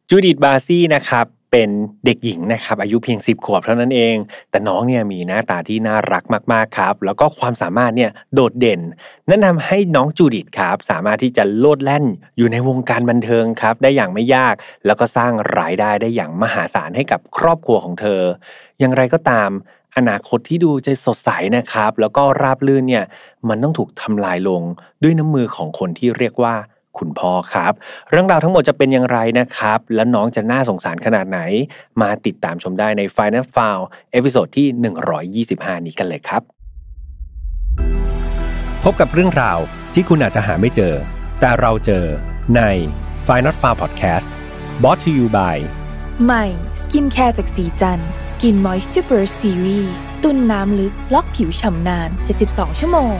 จูดิธ บาซี่นะครับเป็นเด็กหญิงนะครับอายุเพียง10ขวบเท่านั้นเองแต่น้องเนี่ยมีหน้าตาที่น่ารักมากๆครับแล้วก็ความสามารถเนี่ยโดดเด่นนั่นทำให้น้องจูดิธครับสามารถที่จะโลดแล่นอยู่ในวงการบันเทิงครับได้อย่างไม่ยากแล้วก็สร้างรายได้ได้อย่างมหาศาลให้กับครอบครัวของเธออย่างไรก็ตามอนาคตที่ดูจะสดใสนะครับแล้วก็ราบรื่นเนี่ยมันต้องถูกทำลายลงด้วยน้ำมือของคนที่เรียกว่าคุณพ่อครับเรื่องราวทั้งหมดจะเป็นอย่างไรนะครับและน้องจะน่าสงสารขนาดไหนมาติดตามชมได้ใน Final File เอพิโซดที่125นี้กันเลยครับพบกับเรื่องราวที่คุณอาจจะหาไม่เจอแต่เราเจอใน Final File Podcast Brought to you by ใหม่สกินแคร์จากสีจันทร์ Skin Moisture Burst Series ตุ้นน้ำลึกล็อกผิวฉ่ำนาน72ชั่วโมง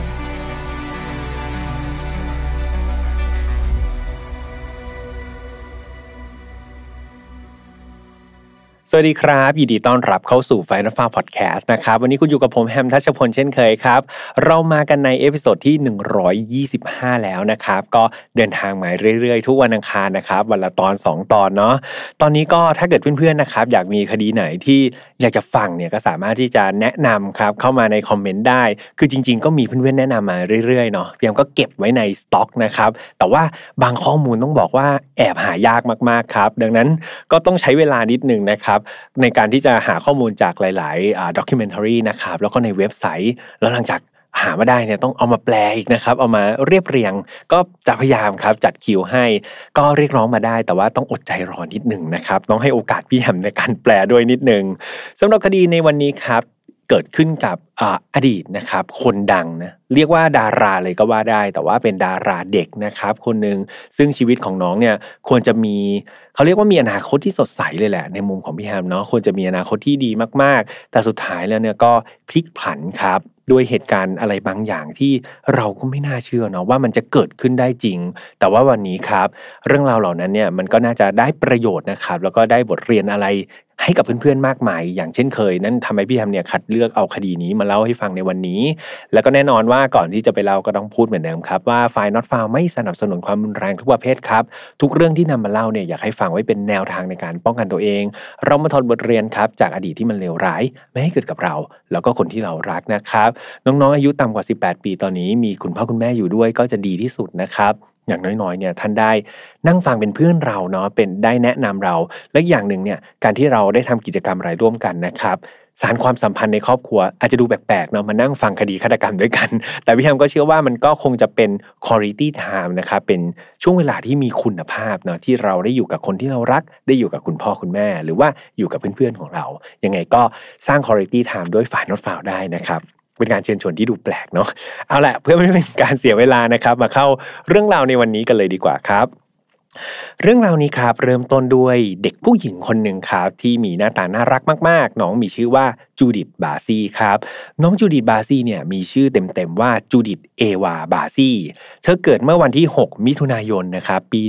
สวัสดีครับยินดีต้อนรับเข้าสู่ Final File Podcast นะครับวันนี้คุณอยู่กับผมแฮมทัชพลเช่นเคยครับเรามากันในเอพิโซดที่125แล้วนะครับก็เดินทางมาเรื่อยๆทุกวันอังคารนะครับวันละตอน2ตอนเนาะตอนนี้ก็ถ้าเกิดเพื่อนๆนะครับอยากมีคดีไหนที่อยากจะฟังเนี่ยก็สามารถที่จะแนะนำครับเข้ามาในคอมเมนต์ได้คือจริงๆก็มีเพื่อนๆแนะนำมาเรื่อยๆเนาะเพียงก็เก็บไว้ในสต็อกนะครับแต่ว่าบางข้อมูลต้องบอกว่าแอบหายากมากๆครับดังนั้นก็ต้องใช้เวลานิดนึงนะครับในการที่จะหาข้อมูลจากหลายๆdocumentary นะครับแล้วก็ในเว็บไซต์แล้วหลังจากหามาได้เนี่ยต้องเอามาแปลอีกนะครับเอามาเรียบเรียงก็จะพยายามครับจัดคิวให้ก็เรียกร้องมาได้แต่ว่าต้องอดใจรอนิดนึงนะครับต้องให้โอกาสพี่แฮมในการแปลด้วยนิดนึงสำหรับคดีในวันนี้ครับเกิดขึ้นกับอดีตนะครับคนดังนะเรียกว่าดาราเลยก็ว่าได้แต่ว่าเป็นดาราเด็กนะครับคนนึงซึ่งชีวิตของน้องเนี่ยควรจะมีเขาเรียกว่ามีอนาคตที่สดใสเลยแหละในมุมของพี่แฮมเนาะควรจะมีอนาคตที่ดีมากๆแต่สุดท้ายแล้วเนี่ยก็พลิกผันครับด้วยเหตุการณ์อะไรบางอย่างที่เราก็ไม่น่าเชื่อเนาะว่ามันจะเกิดขึ้นได้จริงแต่ว่าวันนี้ครับเรื่องราวเหล่านั้นเนี่ยมันก็น่าจะได้ประโยชน์นะครับแล้วก็ได้บทเรียนอะไรให้กับเพื่อนๆมากมายอย่างเช่นเคยนั่นทำให้พี่แฮมเนี่ยคัดเลือกเอาคดีนี้มาเล่าให้ฟังในวันนี้แล้วก็แน่นอนว่าก่อนที่จะไปเล่าก็ต้องพูดเหมือนเดิมครับว่า File Not Found ไม่สนับสนุนความรุนแรงทุกประเภทครับทุกเรื่องที่นำมาเล่าเนี่ยอยากให้ฟังไว้เป็นแนวทางในการป้องกันตัวเองเรามาถอดบทเรียนครับจากอดีตที่มันเลวร้ายไม่ให้เกิดกับเราแล้วก็คนที่เรารักนะครับน้องๆอายุต่ำกว่า18ปีตอนนี้มีคุณพ่อคุณแม่อยู่ด้วยก็จะดีที่สุดนะครับอย่างน้อยๆเนี่ยท่านได้นั่งฟังเป็นเพื่อนเราเนาะเป็นได้แนะนำเราและอย่างหนึ่งเนี่ยการที่เราได้ทำกิจกรรมอะไรร่วมกันนะครับสารความสัมพันธ์ในครอบครัวอาจจะดูแปลกๆเนาะมานั่งฟังคดีฆาตกรรมด้วยกันแต่พี่แฮมก็เชื่อว่ามันก็คงจะเป็น quality time นะครับเป็นช่วงเวลาที่มีคุณภาพเนาะที่เราได้อยู่กับคนที่เรารักได้อยู่กับคุณพ่อคุณแม่หรือว่าอยู่กับเพื่อนๆของเรายังไงก็สร้าง quality time ด้วย File Not Found ได้นะครับเป็นการเชิญชวนที่ดูแปลกเนาะเอาละเพื่อไม่เป็นการเสียเวลานะครับมาเข้าเรื่องราวในวันนี้กันเลยดีกว่าครับเรื่องราวนี้ครับเริ่มต้นด้วยเด็กผู้หญิงคนหนึ่งครับที่มีหน้าตาน่ารักมากๆน้องมีชื่อว่าจูดิธ บาซี่ครับน้องจูดิธ บาซี่เนี่ยมีชื่อเต็มๆว่าจูดิธ เอวา บาซี่เธอเกิดเมื่อวันที่6มิถุนายนนะครับปี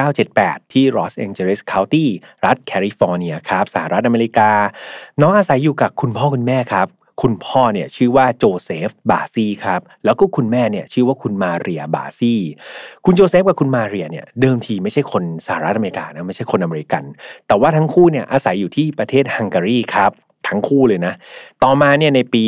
1978ที่ลอสแองเจลิสเคานตี้รัฐแคลิฟอร์เนียครับสหรัฐอเมริกาน้องอาศัยอยู่กับคุณพ่อคุณแม่ครับคุณพ่อเนี่ยชื่อว่าโจเซฟ บาซี่ครับแล้วก็คุณแม่เนี่ยชื่อว่าคุณมาเรีย บาซี่คุณโจเซฟกับคุณมาเรียเนี่ยเดิมทีไม่ใช่คนสหรัฐอเมริกานะไม่ใช่คนอเมริกันแต่ว่าทั้งคู่เนี่ยอาศัยอยู่ที่ประเทศฮังการีครับทั้งคู่เลยนะต่อมาเนี่ยในปี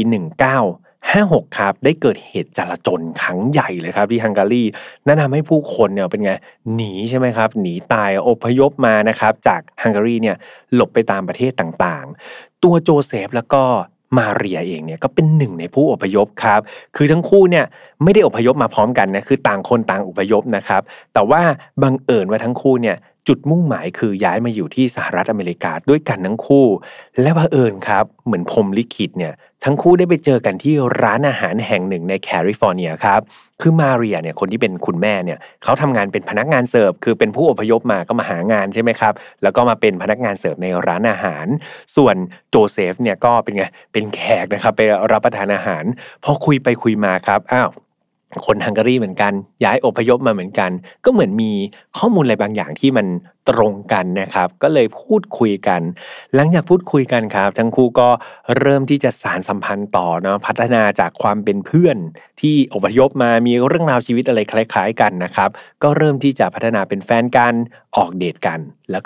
1956ครับได้เกิดเหตุจลาจลครั้งใหญ่เลยครับที่ฮังการีนั่นทำให้ผู้คนเนี่ยเป็นไงหนีใช่ไหมครับหนีตายอพยพมานะครับจากฮังการีเนี่ยหลบไปตามประเทศต่างๆตัวโจเซฟแล้วก็มาเรียเองเนี่ยก็เป็นหนึ่งในผู้อพยพครับคือทั้งคู่เนี่ยไม่ได้อพยพมาพร้อมกันนะคือต่างคนต่างอพยพนะครับแต่ว่าบังเอิญว่าทั้งคู่เนี่ยจุดมุ่งหมายคือย้ายมาอยู่ที่สหรัฐอเมริกาด้วยกันทั้งคู่และบังเอิญครับเหมือนพรหมลิขิตเนี่ยทั้งคู่ได้ไปเจอกันที่ร้านอาหารแห่งหนึ่งในแคลิฟอร์เนียครับคือมาเรียเนี่ยคนที่เป็นคุณแม่เนี่ยเขาทำงานเป็นพนักงานเสิร์ฟคือเป็นผู้อพยพมาก็มาหางานใช่ไหมครับแล้วก็มาเป็นพนักงานเสิร์ฟในร้านอาหารส่วนโจเซฟเนี่ยก็เป็นไงเป็นแขกนะครับไปรับประทานอาหารพอคุยไปคุยมาครับคนฮังการีเหมือนกันย้ายอพยพมาเหมือนกันก็เหมือนมีข้อมูลอะไรบางอย่างที่มันตรงกันนะครับก็เลยพูดคุยกันหลังจากพูดคุยกันครับทั้งคู่ก็เริ่มที่จะสานสัมพันธ์ต่อเนาะพัฒนาจากความเป็นเพื่อนที่อพยพมามีเรื่องราวชีวิตอะไรคล้ายๆกันนะครับก็เริ่มที่จะพัฒนาเป็นแฟนกันออกเดทกันแล้วก็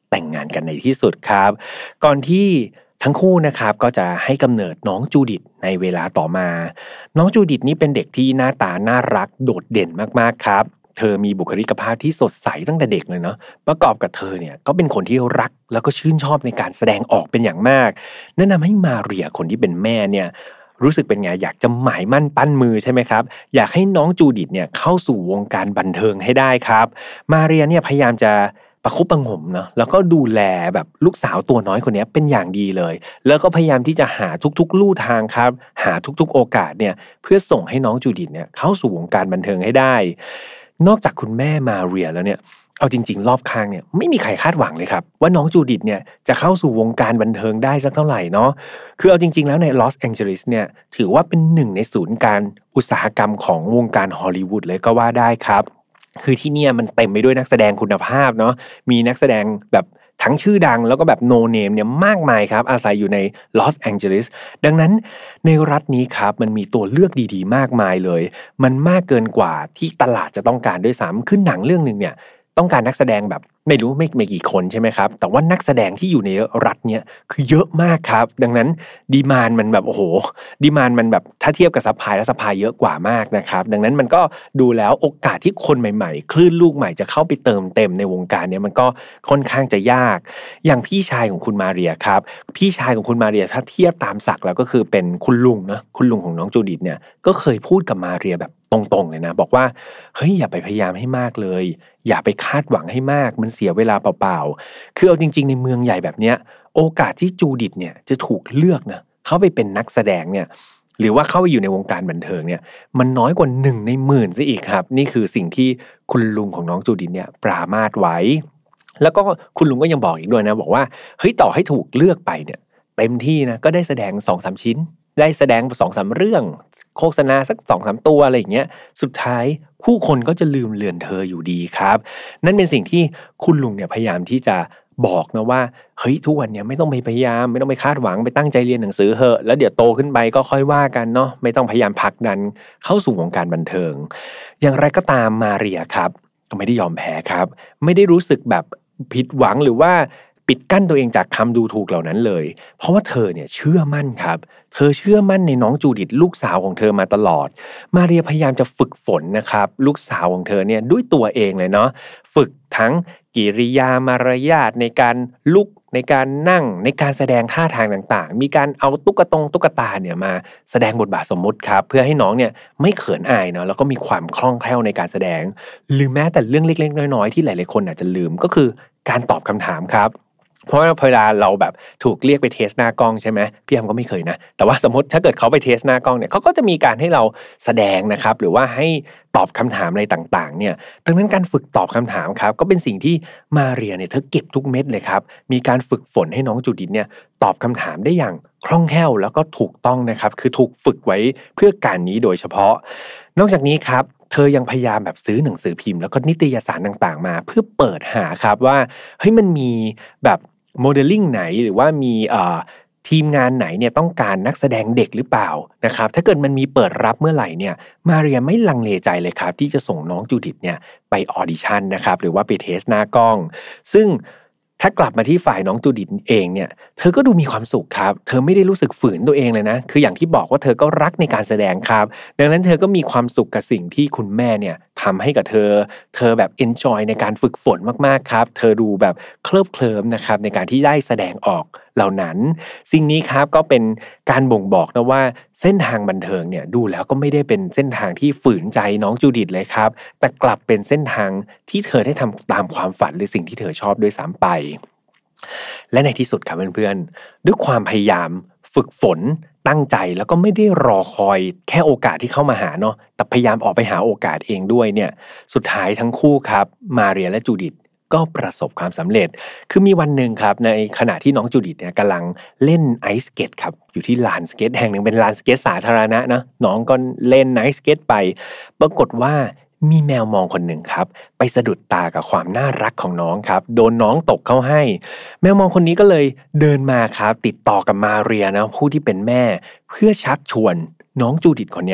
แต่งงานกันในที่สุดครับก่อนที่ทั้งคู่นะครับก็จะให้กำเนิดน้องจูดิธในเวลาต่อมาน้องจูดิธนี่เป็นเด็กที่หน้าตาน่ารักโดดเด่นมากๆครับเธอมีบุคลิกภาพที่สดใสตั้งแต่เด็กเลยเนาะประกอบกับเธอเนี่ยก็เป็นคนที่รักแล้วก็ชื่นชอบในการแสดงออกเป็นอย่างมากแนะนำให้มาเรียคนที่เป็นแม่เนี่ยรู้สึกเป็นไงอยากจะหมายมั่นปั้นมือใช่ไหมครับอยากให้น้องจูดิธเนี่ยเข้าสู่วงการบันเทิงให้ได้ครับมาเรียเนี่ยพยายามจะประคบประหงมเนาะแล้วก็ดูแลแบบลูกสาวตัวน้อยคนนี้เป็นอย่างดีเลยแล้วก็พยายามที่จะหาทุกๆลู่ทางครับหาทุกๆโอกาสเนี่ยเพื่อส่งให้น้องจูดิธเนี่ยเข้าสู่วงการบันเทิงให้ได้นอกจากคุณแม่มาเรียแล้วเนี่ยเอาจริงๆรอบข้างเนี่ยไม่มีใครคาดหวังเลยครับว่าน้องจูดิธเนี่ยจะเข้าสู่วงการบันเทิงได้สักเท่าไหร่เนาะคือเอาจริงๆแล้วในลอสแองเจลิสเนี่ยถือว่าเป็นหนึ่งในศูนย์การอุตสาหกรรมของวงการฮอลลีวูดเลยก็ว่าได้ครับคือที่เนี่ยมันเต็มไปด้วยนักแสดงคุณภาพเนาะมีนักแสดงแบบทั้งชื่อดังแล้วก็แบบโนเนมเนี่ยมากมายครับอาศัยอยู่ในลอสแองเจลิสดังนั้นในรัฐนี้ครับมันมีตัวเลือกดีๆมากมายเลยมันมากเกินกว่าที่ตลาดจะต้องการด้วยซ้ำคือหนังเรื่องนึงเนี่ยต้องการนักแสดงแบบไม่กี่คนใช่ไหมครับแต่ว่านักแสดงที่อยู่ในรัฐเนี้ยคือเยอะมากครับดังนั้นดีมานด์มันแบบโอ้โหดีมานด์มันแบบถ้าเทียบกับซัพพลายแล้วซัพพลายเยอะกว่ามากนะครับดังนั้นมันก็ดูแล้วโอกาสที่คนใหม่ๆคลื่นลูกใหม่จะเข้าไปเติมเต็มในวงการเนี้ยมันก็ค่อนข้างจะยากอย่างพี่ชายของคุณมาเรียครับพี่ชายของคุณมาเรียถ้าเทียบตามศักดิ์แล้วก็คือเป็นคุณลุงนะคุณลุงของน้องจูดิธเนี่ยก็เคยพูดกับมาเรียแบบตรงๆเลยนะบอกว่าเฮ้ยอย่าไปพยายามให้มากเลยอย่าไปคาดหวังให้มากมันเสียเวลาเปล่าๆคือเอาจริงๆในเมืองใหญ่แบบเนี้ยโอกาสที่จูดิธเนี่ยจะถูกเลือกนะเข้าไปเป็นนักแสดงเนี่ยหรือว่าเข้าไปอยู่ในวงการบันเทิงเนี่ยมันน้อยกว่า1 ใน 10,000ซะอีกครับนี่คือสิ่งที่คุณลุงของน้องจูดิธเนี่ยปรามาสไว้แล้วก็คุณลุงก็ยังบอกอีกด้วยนะบอกว่าเฮ้ยต่อให้ถูกเลือกไปเนี่ยเต็มที่นะก็ได้แสดง 2-3 ชิ้นได้แสดง 2-3 เรื่องโฆษณาสัก 2-3 ตัวอะไรอย่างเงี้ยสุดท้ายผู้คนก็จะลืมเลือนเธออยู่ดีครับนั่นเป็นสิ่งที่คุณลุงเนี่ยพยายามที่จะบอกนะว่าเฮ้ยทุกวันเนี่ยไม่ต้องไปพยายามไม่ต้องไปคาดหวังไปตั้งใจเรียนหนังสือเถอะแล้วเดี๋ยวโตขึ้นไปก็ค่อยว่ากันเนาะไม่ต้องพยายามผลักดันเข้าสู่วงการบันเทิงอย่างไรก็ตามมาเรียครับก็ไม่ได้ยอมแพ้ครับไม่ได้รู้สึกแบบผิดหวังหรือว่าปิดกั้นตัวเองจากคำดูถูกเหล่านั้นเลยเพราะว่าเธอเนี่ยเชื่อมั่นครับเธอเชื่อมั่นในน้องจูดิธลูกสาวของเธอมาตลอดมาเรียพยายามจะฝึกฝนนะครับลูกสาวของเธอเนี่ยด้วยตัวเองเลยเนาะฝึกทั้งกิริยามารยาทในการลุกในการนั่งในการแสดงท่าทางต่างๆมีการเอาตุ๊กตาเนี่ยมาแสดงบทบาทสมมุติครับเพื่อให้น้องเนี่ยไม่เขินอายเนาะแล้วก็มีความคล่องแคล่วในการแสดงหรือแม้แต่เรื่องเล็กๆน้อยๆที่หลายๆคนอาจจะลืมก็คือการตอบคำถามครับเพราะว่าเวลาเราแบบถูกเรียกไปเทสหน้ากล้องใช่ไหมพี่แอมก็ไม่เคยนะแต่ว่าสมมติถ้าเกิดเขาไปเทสหน้ากล้องเนี่ยเขาก็จะมีการให้เราแสดงนะครับหรือว่าให้ตอบคำถามอะไรต่างๆเนี่ยดังนั้นการฝึกตอบคำถามครับก็เป็นสิ่งที่มาเรียเนี่ยเธอเก็บทุกเม็ดเลยครับมีการฝึกฝนให้น้องจูดิธเนี่ยตอบคำถามได้อย่างคล่องแคล่วแล้วก็ถูกต้องนะครับคือถูกฝึกไว้เพื่อการนี้โดยเฉพาะนอกจากนี้ครับเธอยังพยายามแบบซื้อหนังสือพิมพ์แล้วก็นิตยสารต่างๆมาเพื่อเปิดหาครับว่าเฮ้ยมันมีแบบโมเดลลิ่งไหนหรือว่ามีทีมงานไหนเนี่ยต้องการนักแสดงเด็กหรือเปล่านะครับถ้าเกิดมันมีเปิดรับเมื่อไหร่เนี่ยมาเรียไม่ลังเลใจเลยครับที่จะส่งน้องจูดิธเนี่ยไปออดิชั่นนะครับหรือว่าไปเทสหน้ากล้องซึ่งถ้ากลับมาที่ฝ่ายน้องจูดิธเองเนี่ยเธอก็ดูมีความสุขครับเธอไม่ได้รู้สึกฝืนตัวเองเลยนะคืออย่างที่บอกว่าเธอก็รักในการแสดงครับดังนั้นเธอก็มีความสุขกับสิ่งที่คุณแม่เนี่ยทำให้กับเธอแบบเอนจอยในการฝึกฝนมากๆครับเธอดูแบบเคลิบเคลิ้มนะครับในการที่ได้แสดงออกเหล่านั้นสิ่งนี้ครับก็เป็นการบ่งบอกนะว่าเส้นทางบันเทิงเนี่ยดูแล้วก็ไม่ได้เป็นเส้นทางที่ฝืนใจน้องจูดิธเลยครับแต่กลับเป็นเส้นทางที่เธอได้ทำตามความฝันหรือสิ่งที่เธอชอบด้วยซ้ำไปและในที่สุดครับเพื่อนๆด้วยความพยายามฝึกฝนตั้งใจแล้วก็ไม่ได้รอคอยแค่โอกาสที่เข้ามาหาเนาะแต่พยายามออกไปหาโอกาสเองด้วยเนี่ยสุดท้ายทั้งคู่ครับมาเรียและจูดิธก็ประสบความสำเร็จคือมีวันหนึ่งครับในขณะที่น้องจูดิธเนี่ยกำลังเล่นไอซ์สเก็ตครับอยู่ที่ลานสเก็ตแห่งหนึ่งเป็นลานสเก็ตสาธารณะนะน้องก็เล่นไอซ์สเก็ตไปปรากฏว่ามีแมวมองคนหนึ่งครับไปสะดุดตากับความน่ารักของน้องครับโดนน้องตกเข้าให้แมวมองคนนี้ก็เลยเดินมาครับติดต่อกับมาเรียนะผู้ที่เป็นแม่เพื่อชักชวนน้องจูดิธคนนี้ไป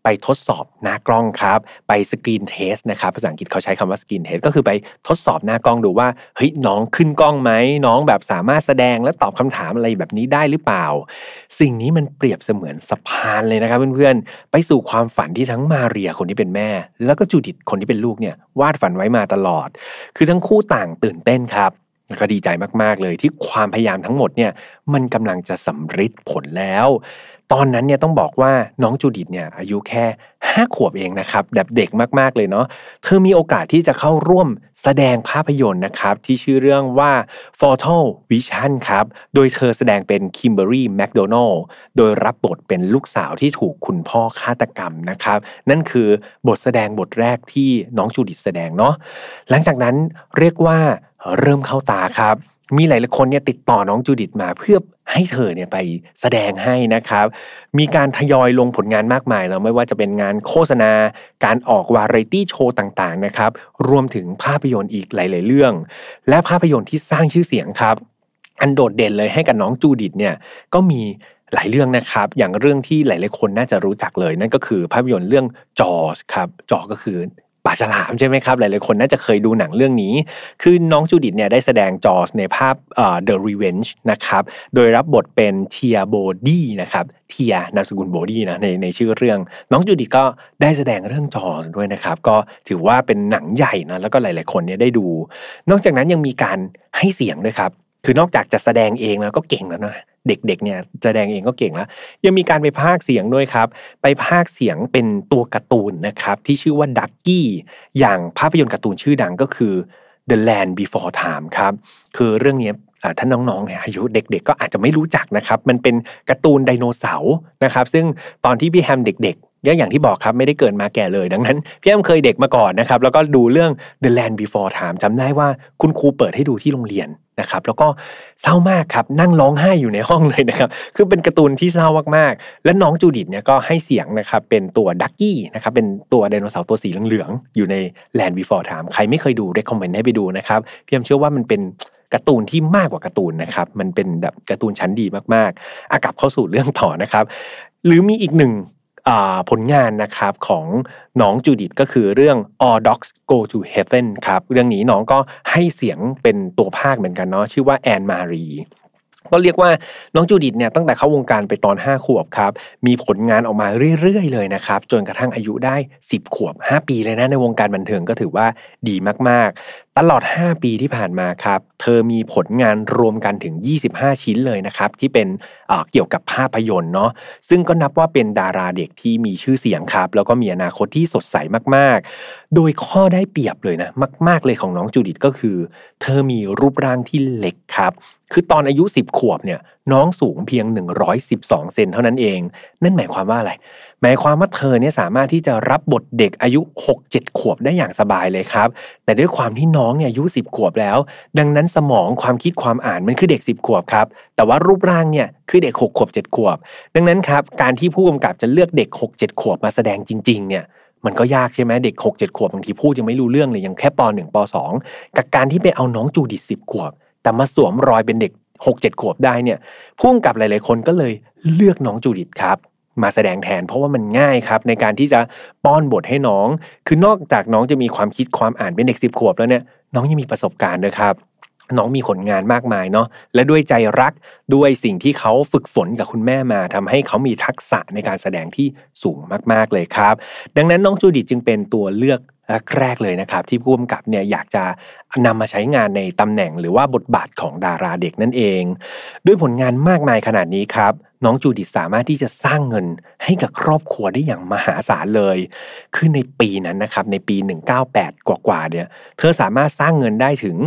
ไปทดสอบหน้ากล้องครับไปสกรีนเทสนะครับภาษาอังกฤษเขาใช้คำว่าสกรีนเทสก็คือไปทดสอบหน้ากล้องดูว่าเฮ้ยน้องขึ้นกล้องไหมน้องแบบสามารถแสดงและตอบคำถามอะไรแบบนี้ได้หรือเปล่าสิ่งนี้มันเปรียบเสมือนสะพานเลยนะครับเพื่อนๆไปสู่ความฝันที่ทั้งมาเรียคนที่เป็นแม่แล้วก็จูดิธคนที่เป็นลูกเนี่ยวาดฝันไว้มาตลอดคือทั้งคู่ต่างตื่นเต้นครับแล้วก็ดีใจมากๆเลยที่ความพยายามทั้งหมดเนี่ยมันกำลังจะสำฤทธิ์ผลแล้วตอนนั้นเนี่ยต้องบอกว่าน้องจูดิธเนี่ยอายุแค่5 ขวบเองนะครับแบบเด็กมากๆเลยเนาะเธอมีโอกาสที่จะเข้าร่วมแสดงภาพยนตร์นะครับที่ชื่อเรื่องว่า Fatal Vision ครับโดยเธอแสดงเป็นคิมเบอรี่แมคโดนัลด์โดยรับบทเป็นลูกสาวที่ถูกคุณพ่อฆาตกรรมนะครับนั่นคือบทแสดงบทแรกที่น้องจูดิธแสดงเนาะหลังจากนั้นเรียกว่าเริ่มเข้าตาครับมีหลายๆคนเนี่ยติดต่อน้องจูดิธมาเพื่อให้เธอเนี่ยไปแสดงให้นะครับมีการทยอยลงผลงานมากมายแล้วไม่ว่าจะเป็นงานโฆษณาการออกวาไรตี้โชว์ต่างๆนะครับรวมถึงภาพยนตร์อีกหลายๆเรื่องและภาพยนตร์ที่สร้างชื่อเสียงครับอันโดดเด่นเลยให้กับน้องจูดิธเนี่ยก็มีหลายเรื่องนะครับอย่างเรื่องที่หลายๆคนน่าจะรู้จักเลยนั่นก็คือภาพยนตร์เรื่องจอสครับจอก็คือปลาฉลามใช่ไหมครับหลายๆคนน่าจะเคยดูหนังเรื่องนี้คือน้องจูดิธเนี่ยได้แสดงจอสในภาพThe Revenge นะครับโดยรับบทเป็นเทียโบดี้นะครับเทียนามสกุลโบดี้นะในชื่อเรื่องน้องจูดิธก็ได้แสดงเรื่องจอสด้วยนะครับก็ถือว่าเป็นหนังใหญ่นะแล้วก็หลายๆคนเนี่ยได้ดูนอกจากนั้นยังมีการให้เสียงด้วยครับคือนอกจากจะแสดงเองแล้วก็เก่งแล้วนะเด็กๆเนี่ยแสดงเองก็เก่งแล้วยังมีการไปพากย์เสียงด้วยครับไปพากย์เสียงเป็นตัวการ์ตูนนะครับที่ชื่อว่าดักกี้อย่างภาพยนตร์การ์ตูนชื่อดังก็คือ The Land Before Time ครับคือเรื่องนี้ท่านน้องๆเนี่ยอายุเด็กๆก็อาจจะไม่รู้จักนะครับมันเป็นการ์ตูนไดโนเสาร์นะครับซึ่งตอนที่พี่แฮมเด็กๆอย่างที่บอกครับไม่ได้เกิดมาแก่เลยดังนั้นพี่แฮมเคยเด็กมาก่อนนะครับแล้วก็ดูเรื่อง The Land Before Time จำได้ว่าคุณครูเปิดให้ดูที่โรงเรียนนะครับแล้วก็เศร้ามากครับนั่งร้องไห้อยู่ในห้องเลยนะครับคือเป็นการ์ตูนที่เศร้ามากๆและน้องจูดิธเนี่ยก็ให้เสียงนะครับเป็นตัวดักกี้นะครับเป็นตัวไดโนเสาร์ตัวสีเหลืองๆอยู่ใน Land Before Time ใครไม่เคยดูเรคคอมเมนต์ให้ไปดูนะครับพี่แฮมเชื่อว่ามันเป็นการ์ตูนที่มากกว่าการ์ตูนนะครับมันเป็นแบบการ์ตูนชั้นดีมากๆกลับเข้าสู่เรื่องต่อนะครับหรือมีอีกหนึ่งผลงานนะครับของน้องจูดิธก็คือเรื่อง All Dogs Go to Heaven ครับเรื่องนี้น้องก็ให้เสียงเป็นตัวพากย์เหมือนกันเนาะชื่อว่าแอนมารีก็เรียกว่าน้องจูดิธเนี่ยตั้งแต่เข้าวงการไปตอน5 ขวบครับมีผลงานออกมาเรื่อยๆเลยนะครับจนกระทั่งอายุได้10 ขวบ5 ปีเลยนะในวงการบันเทิงก็ถือว่าดีมากๆตลอด5 ปีที่ผ่านมาครับเธอมีผลงานรวมกันถึง25 ชิ้นเลยนะครับที่เป็นเกี่ยวกับภาพยนตร์เนาะซึ่งก็นับว่าเป็นดาราเด็กที่มีชื่อเสียงครับแล้วก็มีอนาคตที่สดใสมากๆโดยข้อได้เปรียบเลยนะมากๆเลยของน้องจูดิธก็คือเธอมีรูปร่างที่เล็กครับคือตอนอายุ10 ขวบเนี่ยน้องสูงเพียง112 เซนเท่านั้นเองนั่นหมายความว่าอะไรหมายความว่าเธอเนี่ยสามารถที่จะรับบทเด็กอายุ 6-7 ขวบได้อย่างสบายเลยครับแต่ด้วยความที่น้องเนี่ยอายุ10 ขวบแล้วดังนั้นสมองความคิดความอ่านมันคือเด็ก10 ขวบครับแต่ว่ารูปร่างเนี่ยคือเด็ก6 ขวบ 7 ขวบดังนั้นครับการที่ผู้กำกับจะเลือกเด็ก 6-7 ขวบมาแสดงจริงๆเนี่ยมันก็ยากใช่ไหมเด็ก 6-7 ขวบบางทีพูดยังไม่รู้เรื่องเลยยังแค่ป.1 ป.2 กับการที่ไปเอาน้องจูดิธ10 ขวบแต่มาสวมรอยเป็นเด็ก 6-7 ขวบได้เนี่ยผู้กำกับหลายๆคนก็เลยเลือกน้องจูดิธครับมาแสดงแทนเพราะว่ามันง่ายครับในการที่จะป้อนบทให้น้องคือนอกจากน้องจะมีความคิดความอ่านเป็นเด็ก10 ขวบแล้วเนี่ยน้องยังมีประสบการณ์ด้วยครับน้องมีผลงานมากมายเนาะและด้วยใจรักด้วยสิ่งที่เขาฝึกฝนกับคุณแม่มาทำให้เขามีทักษะในการแสดงที่สูงมากๆเลยครับดังนั้นน้องจูดิธจึงเป็นตัวเลือกแรกเลยนะครับที่ผู้กำกับเนี่ยอยากจะนำมาใช้งานในตำแหน่งหรือว่าบทบาทของดาราเด็กนั่นเองด้วยผลงานมากมายขนาดนี้ครับน้องจูดิธสามารถที่จะสร้างเงินให้กับครอบครัวได้อย่างมหาศาลเลยคือในปีนั้นนะครับในปี198กว่าๆเนี่ยเธอสามารถสร้างเงินได้ถึง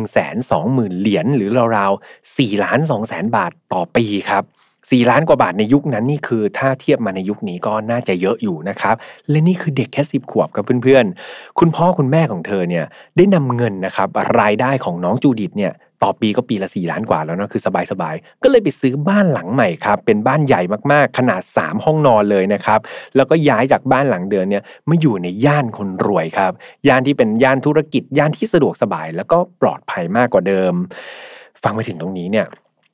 120,000 เหรียญหรือราวๆ 4,200,000 บาทต่อปีครับ4 ล้านกว่าบาทในยุคนั้นนี่คือถ้าเทียบมาในยุคนี้ก็น่าจะเยอะอยู่นะครับและนี่คือเด็กแค่10 ขวบครับเพื่อนๆคุณพ่อคุณแม่ของเธอเนี่ยได้นำเงินนะครับรายได้ของน้องจูดิธเนี่ยต่อปีก็ปีละ4 ล้านกว่าแล้วนะคือสบายๆก็เลยไปซื้อบ้านหลังใหม่ครับเป็นบ้านใหญ่มากๆขนาด3 ห้องนอนเลยนะครับแล้วก็ย้ายจากบ้านหลังเดิมเนี่ยมาอยู่ในย่านคนรวยครับย่านที่เป็นย่านธุรกิจย่านที่สะดวกสบายแล้วก็ปลอดภัยมากกว่าเดิมฟังไปถึงตรงนี้เนี่ย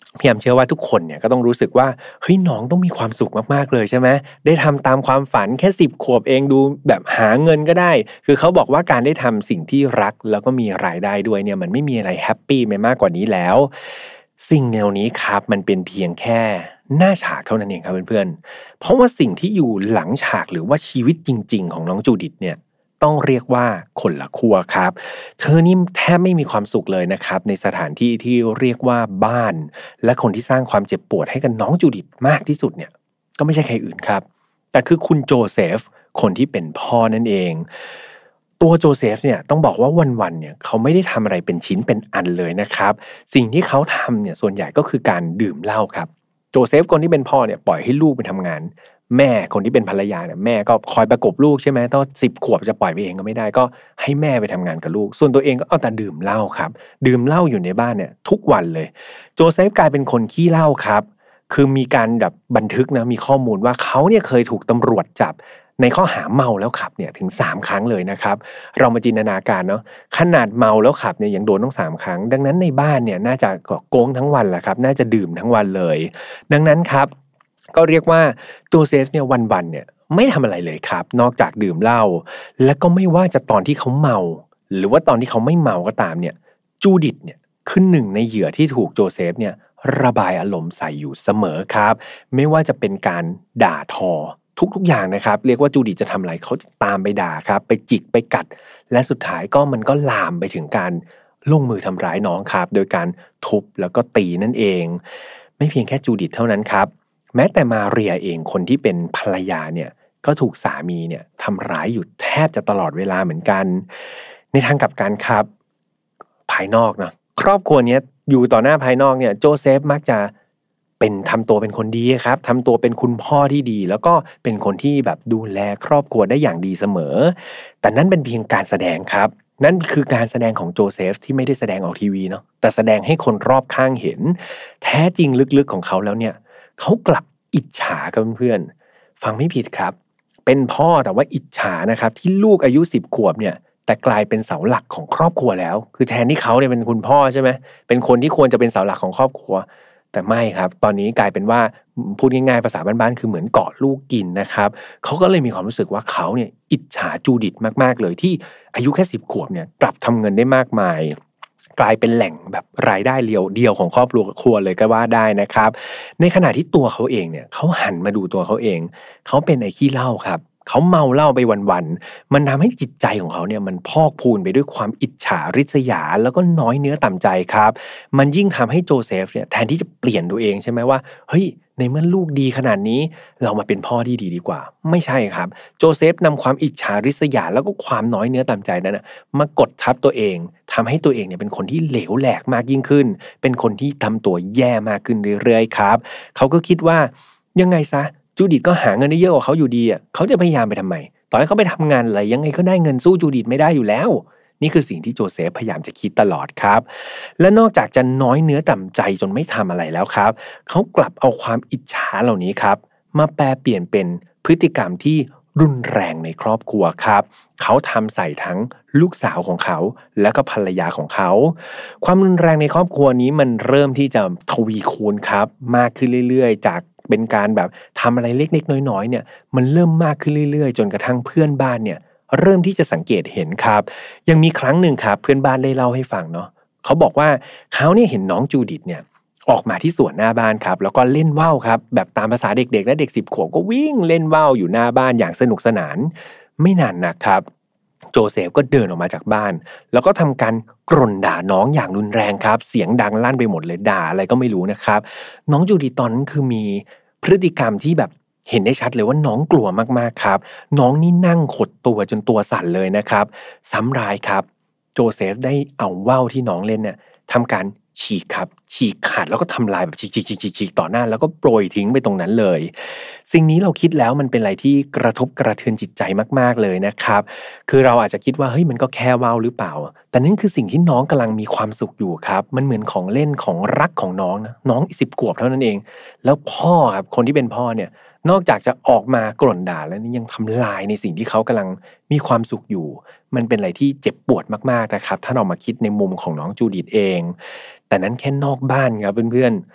พี่แอมเชื่อว่าทุกคนเนี่ยก็ต้องรู้สึกว่าเฮ้ยน้องต้องมีความสุขมากๆเลยใช่ไหมได้ทำตามความฝันแค่10 ขวบเองดูแบบหาเงินก็ได้คือเขาบอกว่าการได้ทำสิ่งที่รักแล้วก็มีรายได้ด้วยเนี่ยมันไม่มีอะไรแฮปปี้ไปมากกว่านี้แล้วสิ่งแนวนี้ครับมันเป็นเพียงแค่หน้าฉากเท่านั้นเองครับเพื่อนๆเพราะว่าสิ่งที่อยู่หลังฉากหรือว่าชีวิตจริงๆของน้องจูดิตเนี่ยต้องเรียกว่าคนละขั้วครับเธอนี่แทบไม่มีความสุขเลยนะครับในสถานที่ที่เรียกว่าบ้านและคนที่สร้างความเจ็บปวดให้กับน้องจูดิตมากที่สุดเนี่ยก็ไม่ใช่ใครอื่นครับแต่คือคุณโจเซฟคนที่เป็นพ่อนั่นเองตัวโจเซฟเนี่ยต้องบอกว่าวันๆเนี่ยเขาไม่ได้ทำอะไรเป็นชิ้นเป็นอันเลยนะครับสิ่งที่เขาทำเนี่ยส่วนใหญ่ก็คือการดื่มเหล้าครับโจเซฟคนที่เป็นพ่อเนี่ยปล่อยให้ลูกไปทำงานแม่คนที่เป็นภรรยาเนี่ยแม่ก็คอยประกบลูกใช่ไหมตอน10 ขวบจะปล่อยไปเองก็ไม่ได้ก็ให้แม่ไปทำงานกับลูกส่วนตัวเองก็เอาแต่ดื่มเหล้าครับดื่มเหล้าอยู่ในบ้านเนี่ยทุกวันเลยโจเซฟกลายเป็นคนขี้เหล้าครับคือมีการแบบบันทึกนะมีข้อมูลว่าเขาเนี่ยเคยถูกตำรวจจับในข้อหาเมาแล้วขับเนี่ยถึง3 ครั้งเลยนะครับเรามาจินตนาการเนาะขนาดเมาแล้วขับเนี่ยยังโดนต้อง3 ครั้งดังนั้นในบ้านเนี่ยน่าจะโกงทั้งวันแหละครับน่าจะดื่มทั้งวันเลยดังนั้นครับก็เรียกว่าโจเซฟเนี่ยวันๆเนี่ยไม่ทำอะไรเลยครับนอกจากดื่มเหล้าและก็ไม่ว่าจะตอนที่เขาเมาหรือว่าตอนที่เขาไม่เมาก็ตามเนี่ยจูดิตเนี่ยคือหนึ่งในเหยื่อที่ถูกโจเซฟเนี่ยระบายอารมณ์ใส่อยู่เสมอครับไม่ว่าจะเป็นการด่าทอทุกอย่างนะครับเรียกว่าจูดิตจะทำอะไรเขาจะตามไปด่าครับไปจิกไปกัดและสุดท้ายก็มันก็ลามไปถึงการลงมือทำร้ายน้องครับโดยการทุบแล้วก็ตีนั่นเองไม่เพียงแค่จูดิตเท่านั้นครับแม้แต่มาเรียเองคนที่เป็นภรรยาเนี่ยก็ถูกสามีเนี่ยทำร้ายอยู่แทบจะตลอดเวลาเหมือนกันในทางกลับกันครับภายนอกเนาะครอบครัวนี้อยู่ต่อหน้าภายนอกเนี่ยโจเซฟมักจะเป็นทำตัวเป็นคนดีครับทำตัวเป็นคุณพ่อที่ดีแล้วก็เป็นคนที่แบบดูแลครอบครัวได้อย่างดีเสมอแต่นั่นเป็นเพียงการแสดงครับนั่นคือการแสดงของโจเซฟที่ไม่ได้แสดงออกทีวีเนาะแต่แสดงให้คนรอบข้างเห็นแท้จริงลึกๆของเขาแล้วเนี่ยเขากลับอิจฉากับเพื่อนๆฟังไม่ผิดครับเป็นพ่อแต่ว่าอิจฉานะครับที่ลูกอายุ10 ขวบเนี่ยแต่กลายเป็นเสาหลักของครอบครัวแล้วคือแทนที่เขาเนี่ยเป็นคุณพ่อใช่ไหมเป็นคนที่ควรจะเป็นเสาหลักของครอบครัวแต่ไม่ครับตอนนี้กลายเป็นว่าพูดง่ายๆภาษาบ้านๆคือเหมือนเกาะลูกกินนะครับเขาก็เลยมีความรู้สึกว่าเขาเนี่ยอิจฉาจูดิตมากๆเลยที่อายุแค่10 ขวบเนี่ยกลับทำเงินได้มากมายกลายเป็นแหล่งแบบรายได้เดียวของครอบครัวเลยก็ว่าได้นะครับในขณะที่ตัวเขาเองเนี่ยเขาหันมาดูตัวเขาเองเขาเป็นไอ้ขี้เหล้าครับเขาเมาเหล้าไปวันๆมันทำให้จิตใจของเขาเนี่ยมันพอกพูนไปด้วยความอิจฉาริษยาแล้วก็น้อยเนื้อต่ำใจครับมันยิ่งทำให้โจเซฟเนี่ยแทนที่จะเปลี่ยนตัวเองใช่ไหมว่าเฮ้ยในเมื่อลูกดีขนาดนี้เรามาเป็นพ่อที่ดีดีกว่าไม่ใช่ครับโจเซฟนำความอิจฉาริษยาแล้วก็ความน้อยเนื้อต่ำใจนั้นนะมากดทับตัวเองทำให้ตัวเองเนี่ยเป็นคนที่เหลวแหลกมากยิ่งขึ้นเป็นคนที่ทำตัวแย่มากขึ้นเรื่อยๆครับเขาก็คิดว่ายังไงซะจูดิตก็หาเงินได้เยอะกว่าเขาอยู่ดีอ่ะเขาจะพยายามไปทำไมต่อให้เขาไปทำงานอะไรยังไงก็ได้เงินสู้จูดิตไม่ได้อยู่แล้วนี่คือสิ่งที่โจเซฟพยายามจะคิดตลอดครับและนอกจากจะน้อยเนื้อต่ำใจจนไม่ทำอะไรแล้วครับเขากลับเอาความอิจฉาเหล่านี้ครับมาแปลเปลี่ยนเป็นพฤติกรรมที่รุนแรงในครอบครัวครับเขาทำใส่ทั้งลูกสาวของเขาและก็ภรรยาของเขาความรุนแรงในครอบครัวนี้มันเริ่มที่จะทวีคูณครับมากขึ้นเรื่อยๆจากเป็นการแบบทำอะไรเล็กๆน้อยๆเนี่ยมันเริ่มมากขึ้นเรื่อยๆจนกระทั่งเพื่อนบ้านเนี่ยเริ่มที่จะสังเกตเห็นครับยังมีครั้งหนึ่งครับเพื่อนบ้านได้เล่าให้ฟังเนาะเขาบอกว่าเขาเนี่ยเห็นน้องจูดิตเนี่ยออกมาที่สวนหน้าบ้านครับแล้วก็เล่นว่าวครับแบบตามภาษาเด็กๆและเด็ก10 ขวบก็วิ่งเล่นว่าวอยู่หน้าบ้านอย่างสนุกสนานไม่นานนะครับโจเซฟก็เดินออกมาจากบ้านแล้วก็ทำการกร่นด่าน้องอย่างรุนแรงครับเสียงดังลั่นไปหมดเลยด่าอะไรก็ไม่รู้นะครับน้องจูดิตตอนนั้นคือมีพฤติกรรมที่แบบเห็นได้ชัดเลยว่าน้องกลัวมากๆครับน้องนี่นั่งขดตัวจนตัวสั่นเลยนะครับซ้ำร้ายครับโจเซฟได้เอาว่าวที่น้องเล่นเนี่ยทำการฉีกครับฉีกขาดแล้วก็ทำลายแบบฉีกต่อหน้าแล้วก็โปรยทิ้งไปตรงนั้นเลยสิ่งนี้เราคิดแล้วมันเป็นอะไรที่กระทบกระเทือนจิตใจมากๆเลยนะครับคือเราอาจจะคิดว่าเฮ้ยมันก็แค่ว่าวหรือเปล่าแต่นั่นคือสิ่งที่น้องกำลังมีความสุขอยู่ครับมันเหมือนของเล่นของรักของน้องนะน้อง10 ขวบเท่านั้นเองแล้วพ่อครับคนที่เป็นพ่อเนี่ยนอกจากจะออกมากร่นด่าแล้วนี่ยังทำลายในสิ่งที่เขากำลังมีความสุขอยู่มันเป็นอะไรที่เจ็บปวดมากๆนะครับถ้าเรามาคิดในมุมของน้องจูดิตเองแต่นั้นแค่นอกบ้านครับเพื่อน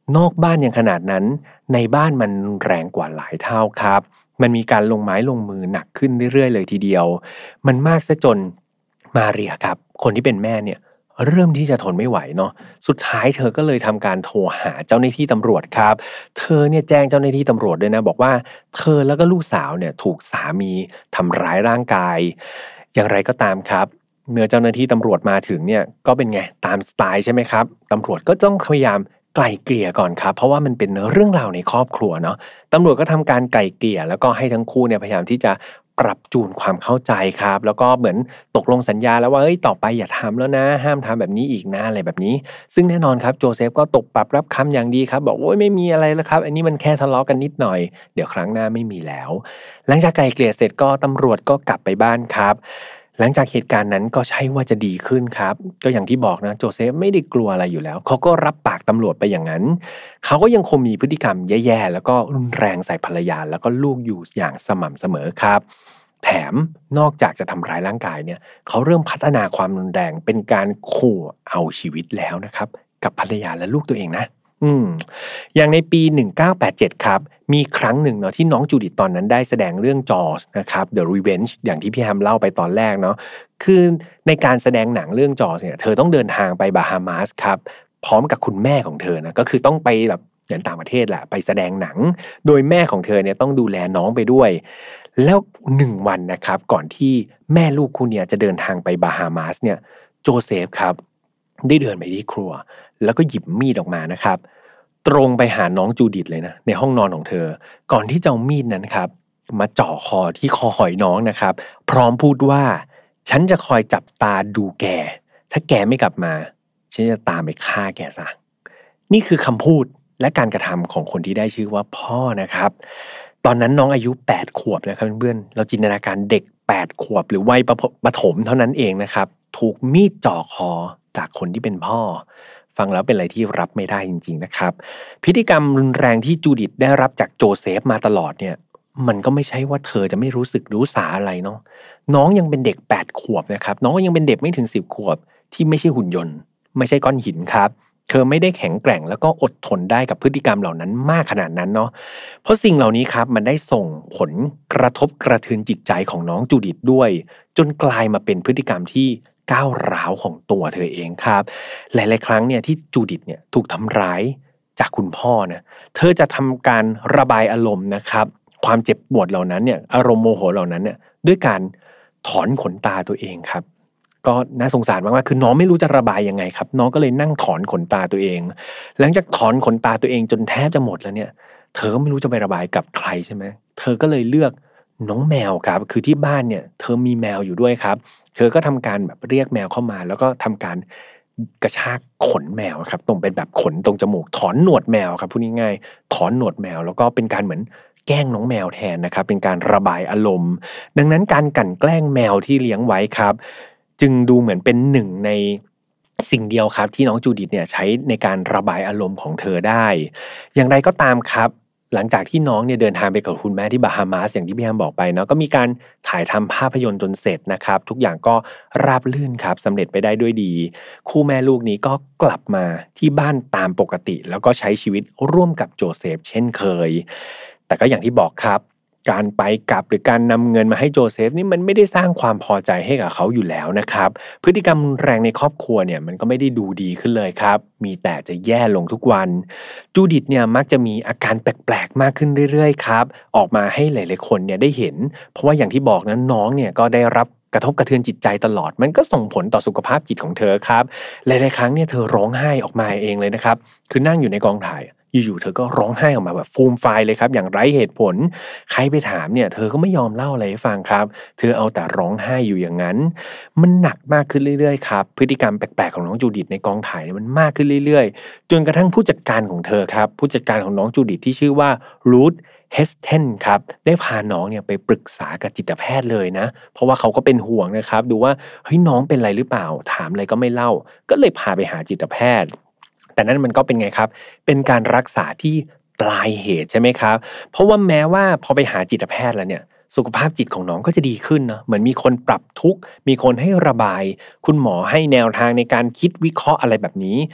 นอกบ้านยังขนาดนั้นในบ้านมันแรงกว่าหลายเท่าครับมันมีการลงไม้ลงมือหนักขึ้นเรื่อยๆเลยทีเดียวมันมากซะจนมาเรียครับคนที่เป็นแม่เนี่ยเริ่มที่จะทนไม่ไหวเนาะสุดท้ายเธอก็เลยทำการโทรหาเจ้าหน้าที่ตำรวจครับเธอเนี่ยแจ้งเจ้าหน้าที่ตำรวจด้วยนะบอกว่าเธอแล้วก็ลูกสาวเนี่ยถูกสามีทำร้ายร่างกายอย่างไรก็ตามครับเมื่อเจ้าหน้าที่ตำรวจมาถึงเนี่ยก็เป็นไงตามสไตล์ใช่ไหมครับตำรวจก็ต้องพยายามไกล่เกลี่ยก่อนครับเพราะว่ามันเป็นเรื่องราวในครอบครัวเนาะตำรวจก็ทำการไกล่เกลี่ยแล้วก็ให้ทั้งคู่เนี่ยพยายามที่จะปรับจูนความเข้าใจครับแล้วก็เหมือนตกลงสัญญาแล้วว่าต่อไปอย่าทำแล้วนะห้ามทำแบบนี้อีกนะอะไรแบบนี้ซึ่งแน่นอนครับโจเซฟก็ตกปรับรับคำอย่างดีครับบอกโอ้ยไม่มีอะไรแล้วครับอันนี้มันแค่ทะเลาะกันนิดหน่อยเดี๋ยวครั้งหน้าไม่มีแล้วหลังจากไกล่เกลี่ยเสร็จก็ตำรวจก็กลับไปบ้านครับหลังจากเหตุการณ์นั้นก็ใช่ว่าจะดีขึ้นครับก็อย่างที่บอกนะโจเซฟไม่ได้กลัวอะไรอยู่แล้วเขาก็รับปากตำรวจไปอย่างนั้นเขาก็ยังคงมีพฤติกรรมแย่ๆแล้วก็รุนแรงใส่ภรรยาแล้วก็ลูกอยู่อย่างสม่ำเสมอครับแถมนอกจากจะทำร้ายร่างกายเนี่ยเขาเริ่มพัฒนาความรุนแรงเป็นการขู่เอาชีวิตแล้วนะครับกับภรรยาและลูกตัวเองนะอย่างในปี 1987 ครับมีครั้งหนึ่งเนาะที่น้องจูดิตตอนนั้นได้แสดงเรื่องจอร์จนะครับ The Revenge อย่างที่พี่แฮมเล่าไปตอนแรกเนาะคือในการแสดงหนังเรื่องจอร์จเนี่ยเธอต้องเดินทางไปบาฮามาสครับพร้อมกับคุณแม่ของเธอนะก็คือต้องไปแบบอย่างต่างประเทศแหละไปแสดงหนังโดยแม่ของเธอเนี่ยต้องดูแลน้องไปด้วยแล้ว1วันนะครับก่อนที่แม่ลูกคู่เนี่ยจะเดินทางไปบาฮามาสเนี่ยโจเซฟครับได้เดินไปที่ครัวแล้วก็หยิบมีดออกมานะครับตรงไปหาน้องจูดิตเลยนะในห้องนอนของเธอก่อนที่จะเอามีดนั้นครับมาจ่อคอที่คอหอยน้องนะครับพร้อมพูดว่าฉันจะคอยจับตาดูแกถ้าแกไม่กลับมาฉันจะตามไปฆ่าแกซะนี่คือคำพูดและการกระทำของคนที่ได้ชื่อว่าพ่อนะครับตอนนั้นน้องอายุ8 ขวบนะครับเพื่อนๆเราจินตนาการเด็ก8 ขวบหรือวัยประถมเท่านั้นเองนะครับถูกมีดจ่อคอจากคนที่เป็นพ่อฟังแล้วเป็นอะไรที่รับไม่ได้จริงๆนะครับพฤติกรรมรุนแรงที่จูดิตได้รับจากโจเซฟมาตลอดเนี่ยมันก็ไม่ใช่ว่าเธอจะไม่รู้สึกรู้สาอะไรเนาะน้องยังเป็นเด็ก8 ขวบนะครับน้องยังเป็นเด็กไม่ถึง10 ขวบที่ไม่ใช่หุ่นยนต์ไม่ใช่ก้อนหินครับเธอไม่ได้แข็งแกร่งแล้วก็อดทนได้กับพฤติกรรมเหล่านั้นมากขนาดนั้นเนาะเพราะสิ่งเหล่านี้ครับมันได้ส่งผลกระทบกระเทือนจิตใจของน้องจูดิตด้วยจนกลายมาเป็นพฤติกรรมที่ก้าวร้าวของตัวเธอเองครับหลายๆครั้งเนี่ยที่จูดิตเนี่ยถูกทำร้ายจากคุณพ่อนะเธอจะทำการระบายอารมณ์นะครับความเจ็บปวดเหล่านั้นเนี่ยอารมณ์โมโหเหล่านั้นเนี่ยด้วยการถอนขนตาตัวเองครับก็น่าสงสารมากๆคือน้องไม่รู้จะระบายยังไงครับน้องก็เลยนั่งถอนขนตาตัวเองหลังจากถอนขนตาตัวเองจนแทบจะหมดแล้วเนี่ยเธอก็ไม่รู้จะไประบายกับใครใช่ไหมเธอก็เลยเลือกน้องแมวครับคือที่บ้านเนี่ยเธอมีแมวอยู่ด้วยครับเธอก็ทำการแบบเรียกแมวเข้ามาแล้วก็ทำการกระชากขนแมวครับตรงเป็นแบบขนตรงจมูกถอนหนวดแมวครับพูดง่ายๆถอนหนวดแมวแล้วก็เป็นการเหมือนแกล้งน้องแมวแทนนะครับเป็นการระบายอารมณ์ดังนั้นการกลั่นแกล้งแมวที่เลี้ยงไว้ครับจึงดูเหมือนเป็นหนึ่งในสิ่งเดียวครับที่น้องจูดิตเนี่ยใช้ในการระบายอารมณ์ของเธอได้อย่างไรก็ตามครับหลังจากที่น้องเนี่ยเดินทางไปกับคุณแม่ที่บาฮามาสอย่างที่พี่แฮมบอกไปเนาะก็มีการถ่ายทำภาพยนตร์จนเสร็จนะครับทุกอย่างก็ราบรื่นครับสำเร็จไปได้ด้วยดีคู่แม่ลูกนี้ก็กลับมาที่บ้านตามปกติแล้วก็ใช้ชีวิตร่วมกับโจเซฟเช่นเคยแต่ก็อย่างที่บอกครับการไปกลับหรือการนำเงินมาให้โจเซฟนี่มันไม่ได้สร้างความพอใจให้กับเขาอยู่แล้วนะครับพฤติกรรมแรงในครอบครัวเนี่ยมันก็ไม่ได้ดูดีขึ้นเลยครับมีแต่จะแย่ลงทุกวันจูดิตเนี่ยมักจะมีอาการแปลกๆมากขึ้นเรื่อยๆครับออกมาให้หลายๆคนเนี่ยได้เห็นเพราะว่าอย่างที่บอกนะน้องเนี่ยก็ได้รับกระทบกระเทือนจิตใจตลอดมันก็ส่งผลต่อสุขภาพจิตของเธอครับหลายๆครั้งเนี่ยเธอร้องไห้ออกมาเองเลยนะครับคือนั่งอยู่ในกองถ่ายอยู่ๆเธอก็ร้องไห้ออกมาแบบฟูมฟายเลยครับอย่างไร้เหตุผลใครไปถามเนี่ยเธอก็ไม่ยอมเล่าอะไรให้ฟังครับเธอเอาแต่ร้องไห้อยู่อย่างนั้นมันหนักมากขึ้นเรื่อยๆครับพฤติกรรมแปลกๆของน้องจูดิตในกองถ่ายมันมากขึ้นเรื่อยๆจนกระทั่งผู้จัดการของเธอครับผู้จัดการของน้องจูดิตที่ชื่อว่ารูธเฮสเทนครับได้พาน้องเนี่ยไปปรึกษากับจิตแพทย์เลยนะเพราะว่าเขาก็เป็นห่วงนะครับดูว่าเฮ้ยน้องเป็นอะไรหรือเปล่าถามอะไรก็ไม่เล่าก็เลยพาไปหาจิตแพทย์แต่นั้นมันก็เป็นไงครับเป็นการรักษาที่ปลายเหตุใช่ไหมครับเพราะว่าแม้ว่าพอไปหาจิตแพทย์แล้วเนี่ยสุขภาพจิตของน้องก็จะดีขึ้นเนาะเหมือนมีคนปรับทุกข์มีคนให้ระบายคุณหมอให้แนวทางในการคิดวิเคราะห์อะไรแบบนี้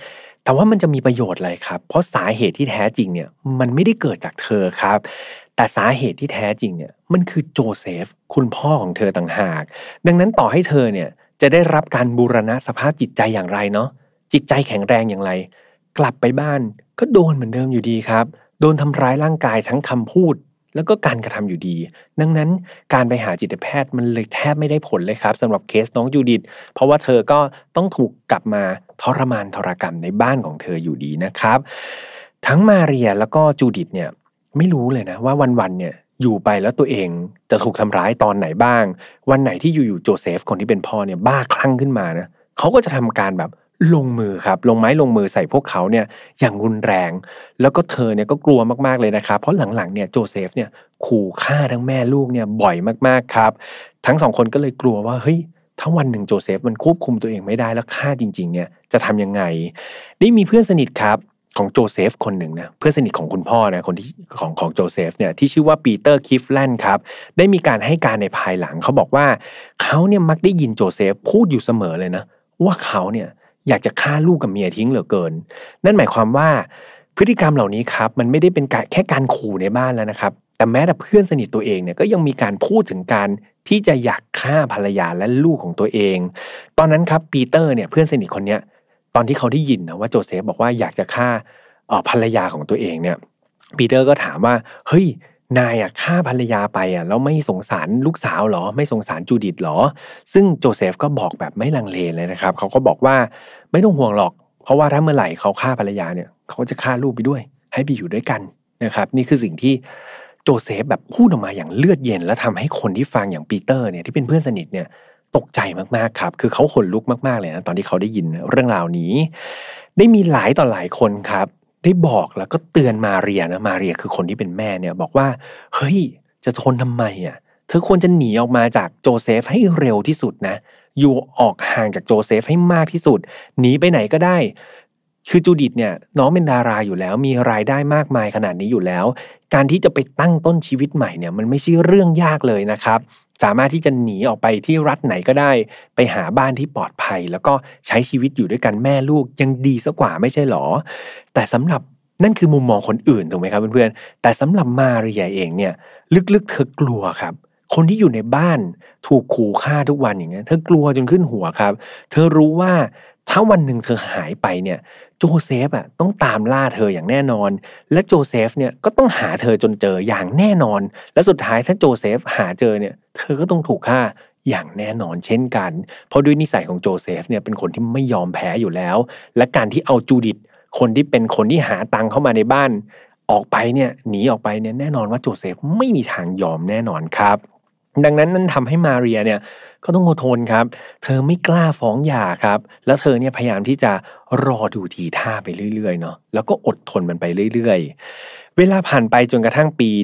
แต่ว่ามันจะมีประโยชน์อะไรครับเพราะสาเหตุที่แท้จริงเนี่ยมันไม่ได้เกิดจากเธอครับแต่สาเหตุที่แท้จริงเนี่ยมันคือโจเซฟคุณพ่อของเธอต่างหากดังนั้นต่อให้เธอเนี่ยจะได้รับการบูรณะสภาพจิตใจอย่างไรเนาะจิตใจแข็งแรงอย่างไรกลับไปบ้านก็โดนเหมือนเดิมอยู่ดีครับโดนทำร้ายร่างกายทั้งคำพูดแล้วก็การกระทำอยู่ดีดังนั้นการไปหาจิตแพทย์มันเลยแทบไม่ได้ผลเลยครับสำหรับเคสน้องจูดิตเพราะว่าเธอก็ต้องถูกกลับมาทรมานทรกรรมในบ้านของเธออยู่ดีนะครับทั้งมาเรียแล้วก็จูดิตเนี่ยไม่รู้เลยนะว่าวันๆเนี่ยอยู่ไปแล้วตัวเองจะถูกทำร้ายตอนไหนบ้างวันไหนที่อยู่ๆโจเซฟคนที่เป็นพ่อเนี่ยบ้าคลั่งขึ้นมานะเขาก็จะทำการแบบลงมือครับลงไม้ลงมือใส่พวกเขาเนี่ยอย่างรุนแรงแล้วก็เธอเนี่ยก็กลัวมากๆเลยนะครับเพราะหลังๆเนี่ยโจเซฟเนี่ยขู่ฆ่าทั้งแม่ลูกเนี่ยบ่อยมากๆครับทั้งสองคนก็เลยกลัวว่าเฮ้ยถ้าวันหนึ่งโจเซฟมันควบคุมตัวเองไม่ได้แล้วฆ่าจริงๆเนี่ยจะทำยังไงได้มีเพื่อนสนิทครับของโจเซฟคนหนึ่งนะเพื่อนสนิทของคุณพ่อนะคนที่ของโจเซฟเนี่ยที่ชื่อว่าปีเตอร์คิฟแลนด์ครับได้มีการให้การในภายหลังเขาบอกว่าเขาเนี่ยมักได้ยินโจเซฟพูดอยู่เสมอเลยนะว่าเขาเนี่ยอยากจะฆ่าลูกกับเมียทิ้งเหลือเกินนั่นหมายความว่าพฤติกรรมเหล่านี้ครับมันไม่ได้เป็นแค่การขู่ในบ้านแล้วนะครับแต่แม้แต่เพื่อนสนิทตัวเองเนี่ยก็ยังมีการพูดถึงการที่จะอยากฆ่าภรรยาและลูกของตัวเองตอนนั้นครับปีเตอร์เนี่ยเพื่อนสนิทคนเนี้ยตอนที่เขาได้ยินนะว่าโจเซฟบอกว่าอยากจะฆ่าภรรยาของตัวเองเนี่ยปีเตอร์ก็ถามว่าเฮ้ยนายฆ่าภรรยาไปแล้วไม่สงสารลูกสาวหรอไม่สงสารจูดิตหรอซึ่งโจเซฟก็บอกแบบไม่ลังเลเลยนะครับเขาก็บอกว่าไม่ต้องห่วงหรอกเพราะว่าถ้าเมื่อไหร่เขาฆ่าภรรยาเนี่ยเขาจะฆ่าลูกไปด้วยให้ไปอยู่ด้วยกันนะครับนี่คือสิ่งที่โจเซฟแบบพูดออกมาอย่างเลือดเย็นและทำให้คนที่ฟังอย่างปีเตอร์เนี่ยที่เป็นเพื่อนสนิทเนี่ยตกใจมากๆครับคือเขาขนลุกมากๆเลยนะตอนที่เขาได้ยินเรื่องราวนี้ได้มีหลายต่อหลายคนครับได้บอกแล้วก็เตือนมาเรียนะมาเรียคือคนที่เป็นแม่เนี่ยบอกว่าเฮ้ยจะทนทำไมเธอควรจะหนีออกมาจากโจเซฟให้เร็วที่สุดนะอยู่ออกห่างจากโจเซฟให้มากที่สุดหนีไปไหนก็ได้คือจูดิตเนี่ยน้องเป็นดาราอยู่แล้วมีรายได้มากมายขนาดนี้อยู่แล้วการที่จะไปตั้งต้นชีวิตใหม่เนี่ยมันไม่ใช่เรื่องยากเลยนะครับสามารถที่จะหนีออกไปที่รัฐไหนก็ได้ไปหาบ้านที่ปลอดภัยแล้วก็ใช้ชีวิตอยู่ด้วยกันแม่ลูกยังดีซะกว่าไม่ใช่หรอแต่สำหรับนั่นคือมุมมองคนอื่นถูกไหมครับเพื่อนๆแต่สำหรับมาเรียเองเนี่ยลึกๆเธอกลัวครับคนที่อยู่ในบ้านถูกขู่ฆ่าทุกวันอย่างเงี้ยเธอกลัวจนขึ้นหัวครับเธอรู้ว่าถ้าวันหนึ่งเธอหายไปเนี่ยโจเซฟต้องตามล่าเธออย่างแน่นอนและโจเซฟเนี่ยก็ต้องหาเธอจนเจออย่างแน่นอนและสุดท้ายถ้าโจเซฟหาเจอเนี่ยเธอก็ต้องถูกฆ่าอย่างแน่นอนเช่นกันเพราะด้วยนิสัยของโจเซฟเนี่ยเป็นคนที่ไม่ยอมแพ้อยู่แล้วและการที่เอาจูดิตคนที่เป็นคนที่หาตังค์เข้ามาในบ้านออกไปเนี่ยหนีออกไปเนี่ยแน่นอนว่าโจเซฟไม่มีทางยอมแน่นอนครับดังนั้นนั่นทำให้มาเรียเนี่ยก็ต้องอดทนครับเธอไม่กล้าฟ้องหย่าครับแล้วเธอเนี่ยพยายามที่จะรอดูทีท่าไปเรื่อยๆเนาะแล้วก็อดทนมันไปเรื่อยๆเวลาผ่านไปจนกระทั่งปี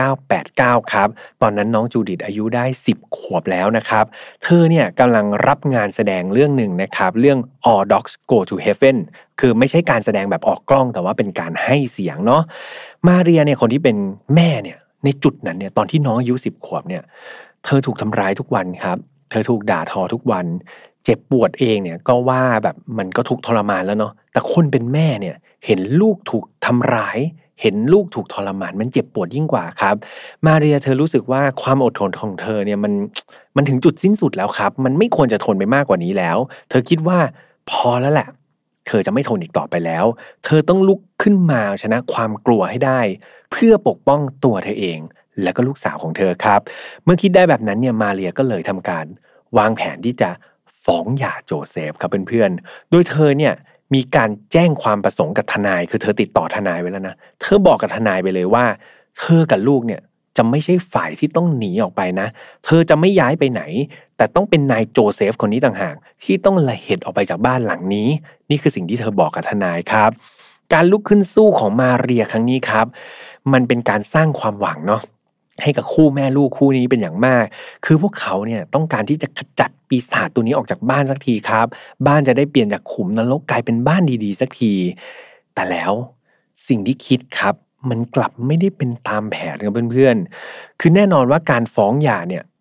1989ครับตอนนั้นน้องจูดิตอายุได้10 ขวบแล้วนะครับเธอเนี่ยกำลังรับงานแสดงเรื่องหนึ่งนะครับเรื่อง All Dogs Go to Heaven คือไม่ใช่การแสดงแบบออกกล้องแต่ว่าเป็นการให้เสียงเนาะมาเรียเนี่ยคนที่เป็นแม่เนี่ยในจุดนั้นเนี่ยตอนที่น้องอายุ10 ขวบเนี่ยเธอถูกทำร้ายทุกวันครับเธอถูกด่าทอทุกวันเจ็บปวดเองเนี่ยก็ว่าแบบมันก็ทุกข์ทรมานแล้วเนาะแต่คนเป็นแม่เนี่ยเห็นลูกถูกทำร้ายเห็นลูกถูกทรมานมันเจ็บปวดยิ่งกว่าครับมาเรียเธอรู้สึกว่าความอดทนของเธอเนี่ยมันถึงจุดสิ้นสุดแล้วครับมันไม่ควรจะทนไปมากกว่านี้แล้วเธอคิดว่าพอแล้วแหละเธอจะไม่ทนอีกต่อไปแล้วเธอต้องลุกขึ้นมาชนะความกลัวให้ได้เพื่อปกป้องตัวเธอเองและก็ลูกสาวของเธอครับเมื่อคิดได้แบบนั้นเนี่ยมาเรียก็เลยทำการวางแผนที่จะฟ้องหย่าโจเซฟครับเพื่อนๆโดยเธอเนี่ยมีการแจ้งความประสงค์กับทนายคือเธอติดต่อทนายไว้แล้วนะเธอบอกกับทนายไปเลยว่าเธอกับลูกเนี่ยจะไม่ใช่ฝ่ายที่ต้องหนีออกไปนะเธอจะไม่ย้ายไปไหนแต่ต้องเป็นนายโจเซฟคนนี้ต่างหากที่ต้องละเหตุออกไปจากบ้านหลังนี้นี่คือสิ่งที่เธอบอกกับทนายครับการลุกขึ้นสู้ของมาเรียครั้งนี้ครับมันเป็นการสร้างความหวังเนาะให้กับคู่แม่ลูกคู่นี้เป็นอย่างมากคือพวกเขาเนี่ยต้องการที่จะขจัดปีศาจตัวนี้ออกจากบ้านสักทีครับบ้านจะได้เปลี่ยนจากขุมนรกกลายเป็นบ้านดีๆสักทีแต่แล้วสิ่งที่คิดครับมันกลับไม่ได้เป็นตามแผนครับเพื่อนๆคือแน่นอนว่าการฟ้องหย่าเนี่ย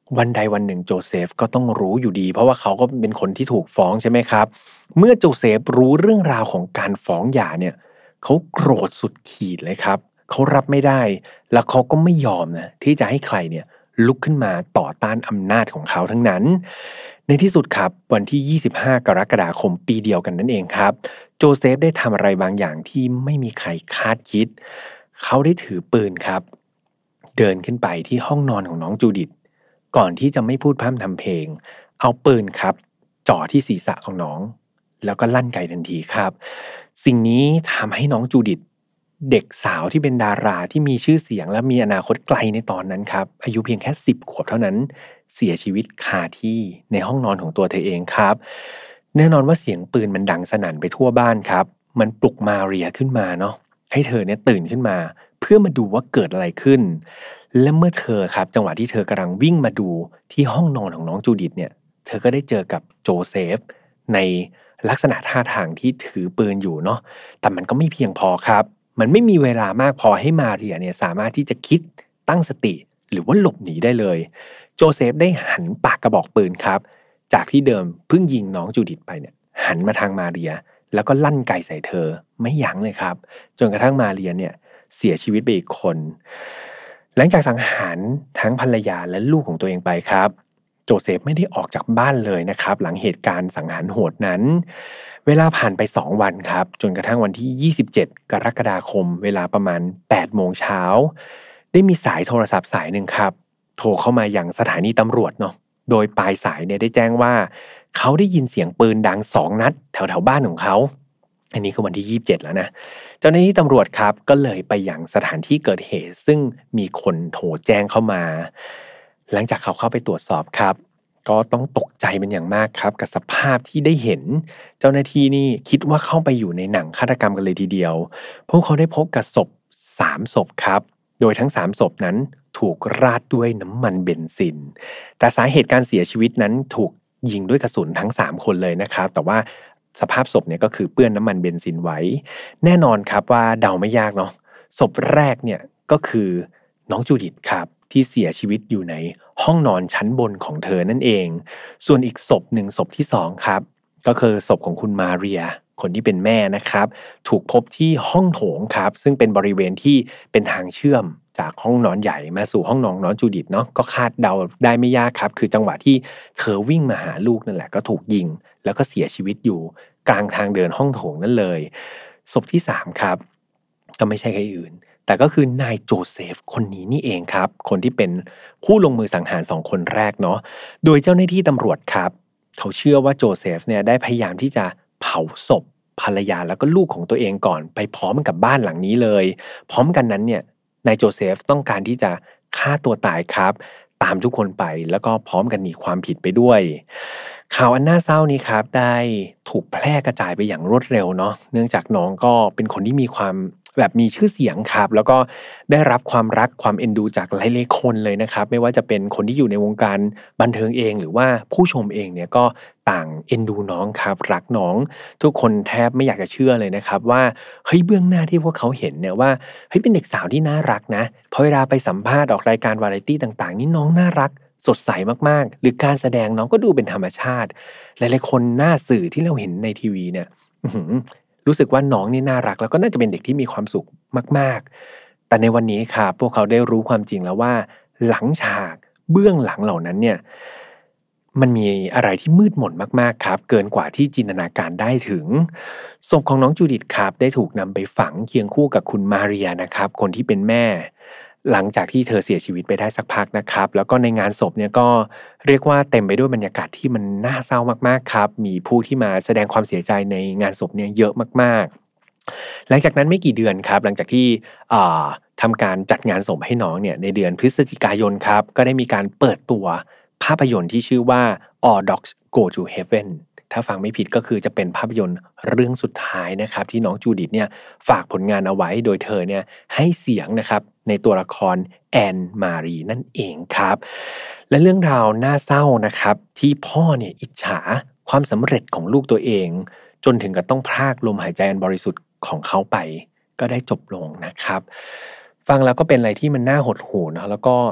วันใดวันหนึ่งโจเซฟก็ต้องรู้อยู่ดีเพราะว่าเขาก็เป็นคนที่ถูกฟ้องใช่ไหมครับเมื่อโจเซฟรู้เรื่องราวของการฟ้องหย่าเนี่ยเขาโกรธสุดขีดเลยครับเขารับไม่ได้แล้วเขาก็ไม่ยอมนะที่จะให้ใครเนี่ยลุกขึ้นมาต่อต้านอำนาจของเขาทั้งนั้นในที่สุดครับวันที่25กรกฎาคมปีเดียวกันนั่นเองครับโจเซฟได้ทำอะไรบางอย่างที่ไม่มีใครคาดคิดเขาได้ถือปืนครับเดินขึ้นไปที่ห้องนอนของน้องจูดิธก่อนที่จะไม่พูดพร่ำทำเพลงเอาปืนครับจ่อที่ศีรษะของน้องแล้วก็ลั่นไกทันทีครับสิ่งนี้ทำให้น้องจูดิธเด็กสาวที่เป็นดาราที่มีชื่อเสียงและมีอนาคตไกลในตอนนั้นครับอายุเพียงแค่10 ขวบเท่านั้นเสียชีวิตคาที่ในห้องนอนของตัวเธอเองครับแน่นอนว่าเสียงปืนมันดังสนั่นไปทั่วบ้านครับมันปลุกมาเรียขึ้นมาเนาะให้เธอเนี่ยตื่นขึ้นมาเพื่อมาดูว่าเกิดอะไรขึ้นและเมื่อเธอครับจังหวะที่เธอกำลังวิ่งมาดูที่ห้องนอนของน้องจูดิธเนี่ยเธอก็ได้เจอกับโจเซฟในลักษณะท่าทางที่ถือปืนอยู่เนาะแต่มันก็ไม่เพียงพอครับมันไม่มีเวลามากพอให้มาเรียเนี่ยสามารถที่จะคิดตั้งสติหรือว่าหลบหนีได้เลยโจเซฟได้หันปากกระบอกปืนครับจากที่เดิมเพิ่งยิงน้องจูดิธไปเนี่ยหันมาทางมาเรียแล้วก็ลั่นไกใส่เธอไม่ยั้งเลยครับจนกระทั่งมาเรียเนี่ยเสียชีวิตไปอีกคนหลังจากสังหารทั้งภรรยาและลูกของตัวเองไปครับโจเซฟไม่ได้ออกจากบ้านเลยนะครับหลังเหตุการณ์สังหารโหดนั้นเวลาผ่านไป2 วันครับจนกระทั่งวันที่27กรกฎาคมเวลาประมาณ8 โมงเช้าได้มีสายโทรศัพท์สายหนึ่งครับโทรเข้ามาอย่างสถานีตำรวจเนาะโดยปลายสายเนี่ยได้แจ้งว่าเขาได้ยินเสียงปืนดัง2 นัดแถวบ้านของเขาอันนี้คือวันที่27แล้วนะเจ้าหน้าที่ตำรวจครับก็เลยไปยังสถานที่เกิดเหตุซึ่งมีคนโทรแจ้งเข้ามาหลังจากเขาเข้าไปตรวจสอบครับก็ต้องตกใจเป็นอย่างมากครับกับสภาพที่ได้เห็นเจ้าหน้าที่นี่คิดว่าเข้าไปอยู่ในหนังฆาตกรรมกันเลยทีเดียวพวกเขาได้พบกับศพ3 ศพครับโดยทั้ง3 ศพนั้นถูกราดด้วยน้ำมันเบนซินแต่สาเหตุการเสียชีวิตนั้นถูกยิงด้วยกระสุนทั้ง3 คนเลยนะครับแต่ว่าสภาพศพเนี่ยก็คือเปื้อนน้ำมันเบนซินไว้แน่นอนครับว่าเดาไม่ยากเนาะศพแรกเนี่ยก็คือน้องจูดิธครับที่เสียชีวิตอยู่ในห้องนอนชั้นบนของเธอนั่นเองส่วนอีกศพหนึ่งศพที่2ครับก็คือศพของคุณมาเรียคนที่เป็นแม่นะครับถูกพบที่ห้องโถงครับซึ่งเป็นบริเวณที่เป็นทางเชื่อมจากห้องนอนใหญ่มาสู่ห้องนอนน้องจูดิธเนาะก็คาดเดาได้ไม่ยากครับคือจังหวะที่เธอวิ่งมาหาลูกนั่นแหละก็ถูกยิงแล้วก็เสียชีวิตอยู่กลางทางเดินห้องโถงนั่นเลยศพที่3ครับก็ไม่ใช่ใครอื่นแต่ก็คือนายโจเซฟคนนี้นี่เองครับคนที่เป็นผู้ลงมือสังหาร2 คนแรกเนาะโดยเจ้าหน้าที่ตำรวจครับเขาเชื่อว่าโจเซฟเนี่ยได้พยายามที่จะเผาศพภรรยาแล้วก็ลูกของตัวเองก่อนไปพร้อมกับบ้านหลังนี้เลยพร้อมกันนั้นเนี่ยนายโจเซฟต้องการที่จะฆ่าตัวตายครับตามทุกคนไปแล้วก็พร้อมกันหนีความผิดไปด้วยข่าวอันน่าเศร้านี้ครับได้ถูกแพร่กระจายไปอย่างรวดเร็วเนาะเนื่องจากน้องก็เป็นคนที่มีความแบบมีชื่อเสียงครับแล้วก็ได้รับความรักความเอ็นดูจากหลายๆคนเลยนะครับไม่ว่าจะเป็นคนที่อยู่ในวงการบันเทิงเองหรือว่าผู้ชมเองเนี่ยก็ต่างเอ็นดูน้องครับรักน้องทุกคนแทบไม่อยากจะเชื่อเลยนะครับว่าเฮ้ยเบื้องหน้าที่พวกเขาเห็นเนี่ยว่าเฮ้ยเป็นเด็กสาวที่น่ารักนะพอเวลาไปสัมภาษณ์ออกรายการวาไรตี้ต่างๆนี่น้องน่ารักสดใสมากๆหรือการแสดงน้องก็ดูเป็นธรรมชาติหลายๆคนหน้าสื่อที่เราเห็นในทีวีเนี่ยรู้สึกว่าน้องนี่น่ารักแล้วก็น่าจะเป็นเด็กที่มีความสุขมากๆแต่ในวันนี้ครับพวกเขาได้รู้ความจริงแล้วว่าหลังฉากเบื้องหลังเหล่านั้นเนี่ยมันมีอะไรที่มืดมนมากๆครับเกินกว่าที่จินตนาการได้ถึงศพของน้องจูดิธครับได้ถูกนำไปฝังเคียงคู่กับคุณมาเรียนะครับคนที่เป็นแม่หลังจากที่เธอเสียชีวิตไปได้สักพักนะครับแล้วก็ในงานศพเนี่ยก็เรียกว่าเต็มไปด้วยบรรยากาศที่มันน่าเศร้ามากๆครับมีผู้ที่มาแสดงความเสียใจในงานศพเนี่ยเยอะมากๆหลังจากนั้นไม่กี่เดือนครับหลังจากที่ทำการจัดงานศพให้น้องเนี่ยในเดือนพฤศจิกายนครับก็ได้มีการเปิดตัวภาพยนตร์ที่ชื่อว่า All Dogs Go to Heaven ถ้าฟังไม่ผิดก็คือจะเป็นภาพยนตร์เรื่องสุดท้ายนะครับที่น้องจูดิธเนี่ยฝากผลงานเอาไว้โดยเธอเนี่ยให้เสียงนะครับในตัวละครแอนมารีนั่นเองครับและเรื่องราวน่าเศร้านะครับที่พ่อเนี่ยอิจฉาความสำเร็จของลูกตัวเองจนถึงกับต้องพรากลมหายใจอันบริสุทธิ์ของเขาไปก็ได้จบลงนะครับฟังแล้วก็เป็นอะไรที่มันน่าหดหู่นะแล้วก็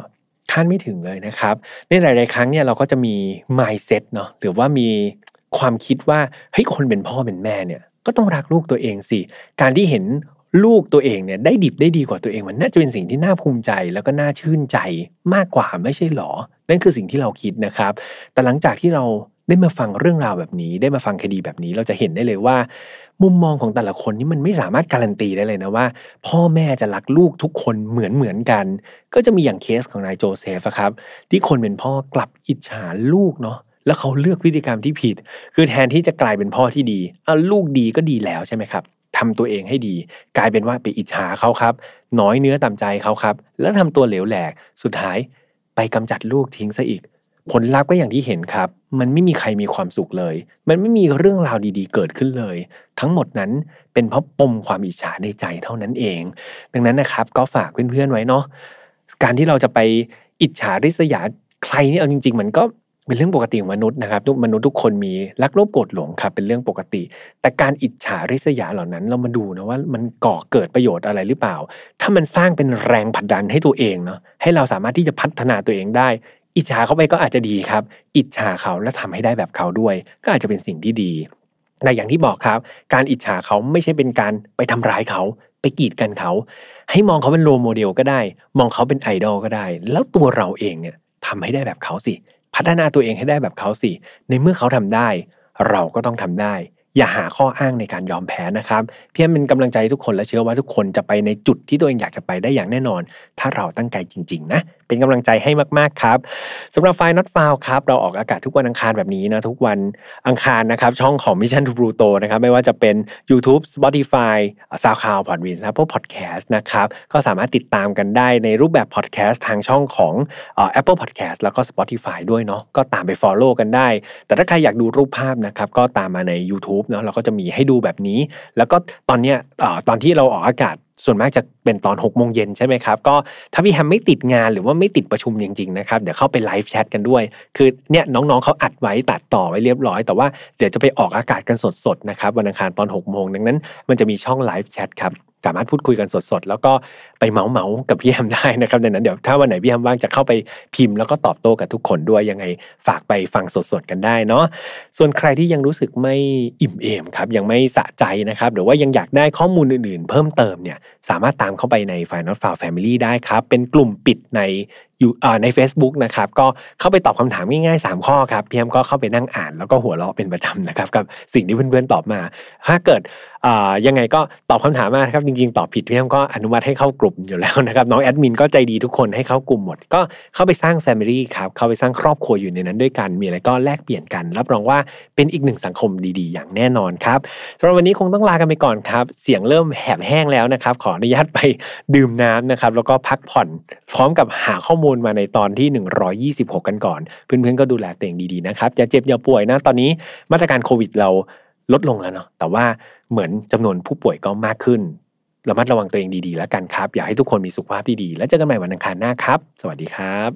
คาดไม่ถึงเลยนะครับในหลายๆครั้งเนี่ยเราก็จะมี mindset เนาะหรือว่ามีความคิดว่าเฮ้ยคนเป็นพ่อเป็นแม่เนี่ยก็ต้องรักลูกตัวเองสิการที่เห็นลูกตัวเองเนี่ยได้ดิบได้ดีกว่าตัวเองมันน่าจะเป็นสิ่งที่น่าภูมิใจแล้วก็น่าชื่นใจมากกว่าไม่ใช่หรอนั่นคือสิ่งที่เราคิดนะครับแต่หลังจากที่เราได้มาฟังเรื่องราวแบบนี้ได้มาฟังคดีแบบนี้เราจะเห็นได้เลยว่ามุมมองของแต่ละคนนี่มันไม่สามารถการันตีได้เลยนะว่าพ่อแม่จะรักลูกทุกคนเหมือนกันก็จะมีอย่างเคสของนายโจเซฟครับที่คนเป็นพ่อกลับอิจฉาลูกเนาะแล้วเขาเลือกพฤติกรรมที่ผิดคือแทนที่จะกลายเป็นพ่อที่ดีลูกดีก็ดีแล้วใช่ไหมครับทำตัวเองให้ดีกลายเป็นว่าไปอิจฉาเขาครับน้อยเนื้อต่ำใจเขาครับแล้วทำตัวเหลวแหลกสุดท้ายไปกำจัดลูกทิ้งซะอีกผลลัพธ์ก็อย่างที่เห็นครับมันไม่มีใครมีความสุขเลยมันไม่มีเรื่องราวดีๆเกิดขึ้นเลยทั้งหมดนั้นเป็นเพราะปมความอิจฉาในใจเท่านั้นเองดังนั้นนะครับก็ฝากเพื่อนๆไว้เนาะการที่เราจะไปอิจฉาริษยาใครนี่เอาจริงๆมันก็เป็นเรื่องปกติของมนุษย์นะครับมนุษย์ทุกคนมีรักโลภโกรธหลงครับเป็นเรื่องปกติแต่การอิจฉาริษยาเหล่านั้นเรามาดูนะว่ามันก่อเกิดประโยชน์อะไรหรือเปล่าถ้ามันสร้างเป็นแรงผลักดันให้ตัวเองเนาะให้เราสามารถที่จะพัฒนาตัวเองได้อิจฉาเขาไปก็อาจจะดีครับอิจฉาเขาและทำให้ได้แบบเขาด้วยก็อาจจะเป็นสิ่งที่ดีแต่อย่างที่บอกครับการอิจฉาเขาไม่ใช่เป็นการไปทำร้ายเขาไปกีดกันเขาให้มองเขาเป็นโรลโมเดลก็ได้มองเขาเป็นไอดอลก็ได้แล้วตัวเราเองเนี่ยทำให้ได้แบบเขาสิพัฒนาตัวเองให้ได้แบบเขาสิในเมื่อเขาทำได้เราก็ต้องทำได้อย่าหาข้ออ้างในการยอมแพ้นะครับเพียงเป็นกำลังใจทุกคนและเชื่อว่าทุกคนจะไปในจุดที่ตัวเองอยากจะไปได้อย่างแน่นอนถ้าเราตั้งใจจริงๆนะเป็นกำลังใจให้มากๆครับสำหรับ File Not Found ครับเราออกอากาศทุกวันอังคารแบบนี้นะทุกวันอังคารนะครับช่องของ Mission to Pluto นะครับไม่ว่าจะเป็น YouTube Spotify SoundCloud Podbean Apple Podcast นะครับก็สามารถติดตามกันได้ในรูปแบบ Podcast ทางช่องของApple Podcast แล้วก็ Spotify ด้วยเนาะก็ตามไป follow กันได้แต่ถ้าใครอยากดูรูปภาพนะครับก็ตามมาใน YouTube เนาะเราก็จะมีให้ดูแบบนี้แล้วก็ตอนเนี้ยตอนที่เราออกอากาศส่วนมากจะเป็นตอน 6:00 นใช่ไหมครับก็ถ้าพี่แฮมไม่ติดงานหรือว่าไม่ติดประชุมจริงๆนะครับเดี๋ยวเข้าไปไลฟ์แชทกันด้วยคือเนี่ยน้องๆเขาอัดไว้ตัดต่อไว้เรียบร้อยแต่ว่าเดี๋ยวจะไปออกอากาศกันสดๆนะครับวันอังคารตอน 6:00 นดังนั้นมันจะมีช่องไลฟ์แชทครับสามารถพูดคุยกันสดๆแล้วก็ไปเมาส์กับพี่แฮมได้นะครับดังนั้นเดี๋ยวถ้าวันไหนพี่แฮมว่างจะเข้าไปพิมพ์แล้วก็ตอบโต้กับทุกคนด้วยยังไงฝากไปฟังสดๆกันได้เนาะส่วนใครที่ยังรู้สึกไม่อิ่มเอมครับยังไม่สะใจนะครับหรือว่ายังอยากได้ข้อมูลอื่นๆเพิ่มเติมเนี่ยสามารถตามเข้าไปใน File Not Found Family ได้ครับเป็นกลุ่มปิดใน Facebook นะครับก็เข้าไปตอบคำถามง่ายๆ3ข้อครับพี่แฮมก็เข้าไปนั่งอ่านแล้วก็หัวเราะเป็นประจำนะครับกับสิ่งที่เพื่อนๆตอบมาถ้าเกิดยังไงก็ตอบคำถามมาครับจริงๆตอบผิดพี่แฮมก็อนุมัติให้เข้ากลุ่มอยู่แล้วนะครับน้องแอดมินก็ใจดีทุกคนให้เข้ากลุ่มหมดก็เข้าไปสร้าง Family ครับเข้าไปสร้างครอบครัวอยู่ในนั้นด้วยกันมีอะไรก็แลกเปลี่ยนกันรับรองว่าเป็นอีกหนึ่งสังคมดีๆอย่างแน่นอนครับสำหรับวันนี้คงต้องลากันไปก่อนครับเสียงเริ่มแหบแห้งแล้วนะครับขออนุญาตไปดื่มน้ำนะครับแล้วก็พักผ่อนพร้อมกับหาข้อมูลมาในตอนที่126กันก่อนเพื่อนๆก็ดูแลตัวเองดีๆนะครับอย่าเจ็บอย่าป่วยนะตอนนี้มาตรการโควิดเราลดลงแล้วเนาะแต่ว่าเหมือนจำนวนผู้ป่วยก็มากขึ้นระมัดระวังตัวเองดีๆแล้วกันครับอยากให้ทุกคนมีสุขภาพดีๆแล้วเจอกันใหม่วันอังคารหน้าครับสวัสดีครับ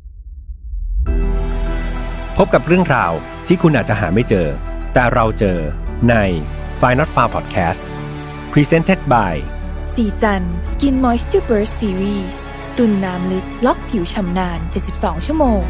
พบกับเรื่องราวที่คุณอาจจะหาไม่เจอแต่เราเจอใน File Not Found Podcast Presented by สีจัน Skin Moisture Burst Series ตุ่นน้ำลึกล็อกผิวฉ่ำนาน72ชั่วโมง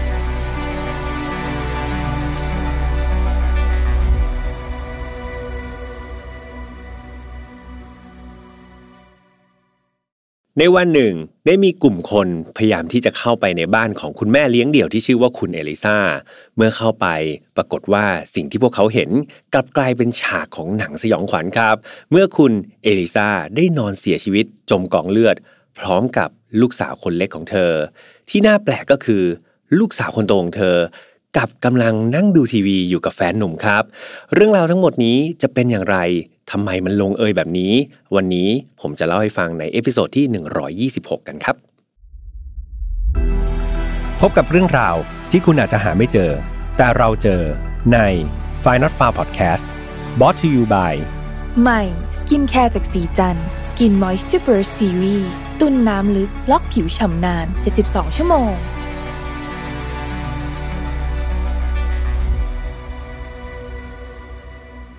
ในวันหนึ่งได้มีกลุ่มคนพยายามที่จะเข้าไปในบ้านของคุณแม่เลี้ยงเดี่ยวที่ชื่อว่าคุณเอลิซาเมื่อเข้าไปปรากฏว่าสิ่งที่พวกเขาเห็นกลับกลายเป็นฉากของหนังสยองขวัญครับเมื่อคุณเอลิซาได้นอนเสียชีวิตจมกองเลือดพร้อมกับลูกสาวคนเล็กของเธอที่น่าแปลกก็คือลูกสาวคนโตของเธอกับกำลังนั่งดูทีวีอยู่กับแฟนหนุ่มครับเรื่องราวทั้งหมดนี้จะเป็นอย่างไรทำไมมันลงเอยแบบนี้วันนี้ผมจะเล่าให้ฟังในเอพิโซดที่126กันครับพบกับเรื่องราวที่คุณอาจจะหาไม่เจอแต่เราเจอใน File Not Found Podcast Brought to you by ใหม่สกินแคร์จากสีจัน Skin Moisture Burst Series ตุ่นน้ำลึกล็อกผิวฉ่ำนาน72ชั่วโมง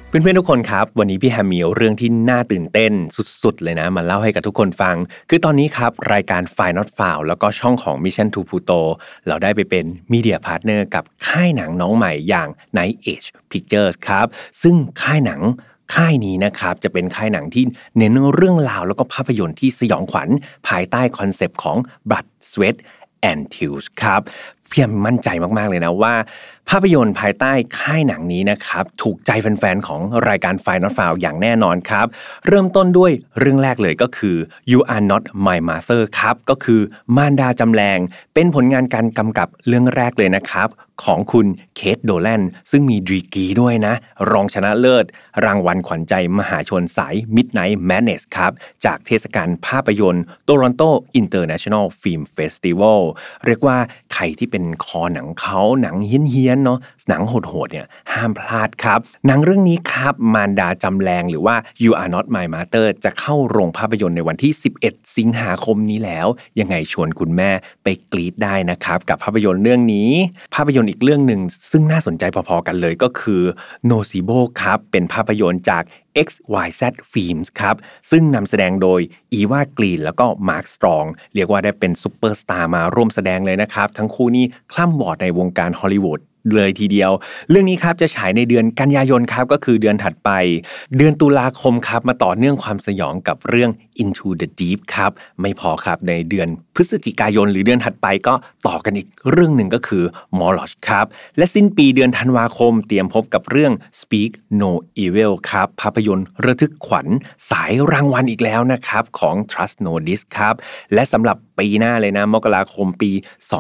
เพื่อนๆทุกคนครับวันนี้พี่แฮมมีเรื่องที่น่าตื่นเต้นสุดๆเลยนะมาเล่าให้กับทุกคนฟังคือตอนนี้ครับรายการ File Not Found แล้วก็ช่องของ Mission to Pluto เราได้ไปเป็น Media Partner กับค่ายหนังน้องใหม่อย่าง Night Age Pictures ครับซึ่งค่ายหนังค่ายนี้นะครับจะเป็นค่ายหนังที่เน้นเรื่องราวแล้วก็ภาพยนตร์ที่สยองขวัญภายใต้คอนเซปต์ของ Blood Sweat and Tears ครับพี่แฮมมั่นใจมากๆเลยนะว่าภาพยนตร์ภายใต้ค่ายหนังนี้นะครับถูกใจแฟนๆของรายการ File Not Found อย่างแน่นอนครับเริ่มต้นด้วยเรื่องแรกเลยก็คือ You Are Not My Mother ครับก็คือมารดาจำแรงเป็นผลงานการกำกับเรื่องแรกเลยนะครับของคุณเคทโดแลนซึ่งมีดีกรีด้วยนะรองชนะเลิศรางวัลขวัญใจมหาชนสาย Midnight Madness ครับจากเทศกาลภาพยนตร์ Toronto International Film Festival เรียกว่าใครที่เป็นคอหนังเขาหนังเฮี้ยนๆเนาะหนังโหดๆเนี่ยห้ามพลาดครับหนังเรื่องนี้ครับมารดาจำแรงหรือว่า You Are Not My Mother จะเข้าโรงภาพยนตร์ในวันที่11สิงหาคมนี้แล้วยังไงชวนคุณแม่ไปกรี๊ดได้นะครับกับภาพยนตร์เรื่องนี้ภาพยนตร์อีกเรื่องหนึ่งซึ่งน่าสนใจพอๆกันเลยก็คือ Nocebo ครับเป็นภาพยนตร์จาก XYZ Films ครับซึ่งนำแสดงโดยอีวากรีนแล้วก็มาร์คสตรองเรียกว่าได้เป็นซุปเปอร์สตาร์มาร่วมแสดงเลยนะครับทั้งคู่นี้คล่ำวอดในวงการฮอลลีวูดเลยทีเดียวเรื่องนี้ครับจะฉายในเดือนกันยายนครับก็คือเดือนถัดไปเดือนตุลาคมครับมาต่อเนื่องความสยองกับเรื่อง Into the Deep ครับไม่พอครับในเดือนพฤศจิกายนหรือเดือนถัดไปก็ต่อกันอีกเรื่องหนึ่งก็คือ Moloch ครับและสิ้นปีเดือนธันวาคมเตรียมพบกับเรื่อง Speak No Evil ครับภาพยนตร์ระทึกขวัญสายรางวัลอีกแล้วนะครับของ Trust No Dis ครับและสำหรับปีหน้าเลยนะมกราคมปี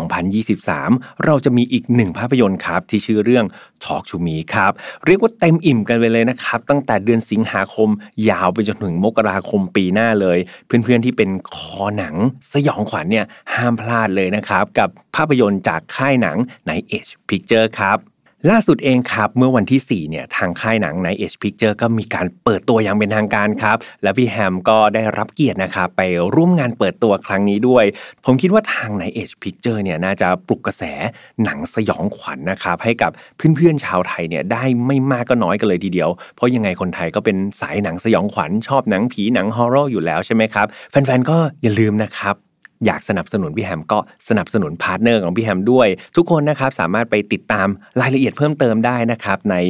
2023เราจะมีอีกหนึ่งภาพยนตร์ครับที่ชื่อเรื่อง Talk to Me ครับเรียกว่าเต็มอิ่มกันไปเลยนะครับตั้งแต่เดือนสิงหาคมยาวไปจนถึงมกราคมปีหน้าเลยเพื่อนๆที่เป็นคอหนังสยองขวัญเนี่ยห้ามพลาดเลยนะครับกับภาพยนตร์จากค่ายหนัง Night Age Pictures ครับล่าสุดเองครับเมื่อวันที่4เนี่ยทางค่ายหนัง Night Age Pictures ก็มีการเปิดตัวอย่างเป็นทางการครับและพี่แฮมก็ได้รับเกียรตินะครับไปร่วมงานเปิดตัวครั้งนี้ด้วยผมคิดว่าทาง Night Age Pictures เนี่ยน่าจะปลุกกระแสหนังสยองขวัญนะครับให้กับเพื่อนๆชาวไทยเนี่ยได้ไม่มากก็น้อยกันเลยทีเดียวเพราะยังไงคนไทยก็เป็นสายหนังสยองขวัญชอบหนังผีหนังฮอร์เรอร์อยู่แล้วใช่ไหมครับแฟนๆก็อย่าลืมนะครับอยากสนับสนุนพี่แฮมก็สนับสนุนพาร์ทเนอร์ของพี่แฮมด้วยทุกคนนะครับสามารถไปติดตามรายละเอียดเพิ่มเติมได้นะครับใน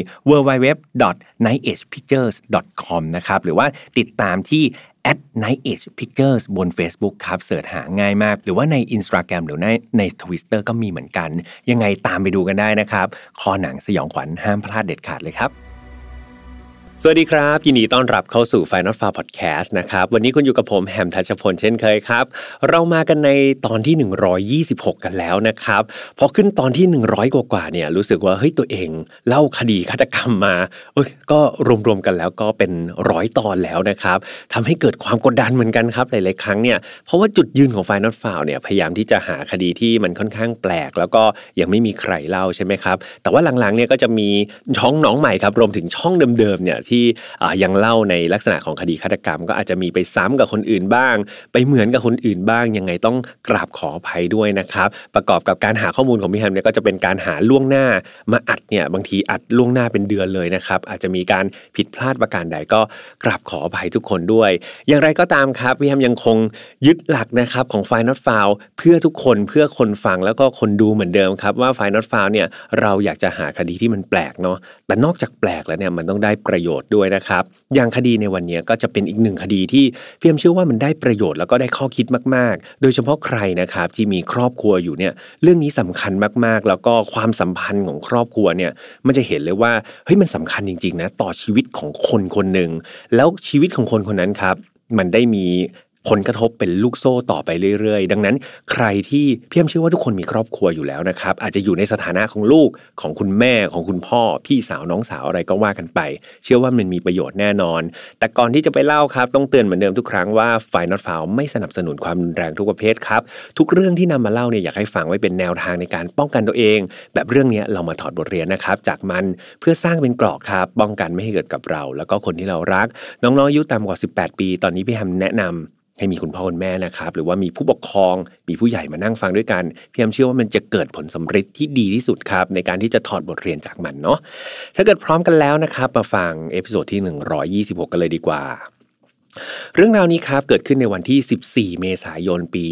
www.nightagepictures.com นะครับหรือว่าติดตามที่ @nightagepictures บน Facebook ครับเสิร์ชหาง่ายมากหรือว่าใน Instagram หรือใน Twitter ก็มีเหมือนกันยังไงตามไปดูกันได้นะครับคอหนังสยองขวัญห้ามพลาดเด็ดขาดเลยครับสวัสดีครับยินดีต้อนรับเข้าสู่ File Not Found Podcast นะครับวันนี้คุณอยู่กับผมแฮมทัชพลเช่นเคยครับเรามากันในตอนที่126กันแล้วนะครับพอขึ้นตอนที่100กว่าๆเนี่ยรู้สึกว่าเฮ้ยตัวเองเล่าคดีฆาตกรรมมาก็รวมๆกันแล้วก็เป็น100ตอนแล้วนะครับทำให้เกิดความกดดันเหมือนกันครับหลายๆครั้งเนี่ยเพราะว่าจุดยืนของ File Not Found เนี่ยพยายามที่จะหาคดีที่มันค่อนข้างแปลกแล้วก็ยังไม่มีใครเล่าใช่ไหมครับแต่ว่าหลังๆเนี่ยก็จะมีช่องน้องใหม่ครับรวมถึงช่องเดิมๆเนี่ยที่ยังเล่าในลักษณะของคดีฆาตกรรมก็อาจจะมีไปซ้ำกับคนอื่นบ้างไปเหมือนกับคนอื่นบ้างยังไงต้องกราบขออภัยด้วยนะครับประกอบกับการหาข้อมูลของพี่แฮมเนี่ยก็จะเป็นการหาล่วงหน้ามาอัดเนี่ยบางทีอัดล่วงหน้าเป็นเดือนเลยนะครับอาจจะมีการผิดพลาดประการใดก็กราบขออภัยทุกคนด้วยอย่างไรก็ตามครับพี่แฮมยังคงยึดหลักนะครับของ File Not Found เพื่อทุกคนเพื่อคนฟังแล้วก็คนดูเหมือนเดิมครับว่า File Not Found เนี่ยเราอยากจะหาคดีที่มันแปลกเนาะแต่นอกจากแปลกแล้วเนี่ยมันต้องได้ประโยชน์ด้วยนะครับอย่างคดีในวันนี้ก็จะเป็นอีกหนึ่งคดีที่พี่แฮมเชื่อว่ามันได้ประโยชน์แล้วก็ได้ข้อคิดมากๆโดยเฉพาะใครนะครับที่มีครอบครัวอยู่เนี่ยเรื่องนี้สำคัญมากๆแล้วก็ความสัมพันธ์ของครอบครัวเนี่ยมันจะเห็นเลยว่าเฮ้ยมันสำคัญจริงๆนะต่อชีวิตของคนคนหนึ่งแล้วชีวิตของคนคนนั้นครับมันได้มีผลกระทบเป็นลูกโซ่ต่อไปเรื่อยๆดังนั้นใครที่พี่แฮมเชื่อว่าทุกคนมีครอบครัวอยู่แล้วนะครับอาจจะอยู่ในสถานะของลูกของคุณแม่ของคุณพ่อพี่สาวน้องสาวอะไรก็ว่ากันไปเชื่อว่ามันมีประโยชน์แน่นอนแต่ก่อนที่จะไปเล่าครับต้องเตือนเหมือนเดิมทุกครั้งว่า File Not Found ไม่สนับสนุนความรุนแรงทุกประเภทครับทุกเรื่องที่นำมาเล่าเนี่ยอยากให้ฟังไว้เป็นแนวทางในการป้องกันตัวเองแบบเรื่องนี้เรามาถอดบทเรียนนะครับจากมันเพื่อสร้างเป็นเกราะครับป้องกันไม่ให้เกิดกับเราแล้วก็คนที่เรารักน้องๆอายุต่ำกว่า18ปีตอนนี้พี่แฮมแนะนำให้มีคุณพ่อคุณแม่นะครับหรือว่ามีผู้ปกครองมีผู้ใหญ่มานั่งฟังด้วยกันพี่แอมเชื่อว่ามันจะเกิดผลสำเร็จที่ดีที่สุดครับในการที่จะถอดบทเรียนจากมันเนาะถ้าเกิดพร้อมกันแล้วนะครับมาฟังเอพิโซดที่126กันเลยดีกว่าเรื่องราวนี้ครับเกิดขึ้นในวันที่14เมษายนปี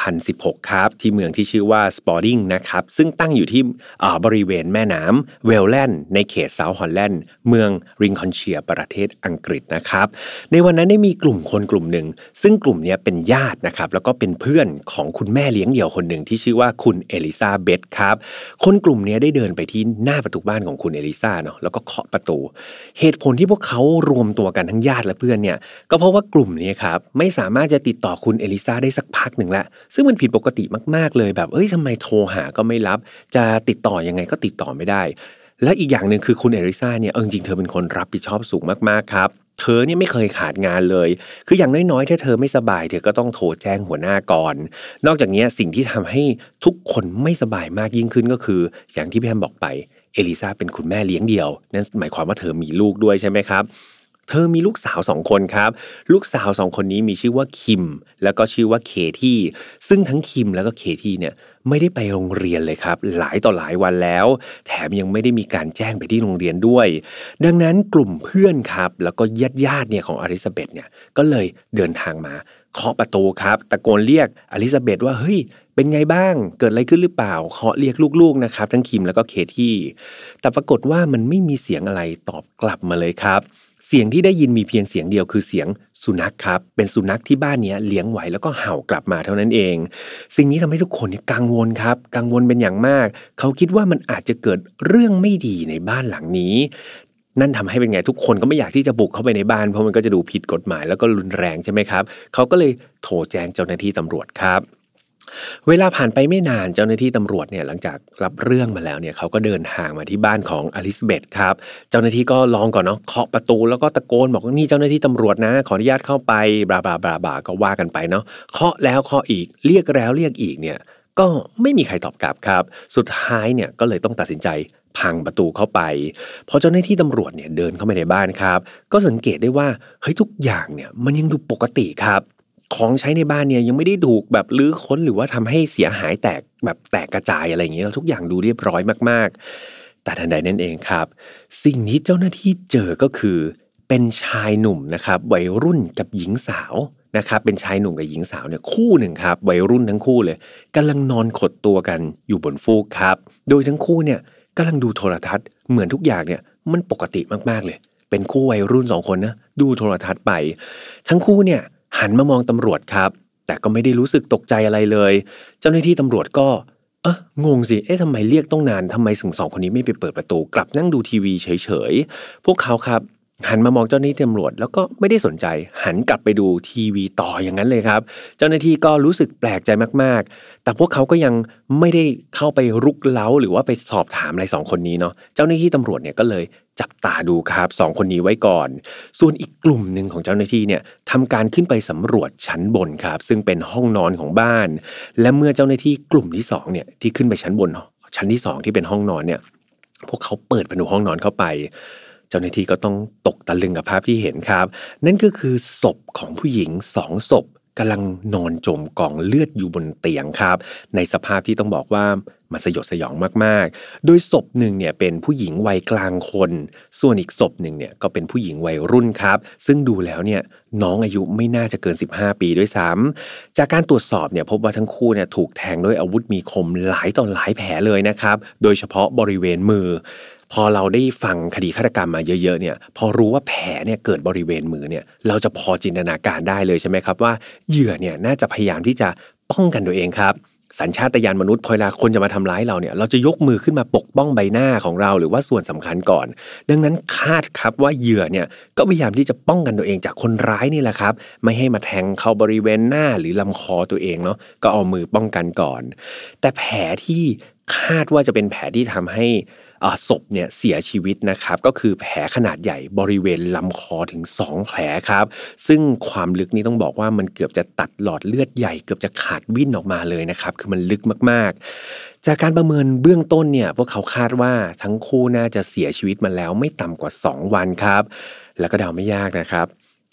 2016ครับที่เมืองที่ชื่อว่าสปอร์ติงนะครับซึ่งตั้งอยู่ที่บริเวณแม่น้ำเวลแลนด์ในเขตเซาท์ฮอลแลนด์เมืองริงคอนเชียร์ประเทศอังกฤษนะครับในวันนั้นได้มีกลุ่มคนกลุ่มหนึ่งซึ่งกลุ่มนี้เป็นญาตินะครับแล้วก็เป็นเพื่อนของคุณแม่เลี้ยงเดี่ยวคนหนึ่งที่ชื่อว่าคุณเอลิซาเบธครับคนกลุ่มนี้ได้เดินไปที่หน้าประตูบ้านของคุณเอลิซาเนาะแล้วก็เคาะประตูเหตุผลที่พวกเขารวมตัวกันทั้งญาติและเพื่อนเนี่ยก็เพราะว่ากลุ่มนี้ครับไม่สามารถจะติดต่อคุณเอลิซาได้สักพักหนึ่งแล้วซึ่งมันผิดปกติมากๆเลยแบบทำไมโทรหาก็ไม่รับจะติดต่อยังไงก็ติดต่อไม่ได้และอีกอย่างนึงคือคุณเอลิซาเนี่ยจริงๆเธอเป็นคนรับผิดชอบสูงมากๆครับเธอเนี่ยไม่เคยขาดงานเลยคืออย่างน้อยๆถ้าเธอไม่สบายเธอก็ต้องโทรแจ้งหัวหน้าก่อนนอกจากนี้สิ่งที่ทำให้ทุกคนไม่สบายมากยิ่งขึ้นก็คืออย่างที่พี่แฮมบอกไปเอลิซาเป็นคุณแม่เลี้ยงเดี่ยวนั่นหมายความว่าเธอมีลูกด้วยใช่ไหมครับเธอมีลูกสาว2คนครับลูกสาว2คนนี้มีชื่อว่าคิมแล้วก็ชื่อว่าเคที่ซึ่งทั้งคิมแล้วก็เคที่เนี่ยไม่ได้ไปโรงเรียนเลยครับหลายต่อหลายวันแล้วแถมยังไม่ได้มีการแจ้งไปที่โรงเรียนด้วยดังนั้นกลุ่มเพื่อนครับแล้วก็ญาติเนี่ยของอลิซาเบธเนี่ยก็เลยเดินทางมาเคาะประตูครับตะโกนเรียกอลิซาเบธว่าเฮ้ยเป็นไงบ้างเกิดอะไรขึ้นหรือเปล่าเคาะเรียกลูกๆนะครับทั้งคิมแล้วก็เคที่แต่ปรากฏว่ามันไม่มีเสียงอะไรตอบกลับมาเลยครับเสียงที่ได้ยินมีเพียงเสียงเดียวคือเสียงสุนัขครับเป็นสุนัขที่บ้านนี้เลี้ยงไว้แล้วก็เห่ากลับมาเท่านั้นเองสิ่งนี้ทำให้ทุกคนกังวลครับกังวลเป็นอย่างมากเขาคิดว่ามันอาจจะเกิดเรื่องไม่ดีในบ้านหลังนี้นั่นทำให้เป็นไงทุกคนก็ไม่อยากที่จะบุกเข้าไปในบ้านเพราะมันก็จะดูผิดกฎหมายแล้วก็รุนแรงใช่ไหมครับเขาก็เลยโทรแจ้งเจ้าหน้าที่ตำรวจครับเวลาผ่านไปไม่นานเจ้าหน้าที่ตำรวจเนี่ยหลังจากรับเรื่องมาแล้วเนี่ยเขาก็เดินทางมาที่บ้านของอลิซาเบธครับเจ้าหน้าที่ก็ลองก่อนเนาะเคาะประตูแล้วก็ตะโกนบอกว่านี่เจ้าหน้าที่ตำรวจนะขออนุญาตเข้าไปบลาบลาบลาบลาก็ว่ากันไปเนาะเคาะแล้วเคาะอีกเรียกแล้วเรียกอีกเนี่ยก็ไม่มีใครตอบกลับครับสุดท้ายเนี่ยก็เลยต้องตัดสินใจพังประตูเข้าไปพอเจ้าหน้าที่ตำรวจเนี่ยเดินเข้ามาในบ้านครับก็สังเกตได้ว่าเฮ้ยทุกอย่างเนี่ยมันยังดูปกติครับของใช้ในบ้านเนี่ยยังไม่ได้ถูกแบบลื้อค้นหรือว่าทำให้เสียหายแตกกระจายอะไรอย่างเงี้ยแล้วทุกอย่างดูเรียบร้อยมากๆแต่ทันใดนั่นเองครับสิ่งนี้เจ้าหน้าที่เจอก็คือเป็นชายหนุ่มนะครับวัยรุ่นกับหญิงสาวนะครับเป็นชายหนุ่มกับหญิงสาวเนี่ยคู่หนึ่งครับวัยรุ่นทั้งคู่เลยกำลังนอนขดตัวกันอยู่บนฟูกครับโดยทั้งคู่เนี่ยกำลังดูโทรทัศน์เหมือนทุกอย่างเนี่ยมันปกติมากๆเลยเป็นคู่วัยรุ่น2คนนะดูโทรทัศน์ไปทั้งคู่เนี่ยหันมามองตำรวจครับแต่ก็ไม่ได้รู้สึกตกใจอะไรเลยเจ้าหน้าที่ตำรวจก็งงสิทำไมเรียกต้องนานทำไมสองคนนี้ไม่ไปเปิดประตูกลับนั่งดูทีวีเฉยๆพวกเขาครับหันมามองเจ้าหน้าที่ตำรวจแล้วก็ไม่ได้สนใจหันกลับไปดูทีวีต่ออย่างนั้นเลยครับเจ้าหน้าที่ก็รู้สึกแปลกใจมากๆแต่พวกเขาก็ยังไม่ได้เข้าไปรุกเร้าหรือว่าไปสอบถามอะไร2คนนี้เนาะเจ้าหน้าที่ตำรวจเนี่ยก็เลยจับตาดูครับ2คนนี้ไว้ก่อนส่วนอีกกลุ่มหนึ่งของเจ้าหน้าที่เนี่ยทำการขึ้นไปสำรวจชั้นบนครับซึ่งเป็นห้องนอนของบ้านและเมื่อเจ้าหน้าที่กลุ่มที่2เนี่ยที่ขึ้นไปชั้นบนชั้นที่2ที่เป็นห้องนอนเนี่ยพวกเขาเปิดประตูห้องนอนเข้าไปเจ้าหน้าที่ก็ต้องตกตะลึงกับภาพที่เห็นครับนั่นก็คือศพของผู้หญิง2ศพกำลังนอนจมกองเลือดอยู่บนเตียงครับในสภาพที่ต้องบอกว่ามันสยดสยองมากๆโดยศพหนึ่งเนี่ยเป็นผู้หญิงวัยกลางคนส่วนอีกศพหนึ่งเนี่ยก็เป็นผู้หญิงวัยรุ่นครับซึ่งดูแล้วเนี่ยน้องอายุไม่น่าจะเกิน15 ปีด้วยซ้ำจากการตรวจสอบเนี่ยพบว่าทั้งคู่เนี่ยถูกแทงด้วยอาวุธมีคมหลายต่อหลายแผลเลยนะครับโดยเฉพาะบริเวณมือพอเราได้ฟังคดีฆาตกรรมมาเยอะๆเนี่ยพอรู้ว่าแผลเนี่ยเกิดบริเวณมือเนี่ยเราจะพอจินตนาการได้เลยใช่ไหมครับว่าเหยื่อเนี่ยน่าจะพยายามที่จะป้องกันตัวเองครับสัญชาตญาณมนุษย์พอเวลาคนจะมาทำร้ายเราเนี่ยเราจะยกมือขึ้นมาปกป้องใบหน้าของเราหรือว่าส่วนสำคัญก่อนดังนั้นคาดครับว่าเหยื่อเนี่ยก็พยายามที่จะป้องกันตัวเองจากคนร้ายนี่แหละครับไม่ให้มาแทงเข้าบริเวณหน้าหรือลำคอตัวเองเนาะก็เอามือป้องกันก่อนแต่แผลที่คาดว่าจะเป็นแผลที่ทำให้ศพเนี่ยเสียชีวิตนะครับก็คือแผลขนาดใหญ่บริเวณลำคอถึง2แผลครับซึ่งความลึกนี้ต้องบอกว่ามันเกือบจะตัดหลอดเลือดใหญ่เกือบจะขาดวิ่นออกมาเลยนะครับคือมันลึกมากๆจากการประเมินเบื้องต้นเนี่ยพวกเขาคาดว่าทั้งคู่น่าจะเสียชีวิตมาแล้วไม่ต่ำกว่า2 วันครับแล้วก็เดาไม่ยากนะครับ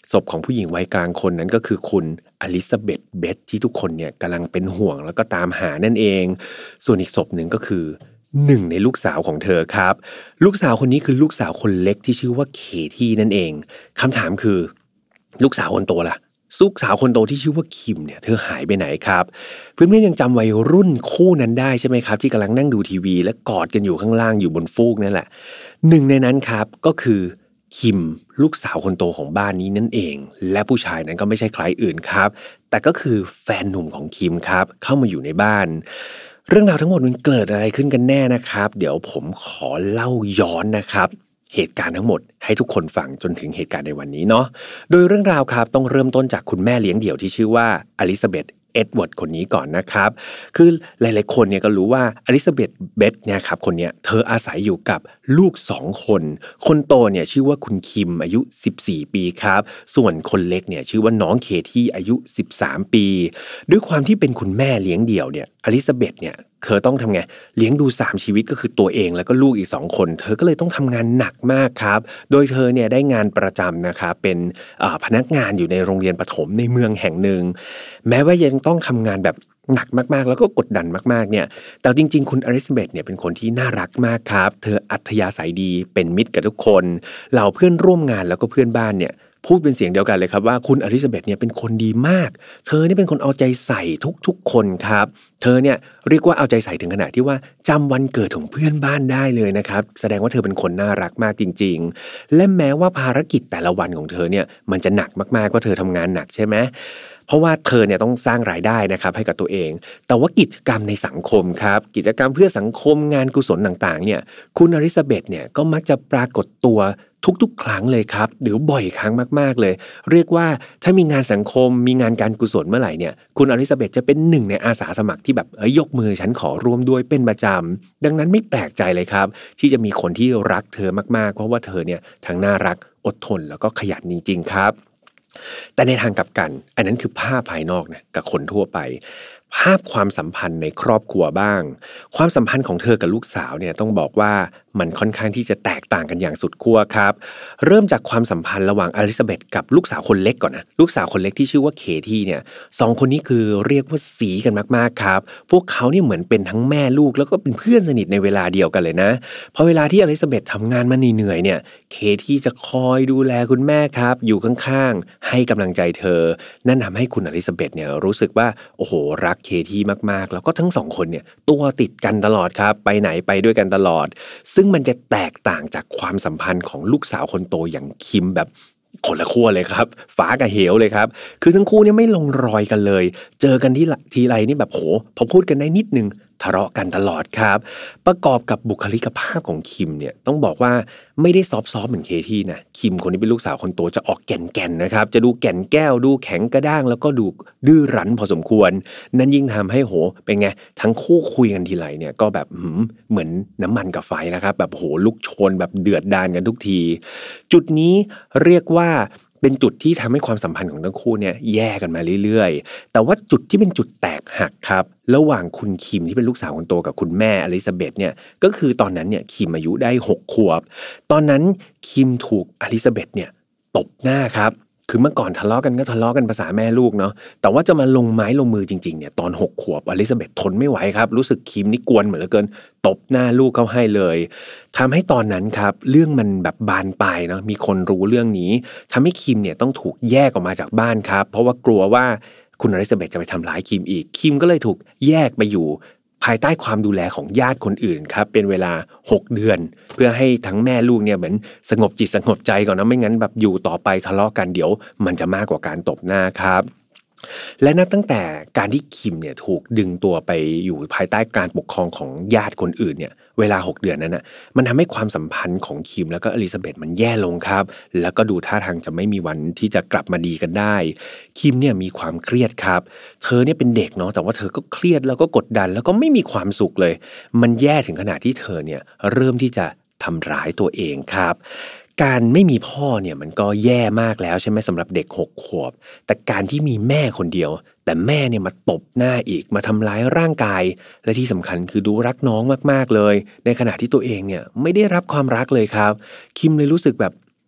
ศพของผู้หญิงวัยกลางคนนั้นก็คือคุณอลิซาเบธเบธที่ทุกคนเนี่ยกำลังเป็นห่วงแล้วก็ตามหานั่นเองส่วนอีกศพหนึ่งก็คือหนึ่งในลูกสาวของเธอครับลูกสาวคนนี้คือลูกสาวคนเล็กที่ชื่อว่าเคที่นั่นเองคำถามคือลูกสาวคนโตล่ะลูกสาวคนโตที่ชื่อว่าคิมเนี่ยเธอหายไปไหนครับเพื่อนๆยังจำวัยรุ่นคู่นั้นได้ใช่ไหมครับที่กำลังนั่งดูทีวีและกอดกันอยู่ข้างล่างอยู่บนฟูกนั่นแหละหนึ่งในนั้นครับก็คือคิมลูกสาวคนโตของบ้านนี้นั่นเองและผู้ชายนั้นก็ไม่ใช่ใครอื่นครับแต่ก็คือแฟนหนุ่มของคิมครับเข้ามาอยู่ในบ้านเรื่องราวทั้งหมดมันเกิดอะไรขึ้นกันแน่นะครับเดี๋ยวผมขอเล่าย้อนนะครับเหตุการณ์ทั้งหมดให้ทุกคนฟังจนถึงเหตุการณ์ในวันนี้เนาะโดยเรื่องราวครับต้องเริ่มต้นจากคุณแม่เลี้ยงเดี่ยวที่ชื่อว่าอลิซาเบธเอ็ดเวิร์ดคนนี้ก่อนนะครับคือหลายๆคนเนี่ยก็รู้ว่าอลิซาเบธเบธเนี่ยครับคนเนี้ยเธออาศัยอยู่กับลูก2คนคนโตเนี่ยชื่อว่าคุณคิมอายุ14ปีครับส่วนคนเล็กเนี่ยชื่อว่าน้องเคที่อายุ13ปีด้วยความที่เป็นคุณแม่เลี้ยงเดี่ยวเนี่ยอลิซาเบธเนี่ยเธอต้องทำไงเลี้ยงดู3ชีวิตก็คือตัวเองแล้วก็ลูกอีก2คนเธอก็เลยต้องทำงานหนักมากครับโดยเธอเนี่ยได้งานประจำนะคะเป็นพนักงานอยู่ในโรงเรียนประถมในเมืองแห่งหนึ่งแม้ว่ายังต้องทำงานแบบหนักมากๆแล้วก็กดดันมากๆเนี่ยแต่จริงๆคุณอลิซาเบธเนี่ยเป็นคนที่น่ารักมากครับเธออัธยาศัยดีเป็นมิตรกับทุกคนเหล่าเพื่อนร่วมงานแล้วก็เพื่อนบ้านเนี่ยพูดเป็นเสียงเดียวกันเลยครับว่าคุณอลิซาเบธเนี่ยเป็นคนดีมากเธอเนี่ยเป็นคนเอาใจใส่ทุกๆคนครับเธอเนี่ยเรียกว่าเอาใจใส่ถึงขนาดที่ว่าจำวันเกิดของเพื่อนบ้านได้เลยนะครับแสดงว่าเธอเป็นคนน่ารักมากจริงๆและแม้ว่าภารกิจแต่ละวันของเธอเนี่ยมันจะหนักมากๆว่าเธอทำงานหนักใช่ไหมเพราะว่าเธอเนี่ยต้องสร้างรายได้นะครับให้กับตัวเองแต่ว่ากิจกรรมในสังคมครับกิจกรรมเพื่อสังคมงานกุศลต่างๆเนี่ยคุณอลิซาเบธเนี่ยก็มักจะปรากฏตัวทุกๆครั้งเลยครับหรือบ่อยครั้งมากๆเลยเรียกว่าถ้ามีงานสังคมมีงานการกุศลเมื่อไหร่เนี่ยคุณอลิซาเบธจะเป็นหนึ่งในอาสาสมัครที่แบบยกมือฉันขอร่วมด้วยเป็นประจำดังนั้นไม่แปลกใจเลยครับที่จะมีคนที่รักเธอมากๆเพราะว่าเธอเนี่ยทั้งน่ารักอดทนแล้วก็ขยันจริงๆครับแต่ในทางกลับกันอันนั้นคือภาพภายนอกนะกับคนทั่วไปภาพความสัมพันธ์ในครอบครัวบ้างความสัมพันธ์ของเธอกับลูกสาวเนี่ยต้องบอกว่ามันค่อนข้างที่จะแตกต่างกันอย่างสุดขั้วครับเริ่มจากความสัมพันธ์ระหว่างอลิซาเบธกับลูกสาวคนเล็กก่อนนะลูกสาวคนเล็กที่ชื่อว่าเคที่เนี่ย2คนนี้คือเรียกว่าสีกันมากๆครับพวกเขาเนี่ยเหมือนเป็นทั้งแม่ลูกแล้วก็เป็นเพื่อนสนิทในเวลาเดียวกันเลยนะพอเวลาที่อลิซาเบธทำงานมาเหนื่อยเนี่ยเคที่จะคอยดูแลคุณแม่ครับอยู่ข้างๆให้กำลังใจเธอนั่นทำให้คุณอลิซาเบธเนี่ยรู้สึกว่าโอ้โหรักเคที่มากๆแล้วก็ทั้ง2คนเนี่ยตัวติดกันตลอดครับไปไหนไปด้วยกันตลอดซึ่งมันจะแตกต่างจากความสัมพันธ์ของลูกสาวคนโตอย่างคิมแบบคนละขั้วเลยครับฟ้ากับเหวเลยครับคือทั้งคู่เนี่ยไม่ลงรอยกันเลยเจอกันที่ทีไรนี่แบบโหพอพูดกันได้นิดนึงทะเลาะกันตลอดครับประกอบกับบุคลิกภาพของคิมเนี่ยต้องบอกว่าไม่ได้ซอฟๆเหมือนเคที่นะคิมคนนี้เป็นลูกสาวคนโตจะออกแก่นๆนะครับจะดูแก่นแก้วดูแข็งกระด้างแล้วก็ดูดื้อรั้นพอสมควรนั่นยิ่งทำให้โหเป็นไงทั้งคู่คุยกันทีไรเนี่ยก็แบบเหมือนน้ำมันกับไฟแล้วครับแบบโหลุกโชนแบบเดือดดาลกันทุกทีจุดนี้เรียกว่าเป็นจุดที่ทำให้ความสัมพันธ์ของทั้งคู่เนี่ยแย่กันมาเรื่อยๆแต่ว่าจุดที่เป็นจุดแตกหักครับระหว่างคุณคิมที่เป็นลูกสาวคนโตกับคุณแม่อลิซาเบธเนี่ยก็คือตอนนั้นเนี่ยคิมอายุได้6 ขวบตอนนั้นคิมถูกอลิซาเบธเนี่ยตบหน้าครับคือเมื่อก่อนทะเลาะกันก็ทะเลาะกันภาษาแม่ลูกเนาะแต่ว่าจะมาลงไม้ลงมือจริงๆเนี่ยตอน6 ขวบอลิซาเบธทนไม่ไหวครับรู้สึกคิมนี่กวนเหมือนเหลือเกินตบหน้าลูกเขาให้เลยทำให้ตอนนั้นครับเรื่องมันแบบบานปลายเนาะมีคนรู้เรื่องนี้ทำให้คิมเนี่ยต้องถูกแยกออกมาจากบ้านครับเพราะว่ากลัวว่าคุณอลิซาเบธจะไปทำร้ายคิมอีกคิมก็เลยถูกแยกไปอยู่ภายใต้ความดูแลของญาติคนอื่นครับเป็นเวลา6 เดือนเพื่อให้ทั้งแม่ลูกเนี่ยเหมือนสงบจิตสงบใจก่อนนะไม่งั้นแบบอยู่ต่อไปทะเลาะกันเดี๋ยวมันจะมากกว่าการตบหน้าครับและนับตั้งแต่การที่คิมเนี่ยถูกดึงตัวไปอยู่ภายใต้การปกครองของญาติคนอื่นเนี่ยเวลา6 เดือนนั้นน่ะมันทำให้ความสัมพันธ์ของคิมแล้วก็อลิซาเบธมันแย่ลงครับแล้วก็ดูท่าทางจะไม่มีวันที่จะกลับมาดีกันได้คิมเนี่ยมีความเครียดครับเธอเนี่ยเป็นเด็กเนาะแต่ว่าเธอก็เครียดแล้วก็กดดันแล้วก็ไม่มีความสุขเลยมันแย่ถึงขนาดที่เธอเนี่ยเริ่มที่จะทำร้ายตัวเองครับการไม่มีพ่อเนี่ยมันก็แย่มากแล้วใช่ไหมสำหรับเด็ก6 ขวบแต่การที่มีแม่คนเดียวแต่แม่เนี่ยมาตบหน้าอีกมาทำร้ายร่างกายและที่สำคัญคือดูรักน้องมากๆเลยในขณะที่ตัวเองเนี่ยไม่ได้รับความรักเลยครับคิมเลยรู้สึกแบบ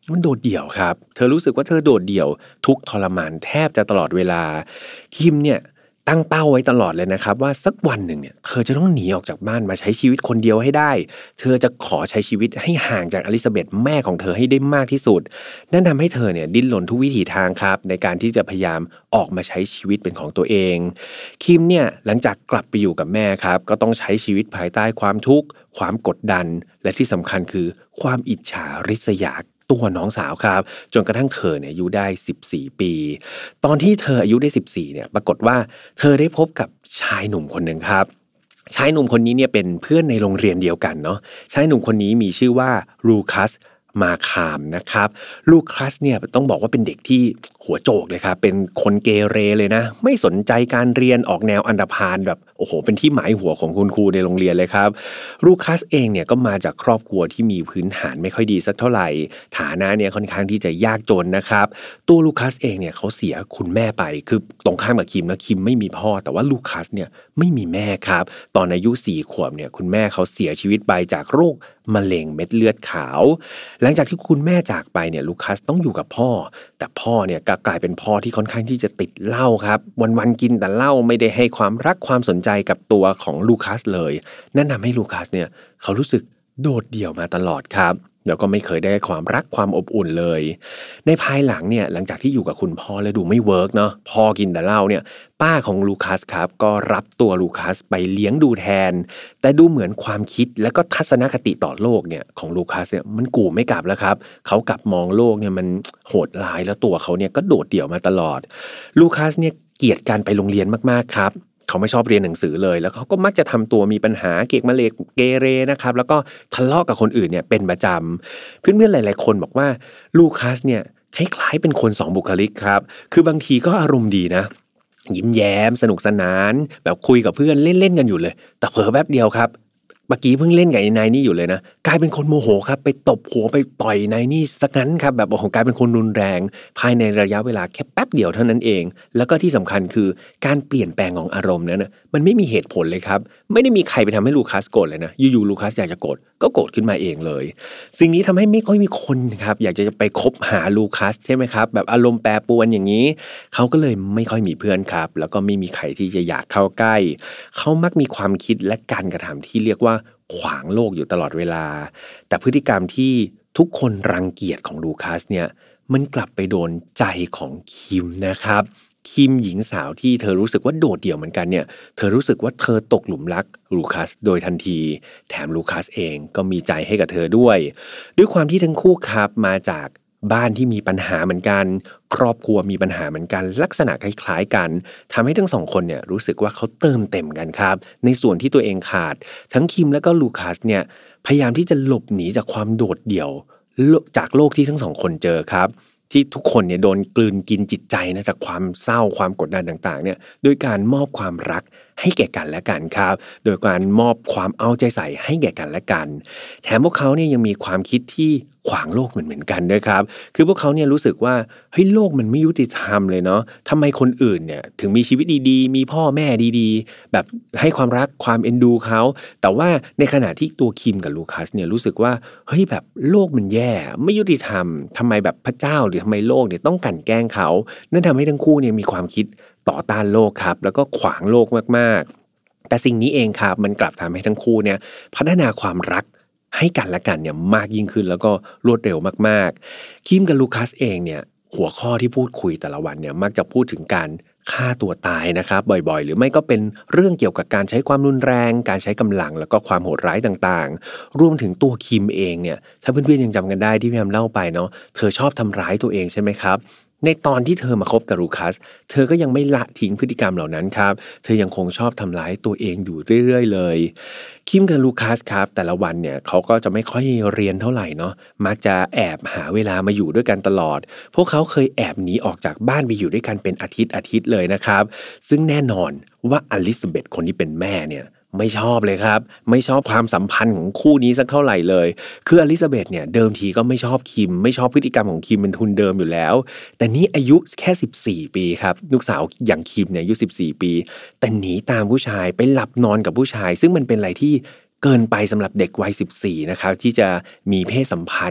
มันโดดเดี่ยวครับเธอรู้สึกว่าเธอโดดเดี่ยวทุกทรมานแทบจะตลอดเวลาคิมเนี่ยตั้งเป้าไว้ตลอดเลยนะครับว่าสักวันหนึ่งเนี่ยเธอจะต้องหนีออกจากบ้านมาใช้ชีวิตคนเดียวให้ได้เธอจะขอใช้ชีวิตให้ห่างจากอลิซาเบธแม่ของเธอให้ได้มากที่สุดนั่นทำให้เธอเนี่ยดิ้นรนทุกวิถีทางครับในการที่จะพยายามออกมาใช้ชีวิตเป็นของตัวเองคิมเนี่ยหลังจากกลับไปอยู่กับแม่ครับก็ต้องใช้ชีวิตภายใต้ความทุกข์ความกดดันและที่สำคัญคือความอิจฉาริษยาตัวน้องสาวครับจนกระทั่งเธอเนี่ยอายุได้14ปีตอนที่เธออายุได้14เนี่ยปรากฏว่าเธอได้พบกับชายหนุ่มคนหนึ่งครับชายหนุ่มคนนี้เนี่ยเป็นเพื่อนในโรงเรียนเดียวกันเนาะชายหนุ่มคนนี้มีชื่อว่าลูคัสมาคามนะครับลูคัสเนี่ยต้องบอกว่าเป็นเด็กที่หัวโจกเลยครับเป็นคนเกเรเลยนะไม่สนใจการเรียนออกแนวอันธพาลแบบโอ้โหเป็นที่หมายหัวของคุณครูในโรงเรียนเลยครับลูคัสเองเนี่ยก็มาจากครอบครัวที่มีพื้นฐานไม่ค่อยดีสักเท่าไหร่ฐานะเนี่ยค่อนข้างที่จะยากจนนะครับตัวลูคัสเองเนี่ยเขาเสียคุณแม่ไปคือตรงข้ามกับคิมนะคิมไม่มีพ่อแต่ว่าลูคัสเนี่ยไม่มีแม่ครับตอนอายุ4 ขวบเนี่ยคุณแม่เขาเสียชีวิตไปจากโรคมะเร็งเม็ดเลือดขาวหลังจากที่คุณแม่จากไปเนี่ยลูคัสต้องอยู่กับพ่อแต่พ่อเนี่ยก็กลายเป็นพ่อที่ค่อนข้างที่จะติดเหล้าครับวันๆกินแต่เหล้าไม่ได้ให้ความรักความสนใจกับตัวของลูคัสเลยนั่นทำให้ลูคัสเนี่ยเขารู้สึกโดดเดี่ยวมาตลอดครับแล้วก็ไม่เคยได้ความรักความอบอุ่นเลยในภายหลังเนี่ยหลังจากที่อยู่กับคุณพ่อแล้วดูไม่เวิร์กเนาะพ่อกินแต่เหล้าเนี่ยป้าของลูคัสครับก็รับตัวลูคัสไปเลี้ยงดูแทนแต่ดูเหมือนความคิดและก็ทัศนคติต่อโลกเนี่ยของลูคัสเนี่ยมันกู่ไม่กลับแล้วครับเขากลับมองโลกเนี่ยมันโหดร้ายแล้วตัวเขาเนี่ยก็โดดเดี่ยวมาตลอดลูคัสเนี่ยเกลียดการไปโรงเรียนมากๆครับเขาไม่ชอบเรียนหนังสือเลยแล้วเขาก็มักจะทำตัวมีปัญหาเกกมะเลกเกเรนะครับแล้วก็ทะเลาะกับคนอื่นเนี่ยเป็นประจำเพื่อนๆหลายๆคนบอกว่าลูคัสเนี่ยคล้ายๆเป็นคน2 บุคลิกครับคือบางทีก็อารมณ์ดีนะยิ้มแย้มสนุกสนานแบบคุยกับเพื่อนเล่นๆกันอยู่เลยแต่เผลอแป๊บเดียวครับเมื่อกี้เพิ่งเล่นกับนายนี่อยู่เลยนะกลายเป็นคนโมโหครับไปตบหัวไปต่อยนายนี่ซะงั้นครับแบบโอ้โหกลายเป็นคนรุนแรงภายในระยะเวลาแค่แป๊บเดียวเท่านั้นเองแล้วก็ที่สำคัญคือการเปลี่ยนแปลงของอารมณ์นั้นนะมันไม่มีเหตุผลเลยครับไม่ได้มีใครไปทำให้ลูคัสโกรธเลยนะอยู่ๆลูคัสอยากจะโกรธก็โกรธขึ้นมาเองเลยสิ่งนี้ทำให้ไม่ค่อยมีคนครับอยากจะไปคบหาลูคัสใช่ไหมครับแบบอารมณ์แปรปรวนอย่างนี้เขาก็เลยไม่ค่อยมีเพื่อนครับแล้วก็ไม่มีใครที่จะอยากเข้าใกล้เขามักมีความคิดและการกระทำที่เรียกว่าขวางโลกอยู่ตลอดเวลาแต่พฤติกรรมที่ทุกคนรังเกียจของลูคัสเนี่ยมันกลับไปโดนใจของคิมนะครับคิมหญิงสาวที่เธอรู้สึกว่าโดดเดี่ยวเหมือนกันเนี่ยเธอรู้สึกว่าเธอตกหลุมรักลูคัสโดยทันทีแถมลูคัสเองก็มีใจให้กับเธอด้วยความที่ทั้งคู่ครับมาจากบ้านที่มีปัญหาเหมือนกันครอบครัวมีปัญหาเหมือนกันลักษณะคล้ายๆกันทำให้ทั้ง2 คนเนี่ยรู้สึกว่าเขาเติมเต็มกันครับในส่วนที่ตัวเองขาดทั้งคิมและก็ลูคัสเนี่ยพยายามที่จะหลบหนีจากความโดดเดี่ยวจากโลกที่ทั้ง2 คนเจอครับที่ทุกคนเนี่ยโดนกลืนกินจิตใจนะจากความเศร้าความกดดันต่างๆเนี่ยโดยการมอบความรักให้แก่กันและกันครับโดยการมอบความเอาใจใส่ให้แก่กันและกันแถมพวกเขาเนี่ยยังมีความคิดที่ขวางโลกเหมือนกันด้วยครับคือพวกเขาเนี่ยรู้สึกว่าเฮ้ยโลกมันไม่ยุติธรรมเลยเนาะทำไมคนอื่นเนี่ยถึงมีชีวิตดีๆมีพ่อแม่ดีๆแบบให้ความรักความเอ็นดูเขาแต่ว่าในขณะที่ตัวคิมกับลูคัสเนี่ยรู้สึกว่าเฮ้ยแบบโลกมันแย่ไม่ยุติธรรมทำไมแบบพระเจ้าหรือทำไมโลกเนี่ยต้องกลั่นแกล้งเขานั่นทำให้ทั้งคู่เนี่ยมีความคิดต่อต้านโลกครับแล้วก็ขวางโลกมากๆแต่สิ่งนี้เองครับมันกลับทำให้ทั้งคู่เนี่ยพัฒนาความรักให้กันและกันเนี่ยมากยิ่งขึ้นแล้วก็รวดเร็วมากๆคิมกับลูคัสเองเนี่ยหัวข้อที่พูดคุยแต่ละวันเนี่ยมักจะพูดถึงการฆ่าตัวตายนะครับบ่อยๆหรือไม่ก็เป็นเรื่องเกี่ยวกับการใช้ความรุนแรงการใช้กำลังแล้วก็ความโหดร้ายต่างๆรวมถึงตัวคิมเองเนี่ยถ้าเพื่อนๆยังจำกันได้ที่พี่แอมเล่าไปเนาะเธอชอบทำร้ายตัวเองใช่ไหมครับในตอนที่เธอมาคบกับลูคัสเธอก็ยังไม่ละทิ้งพฤติกรรมเหล่านั้นครับเธอยังคงชอบทำร้ายตัวเองอยู่เรื่อยๆเลยคิมกับลูคัสครับแต่ละวันเนี่ยเขาก็จะไม่ค่อยเรียนเท่าไหร่เนาะมักจะแอบหาเวลามาอยู่ด้วยกันตลอดพวกเขาเคยแอบหนีออกจากบ้านไปอยู่ด้วยกันเป็นอาทิตย์เลยนะครับซึ่งแน่นอนว่าอลิซาเบธคนที่เป็นแม่เนี่ยไม่ชอบเลยครับไม่ชอบความสัมพันธ์ของคู่นี้สักเท่าไหร่เลยคืออลิซาเบธเนี่ยเดิมทีก็ไม่ชอบคิมไม่ชอบพฤติกรรมของคิมเป็นทุนเดิมอยู่แล้วแต่นี่อายุแค่14ปีครับลูกสาวอย่างคิมเนี่ยอายุ14ปีแต่หนีตามผู้ชายไปหลับนอนกับผู้ชายซึ่งมันเป็นอะไรที่เกินไปสำหรับเด็กวัย14นะครับที่จะมีเพศสัมพันธ์กับ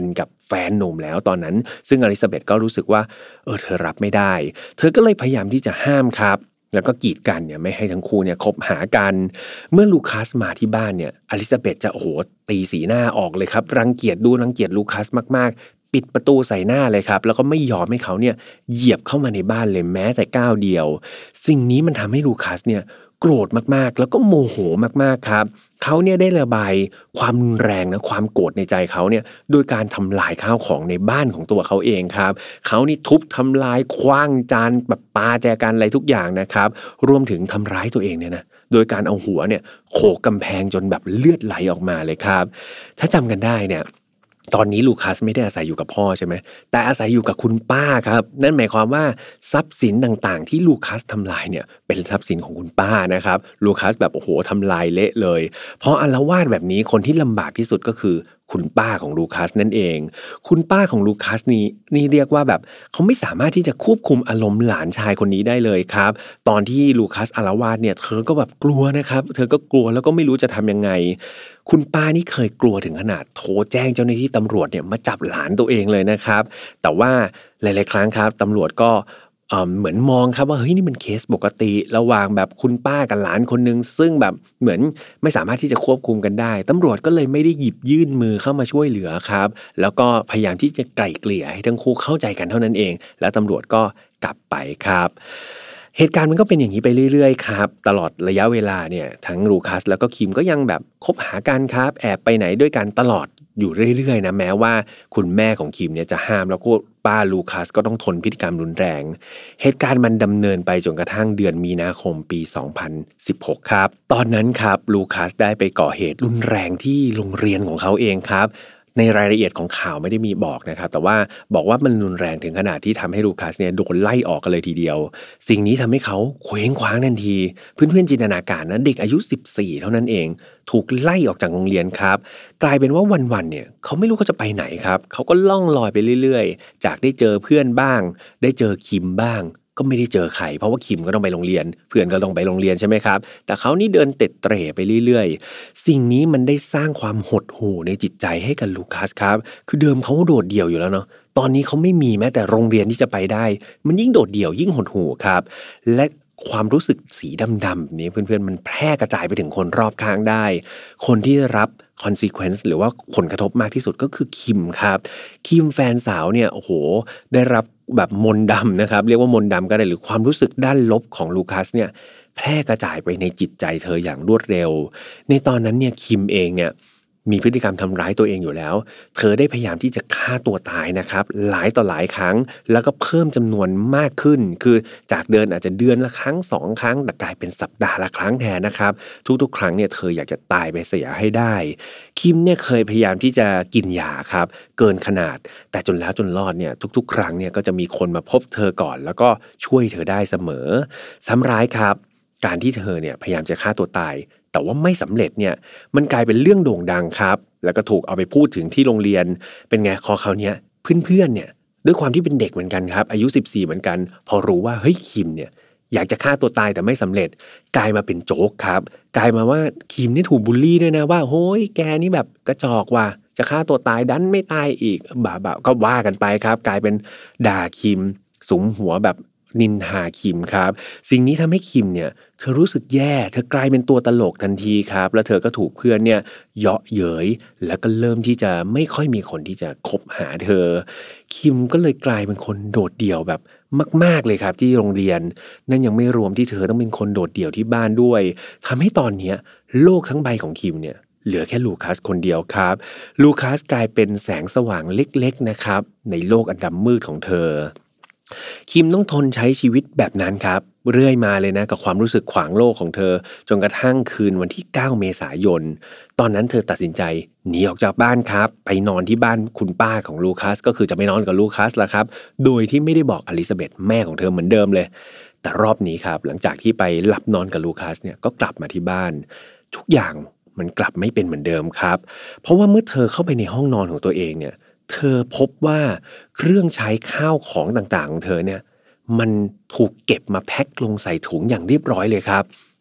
แฟนหนุ่มแล้วตอนนั้นซึ่งอลิซาเบธก็รู้สึกว่าเธอรับไม่ได้เธอก็เลยพยายามที่จะห้ามครับแล้วก็กีดกันเนี่ยไม่ให้ทั้งคู่เนี่ยคบหากันเมื่อลูคัสมาที่บ้านเนี่ยอลิซาเบธจะตีสีหน้าออกเลยครับรังเกียจลูคัสมากๆปิดประตูใส่หน้าเลยครับแล้วก็ไม่ยอมให้เขาเนี่ยเหยียบเข้ามาในบ้านเลยแม้แต่ก้าวเดียวสิ่งนี้มันทำให้ลูคัสเนี่ยโกรธมากๆแล้วก็โมโหมากๆครับเขาเนี่ยได้ระบายความรุนแรงนะความโกรธในใจเขาเนี่ยโดยการทำลายข้าวของในบ้านของตัวเขาเองครับเขานี่ทุบทำลายคว้างจานแบบปาแจกันอะไรทุกอย่างนะครับรวมถึงทำร้ายตัวเองเนี่ยนะโดยการเอาหัวเนี่ยโขกกำแพงจนแบบเลือดไหลออกมาเลยครับถ้าจำกันได้เนี่ยตอนนี้ลูคัสไม่ได้อาศัยอยู่กับพ่อใช่ไหมแต่อาศัยอยู่กับคุณป้าครับนั่นหมายความว่าทรัพย์สินต่างๆที่ลูคัสทำลายเนี่ยเป็นทรัพย์สินของคุณป้านะครับลูคัสแบบทำลายเละเลยเพราะอาละวาดแบบนี้คนที่ลำบากที่สุดก็คือคุณป้าของลูคัสนั่นเองคุณป้าของลูคัสนี่เรียกว่าแบบเขาไม่สามารถที่จะควบคุมอารมณ์หลานชายคนนี้ได้เลยครับตอนที่ลูคัสอาละวาดเนี่ยเธอก็แบบกลัวนะครับเธอก็กลัวแล้วก็ไม่รู้จะทำยังไงคุณป้านี่เคยกลัวถึงขนาดโทรแจ้งเจ้าหน้าที่ตำรวจเนี่ยมาจับหลานตัวเองเลยนะครับแต่ว่าหลายๆครั้งครับตำรวจก็เหมือนมองครับว่าเฮ้ยนี่มันเคสปกติระหว่างแบบคุณป้ากับหลานคนนึงซึ่งแบบเหมือนไม่สามารถที่จะควบคุมกันได้ตำรวจก็เลยไม่ได้หยิบยื่นมือเข้ามาช่วยเหลือครับแล้วก็พยายามที่จะไกล่เกลี่ยให้ทั้งคู่เข้าใจกันเท่านั้นเองแล้วตำรวจก็กลับไปครับเหตุการณ์มันก็เป็นอย่างนี้ไปเรื่อยๆครับตลอดระยะเวลาเนี่ยทั้งลูคัสแล้วก็คิมก็ยังแบบคบหากันครับแอบไปไหนด้วยกันตลอดอยู่เรื่อยๆนะแม้ว่าคุณแม่ของคิมเนี่ยจะห้ามแล้วก็ป้าลูคัสก็ต้องทนพฤติกรรมรุนแรงเหตุการณ์มันดำเนินไปจนกระทั่งเดือนมีนาคมปี 2016 ครับตอนนั้นครับลูคัสได้ไปก่อเหตุรุนแรงที่โรงเรียนของเขาเองครับในรายละเอียดของข่าวไม่ได้มีบอกนะครับแต่ว่าบอกว่ามันรุนแรงถึงขนาดที่ทำให้ลูคัสเนี่ยโดนไล่ออกกันเลยทีเดียวสิ่งนี้ทำให้เขาเคว้งคว้างทันทีเพื่อนๆจินตนาการนะเด็กอายุ14เท่านั้นเองถูกไล่ออกจากโรงเรียนครับกลายเป็นว่าวันๆเนี่ยเขาไม่รู้เขาจะไปไหนครับเขาก็ล่องลอยไปเรื่อยๆจากได้เจอเพื่อนบ้างได้เจอคิมบ้างก็ไม่ได้เจอใครเพราะว่าคิมก็ต้องไปโรงเรียนเพื่อนก็ต้องไปโรงเรียนใช่ไหมครับแต่เขานี่เดินเตะเตร่ไปเรื่อยๆสิ่งนี้มันได้สร้างความหดหู่ในจิตใจให้กับลูคัสครับคือเดิมเขาโดดเดี่ยวอยู่แล้วเนาะตอนนี้เขาไม่มีแม้แต่โรงเรียนที่จะไปได้มันยิ่งโดดเดี่ยวยิ่งหดหู่ครับและความรู้สึกสีดำๆนี้เพื่อนๆมันแพร่กระจายไปถึงคนรอบข้างได้คนที่รับ consequence หรือว่าผลกระทบมากที่สุดก็คือคิมครับคิมแฟนสาวเนี่ยได้รับแบบมนต์ดำนะครับเรียกว่ามนต์ดำก็ได้หรือความรู้สึกด้านลบของลูคัสเนี่ยแพร่กระจายไปในจิตใจเธออย่างรวดเร็วในตอนนั้นเนี่ยคิมเองเนี่ยมีพฤติกรรมทำร้ายตัวเองอยู่แล้วเธอได้พยายามที่จะฆ่าตัวตายนะครับหลายต่อหลายครั้งแล้วก็เพิ่มจำนวนมากขึ้นคือจากเดินอาจจะเดือนละครั้ง2ครั้งแต่กลายเป็นสัปดาห์ละครั้งแทนนะครับทุกๆครั้งเนี่ยเธออยากจะตายไปเสียให้ได้คิมเนี่ยเคยพยายามที่จะกินยาครับเกินขนาดแต่จนแล้วจนรอดเนี่ยทุกๆครั้งเนี่ยก็จะมีคนมาพบเธอก่อนแล้วก็ช่วยเธอได้เสมอซ้ำร้ายครับการที่เธอเนี่ยพยายามจะฆ่าตัวตายแต่ว่าไม่สำเร็จเนี่ยมันกลายเป็นเรื่องโด่งดังครับแล้วก็ถูกเอาไปพูดถึงที่โรงเรียนเป็นไงคราวนี้เพื่อนๆเนี่ยด้วยความที่เป็นเด็กเหมือนกันครับอายุ14เหมือนกันพอรู้ว่าเฮ้ยคิมเนี่ยอยากจะฆ่าตัวตายแต่ไม่สำเร็จกลายมาเป็นโจ๊กครับกลายมาว่าคิมนี่ถูกบูลลี่ด้วยนะว่าโฮ้ยแกนี่แบบกระจอกว่ะจะฆ่าตัวตายดันไม่ตายอีกบ่าก็ว่ากันไปครับกลายเป็นด่าคิมสุมหัวแบบนินทาคิมครับสิ่งนี้ทำให้คิมเนี่ยเธอรู้สึกแย่เธอกลายเป็นตัวตลกทันทีครับแล้วเธอก็ถูกเพื่อนเนี่ยเยาะเย้ยแล้วก็เริ่มที่จะไม่ค่อยมีคนที่จะคบหาเธอคิมก็เลยกลายเป็นคนโดดเดี่ยวแบบมากๆเลยครับที่โรงเรียนนั่นยังไม่รวมที่เธอต้องเป็นคนโดดเดี่ยวที่บ้านด้วยทำให้ตอนนี้โลกทั้งใบของคิมเนี่ยเหลือแค่ลูคัสคนเดียวครับลูคัสกลายเป็นแสงสว่างเล็กๆนะครับในโลกอันดำมืดของเธอคิมต้องทนใช้ชีวิตแบบนั้นครับเรื่อยมาเลยนะกับความรู้สึกขวางโลกของเธอจนกระทั่งคืนวันที่9เมษายนตอนนั้นเธอตัดสินใจหนีออกจากบ้านครับไปนอนที่บ้านคุณป้าของลูคัสก็คือจะไม่นอนกับลูคัสละครับโดยที่ไม่ได้บอกอลิซาเบธแม่ของเธอเหมือนเดิมเลยแต่รอบนี้ครับหลังจากที่ไปหลับนอนกับลูคัสเนี่ยก็กลับมาที่บ้านทุกอย่างมันกลับไม่เป็นเหมือนเดิมครับเพราะว่าเมื่อเธอเข้าไปในห้องนอนของตัวเองเนี่ยเธอพบว่าเครื่องใช้ข้าวของต่างๆของเธอเนี่ยมันถูกเก็บมาแพ็คลงใส่ถุงอย่างเรียบร้อยเลยครับ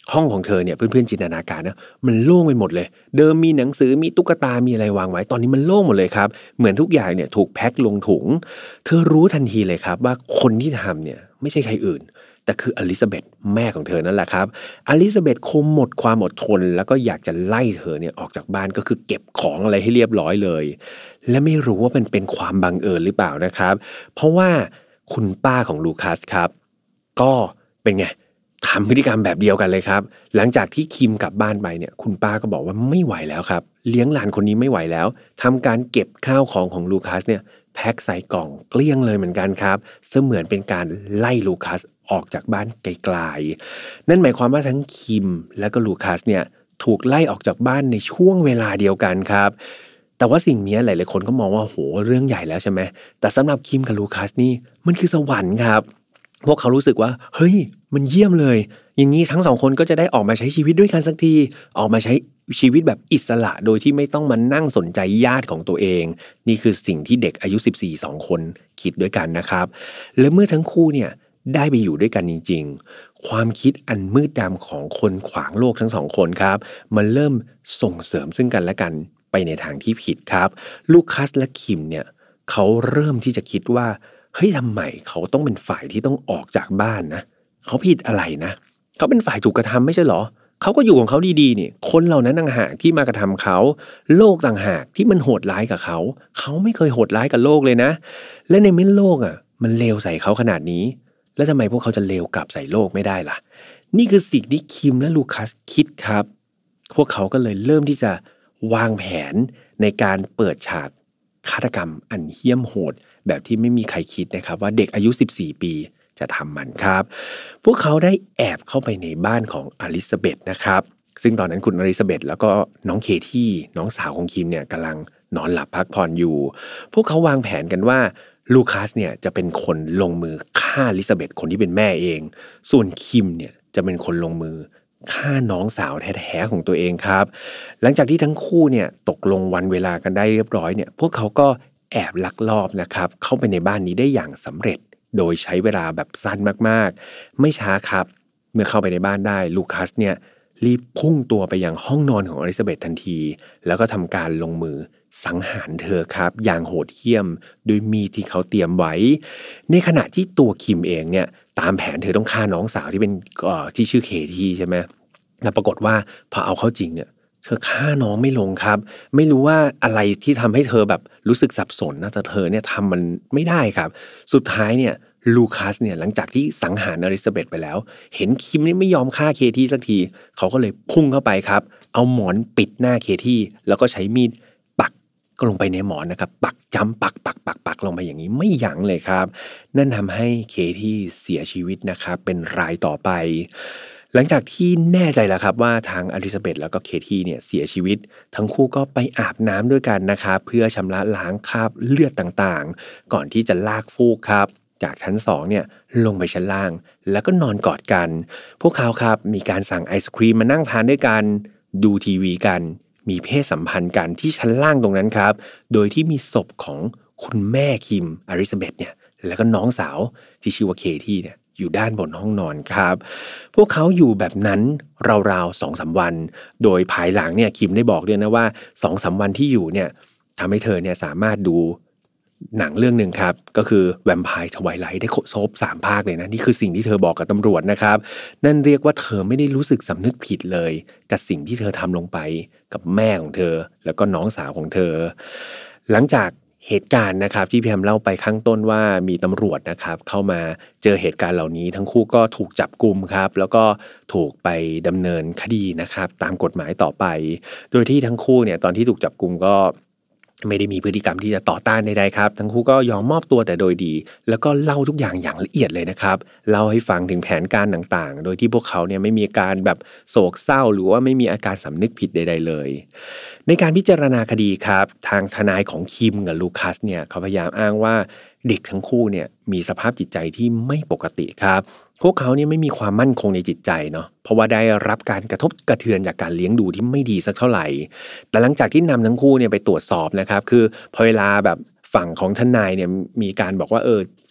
ห้องของเธอเนี่ยเพื่อนๆจินตนาการนะมันโล่งไปหมดเลยเดิมมีหนังสือมีตุ๊กตามีอะไรวางไว้ตอนนี้มันโล่งหมดเลยครับเหมือนทุกอย่างเนี่ยถูกแพ็คลงถุงเธอรู้ทันทีเลยครับว่าคนที่ทำเนี่ยไม่ใช่ใครอื่นแต่คืออลิซาเบธแม่ของเธอนั่นแหละครับอลิซาเบธคงหมดความอดทนแล้วก็อยากจะไล่เธอเนี่ยออกจากบ้านก็คือเก็บของอะไรให้เรียบร้อยเลยและไม่รู้ว่ามันเป็นความบังเอิญหรือเปล่านะครับเพราะว่าคุณป้าของลูคัสครับก็เป็นไงทำพฤติกรรมแบบเดียวกันเลยครับหลังจากที่คิมกลับบ้านไปเนี่ยคุณป้าก็บอกว่าไม่ไหวแล้วครับเลี้ยงหลานคนนี้ไม่ไหวแล้วทำการเก็บข้าวของลูคัสเนี่ยแพ็คใส่กล่องเกลี้ยงเลยเหมือนกันครับเสมือนเป็นการไล่ลูคัสออกจากบ้านไกลๆนั่นหมายความว่าทั้งคิมและก็ลูคัสเนี่ยถูกไล่ออกจากบ้านในช่วงเวลาเดียวกันครับแต่ว่าสิ่งนี้หลายๆคนก็มองว่าโหเรื่องใหญ่แล้วใช่ไหมแต่สำหรับคิมกับลูคัสนี่มันคือสวรรค์ครับพวกเขารู้สึกว่าเฮ้ยมันเยี่ยมเลยอย่างนี้ทั้งสองคนก็จะได้ออกมาใช้ชีวิตด้วยกันสักทีออกมาใช้ชีวิตแบบอิสระโดยที่ไม่ต้องมานั่งสนใจญาติของตัวเองนี่คือสิ่งที่เด็กอายุ14 2คนคิดด้วยกันนะครับและเมื่อทั้งคู่เนี่ยได้ไปอยู่ด้วยกันจริงๆความคิดอันมืดดำของคนขวางโลกทั้งสองคนครับมันเริ่มส่งเสริมซึ่งกันและกันไปในทางที่ผิดครับลูคัสและคิมเนี่ยเขาเริ่มที่จะคิดว่าเฮ้ยทำไมเขาต้องเป็นฝ่ายที่ต้องออกจากบ้านนะเขาผิดอะไรนะเขาเป็นฝ่ายถูกกระทำไม่ใช่หรอเขาก็อยู่ของเขาดีๆนี่คนเหล่านั้นต่างหากที่มากระทำเขาโลกต่างหากที่มันโหดร้ายกับเขาไม่เคยโหดร้ายกับโลกเลยนะและในเมื่อโลกอ่ะมันเลวใส่เขาขนาดนี้แล้วทำไมพวกเขาจะเลวกลับใส่โลกไม่ได้ล่ะนี่คือสิ่งที่คิมและลูคัสคิดครับพวกเขาก็เลยเริ่มที่จะวางแผนในการเปิดฉากฆาตกรรมอันเหี้ยมโหดแบบที่ไม่มีใครคิดนะครับว่าเด็กอายุ14 ปีจะทำมันครับพวกเขาได้แอบเข้าไปในบ้านของอลิซาเบธนะครับซึ่งตอนนั้นคุณอลิซาเบธแล้วก็น้องเคที่น้องสาวของคิมเนี่ยกำลังนอนหลับพักผ่อนอยู่พวกเขาวางแผนกันว่าลูคัสเนี่ยจะเป็นคนลงมือฆ่าอลิซาเบธคนที่เป็นแม่เองส่วนคิมเนี่ยจะเป็นคนลงมือฆ่าน้องสาวแท้ๆของตัวเองครับหลังจากที่ทั้งคู่เนี่ยตกลงวันเวลากันได้เรียบร้อยเนี่ยพวกเขาก็แอบลักลอบนะครับเข้าไปในบ้านนี้ได้อย่างสำเร็จโดยใช้เวลาแบบสั้นมากๆไม่ช้าครับเมื่อเข้าไปในบ้านได้ลูคัสเนี่ยรีบพุ่งตัวไปยังห้องนอนของอลิซาเบธทันทีแล้วก็ทำการลงมือสังหารเธอครับอย่างโหดเหี้ยมโดยมีดที่เขาเตรียมไว้ในขณะที่ตัวคิมเองเนี่ยตามแผนเธอต้องฆ่าน้องสาวที่เป็นที่ชื่อเคที่ใช่ไหมแล้วปรากฏว่าพอเอาเข้าจริงเนี่ยเธอฆ่าน้องไม่ลงครับไม่รู้ว่าอะไรที่ทำให้เธอแบบรู้สึกสับสนนะแต่เธอเนี่ยทำมันไม่ได้ครับสุดท้ายเนี่ยลูคัสเนี่ยหลังจากที่สังหารอลิซาเบธไปแล้วเห็นคิมนี่ไม่ยอมฆ่าเคที่สักทีเขาก็เลยพุ่งเข้าไปครับเอาหมอนปิดหน้าเคที่แล้วก็ใช้มีดปักก็ลงไปในหมอนนะครับปักจ้ำปักลงไปอย่างนี้ไม่ยั้งเลยครับนั่นทำให้เคที่เสียชีวิตนะครับเป็นรายต่อไปหลังจากที่แน่ใจแล้วครับว่าทางอลิซาเบธแล้วก็เคที่เนี่ยเสียชีวิตทั้งคู่ก็ไปอาบน้ำด้วยกันนะครับเพื่อชำระล้างคราบเลือดต่างๆก่อนที่จะลากฟูกครับจากชั้น2เนี่ยลงไปชั้นล่างแล้วก็นอนกอดกันพวกเขาครับมีการสั่งไอศครีมมานั่งทานด้วยกันดูทีวีกันมีเพศสัมพันธ์กันที่ชั้นล่างตรงนั้นครับโดยที่มีศพของคุณแม่คิมอลิซาเบธเนี่ยแล้วก็น้องสาวที่ชื่อว่าเคที่เนี่ยอยู่ด้านบนห้องนอนครับพวกเขาอยู่แบบนั้นราวๆ 2-3 วันโดยภายหลังเนี่ยคิมได้บอกด้วยนะว่า 2-3 วันที่อยู่เนี่ยทำให้เธอเนี่ยสามารถดูหนังเรื่องหนึ่งครับก็คือแวมไพร์ทไวไลท์ได้ครบ3 ภาคเลยนะนี่คือสิ่งที่เธอบอกกับตำรวจนะครับนั่นเรียกว่าเธอไม่ได้รู้สึกสำนึกผิดเลยกับสิ่งที่เธอทำลงไปกับแม่ของเธอแล้วก็น้องสาวของเธอหลังจากเหตุการณ์นะครับที่พี่แฮมเล่าไปข้างต้นว่ามีตำรวจนะครับเข้ามาเจอเหตุการณ์เหล่านี้ทั้งคู่ก็ถูกจับกุมครับแล้วก็ถูกไปดำเนินคดีนะครับตามกฎหมายต่อไปโดยที่ทั้งคู่เนี่ยตอนที่ถูกจับกุมก็ไม่ได้มีพฤติกรรมที่จะต่อต้านใดๆครับทั้งคู่ก็ยอมมอบตัวแต่โดยดีแล้วก็เล่าทุกอย่างอย่างละเอียดเลยนะครับเล่าให้ฟังถึงแผนการต่างๆโดยที่พวกเขาเนี่ยไม่มีอาการแบบโศกเศร้าหรือว่าไม่มีอาการสำนึกผิดใดๆเลยในการพิจารณาคดีครับทางทนายของคิมกับลูคัสเนี่ยเขาพยายามอ้างว่าเด็กทั้งคู่เนี่ยมีสภาพจิตใจที่ไม่ปกติครับพวกเขาเนี่ยไม่มีความมั่นคงในจิตใจเนาะเพราะว่าได้รับการกระทบกระเทือนจากการเลี้ยงดูที่ไม่ดีสักเท่าไหร่แต่หลังจากที่นำทั้งคู่เนี่ยไปตรวจสอบนะครับคือพอเวลาแบบฝั่งของทนายเนี่ยมีการบอกว่า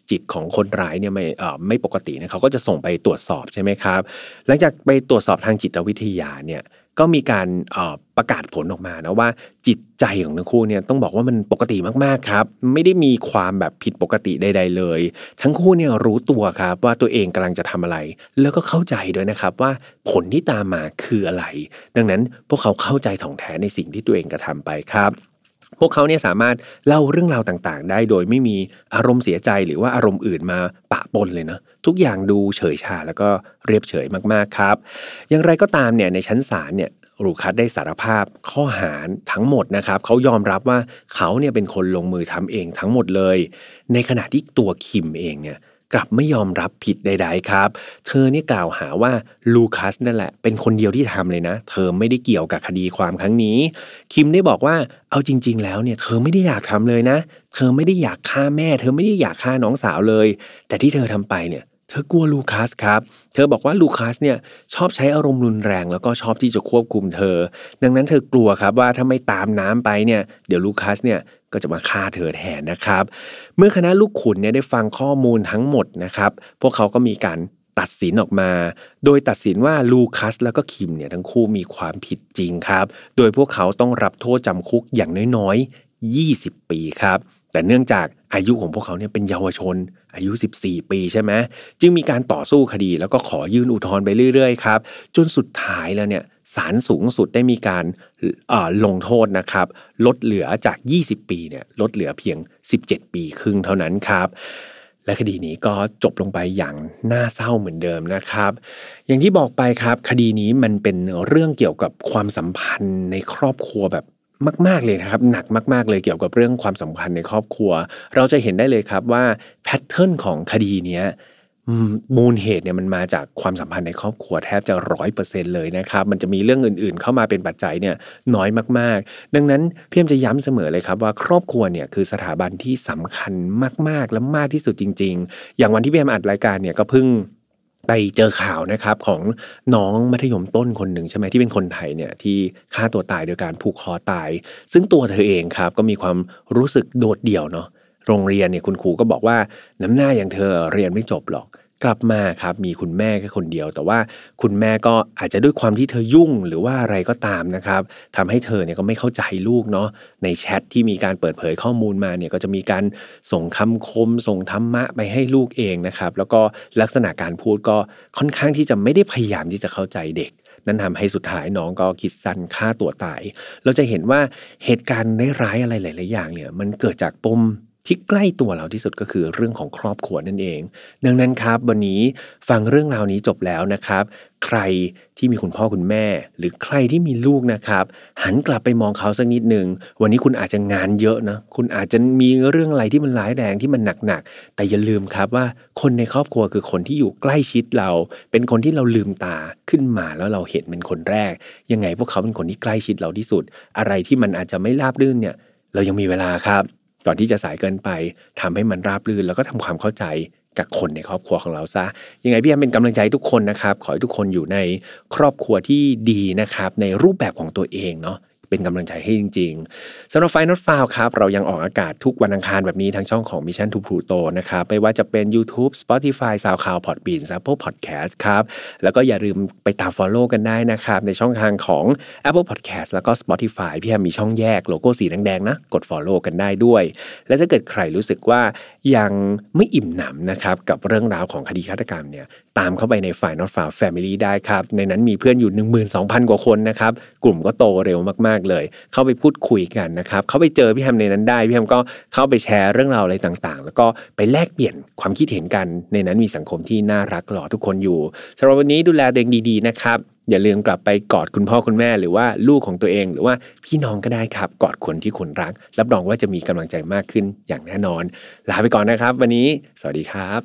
จิตของคนร้ายเนี่ยไม่ปกตินะเขาก็จะส่งไปตรวจสอบใช่ไหมครับหลังจากไปตรวจสอบทางจิตวิทยาเนี่ยก็มีการประกาศผลออกมานะว่าจิตใจของทั้งคู่เนี่ยต้องบอกว่ามันปกติมากๆครับไม่ได้มีความแบบผิดปกติใดๆเลยทั้งคู่เนี่ยรู้ตัวครับว่าตัวเองกำลังจะทำอะไรแล้วก็เข้าใจด้วยนะครับว่าผลที่ตามมาคืออะไรดังนั้นพวกเขาเข้าใจถ่องแท้ในสิ่งที่ตัวเองกระทำไปครับพวกเขาเนี่ยสามารถเล่าเรื่องราวต่างๆได้โดยไม่มีอารมณ์เสียใจหรือว่าอารมณ์อื่นมาปะปนเลยนะทุกอย่างดูเฉยชาแล้วก็เรียบเฉยมากๆครับอย่างไรก็ตามเนี่ยในชั้นศาลเนี่ยลูคัสได้สารภาพข้อหาทั้งหมดนะครับเขายอมรับว่าเขาเนี่ยเป็นคนลงมือทำเองทั้งหมดเลยในขณะที่ตัวคิมเองเนี่ยกลับไม่ยอมรับผิดใดๆครับเธอเนี่ยกล่าวหาว่าลูคัสนั่นแหละเป็นคนเดียวที่ทำเลยนะเธอไม่ได้เกี่ยวกับคดีความครั้งนี้คิมได้บอกว่าเอาจริงๆแล้วเนี่ยเธอไม่ได้อยากทำเลยนะเธอไม่ได้อยากฆ่าแม่เธอไม่ได้อยากฆ่าน้องสาวเลยแต่ที่เธอทำไปเนี่ยเธอกลัวลูคัสครับเธอบอกว่าลูคัสเนี่ยชอบใช้อารมณ์รุนแรงแล้วก็ชอบที่จะควบคุมเธอดังนั้นเธอกลัวครับว่าถ้าไม่ตามน้ำไปเนี่ยเดี๋ยวลูคัสเนี่ยก็จะมาฆ่าเธอแทนนะครับเมื่อคณะลูกขุนเนี่ยได้ฟังข้อมูลทั้งหมดนะครับพวกเขาก็มีการตัดสินออกมาโดยตัดสินว่าลูคัสแล้วก็คิมเนี่ยทั้งคู่มีความผิดจริงครับโดยพวกเขาต้องรับโทษจำคุกอย่างน้อยๆ20 ปีครับแต่เนื่องจากอายุของพวกเขาเนี่ยเป็นเยาวชนอายุ14 ปีใช่ไหมจึงมีการต่อสู้คดีแล้วก็ขอยื่นอุทธรณ์ไปเรื่อยๆครับจนสุดท้ายแล้วเนี่ยศาลสูงสุดได้มีการลงโทษนะครับลดเหลือจาก20 ปีเนี่ยลดเหลือเพียง17 ปีครึ่งเท่านั้นครับและคดีนี้ก็จบลงไปอย่างน่าเศร้าเหมือนเดิมนะครับอย่างที่บอกไปครับคดีนี้มันเป็นเรื่องเกี่ยวกับความสัมพันธ์ในครอบครัวแบบมากๆเลยนะครับหนักมากๆเลยเกี่ยวกับเรื่องความสัมพันธ์ในครอบครัวเราจะเห็นได้เลยครับว่าแพทเทิร์นของคดีนี้มูลเหตุเนี่ยมันมาจากความสัมพันธ์ในครอบครัวแทบจะ 100% เลยนะครับมันจะมีเรื่องอื่นๆเข้ามาเป็นปัจจัยเนี่ยน้อยมากๆดังนั้นพี่เอ็มจะย้ำเสมอเลยครับว่าครอบครัวเนี่ยคือสถาบันที่สำคัญมากๆและมากที่สุดจริงๆอย่างวันที่พี่เอ็มอัดรายการเนี่ยก็เพิ่งไปเจอข่าวนะครับของน้องมัธยมต้นคนหนึ่งใช่ไหมที่เป็นคนไทยเนี่ยที่ฆ่าตัวตายโดยการผูกคอตายซึ่งตัวเธอเองครับก็มีความรู้สึกโดดเดี่ยวเนาะโรงเรียนเนี่ยคุณครูก็บอกว่าน้ำหน้าอย่างเธอเรียนไม่จบหรอกกลับมาครับมีคุณแม่แค่คนเดียวแต่ว่าคุณแม่ก็อาจจะด้วยความที่เธอยุ่งหรือว่าอะไรก็ตามนะครับทำให้เธอเนี่ยก็ไม่เข้าใจลูกเนาะในแชทที่มีการเปิดเผยข้อมูลมาเนี่ยก็จะมีการส่งคำคมส่งธรรมะไปให้ลูกเองนะครับแล้วก็ลักษณะการพูดก็ค่อนข้างที่จะไม่ได้พยายามที่จะเข้าใจเด็กนั่นทำให้สุดท้ายน้องก็คิดสั้นฆ่าตัวตายเราจะเห็นว่าเหตุการณ์ร้ายๆอะไรหลายๆอย่างเนี่ยมันเกิดจากปมที่ใกล้ตัวเราที่สุดก็คือเรื่องของครอบครัวนั่นเองดังนั้นครับวันนี้ฟังเรื่องราวนี้จบแล้วนะครับใครที่มีคุณพ่อคุณแม่หรือใครที่มีลูกนะครับหันกลับไปมองเขาสักนิดนึงวันนี้คุณอาจจะงานเยอะนะคุณอาจจะมีเรื่องอะไรที่มันร้ายแรงที่มันหนักๆแต่อย่าลืมครับว่าคนในครอบครัวคือคนที่อยู่ใกล้ชิดเราเป็นคนที่เราลืมตาขึ้นมาแล้วเราเห็นเป็นคนแรกยังไงพวกเขาเป็นคนที่ใกล้ชิดเราที่สุดอะไรที่มันอาจจะไม่ราบรื่นเนี่ยเรายังมีเวลาครับก่อนที่จะสายเกินไปทำให้มันราบรื่นแล้วก็ทำความเข้าใจกับคนในครอบครัวของเราซะยังไงพี่แอมเป็นกำลังใจทุกคนนะครับขอให้ทุกคนอยู่ในครอบครัวที่ดีนะครับในรูปแบบของตัวเองเนาะเป็นกำลังใจให้จริงๆสำหรับ Final File ครับเรายังออกอากาศทุกวันอังคารแบบนี้ทางช่องของ Mission to Pluto นะครับไม่ว่าจะเป็น YouTube Spotify SoundCloud Podbean Apple Podcast ครับแล้วก็อย่าลืมไปตาม follow กันได้นะครับในช่องทางของ Apple Podcast แล้วก็ Spotify พี่แอมมีช่องแยกโลโก้สีแดงๆนะกด follow กันได้ด้วยและถ้าเกิดใครรู้สึกว่ายังไม่อิ่มหนำนะครับกับเรื่องราวของคดีฆาตกรรมเนี่ยตามเข้าไปใน Final File Family ได้ครับในนั้นมีเพื่อนอยู่ 12,000 กว่าคนนะครับกลุ่มก็โตเร็วมากๆเลยเข้าไปพูดคุยกันนะครับเข้าไปเจอพี่แฮมในนั้นได้พี่แฮมก็เข้าไปแชร์เรื่องราวอะไรต่างๆแล้วก็ไปแลกเปลี่ยนความคิดเห็นกันในนั้นมีสังคมที่น่ารักหล่อทุกคนอยู่สำหรับวันนี้ดูแลตัวเองดีๆนะครับอย่าลืมกลับไปกอดคุณพ่อคุณแม่หรือว่าลูกของตัวเองหรือว่าพี่น้องก็ได้ครับกอดคนที่คุณรักรับรองว่าจะมีกำลังใจมากขึ้นอย่างแน่นอนลาไปก่อนนะครับวันนี้สวัสดีครับ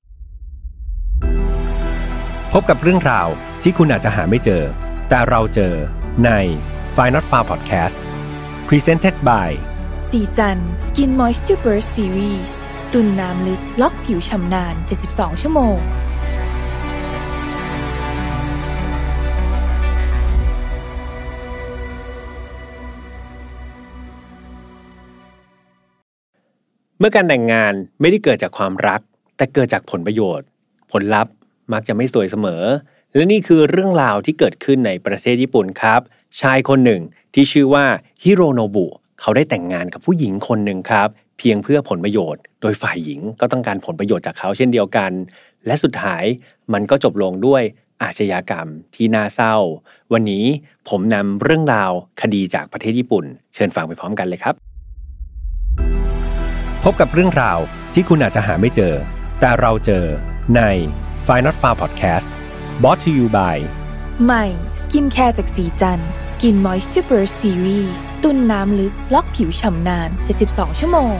พบกับเรื่องราวที่คุณอาจจะหาไม่เจอแต่เราเจอใน Final File Podcast Presented by สีจัน Skin Moisture Burst Series ตุ่นน้ำลึกล็อกผิวฉ่ำนาน72 ชั่วโมงเมื่อการแต่งงานไม่ได้เกิดจากความรักแต่เกิดจากผลประโยชน์ผลลัพธ์มักจะไม่สวยเสมอและนี่คือเรื่องราวที่เกิดขึ้นในประเทศญี่ปุ่นครับชายคนหนึ่งที่ชื่อว่าฮิโรโนบุเขาได้แต่งงานกับผู้หญิงคนหนึ่งครับเพียงเพื่อผลประโยชน์โดยฝ่ายหญิงก็ต้องการผลประโยชน์จากเขาเช่นเดียวกันและสุดท้ายมันก็จบลงด้วยอาชญากรรมที่น่าเศร้าวันนี้ผมนำเรื่องราวคดีจากประเทศญี่ปุ่นเชิญฟังไปพร้อมกันเลยครับพบกับเรื่องราวที่คุณอาจจะหาไม่เจอแต่เราเจอใน Fine Not Far Podcast Brought to you by ใหม่สกินแคร์จากสีจันทร์ Skin Moisture Burst Series ตุ้นน้ำลึกล็อกผิวฉ่ำนาน72ชั่วโมง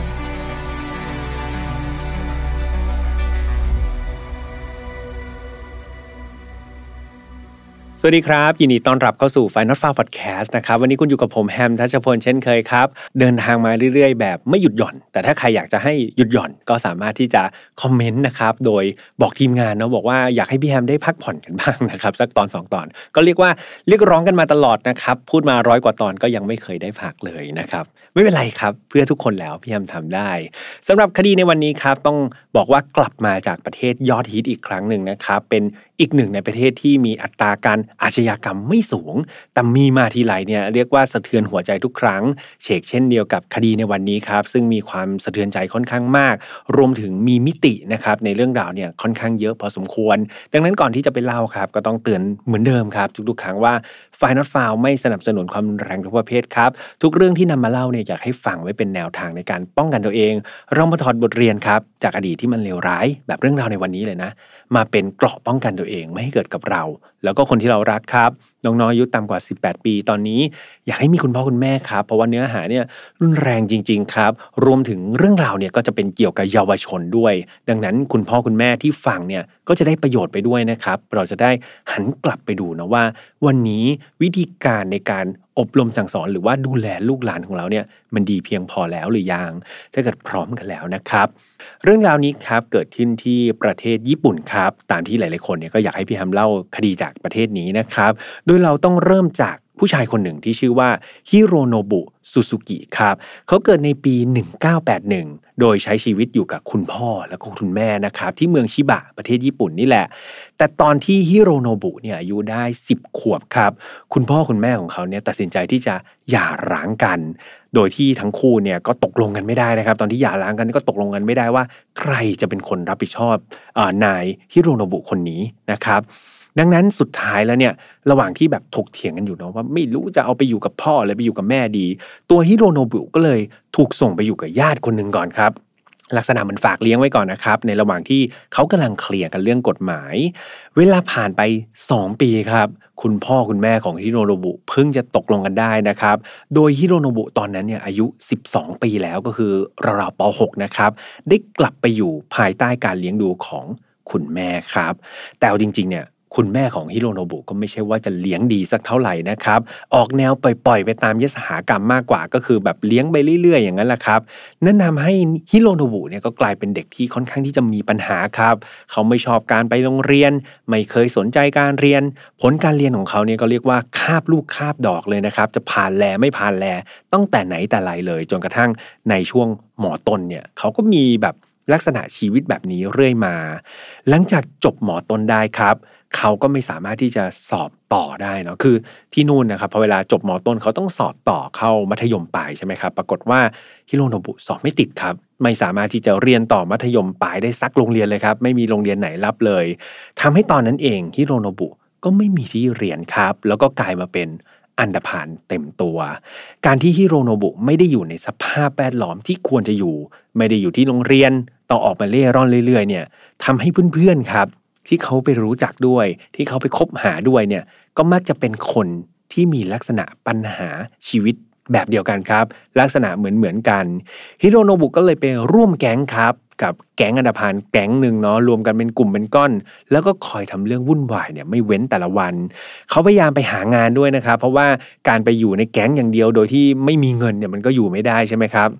สวัสดีครับยินดีต้อนรับเข้าสู่ Fine Not Far Podcast นะครับวันนี้คุณอยู่กับผมแฮมทัชพลเช่นเคยครับเดินทางมาเรื่อยๆแบบไม่หยุดหย่อนแต่ถ้าใครอยากจะให้หยุดหย่อนก็สามารถที่จะคอมเมนต์นะครับโดยบอกทีมงานเนาะบอกว่าอยากให้พี่แฮมได้พักผ่อนกันบ้างนะครับสักตอน2ตอนก็เรียกว่าเรียกร้องกันมาตลอดนะครับพูดมา100กว่าตอนก็ยังไม่เคยได้พักเลยนะครับไม่เป็นไรครับเพื่อทุกคนแล้วพี่แฮมทำได้สำหรับคดีในวันนี้ครับต้องบอกว่ากลับมาจากประเทศยอดฮิตอีกครั้งหนึ่งนะครับเป็นอีกหนึ่งในประเทศที่มีอัตราการอาชญากรรมไม่สูงแต่มีมาทีไรเนี่ยเรียกว่าสะเทือนหัวใจทุกครั้งเช่นเดียวกับคดีในวันนี้ครับซึ่งมีความสะเทือนใจค่อนข้างมากรวมถึงมีมิตินะครับในเรื่องราวเนี่ยค่อนข้างเยอะพอสมควรดังนั้นก่อนที่จะไปเล่าครับก็ต้องเตือนเหมือนเดิมครับทุกๆครั้งว่า Fine Not Found ไม่สนับสนุนความรุนแรงทุกประเภทครับทุกเรื่องที่นำมาเล่าเนี่ยอยากให้ฟังไว้เป็นแนวทางในการป้องกันตัวเองเรามาถอดบทเรียนครับจากอดีตที่มันเลวร้ายแบบเรื่องราวในวันนี้เลยนะมาเป็นเกราะป้องกันตัวเองไม่ให้เกิดกับเราแล้วก็คนที่เรารักครับน้องๆอายุต่ำกว่า18ปีตอนนี้อยากให้มีคุณพ่อคุณแม่ครับเพราะว่าเนื้อหาเนี่ยรุนแรงจริงๆครับรวมถึงเรื่องราวเนี่ยก็จะเป็นเกี่ยวกับเยาวชนด้วยดังนั้นคุณพ่อคุณแม่ที่ฟังเนี่ยก็จะได้ประโยชน์ไปด้วยนะครับเราจะได้หันกลับไปดูนะว่าวันนี้วิธีการในการอบรมสั่งสอนหรือว่าดูแลลูกหลานของเราเนี่ยมันดีเพียงพอแล้วหรือยังถ้าเกิดพร้อมกันแล้วนะครับเรื่องราวนี้ครับเกิดขึ้นที่ประเทศญี่ปุ่นครับตามที่หลายๆคนเนี่ยก็อยากให้พี่แฮมเล่าคดีจากประเทศนี้นะครับโดยเราต้องเริ่มจากผู้ชายคนหนึ่งที่ชื่อว่าฮิโรโนบุซูซูกิครับเขาเกิดในปี1981โดยใช้ชีวิตอยู่กับคุณพ่อและคุณแม่นะครับที่เมืองชิบะประเทศญี่ปุ่นนี่แหละแต่ตอนที่ฮิโรโนบุเนี่ยอายุได้10ขวบครับคุณพ่อคุณแม่ของเขาเนี่ยตัดสินใจที่จะหย่าร้างกันโดยที่ทั้งคู่เนี่ยก็ตกลงกันไม่ได้นะครับตอนที่หย่าร้างกันก็ตกลงกันไม่ได้ว่าใครจะเป็นคนรับผิดชอบนายฮิโรโนบุคนนี้นะครับดังนั้นสุดท้ายแล้วเนี่ยระหว่างที่แบบถกเถียงกันอยู่เนาะว่าไม่รู้จะเอาไปอยู่กับพ่อหรือไปอยู่กับแม่ดีตัวฮิโรโนบุก็เลยถูกส่งไปอยู่กับญาติคนหนึ่งก่อนครับลักษณะเหมือนฝากเลี้ยงไว้ก่อนนะครับในระหว่างที่เขากำลังเคลียร์กันเรื่องกฎหมายเวลาผ่านไป2ปีครับคุณพ่อคุณแม่ของฮิโรโนบุเพิ่งจะตกลงกันได้นะครับโดยฮิโรโนบุตอนนั้นเนี่ยอายุ12ปีแล้วก็คือราวๆป.6 นะครับได้กลับไปอยู่ภายใต้การเลี้ยงดูของคุณแม่ครับแต่เอาจริงๆเนี่ยคุณแม่ของฮิโรโนบุก็ไม่ใช่ว่าจะเลี้ยงดีสักเท่าไหร่นะครับออกแนวปล่อยๆไปตามยถากรรมมากกว่าก็คือแบบเลี้ยงไปเรื่อยๆอย่างนั้นแหละครับนั่นทำให้ฮิโรโนบุเนี่ยก็กลายเป็นเด็กที่ค่อนข้างที่จะมีปัญหาครับเขาไม่ชอบการไปโรงเรียนไม่เคยสนใจการเรียนผลการเรียนของเขาเนี่ยก็เรียกว่าคาบลูกคาบดอกเลยนะครับจะผ่านแลไม่ผ่านแลตั้งแต่ไหนแต่ไรเลยจนกระทั่งในช่วงม.ต้นเนี่ยเขาก็มีแบบลักษณะชีวิตแบบนี้เรื่อยมาหลังจากจบม.ต้นได้ครับเขาก็ไม่สามารถที่จะสอบต่อได้เนาะคือที่นู่นนะครับพอเวลาจบม.ต้นเขาต้องสอบต่อเข้ามัธยมปลายใช่ไหมครับปรากฏว่าฮิโรโนบุสอบไม่ติดครับไม่สามารถที่จะเรียนต่อมัธยมปลายได้สักโรงเรียนเลยครับไม่มีโรงเรียนไหนรับเลยทำให้ตอนนั้นเองฮิโรโนบุก็ไม่มีที่เรียนครับแล้วก็กลายมาเป็นอันธพาลเต็มตัวการที่ฮิโรโนบุไม่ได้อยู่ในสภาพแวดล้อมที่ควรจะอยู่ไม่ได้อยู่ที่โรงเรียนต้องออกมาเล่ร่อนเรื่อยๆเนี่ยทำให้เพื่อนๆครับที่เขาไปรู้จักด้วยที่เขาไปคบหาด้วยเนี่ยก็มักจะเป็นคนที่มีลักษณะปัญหาชีวิตแบบเดียวกันครับลักษณะเหมือนกันฮิโรโนบุก็เลยไปร่วมแก๊งครับกับแก๊งอันธพาลแก๊งหนึ่งเนาะรวมกันเป็นกลุ่มเป็นก้อนแล้วก็คอยทำเรื่องวุ่นวายเนี่ยไม่เว้นแต่ละวันเขาพยายามไปหางานด้วยนะครับเพราะว่าการไปอยู่ในแก๊งอย่างเดียวโดยที่ไม่มีเงินเนี่ยมันก็อยู่ไม่ได้ใช่ไหมครับ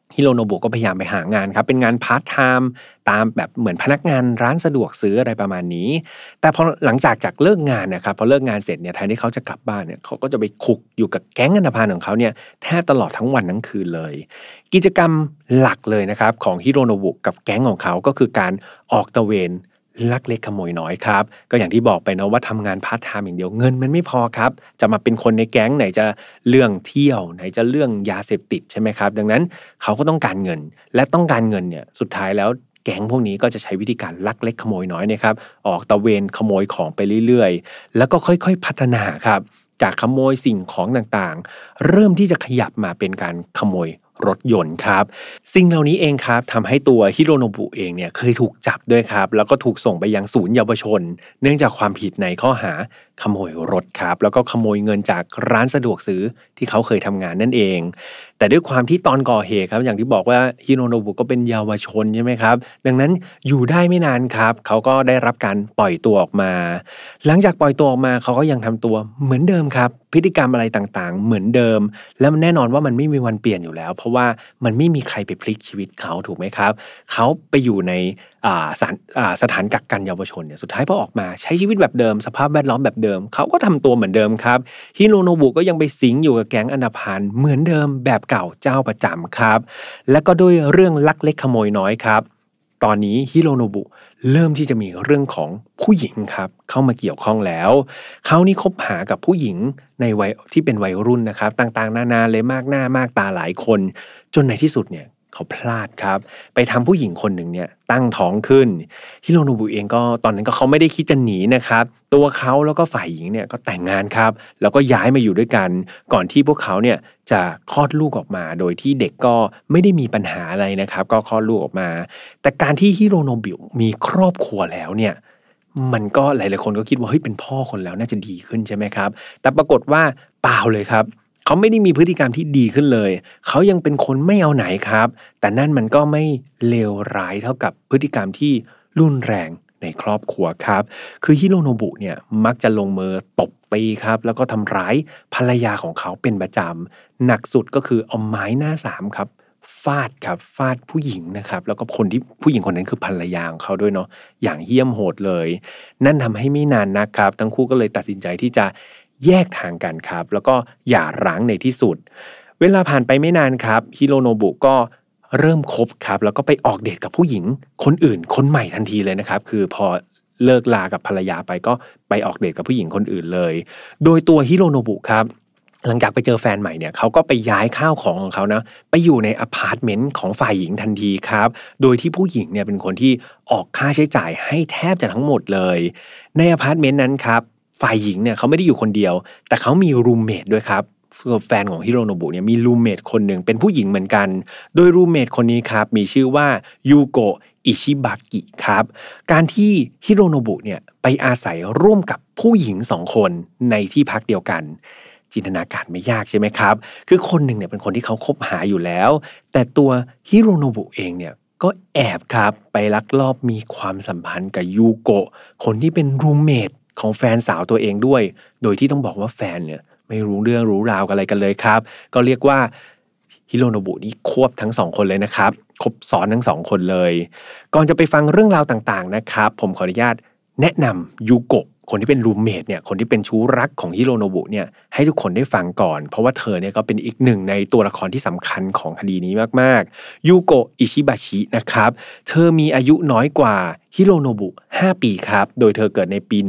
ฮิโรโนบุก็พยายามไปหางานครับเป็นงานพาร์ทไทม์ตามแบบเหมือนพนักงานร้านสะดวกซื้ออะไรประมาณนี้แต่พอหลังจากเลิกงานนะครับพอเลิกงานเสร็จเนี่ยแทนที่เขาจะกลับบ้านเนี่ยเขาก็จะไปคุกอยู่กับแก๊งอันธพาลของเขาเนี่ยแทบตลอดทั้งวันทั้งคืนเลยกิจกรรมหลักเลยนะครับของฮิโรโนบุกับแก๊งของเขาก็คือการออกตระเวนลักเล็กขโมยน้อยครับก็อย่างที่บอกไปนะว่าทำงานพาร์ทไทม์อย่างเดียวเงินมันไม่พอครับจะมาเป็นคนในแก๊งไหนจะเรื่องเที่ยวไหนจะเรื่องยาเสพติดใช่ไหมครับดังนั้นเขาก็ต้องการเงินและต้องการเงินเนี่ยสุดท้ายแล้วแก๊งพวกนี้ก็จะใช้วิธีการลักเล็กขโมยน้อยนะครับออกตระเวนขโมยของไปเรื่อยๆแล้วก็ค่อยๆพัฒนาครับจากขโมยสิ่งของต่างๆเริ่มที่จะขยับมาเป็นการขโมยรถยนต์ครับสิ่งเหล่านี้เองครับทำให้ตัวฮิโรโนบุเองเนี่ยเคยถูกจับด้วยครับแล้วก็ถูกส่งไปยังศูนย์เยาวชนเนื่องจากความผิดในข้อหาขโมยรถครับแล้วก็ขโมยเงินจากร้านสะดวกซื้อที่เขาเคยทำงานนั่นเองแต่ด้วยความที่ตอนก่อเหตุครับอย่างที่บอกว่าฮิโรโนบุก็เป็นเยาวชนใช่ไหมครับดังนั้นอยู่ได้ไม่นานครับเขาก็ได้รับการปล่อยตัวออกมาหลังจากปล่อยตัวออกมาเขาก็ยังทำตัวเหมือนเดิมครับพฤติกรรมอะไรต่างๆเหมือนเดิมแล้วแน่นอนว่ามันไม่มีวันเปลี่ยนอยู่แล้วเพราะว่ามันไม่มีใครไปพลิกชีวิตเขาถูกไหมครับเขาไปอยู่ในสถานกักกันเยาวชนเนี่ยสุดท้ายพอออกมาใช้ชีวิตแบบเดิมสภาพแวดล้อมแบบเดิมเขาก็ทำตัวเหมือนเดิมครับฮิโรโนบุก็ยังไปสิงอยู่กับแก๊งอันธพาลเหมือนเดิมแบบเก่าเจ้าประจำครับและก็ด้วยเรื่องลักเล็กขโมยน้อยครับตอนนี้ฮิโรโนบุเริ่มที่จะมีเรื่องของผู้หญิงครับเข้ามาเกี่ยวข้องแล้วเขานี่คบหากับผู้หญิงในวัยที่เป็นวัยรุ่นนะครับต่างๆนานาเลยมากหน้ามากตาหลายคนจนในที่สุดเนี่ยเขาพลาดครับไปทำผู้หญิงคนหนึ่งเนี่ยตั้งท้องขึ้นฮิโรโนบุเองก็ตอนนั้นก็เขาไม่ได้คิดจะหนีนะครับตัวเขาแล้วก็ฝ่ายหญิงเนี่ยก็แต่งงานครับแล้วก็ย้ายมาอยู่ด้วยกันก่อนที่พวกเขาเนี่ยจะคลอดลูกออกมาโดยที่เด็กก็ไม่ได้มีปัญหาอะไรนะครับก็คลอดลูกออกมาแต่การที่ฮิโรโนบุมีครอบครัวแล้วเนี่ยมันก็หลายๆคนก็คิดว่าเฮ้ยเป็นพ่อคนแล้วน่าจะดีขึ้นใช่ไหมครับแต่ปรากฏว่าเปล่าเลยครับเขาไม่ได้มีพฤติกรรมที่ดีขึ้นเลยเขายังเป็นคนไม่เอาไหนครับแต่นั่นมันก็ไม่เลวร้ายเท่ากับพฤติกรรมที่รุนแรงในครอบครัวครับคือฮิโรโนบุเนี่ยมักจะลงมือตบตีครับแล้วก็ทำร้ายภรรยาของเขาเป็นประจำหนักสุดก็คือเอาไม้หน้าสามครับฟาดผู้หญิงนะครับแล้วก็คนที่ผู้หญิงคนนั้นคือภรรยาของเขาด้วยเนาะอย่างเหี้ยมโหดเลยนั่นทำให้ไม่นานนะครับทั้งคู่ก็เลยตัดสินใจที่จะแยกทางกันครับแล้วก็หย่าร้างในที่สุดเวลาผ่านไปไม่นานครับฮิโรโนบุก็เริ่มคบครับแล้วก็ไปออกเดทกับผู้หญิงคนอื่นคนใหม่ทันทีเลยนะครับคือพอเลิกลากับภรรยาไปก็ไปออกเดทกับผู้หญิงคนอื่นเลยโดยตัวฮิโรโนบุครับหลังจากไปเจอแฟนใหม่เนี่ยเขาก็ไปย้ายข้าวของเขานะไปอยู่ในอพาร์ตเมนต์ของฝ่ายหญิงทันทีครับโดยที่ผู้หญิงเนี่ยเป็นคนที่ออกค่าใช้จ่ายให้แทบจะทั้งหมดเลยในอพาร์ตเมนต์นั้นครับฝ่ายหญิงเนี่ยเขาไม่ได้อยู่คนเดียวแต่เขามีรูมเมทด้วยครับแฟนของฮิโรโนบุเนี่ยมีรูมเมทคนหนึ่งเป็นผู้หญิงเหมือนกันโดยรูมเมทคนนี้ครับมีชื่อว่ายูโกะอิชิบากิครับการที่ฮิโรโนบุเนี่ยไปอาศัยร่วมกับผู้หญิง2คนในที่พักเดียวกันจินตนาการไม่ยากใช่ไหมครับคือคนหนึ่งเนี่ยเป็นคนที่เขาคบหาอยู่แล้วแต่ตัวฮิโรโนบุเองเนี่ยก็แอบครับไปลักลอบมีความสัมพันธ์กับยูโกะคนที่เป็นรูมเมทของแฟนสาวตัวเองด้วยโดยที่ต้องบอกว่าแฟนเนี่ยไม่รู้เรื่องรู้ราวอะไรกันเลยครับก็เรียกว่าฮิโรโนบุนี่ควบทั้ง2คนเลยนะครับครบซ้อนทั้ง2คนเลยก่อนจะไปฟังเรื่องราวต่างๆนะครับผมขออนุญาตแนะนำยูโกะคนที่เป็นรูมเมทเนี่ยคนที่เป็นชู้รักของฮิโรโนบุเนี่ยให้ทุกคนได้ฟังก่อนเพราะว่าเธอเนี่ยก็เป็นอีกหนึ่งในตัวละครที่สำคัญของคดีนี้มากๆยูโกะอิชิบาชินะครับเธอมีอายุน้อยกว่าฮิโรโนบุ5 ปีครับโดยเธอเกิดในปี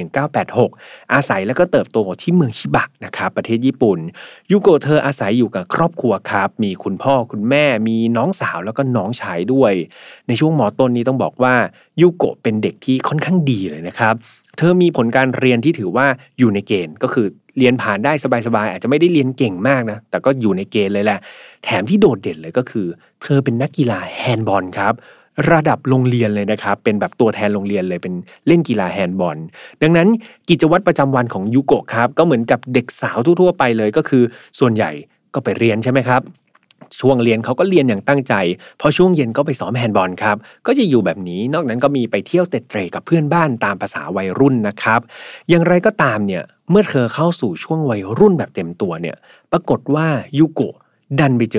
1986อาศัยแล้วก็เติบโตที่เมืองชิบะนะครับประเทศญี่ปุ่นยูโกะเธออาศัยอยู่กับครอบครัวครับมีคุณพ่อคุณแม่มีน้องสาวแล้วก็น้องชายด้วยในช่วงม.ต้นนี้ต้องบอกว่ายูโกะเป็นเด็กที่ค่อนข้างดีเลยนะครับเธอมีผลการเรียนที่ถือว่าอยู่ในเกณฑ์ก็คือเรียนผ่านได้สบายๆอาจจะไม่ได้เรียนเก่งมากนะแต่ก็อยู่ในเกณฑ์เลยแหละแถมที่โดดเด่นเลยก็คือเธอเป็นนักกีฬาแฮนด์บอลครับระดับโรงเรียนเลยนะครับเป็นแบบตัวแทนโรงเรียนเลยเป็นเล่นกีฬาแฮนด์บอลดังนั้นกิจวัตรประจำวันของยูโกะครับก็เหมือนกับเด็กสาวทั่วๆไปเลยก็คือส่วนใหญ่ก็ไปเรียนใช่ไหมครับช่วงเรียนเขาก็เรียนอย่างตั้งใจพอช่วงเย็นก็ไปซ้อมแฮนด์บอลครับก็จะอยู่แบบนี้นอกนั้นก็มีไปเที่ยวเตะเตร่กับเพื่อนบ้านตามภาษาวัยรุ่นนะครับอย่างไรก็ตามเนี่ยเมื่อเธอเข้าสู่ช่วงวัยรุ่นแบบเต็มตัวเนี่ยปรากฏว่ายูโกะดันไปเจอ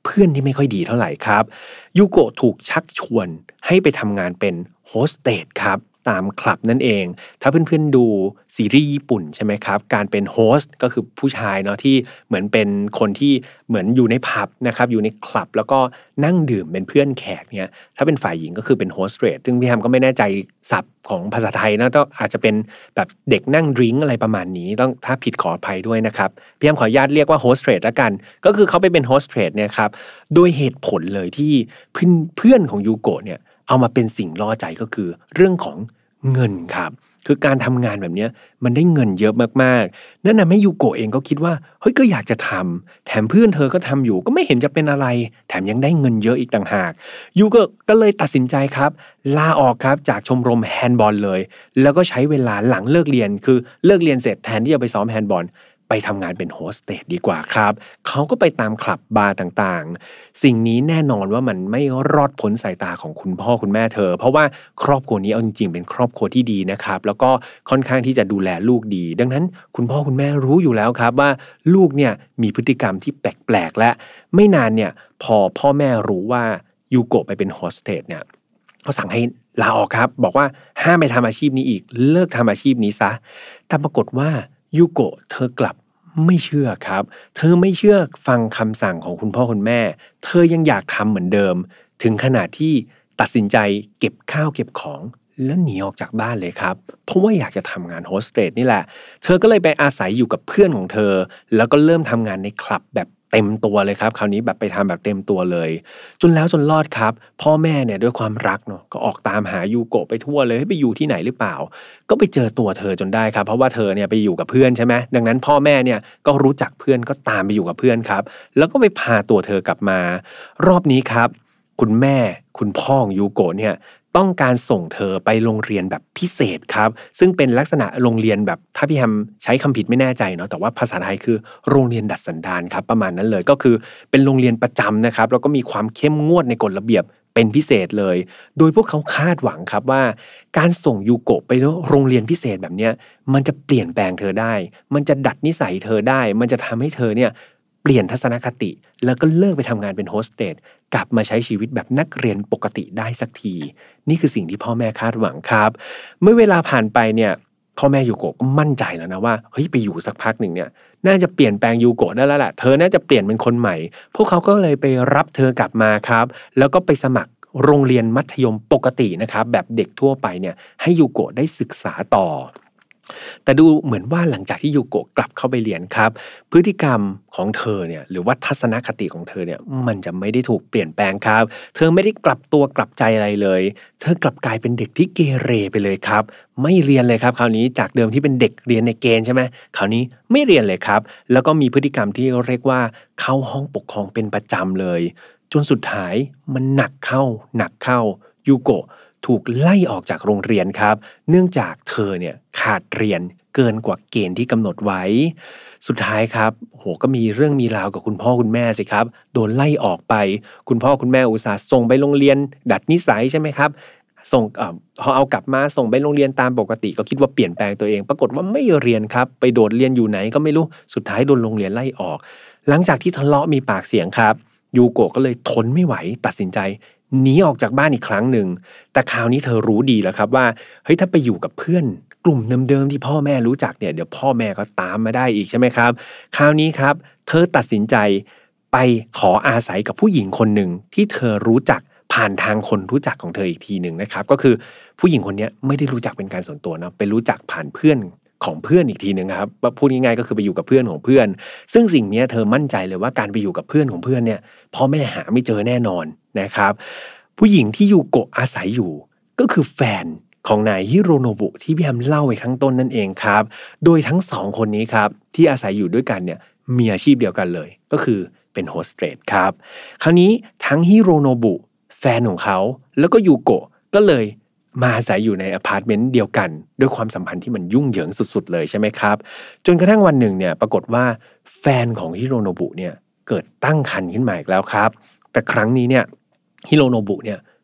เพื่อนที่ไม่ค่อยดีเท่าไหร่ครับยูโกะถูกชักชวนให้ไปทำงานเป็นโฮสเตสครับตามคลับนั่นเองถ้าเพื่อนๆดูซีรีส์ญี่ปุ่นใช่ไหมครับการเป็นโฮสต์ก็คือผู้ชายเนาะที่เหมือนเป็นคนที่เหมือนอยู่ในผับนะครับอยู่ในคลับแล้วก็นั่งดื่มเป็นเพื่อนแขกเนี่ยถ้าเป็นฝ่ายหญิงก็คือเป็นโฮสเตสซึ่งพี่แฮมก็ไม่แน่ใจศัพท์ของภาษาไทยนะต้องอาจจะเป็นแบบเด็กนั่งดริงก์อะไรประมาณนี้ต้องถ้าผิดขออภัยด้วยนะครับพี่แฮมขออนุญาตเรียกว่าโฮสเตสละกันก็คือเขาไปเป็นโฮสเตสเนี่ยครับโดยเหตุผลเลยที่เพื่อนของยูโกะเนี่ยเอามาเป็นสิ่งล่อใจก็คือเรื่องของเงินครับคือการทำงานแบบนี้มันได้เงินเยอะมากๆนั่นทำให้ยูโกะเองก็คิดว่าเฮ้ยก็อยากจะทำแถมเพื่อนเธอก็ทำอยู่ก็ไม่เห็นจะเป็นอะไรแถมยังได้เงินเยอะอีกต่างหากยูโกะก็เลยตัดสินใจครับลาออกครับจากชมรมแฮนด์บอลเลยแล้วก็ใช้เวลาหลังเลิกเรียนคือเลิกเรียนเสร็จแทนที่จะไปซ้อมแฮนด์บอลไปทำงานเป็นโฮสเตสดีกว่าครับเขาก็ไปตามคลับบาร์ต่างๆสิ่งนี้แน่นอนว่ามันไม่รอดพ้นสายตาของคุณพ่อคุณแม่เธอเพราะว่าครอบครัวนี้เอาจริงๆเป็นครอบครัวที่ดีนะครับแล้วก็ค่อนข้างที่จะดูแลลูกดีดังนั้นคุณพ่อคุณแม่รู้อยู่แล้วครับว่าลูกเนี่ยมีพฤติกรรมที่แปลกๆและไม่นานเนี่ยพอพ่อแม่รู้ว่ายูโกะไปเป็นโฮสเตสเนี่ยเขาสั่งให้ลาออกครับบอกว่าห้ามไปทำอาชีพนี้อีกเลิกทำอาชีพนี้ซะแต่ปรากฏว่ายูโกะเธอกลับไม่เชื่อครับเธอไม่เชื่อฟังคำสั่งของคุณพ่อคุณแม่เธอยังอยากทำเหมือนเดิมถึงขนาดที่ตัดสินใจเก็บข้าวเก็บของแล้วหนีออกจากบ้านเลยครับเพราะว่าอยากจะทำงานโฮสเตสนี่แหละเธอก็เลยไปอาศัยอยู่กับเพื่อนของเธอแล้วก็เริ่มทำงานในคลับแบบเต็มตัวเลยครับคราวนี้แบบไปทำแบบเต็มตัวเลยจนแล้วจนรอดครับพ่อแม่เนี่ยด้วยความรักเนาะก็ออกตามหายูโกะไปทั่วเลยให้ไปอยู่ที่ไหนหรือเปล่าก็ไปเจอตัวเธอจนได้ครับเพราะว่าเธอเนี่ยไปอยู่กับเพื่อนใช่ไหมดังนั้นพ่อแม่เนี่ยก็รู้จักเพื่อนก็ตามไปอยู่กับเพื่อนครับแล้วก็ไปพาตัวเธอกลับมารอบนี้ครับคุณแม่คุณพ่อของยูโกะเนี่ยต้องการส่งเธอไปโรงเรียนแบบพิเศษครับซึ่งเป็นลักษณะโรงเรียนแบบถ้าพี่แฮมใช้คำผิดไม่แน่ใจเนาะแต่ว่าภาษาไทยคือโรงเรียนดัดสันดานครับประมาณนั้นเลยก็คือเป็นโรงเรียนประจำนะครับแล้วก็มีความเข้มงวดในกฎระเบียบเป็นพิเศษเลยโดยพวกเขาคาดหวังครับว่าการส่งยูโกะไปโรงเรียนพิเศษแบบเนี้ยมันจะเปลี่ยนแปลงเธอได้มันจะดัดนิสัยเธอได้มันจะทำให้เธอเนี่ยเปลี่ยนทัศนคติแล้วก็เลิกไปทำงานเป็นโฮสเตสกลับมาใช้ชีวิตแบบนักเรียนปกติได้สักทีนี่คือสิ่งที่พ่อแม่คาดหวังครับเมื่อเวลาผ่านไปเนี่ยพ่อแม่ยูโกะก็มั่นใจแล้วนะว่าเฮ้ยไปอยู่สักพักหนึ่งเนี่ยน่าจะเปลี่ยนแปลงยูโกะได้แล้วแหละเธอน่าจะเปลี่ยนเป็นคนใหม่พวกเขาก็เลยไปรับเธอกลับมาครับแล้วก็ไปสมัครโรงเรียนมัธยมปกตินะครับแบบเด็กทั่วไปเนี่ยให้ยูโกะได้ศึกษาต่อแต่ดูเหมือนว่าหลังจากที่ยูโกะกลับเข้าไปเรียนครับพฤติกรรมของเธอเนี่ยหรือว่าทัศนคติของเธอเนี่ยมันจะไม่ได้ถูกเปลี่ยนแปลงครับเธอไม่ได้กลับตัวกลับใจอะไรเลยเธอกลับกลายเป็นเด็กที่เกเรไปเลยครับไม่เรียนเลยครับคราวนี้จากเดิมที่เป็นเด็กเรียนในเกณฑ์ใช่ไหมคราวนี้ไม่เรียนเลยครับแล้วก็มีพฤติกรรมที่เรียกว่าเข้าห้องปกครองเป็นประจำเลยจนสุดท้ายมันหนักเข้ายูโกะถูกไล่ออกจากโรงเรียนครับเนื่องจากเธอเนี่ยขาดเรียนเกินกว่าเกณฑ์ที่กำหนดไว้สุดท้ายครับก็มีเรื่องมีราวกับคุณพ่อคุณแม่สิครับโดนไล่ออกไปคุณพ่อคุณแม่อุตส่าห์ส่งไปโรงเรียนดัดนิสัยใช่ไหมครับส่งพอเอากลับมาส่งไปโรงเรียนตามปกติก็คิดว่าเปลี่ยนแปลงตัวเองปรากฏว่าไม่เรียนครับไปโดดเรียนอยู่ไหนก็ไม่รู้สุดท้ายโดนโรงเรียนไล่ออกหลังจากที่ทะเลาะมีปากเสียงครับยูโกะก็เลยทนไม่ไหวตัดสินใจหนีออกจากบ้านอีกครั้งหนึ่งแต่คราวนี้เธอรู้ดีแล้วครับว่าเฮ้ยถ้าไปอยู่กับเพื่อนกลุ่มเดิมๆที่พ่อแม่รู้จักเนี่ยเดี๋ยวพ่อแม่ก็ตามมาได้อีกใช่ไหมครับคราวนี้ครับเธอตัดสินใจไปขออาศัยกับผู้หญิงคนหนึ่งที่เธอรู้จักผ่านทางคนรู้จักของเธออีกทีหนึ่งนะครับก็คือผู้หญิงคนนี้ไม่ได้รู้จักเป็นการส่วนตัวนะไปรู้จักผ่านเพื่อนของเพื่อนอีกทีนึงครับพูดง่ายๆก็คือไปอยู่กับเพื่อนของเพื่อนซึ่งสิ่งนี้เธอมั่นใจเลยว่าการไปอยู่กับเพื่อนของเพื่อนเนี่ยพ่อแม่หาไม่เจอแน่นอนนะครับผู้หญิงที่ยูโกะอาศัยอยู่ก็คือแฟนของนายฮิโรโนบุที่พี่แฮมเล่าไว้ข้างต้นนั่นเองครับโดยทั้งสองคนนี้ครับที่อาศัยอยู่ด้วยกันเนี่ยมีอาชีพเดียวกันเลยก็คือเป็นโฮสเตสครับคราวนี้ทั้งฮิโรโนบุแฟนของเขาแล้วก็ยูโกะก็เลยมาอาศัยอยู่ในอพาร์ตเมนต์เดียวกันด้วยความสัมพันธ์ที่มันยุ่งเหยิงสุดๆเลยใช่ไหมครับจนกระทั่งวันหนึ่งเนี่ยปรากฏว่าแฟนของฮิโรโนบุเนี่ยเกิดตั้งครรภ์ขึ้นมาอีกแล้วครับแต่ครั้งนี้เนี่ยฮิโรโนบุเนี่ย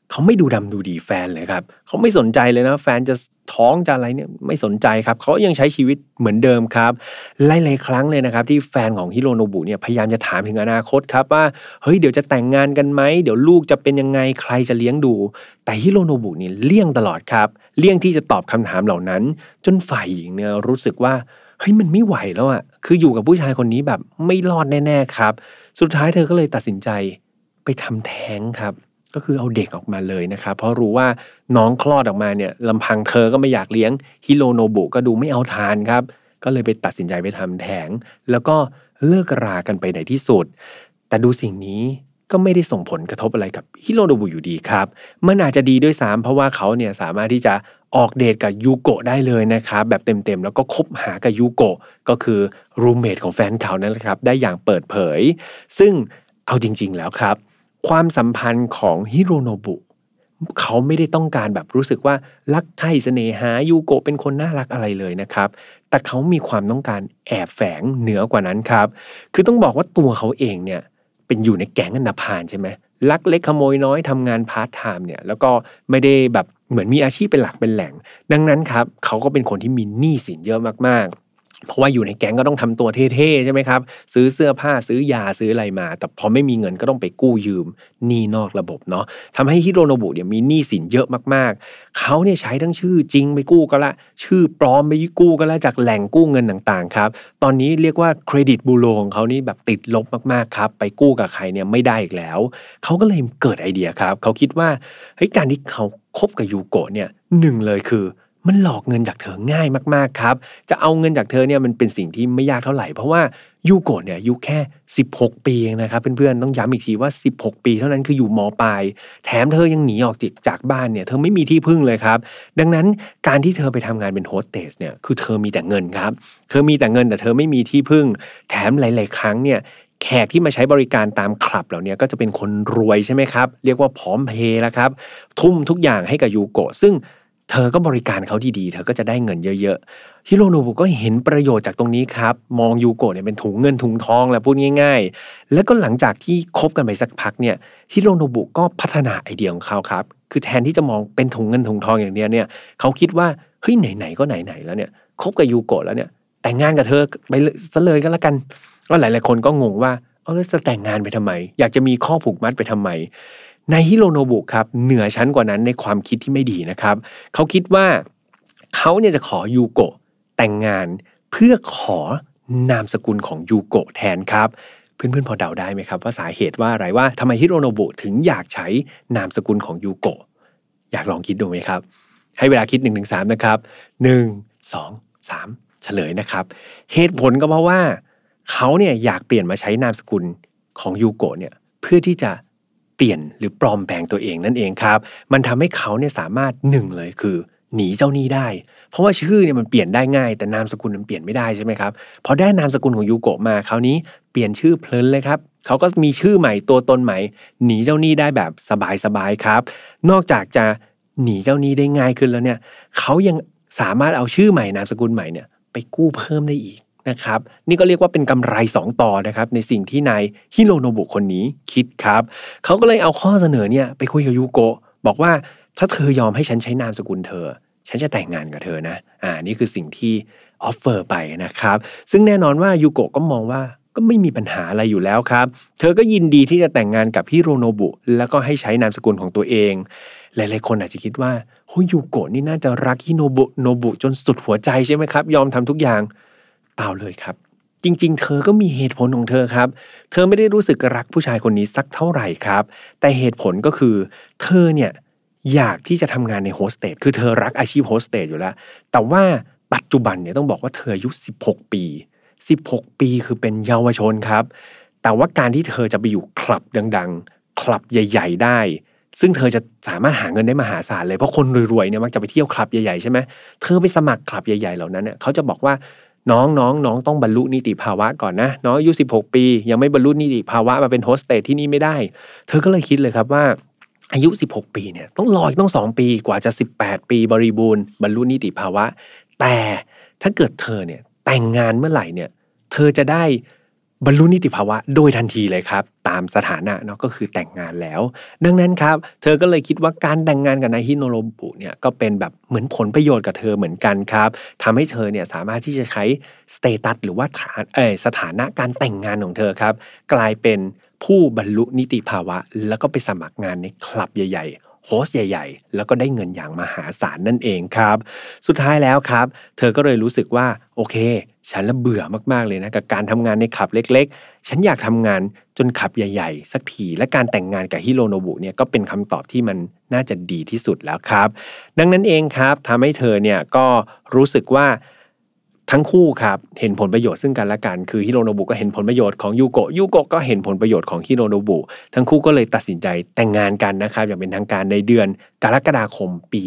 เขาไม่ดูดำดูดีแฟนเลยครับเขาไม่สนใจเลยนะแฟนจะท้องจะอะไรเนี่ยไม่สนใจครับเขายังใช้ชีวิตเหมือนเดิมครับหลายๆครั้งเลยนะครับที่แฟนของฮิโรโนบุเนี่ยพยายามจะถามถึงอนาคตครับว่าเฮ้ยเดี๋ยวจะแต่งงานกันไหมเดี๋ยวลูกจะเป็นยังไงใครจะเลี้ยงดูแต่ฮิโรโนบุเนี่ยเลี่ยงตลอดครับเลี่ยงที่จะตอบคำถามเหล่านั้นจนฝ่ายหญิงเนี่ยรู้สึกว่าเฮ้ยมันไม่ไหวแล้วอ่ะคืออยู่กับผู้ชายคนนี้แบบไม่รอดแน่ๆครับสุดท้ายเธอก็เลยตัดสินใจไปทำแท้งครับก็คือเอาเด็กออกมาเลยนะครับเพราะรู้ว่าน้องคลอดออกมาเนี่ยลำพังเธอก็ไม่อยากเลี้ยงฮิโรโนบุก็ดูไม่เอาทานครับก็เลยไปตัดสินใจไปทำแท้งแล้วก็เลิกรากันไปในที่สุดแต่ดูสิ่งนี้ก็ไม่ได้ส่งผลกระทบอะไรกับฮิโรโนบุอยู่ดีครับมันอาจจะดีด้วยซ้ำเพราะว่าเขาเนี่ยสามารถที่จะออกเดทกับยูโกะได้เลยนะครับแบบเต็มๆแล้วก็คบหากับยูโกะก็คือรูมเมทของแฟนเขานั่นแหละครับได้อย่างเปิดเผยซึ่งเอาจริงๆแล้วครับความสัมพันธ์ของฮิโรโนบุเขาไม่ได้ต้องการแบบรู้สึกว่ารักใคร่เสน่หายูโกะเป็นคนน่ารักอะไรเลยนะครับแต่เขามีความต้องการแอบแฝงเหนือกว่านั้นครับคือต้องบอกว่าตัวเขาเองเนี่ยเป็นอยู่ในแก๊งอันดาพาลใช่ไหมลักเล็กขโมยน้อยทำงานพาร์ทไทม์เนี่ยแล้วก็ไม่ได้แบบเหมือนมีอาชีพเป็นหลักเป็นแหล่งดังนั้นครับเขาก็เป็นคนที่มีหนี้สินเยอะมากๆเพราะว่าอยู่ในแก๊งก็ต้องทำตัวเท่ๆใช่ไหมครับซื้อเสื้อผ้าซื้อยาซื้ออะไรมาแต่พอไม่มีเงินก็ต้องไปกู้ยืมหนี้นอกระบบเนาะทำให้ฮิโรโนบุเนี่ยมีหนี้สินเยอะมากๆเขาเนี่ยใช้ทั้งชื่อจริงไปกู้ก็ละชื่อปลอมไปกู้ก็ละจากแหล่งกู้เงินต่างๆครับตอนนี้เรียกว่าเครดิตบูโรของเขานี่แบบติดลบมากๆครับไปกู้กับใครเนี่ยไม่ได้อีกแล้วเขาก็เลยเกิดไอเดียครับเขาคิดว่าเฮ้ยการที่เขาคบกับยูโกะเนี่ยหนึ่งเลยคือมันหลอกเงินจากเธอง่ายมากๆครับจะเอาเงินจากเธอเนี่ยมันเป็นสิ่งที่ไม่ยากเท่าไหร่เพราะว่ายูโกะเนี่ยอายุแค่16ปีเองนะครับเพื่อนๆต้องย้ำอีกทีว่า16ปีเท่านั้นคืออยู่ม.ปลายแถมเธอยังหนีออกจากบ้านเนี่ยเธอไม่มีที่พึ่งเลยครับดังนั้นการที่เธอไปทำงานเป็นโฮสเตสเนี่ยคือเธอมีแต่เงินครับเธอมีแต่เงินแต่เธอไม่มีที่พึ่งแถมหลายๆครั้งเนี่ยแขกที่มาใช้บริการตามคลับเหล่านี้ก็จะเป็นคนรวยใช่ไหมครับเรียกว่าพร้อมเพย์แล้วครับทุ่มทุกอย่างให้กับยูโกะซึ่งเธอก็บริการเขาดีๆเธอก็จะได้เงินเยอะๆฮิโรโนบุก็เห็นประโยชน์จากตรงนี้ครับมองยูโกะเนี่ยเป็นถุงเงินถุงทองแหละพูดง่ายๆแล้วก็หลังจากที่คบกันไปสักพักเนี่ยฮิโรโนบุก็พัฒนาไอเดียของเขาครับคือแทนที่จะมองเป็นถุงเงินถุงทองอย่างเดียวเนี่ยเขาคิดว่าเฮ้ยไหนๆก็ไหนๆแล้วเนี่ยคบกับยูโกะแล้วเนี่ยแต่งงานกับเธอไปซะเลยก็แล้วกันก็หลายๆคนก็งงว่าแล้วจะแต่งงานไปทำไมอยากจะมีข้อผูกมัดไปทำไมในฮิโรโนบุครับเหนือชั้นกว่านั้นในความคิดที่ไม่ดีนะครับเขาคิดว่าเขาเนี่ยจะขอยูโกะแต่งงานเพื่อขอนามสกุลของยูโกะแทนครับเพื่อนๆพอเดาได้ไหมครับว่าสาเหตุว่าอะไรว่าทำไมฮิโรโนบุถึงอยากใช้นามสกุลของยูโกะอยากลองคิดดูไหมครับให้เวลาคิด 1-3 นะครับ1 2 3เฉลยนะครับเหตุผลก็เพราะว่าเขาเนี่ยอยากเปลี่ยนมาใช้นามสกุลของยูโกะเนี่ยเพื่อที่จะเปลี่ยนหรือปลอมแปลงตัวเองนั่นเองครับมันทำให้เขาเนี่ยสามารถหนึ่งเลยคือหนีเจ้าหนี้ได้เพราะว่าชื่อเนี่ยมันเปลี่ยนได้ง่ายแต่นามสกุลมันเปลี่ยนไม่ได้ใช่ไหมครับพอได้นามสกุลของยูโกะมาคราวนี้เปลี่ยนชื่อเพลินเลยครับเขาก็มีชื่อใหม่ตัวตนใหม่หนีเจ้าหนี้ได้แบบสบายๆครับนอกจากจะหนีเจ้าหนี้ได้ง่ายขึ้นแล้วเนี่ยเขายังสามารถเอาชื่อใหม่นามสกุลใหม่เนี่ยไปกู้เพิ่มได้อีกนะครับนี่ก็เรียกว่าเป็นกำไร2ต่อนะครับในสิ่งที่นายฮิโรโนบุคนนี้คิดครับเขาก็เลยเอาข้อเสนอเนี่ยไปคุยกับยูโกะบอกว่าถ้าเธอยอมให้ฉันใช้นามสกุลเธอฉันจะแต่งงานกับเธอนะนี่คือสิ่งที่ออฟเฟอร์ไปนะครับซึ่งแน่นอนว่ายูโกะก็มองว่าก็ไม่มีปัญหาอะไรอยู่แล้วครับเธอก็ยินดีที่จะแต่งงานกับฮิโรโนบุแล้วก็ให้ใช้นามสกุลของตัวเองหลายๆคนอาจจะคิดว่าโหยูโกะนี่น่าจะรักฮิโรโนบุจนสุดหัวใจใช่ไหมครับยอมทำทุกอย่างเปล่าเลยครับจริงๆเธอก็มีเหตุผลของเธอครับเธอไม่ได้รู้สึกรักผู้ชายคนนี้สักเท่าไหร่ครับแต่เหตุผลก็คือเธอเนี่ยอยากที่จะทำงานในโฮสเตสคือเธอรักอาชีพโฮสเตสอยู่แล้วแต่ว่าปัจจุบันเนี่ยต้องบอกว่าเธออายุ16ปี16ปีคือเป็นเยาวชนครับแต่ว่าการที่เธอจะไปอยู่คลับดังๆคลับใหญ่ๆได้ซึ่งเธอจะสามารถหาเงินได้มหาศาลเลยเพราะคนรวยๆเนี่ยมักจะไปเที่ยวคลับใหญ่ๆใช่ไหมเธอไปสมัครคลับใหญ่ๆเหล่านั้นเนี่ยเขาจะบอกว่าน้องต้องบรรลุนิติภาวะก่อนนะน้องอายุ16ปียังไม่บรรลุนิติภาวะมาเป็นโฮสเตสที่นี่ไม่ได้เธอก็เลยคิดเลยครับว่าอายุ16ปีเนี่ยต้องรออีก2ปีกว่าจะ18ปีบริบูรณ์บรรลุนิติภาวะแต่ถ้าเกิดเธอเนี่ยแต่งงานเมื่อไหร่เนี่ยเธอจะได้บรรลุนิติภาวะโดยทันทีเลยครับตามสถานะเนาะก็คือแต่งงานแล้วดังนั้นครับเธอก็เลยคิดว่าการแต่งงานกับนายฮิโนโรบุเนี่ยก็เป็นแบบเหมือนผลประโยชน์กับเธอเหมือนกันครับทำให้เธอเนี่ยสามารถที่จะใช้สเตตัสหรือว่าสถานะการแต่งงานของเธอครับกลายเป็นผู้บรรลุนิติภาวะแล้วก็ไปสมัครงานในคลับใหญ่ๆโฮสใหญ่ๆแล้วก็ได้เงินอย่างมหาศาลนั่นเองครับสุดท้ายแล้วครับเธอก็เลยรู้สึกว่าโอเคฉันละเบื่อมากๆเลยนะกับการทำงานในคลับเล็กๆฉันอยากทำงานจนคลับใหญ่ๆสักทีและการแต่งงานกับฮิโรโนบุเนี่ยก็เป็นคำตอบที่มันน่าจะดีที่สุดแล้วครับดังนั้นเองครับทำให้เธอเนี่ยก็รู้สึกว่าทั้งคู่ครับเห็นผลประโยชน์ซึ่งกันและกันคือฮิโรโนบุก็เห็นผลประโยชน์ของยูโกะก็เห็นผลประโยชน์ของฮิโรโนบุทั้งคู่ก็เลยตัดสินใจแต่งงานกันนะครับอย่างเป็นทางการในเดือนกรกฎาคมปี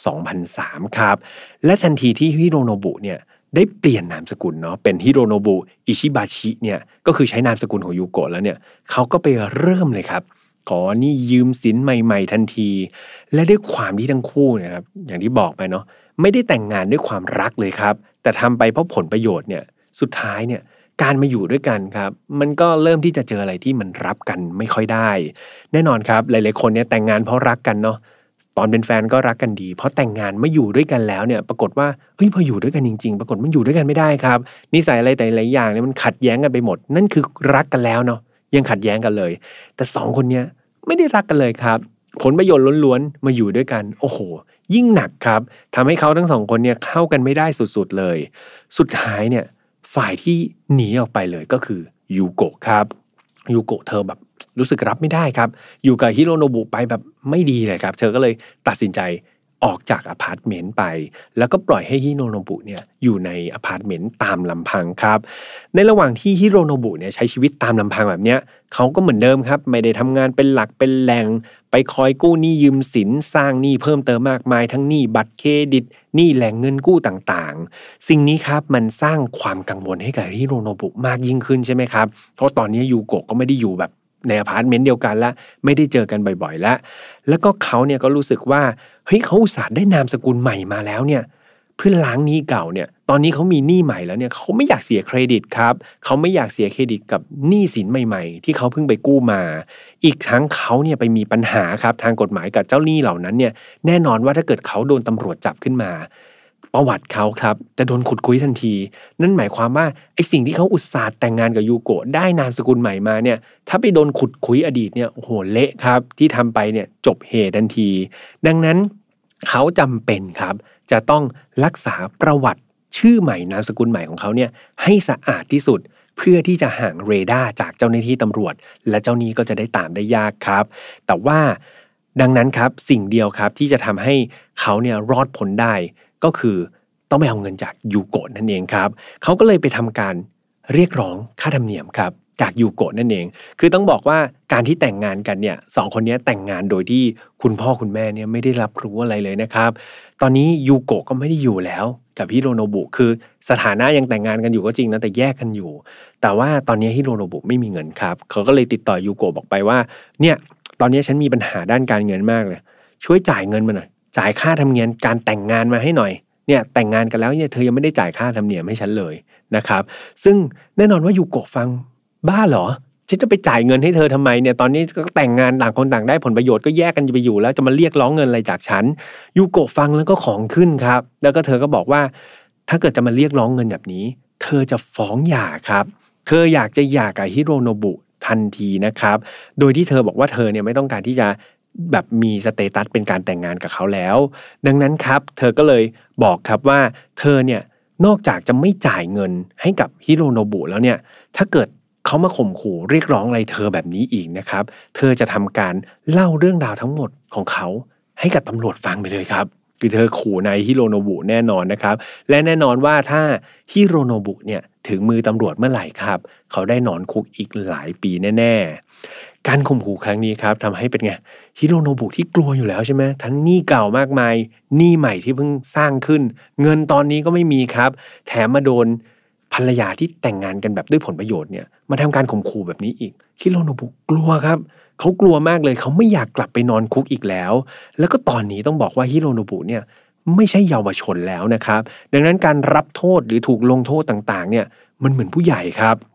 2003 ครับและทันทีที่ฮิโรโนบุเนี่ยได้เปลี่ยนนามสกุลเนาะเป็นฮิโรโนบุอิชิบาชิเนี่ยก็คือใช้นามสกุลของยูโกะแล้วเนี่ยเขาก็ไปเริ่มเลยครับขอนี่ยืมสินใหม่ๆทันทีและด้วยความที่ทั้งคู่เนี่ยครับอย่างที่บอกไปเนาะไม่ได้แต่งงานด้วยความรักเลยครับแต่ทำไปเพราะผลประโยชน์เนี่ยสุดท้ายเนี่ยการมาอยู่ด้วยกันครับมันก็เริ่มที่จะเจออะไรที่มันรับกันไม่ค่อยได้แน่นอนครับหลายๆคนเนี่ยแต่งงานเพราะรักกันเนาะตอนเป็นแฟนก็รักกันดีเพราะแต่งงานมาอยู่ด้วยกันแล้วเนี่ยปรากฏว่าเฮ้ยพออยู่ด้วยกันจริงๆปรากฏมันอยู่ด้วยกันไม่ได้ครับนิสัยอะไรแต่หลายอย่างเนี่ยมันขัดแย้งกันไปหมดนั่นคือรักกันแล้วเนาะยังขัดแย้งกันเลยแต่สองคนเนี้ยไม่ได้รักกันเลยครับผลประโยชน์ล้วนๆมาอยู่ด้วยกันโอ้โหยิ่งหนักครับทำให้เขาทั้งสองคนเนี่ยเข้ากันไม่ได้สุดๆเลยสุดท้ายเนี่ยฝ่ายที่หนีออกไปเลยก็คือยูโกะครับยูโกะเธอแบบรู้สึกรับไม่ได้ครับอยู่กับฮิโรโนบุไปแบบไม่ดีเลยครับเธอก็เลยตัดสินใจออกจากอพาร์ตเมนต์ไปแล้วก็ปล่อยให้ฮิโรโนบุเนี่ยอยู่ในอพาร์ตเมนต์ตามลำพังครับในระหว่างที่ฮิโรโนบุเนี่ยใช้ชีวิตตามลำพังแบบเนี้ยเขาก็เหมือนเดิมครับไม่ได้ทำงานเป็นหลักเป็นแหล่งไปคอยกู้หนี้ยืมสินสร้างหนี้เพิ่มเติมมากมายทั้งหนี้บัตรเครดิตหนี้แหล่งเงินกู้ต่างๆสิ่งนี้ครับมันสร้างความกังวลให้กับฮิโรโนบุมากยิ่งขึ้นใช่ไหมครับเพราะตอนนี้ยูโกะก็ไม่ได้อยู่แบบในอพาร์ตเมนต์เดียวกันละไม่ได้เจอกันบ่อยๆแล้วก็เขาเนี่ยก็รู้สึกว่าเฮ้ยเขาอุตส่าห์ได้นามสกุลใหม่มาแล้วเนี่ยเพื่อล้างหนี้เก่าเนี่ยตอนนี้เขามีหนี้ใหม่แล้วเนี่ยเขาไม่อยากเสียเครดิตครับเขาไม่อยากเสียเครดิตกับหนี้สินใหม่ๆที่เขาเพิ่งไปกู้มาอีกทั้งเขาเนี่ยไปมีปัญหาครับทางกฎหมายกับเจ้าหนี้เหล่านั้นเนี่ยแน่นอนว่าถ้าเกิดเขาโดนตำรวจจับขึ้นมาประวัติเขาครับจะโดนขุดคุยทันทีนั่นหมายความว่าไอ้สิ่งที่เขาอุตส่าห์แต่งงานกับยูโกะได้นามสกุลใหม่มาเนี่ยถ้าไปโดนขุดคุยอดีตเนี่ยโอ้โหเละครับที่ทำไปเนี่ยจบเหตุทันทีดังนั้นเขาจำเป็นครับจะต้องรักษาประวัติชื่อใหม่นามสกุลใหม่ของเขาเนี่ยให้สะอาดที่สุดเพื่อที่จะห่างเรดาร์จากเจ้าหน้าที่ตำรวจและเจ้าหนี้ก็จะได้ตามได้ยากครับแต่ว่าดังนั้นครับสิ่งเดียวครับที่จะทำให้เขาเนี่ยรอดพ้นได้ก็คือต้องไปเอาเงินจากยูโกะนั่นเองครับเขาก็เลยไปทำการเรียกร้องค่าธรรมเนียมครับจากยูโกะนั่นเองคือต้องบอกว่าการที่แต่งงานกันเนี่ยสองคนนี้แต่งงานโดยที่คุณพ่อคุณแม่เนี่ยไม่ได้รับรู้อะไรเลยนะครับตอนนี้ยูโกะก็ไม่ได้อยู่แล้วกับฮิโรโนบุคือสถานะยังแต่งงานกันอยู่ก็จริงนะแต่แยกกันอยู่แต่ว่าตอนนี้ฮิโรโนบุไม่มีเงินครับเขาก็เลยติดต่อยูโกะบอกไปว่าเนี่ยตอนนี้ฉันมีปัญหาด้านการเงินมากเลยช่วยจ่ายเงินมาหน่อยจ่ายค่าธรรมเนียมการแต่งงานมาให้หน่อยเนี่ยแต่งงานกันแล้วเนี่ยเธอยังไม่ได้จ่ายค่าธรรมเนียมให้ฉันเลยนะครับซึ่งแน่นอนว่ายูโกะฟังบ้าเหรอฉันจะไปจ่ายเงินให้เธอทำไมเนี่ยตอนนี้ก็แต่งงานต่างคนต่างได้ผลประโยชน์ก็แยกกันไปอยู่แล้วจะมาเรียกร้องเงินอะไรจากฉันยูโกะฟังแล้วก็ของขึ้นครับแล้วก็เธอก็บอกว่าถ้าเกิดจะมาเรียกร้องเงินแบบนี้เธอจะฟ้องหย่าครับเธออยากจะหย่ากับฮิโรโนบุทันทีนะครับโดยที่เธอบอกว่าเธอเนี่ยไม่ต้องการที่จะแบบมีสเตตัสเป็นการแต่งงานกับเขาแล้วดังนั้นครับเธอก็เลยบอกครับว่าเธอเนี่ยนอกจากจะไม่จ่ายเงินให้กับฮิโรโนบุแล้วเนี่ยถ้าเกิดเขามาข่มขู่เรียกร้องอะไรเธอแบบนี้อีกนะครับเธอจะทำการเล่าเรื่องราวทั้งหมดของเขาให้กับตำรวจฟังไปเลยครับคือเธอขู่นายฮิโรโนบุแน่นอนนะครับและแน่นอนว่าถ้าฮิโรโนบุเนี่ยถึงมือตำรวจเมื่อไหร่ครับเขาได้นอนคุกอีกหลายปีแน่ๆการข่มขู่ครั้งนี้ครับทำให้เป็นไงฮิโรโนบุที่กลัวอยู่แล้วใช่ไหมทั้งหนี้เก่ามากมายหนี้ใหม่ที่เพิ่งสร้างขึ้นเงินตอนนี้ก็ไม่มีครับแถมมาโดนภรรยาที่แต่งงานกันแบบด้วยผลประโยชน์เนี่ยมาทำการข่มขู่แบบนี้อีกฮิโรโนบุกลัวครับเขากลัวมากเลยเขาไม่อยากกลับไปนอนคุกอีกแล้วแล้วก็ตอนนี้ต้องบอกว่าฮิโรโนบุเนี่ยไม่ใช่เยาวชนแล้วนะครับดังนั้นการรับโทษหรือถูกลงโทษต่างๆเนี่ยมันเหมือนผู้ใหญ่ครับ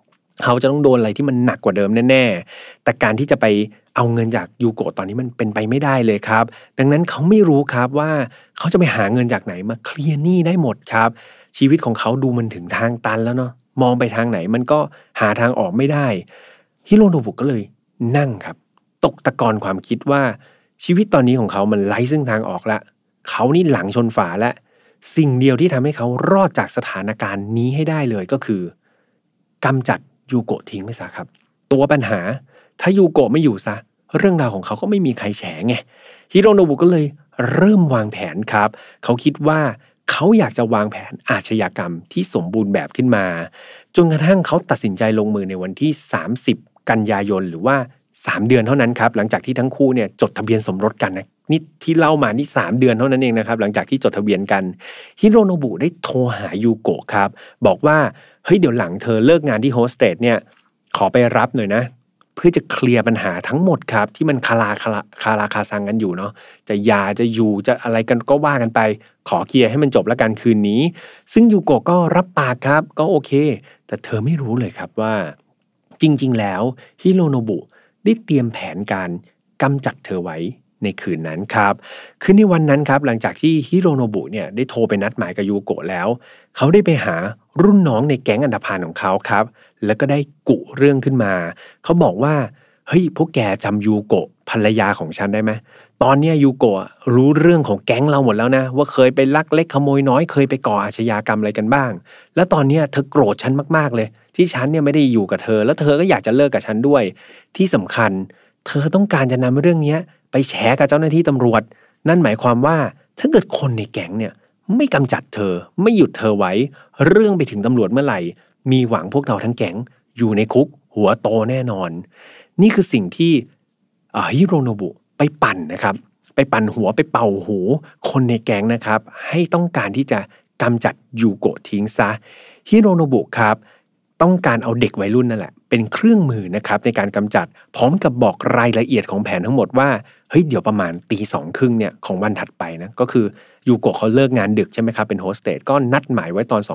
เขาจะต้องโดนอะไรที่มันหนักกว่าเดิมแน่ๆแต่การที่จะไปเอาเงินจากยูโกะตอนนี้มันเป็นไปไม่ได้เลยครับดังนั้นเขาไม่รู้ครับว่าเขาจะไปหาเงินจากไหนมาเคลียร์หนี้ได้หมดครับชีวิตของเขาดูมันถึงทางตันแล้วเนาะมองไปทางไหนมันก็หาทางออกไม่ได้ฮิโรโนบุก็เลยนั่งครับตกตะกอนความคิดว่าชีวิตตอนนี้ของเขามันไร้ซึ่งทางออกละเขานี่หลังชนฝาและสิ่งเดียวที่ทำให้เขารอดจากสถานการณ์นี้ให้ได้เลยก็คือกำจัดยูโกะทิ้งไปซะครับตัวปัญหาถ้ายูโกะไม่อยู่ซะเรื่องราวของเขาก็ไม่มีใครแฉไงฮิโรโนบุก็เลยเริ่มวางแผนครับเขาคิดว่าเขาอยากจะวางแผนอาชญากรรมที่สมบูรณ์แบบขึ้นมาจนกระทั่งเขาตัดสินใจลงมือในวันที่30กันยายนหรือว่า3เดือนเท่านั้นครับหลังจากที่ทั้งคู่เนี่ยจดทะเบียนสมรสกันนะนี่ที่เล่ามานี่3เดือนเท่านั้นเองนะครับหลังจากที่จดทะเบียนกันฮิโรโนบุได้โทรหายูโกะครับบอกว่าเฮ้ยเดี๋ยวหลังเธอเลิกงานที่โฮสเตสเนี่ยขอไปรับหน่อยนะเพื่อจะเคลียร์ปัญหาทั้งหมดครับที่มันคาราซังกันอยู่เนาะจะหย่าจะอยู่จะอะไรกันก็ว่ากันไปขอเคลียร์ให้มันจบแล้วกันคืนนี้ซึ่งยูโกะก็รับปากครับก็โอเคแต่เธอไม่รู้เลยครับว่าจริงๆแล้วฮิโรโนบุได้เตรียมแผนการกำจัดเธอไว้ในคืนนั้นครับคือในวันนั้นครับหลังจากที่ฮิโรโนบุเนี่ยได้โทรไปนัดหมายกับยูโกะแล้วเขาได้ไปหารุ่นน้องในแก๊งอันธพาลของเขาครับแล้วก็ได้กุเรื่องขึ้นมาเขาบอกว่าเฮ้ยพวกแกจำยูโกะภรรยาของฉันได้ไหมตอนนี้ยูโกะรู้เรื่องของแก๊งเราหมดแล้วนะว่าเคยไปลักเล็กขโมยน้อยเคยไปก่ออาชญากรรมอะไรกันบ้างแล้วตอนนี้เธอโกรธฉันมากๆเลยที่ฉันเนี่ยไม่ได้อยู่กับเธอแล้วเธอก็อยากจะเลิกกับฉันด้วยที่สำคัญเธอต้องการจะนำเรื่องนี้ไปแฉกับเจ้าหน้าที่ตำรวจนั่นหมายความว่าถ้าเกิดคนในแก๊งเนี่ยไม่กำจัดเธอไม่หยุดเธอไว้เรื่องไปถึงตำรวจเมื่อไหร่มีหวังพวกเราทั้งแก๊งอยู่ในคุกหัวโตแน่นอนนี่คือสิ่งที่ฮิโรโนบุไปปั่นนะครับไปปั่นหัวไปเป่าหูคนในแก๊งนะครับให้ต้องการที่จะกำจัดยูโกะทิ้งซะฮิโรโนบุครับต้องการเอาเด็กวัยรุ่นนั่นแหละเป็นเครื่องมือนะครับในการกำจัดพร้อมกับบอกรายละเอียดของแผนทั้งหมดว่าเฮ้ยเดี๋ยวประมาณ 2:30 เนี่ยของวันถัดไปนะก็คือยูโกะเขาเลิกงานดึกใช่ไหมครับเป็นโฮสเตสก็นัดหมายไว้ตอน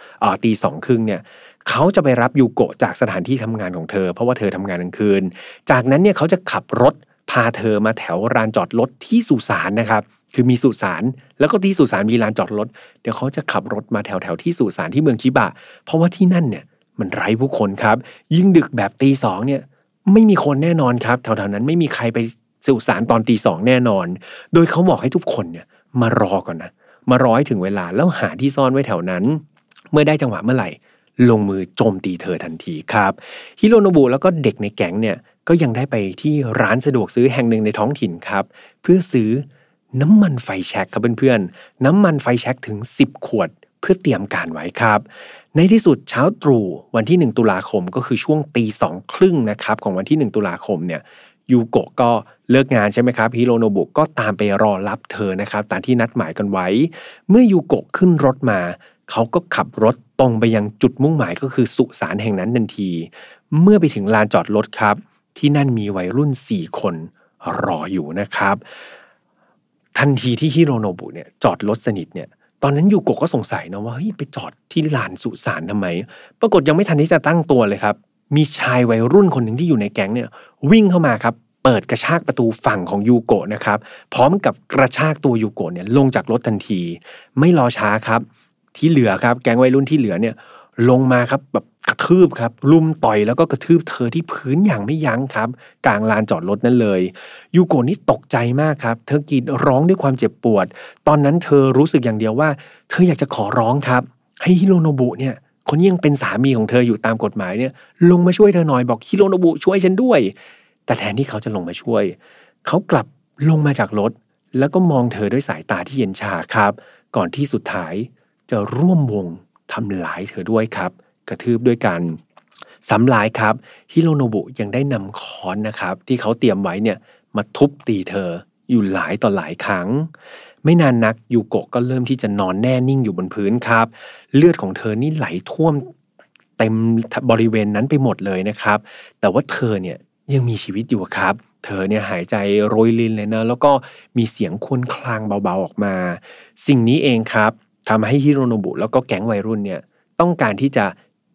2:30เนี่ยเขาจะไปรับยูโกะจากสถานที่ทำงานของเธอเพราะว่าเธอทำงานกลางคืนจากนั้นเนี่ยเขาจะขับรถพาเธอมาแถวลานจอดรถที่สุสานนะครับคือมีสุสานแล้วก็ที่สุสานมีลานจอดรถเดี๋ยวเขาจะขับรถมาแถวที่สุสานที่เมืองชิบะเพราะว่าที่นั่นเนี่ยมันไร้ผู้คนครับยิ่งดึกแบบ 2:00 เนี่ยไม่มีคนแน่นอนครับแถวๆนั้นไม่มีใครไปสุสานตอน 2:00 แน่นอนโดยเขาบอกให้ทุกคนเนี่ยมารอก่อนนะมารอให้ถึงเวลาแล้วหาที่ซ่อนไว้แถวนั้นเมื่อได้จังหวะเมื่อไหร่ลงมือโจมตีเธอทันทีครับฮิโรโนบุแล้วก็เด็กในแก๊งเนี่ยก็ยังได้ไปที่ร้านสะดวกซื้อแห่งหนึ่งในท้องถิ่นครับเพื่อซื้อน้ำมันไฟแช็กครับเพื่อนๆน้ำมันไฟแช็กถึง10 ขวดเพื่อเตรียมการไว้ครับในที่สุดเช้าตรู่วันที่1ตุลาคมก็คือช่วง 2:30 นะครับของวันที่1ตุลาคมเนี่ยยูโกะก็เลิกงานใช่ไหมครับฮิโรโนบุก็ตามไปรอรับเธอนะครับตามที่นัดหมายกันไว้เมื่อยูโกะขึ้นรถมาเขาก็ขับรถตรงไปยังจุดมุ่งหมายก็คือสุสานแห่งนั้นทันทีเมื่อไปถึงลานจอดรถครับที่นั่นมีวัยรุ่น4 คนรออยู่นะครับทันทีที่ฮิโรโนบุเนี่ยจอดรถสนิทเนี่ยตอนนั้นยูโกะก็สงสัยนะว่าเฮ้ยไปจอดที่ลานสุสานทำไมปรากฏยังไม่ทันที่จะตั้งตัวเลยครับมีชายวัยรุ่นคนหนึ่งที่อยู่ในแก๊งเนี่ยวิ่งเข้ามาครับเปิดกระชากประตูฝั่งของยูโกะนะครับพร้อมกับกระชากตัวยูโกะเนี่ยลงจากรถทันทีไม่รอช้าครับที่เหลือครับแก๊งวัยรุ่นที่เหลือเนี่ยลงมาครับแบบกระทืบครับลุมต่อยแล้วก็กระทืบเธอที่พื้นอย่างไม่ยั้งครับกลางลานจอดรถนั่นเลยยูโกะนี่ตกใจมากครับเธอกรีดร้องด้วยความเจ็บปวดตอนนั้นเธอรู้สึกอย่างเดียวว่าเธออยากจะขอร้องครับให้ฮิโรโนบุเนี่ยคนยังเป็นสามีของเธออยู่ตามกฎหมายเนี่ยลงมาช่วยเธอหน่อยบอกฮิโรโนบุช่วยฉันด้วยแต่แทนที่เขาจะลงมาช่วยเขากลับลงมาจากรถแล้วก็มองเธอด้วยสายตาที่เย็นชาครับก่อนที่สุดท้ายจะร่วมวงทำร้ายเธอด้วยครับกระทืบด้วยกันสำหรับครับฮิโรโนบุยังได้นำค้อนนะครับที่เขาเตรียมไว้เนี่ยมาทุบตีเธออยู่หลายต่อหลายครั้งไม่นานนักยูโกะก็เริ่มที่จะนอนแน่นิ่งอยู่บนพื้นครับเลือดของเธอนี่ไหลท่วมเต็มบริเวณนั้นไปหมดเลยนะครับแต่ว่าเธอเนี่ยยังมีชีวิตอยู่ครับเธอเนี่ยหายใจโรยรินเลยนะแล้วก็มีเสียงครวญครางเบาๆออกมาสิ่งนี้เองครับทำให้ฮิโรโนบุแล้วก็แก๊งวัยรุ่นเนี่ยต้องการที่จะป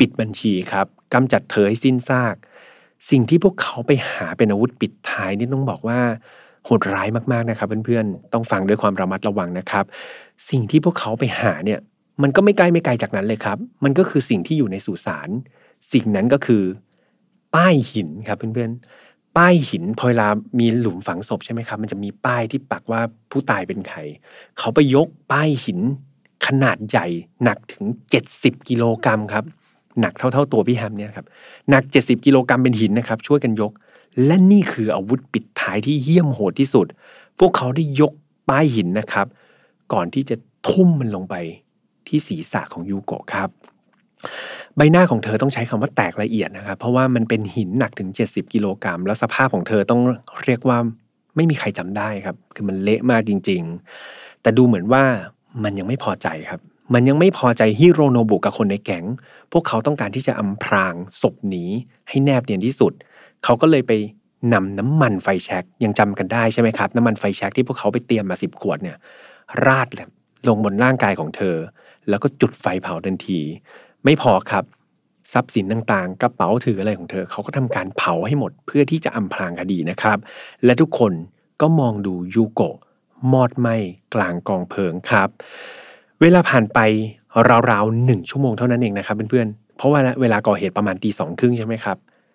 ปิดบัญชีครับกำจัดเธอให้สิ้นซากสิ่งที่พวกเขาไปหาเป็นอาวุธปิดท้ายนี่ต้องบอกว่าโหดร้ายมากๆนะครับเพื่อนๆต้องฟังด้วยความระมัดระวังนะครับสิ่งที่พวกเขาไปหาเนี่ยมันก็ไม่ไกลจากนั้นเลยครับมันก็คือสิ่งที่อยู่ในสุสานสิ่งนั้นก็คือป้ายหินครับเพื่อนๆป้ายหินพอเวลามีหลุมฝังศพใช่ไหมครับมันจะมีป้ายที่ปักว่าผู้ตายเป็นใครเขาไปยกป้ายหินขนาดใหญ่หนักถึง70กิโลกรัมครับหนักเท่าตัวพี่แฮมเนี่ยครับหนัก70กิโลกรัมเป็นหินนะครับช่วยกันยกและนี่คืออาวุธปิดท้ายที่เหี้ยมโหดที่สุดพวกเขาได้ยกป้ายหินนะครับก่อนที่จะทุ่มมันลงไปที่ศีรษะของยูโกะครับใบหน้าของเธอต้องใช้คำว่าแตกละเอียดนะครับเพราะว่ามันเป็นหินหนักถึง70กิโลกรัมแล้วสภาพของเธอต้องเรียกว่าไม่มีใครจำได้ครับคือมันเละมากจริงๆแต่ดูเหมือนว่ามันยังไม่พอใจครับมันยังไม่พอใจฮิโรโนบุกับคนในแก๊งพวกเขาต้องการที่จะอำพรางศพนี้ให้แนบเนียนที่สุดเขาก็เลยไปนำน้ำมันไฟแช็กยังจำกันได้ใช่ไหมครับน้ำมันไฟแช็กที่พวกเขาไปเตรียมมา10 ขวดเนี่ยราดลงบนร่างกายของเธอแล้วก็จุดไฟเผาทันทีไม่พอครับทรัพย์สินต่างๆกระเป๋าถืออะไรของเธอเขาก็ทำการเผาให้หมดเพื่อที่จะอำพรางคดีนะครับและทุกคนก็มองดูยูโกะมอดไหม้กลางกองเพลิงครับเวลาผ่านไปราวๆ1 ชั่วโมงเท่านั้นเองนะครับเพื่อนๆเพราะว่าเวลาก่อเหตุประมาณ 2:30 ใช่ไหมครับ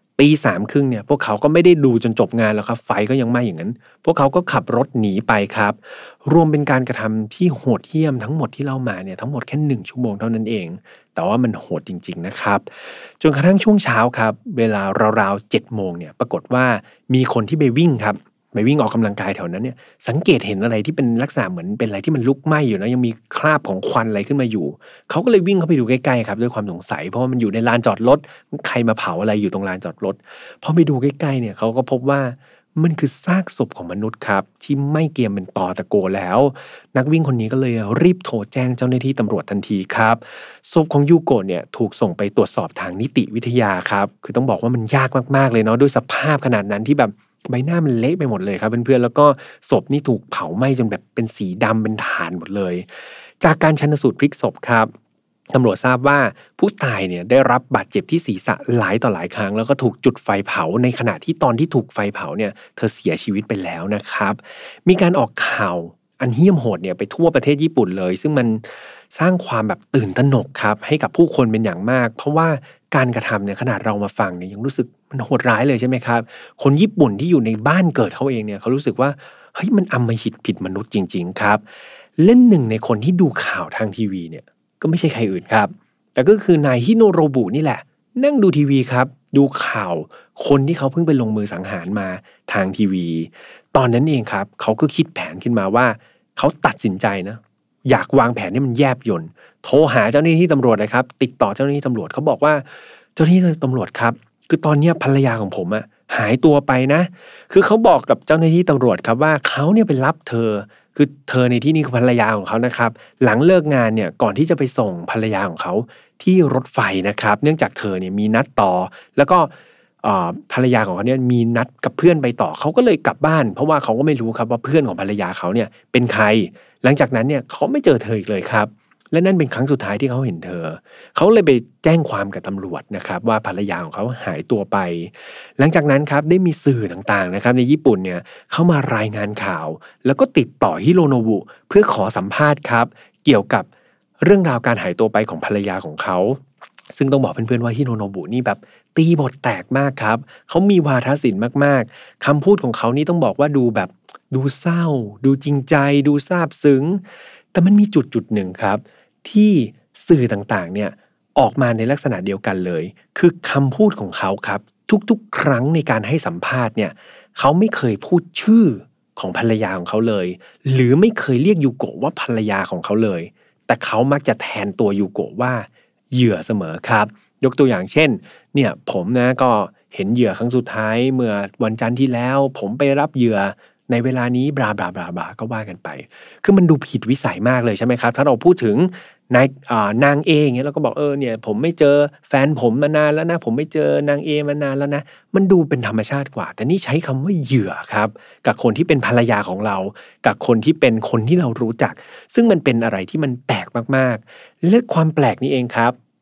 3:30เนี่ยพวกเขาก็ไม่ได้ดูจนจบงานแล้วครับไฟก็ยังไหม้อย่างนั้นพวกเขาก็ขับรถหนีไปครับรวมเป็นการกระทำที่โหดเหี้ยมทั้งหมดที่เล่ามาเนี่ยทั้งหมดแค่1 ชั่วโมงเท่านั้นเองแต่ว่ามันโหดจริงๆนะครับจนกระทั่งช่วงเช้าครับเวลาราวๆ7 โมงเนี่ยปรากฏว่ามีคนที่ไปวิ่งครับไปวิ่งออกกำลังกายแถวนั้นเนี่ยสังเกตเห็นอะไรที่เป็นลักษณะเหมือนเป็นอะไรที่มันลุกไหม้อยู่นะยังมีคราบของควันอะไรขึ้นมาอยู่เขาก็เลยวิ่งเข้าไปดูใกล้ๆครับด้วยความสงสัยเพราะว่ามันอยู่ในลานจอดรถใครมาเผาอะไรอยู่ตรงลานจอดรถพอไปดูใกล้ๆเนี่ยเขาก็พบว่ามันคือซากศพของมนุษย์ครับที่ไม่เกรียมเป็นตอตะโกแล้วนักวิ่งคนนี้ก็เลยรีบโทรแจ้งเจ้าหน้าที่ตำรวจทันทีครับศพของยูโกะเนี่ยถูกส่งไปตรวจสอบทางนิติวิทยาครับคือต้องบอกว่ามันยากมากๆเลยเนาะด้วยสภาพขนาดนั้นที่แบบใบหน้ามันเละไปหมดเลยครับเพื่อนๆแล้วก็ศพนี่ถูกเผาไหม้จนแบบเป็นสีดำเป็นถ่านหมดเลยจากการชันสูตรพลิกศพครับตำรวจทราบว่าผู้ตายเนี่ยได้รับบาดเจ็บที่ศีรษะหลายต่อหลายครั้งแล้วก็ถูกจุดไฟเผาในขณะที่ตอนที่ถูกไฟเผาเนี่ยเธอเสียชีวิตไปแล้วนะครับมีการออกข่าวอันเหี้ยมโหดเนี่ยไปทั่วประเทศญี่ปุ่นเลยซึ่งมันสร้างความแบบตื่นตระหนกครับให้กับผู้คนเป็นอย่างมากเพราะว่าการกระทำเนี่ยขนาดเรามาฟังเนี่ยยังรู้สึกมันโหดร้ายเลยใช่ไหมครับคนญี่ปุ่นที่อยู่ในบ้านเกิดเขาเองเนี่ยเขารู้สึกว่าเฮ้ยมันอำมหิตผิดมนุษย์จริงๆครับเล่นหนึ่งในคนที่ดูข่าวทางทีวีเนี่ยก็ไม่ใช่ใครอื่นครับแต่ก็คือนายฮิโนโรบุนี่แหละนั่งดูทีวีครับดูข่าวคนที่เขาเพิ่งไปลงมือสังหารมาทางทีวีตอนนั้นเองครับเขาก็คิดแผนขึ้นมาว่าเขาตัดสินใจนะอยากวางแผนให้มันแยบยลโทรหาเจ้าหน้าที่ตำรวจเลยครับติดต่อเจ้าหน้าที่ตำรวจเขาบอกว่าเจ้าหน้าที่ตำรวจครับคือตอนนี้ภรรยาของผมหายตัวไปนะคือเขาบอกกับเจ้าหน้าที่ตำรวจครับว่าเขาเนี่ยไปรับเธอคือเธอในที่นี้คือภรรยาของเขานะครับหลังเลิกงานเนี่ยก่อนที่จะไปส่งภรรยาของเขาที่รถไฟนะครับเนื่องจากเธอเนี่ยมีนัดต่อแล้วก็ภรรยาของเขาเนี่ยมีนัดกับเพื่อนไปต่อเขาก็เลยกลับบ้านเพราะว่าเขาก็ไม่รู้ครับว่าเพื่อนของภรรยาเขาเนี่ยเป็นใครหลังจากนั้นเนี่ยเขาไม่เจอเธออีกเลยครับและนั่นเป็นครั้งสุดท้ายที่เขาเห็นเธอเขาเลยไปแจ้งความกับตำรวจนะครับว่าภรรยาของเขาหายตัวไปหลังจากนั้นครับได้มีสื่อต่างๆนะครับในญี่ปุ่นเนี่ยเข้ามารายงานข่าวแล้วก็ติดต่อฮิโรโนบุเพื่อขอสัมภาษณ์ครับเกี่ยวกับเรื่องราวการหายตัวไปของภรรยาของเขาซึ่งต้องบอกเพื่อนๆว่าฮิโรโนบุนี่แบบตีบทแตกมากครับเขามีวาทศิลป์มากๆคำพูดของเขานี่ต้องบอกว่าดูแบบดูเศร้าดูจริงใจดูซาบซึ้งแต่มันมีจุดหนึ่งครับที่สื่อต่างๆเนี่ยออกมาในลักษณะเดียวกันเลยคือคำพูดของเขาครับทุกๆครั้งในการให้สัมภาษณ์เนี่ยเขาไม่เคยพูดชื่อของภรรยาของเขาเลยหรือไม่เคยเรียกยูโกะว่าภรรยาของเขาเลยแต่เขามักจะแทนตัวยูโกะว่าเหยื่อเสมอครับยกตัวอย่างเช่นเนี่ยผมนะก็เห็นเหยื่อครั้งสุดท้ายเมื่อวันจันทร์ที่แล้วผมไปรับเหยื่อในเวลานี้บลาบลาบลาบลาก็ว่ากันไปคือมันดูผิดวิสัยมากเลยใช่ไหมครับถ้าเราพูดถึงนางเออย่างเงี้ยเราก็บอกเนี่ยผมไม่เจอแฟนผมมานานแล้วนะผมไม่เจอนางเอมานานแล้วนะมันดูเป็นธรรมชาติกว่าแต่นี่ใช้คำว่าเหยื่อครับกับคนที่เป็นภรรยาของเรากับคนที่เป็นคนที่เรารู้จักซึ่งมันเป็นอะไรที่มันแปลกมากๆและความแปลกนี้เองครับ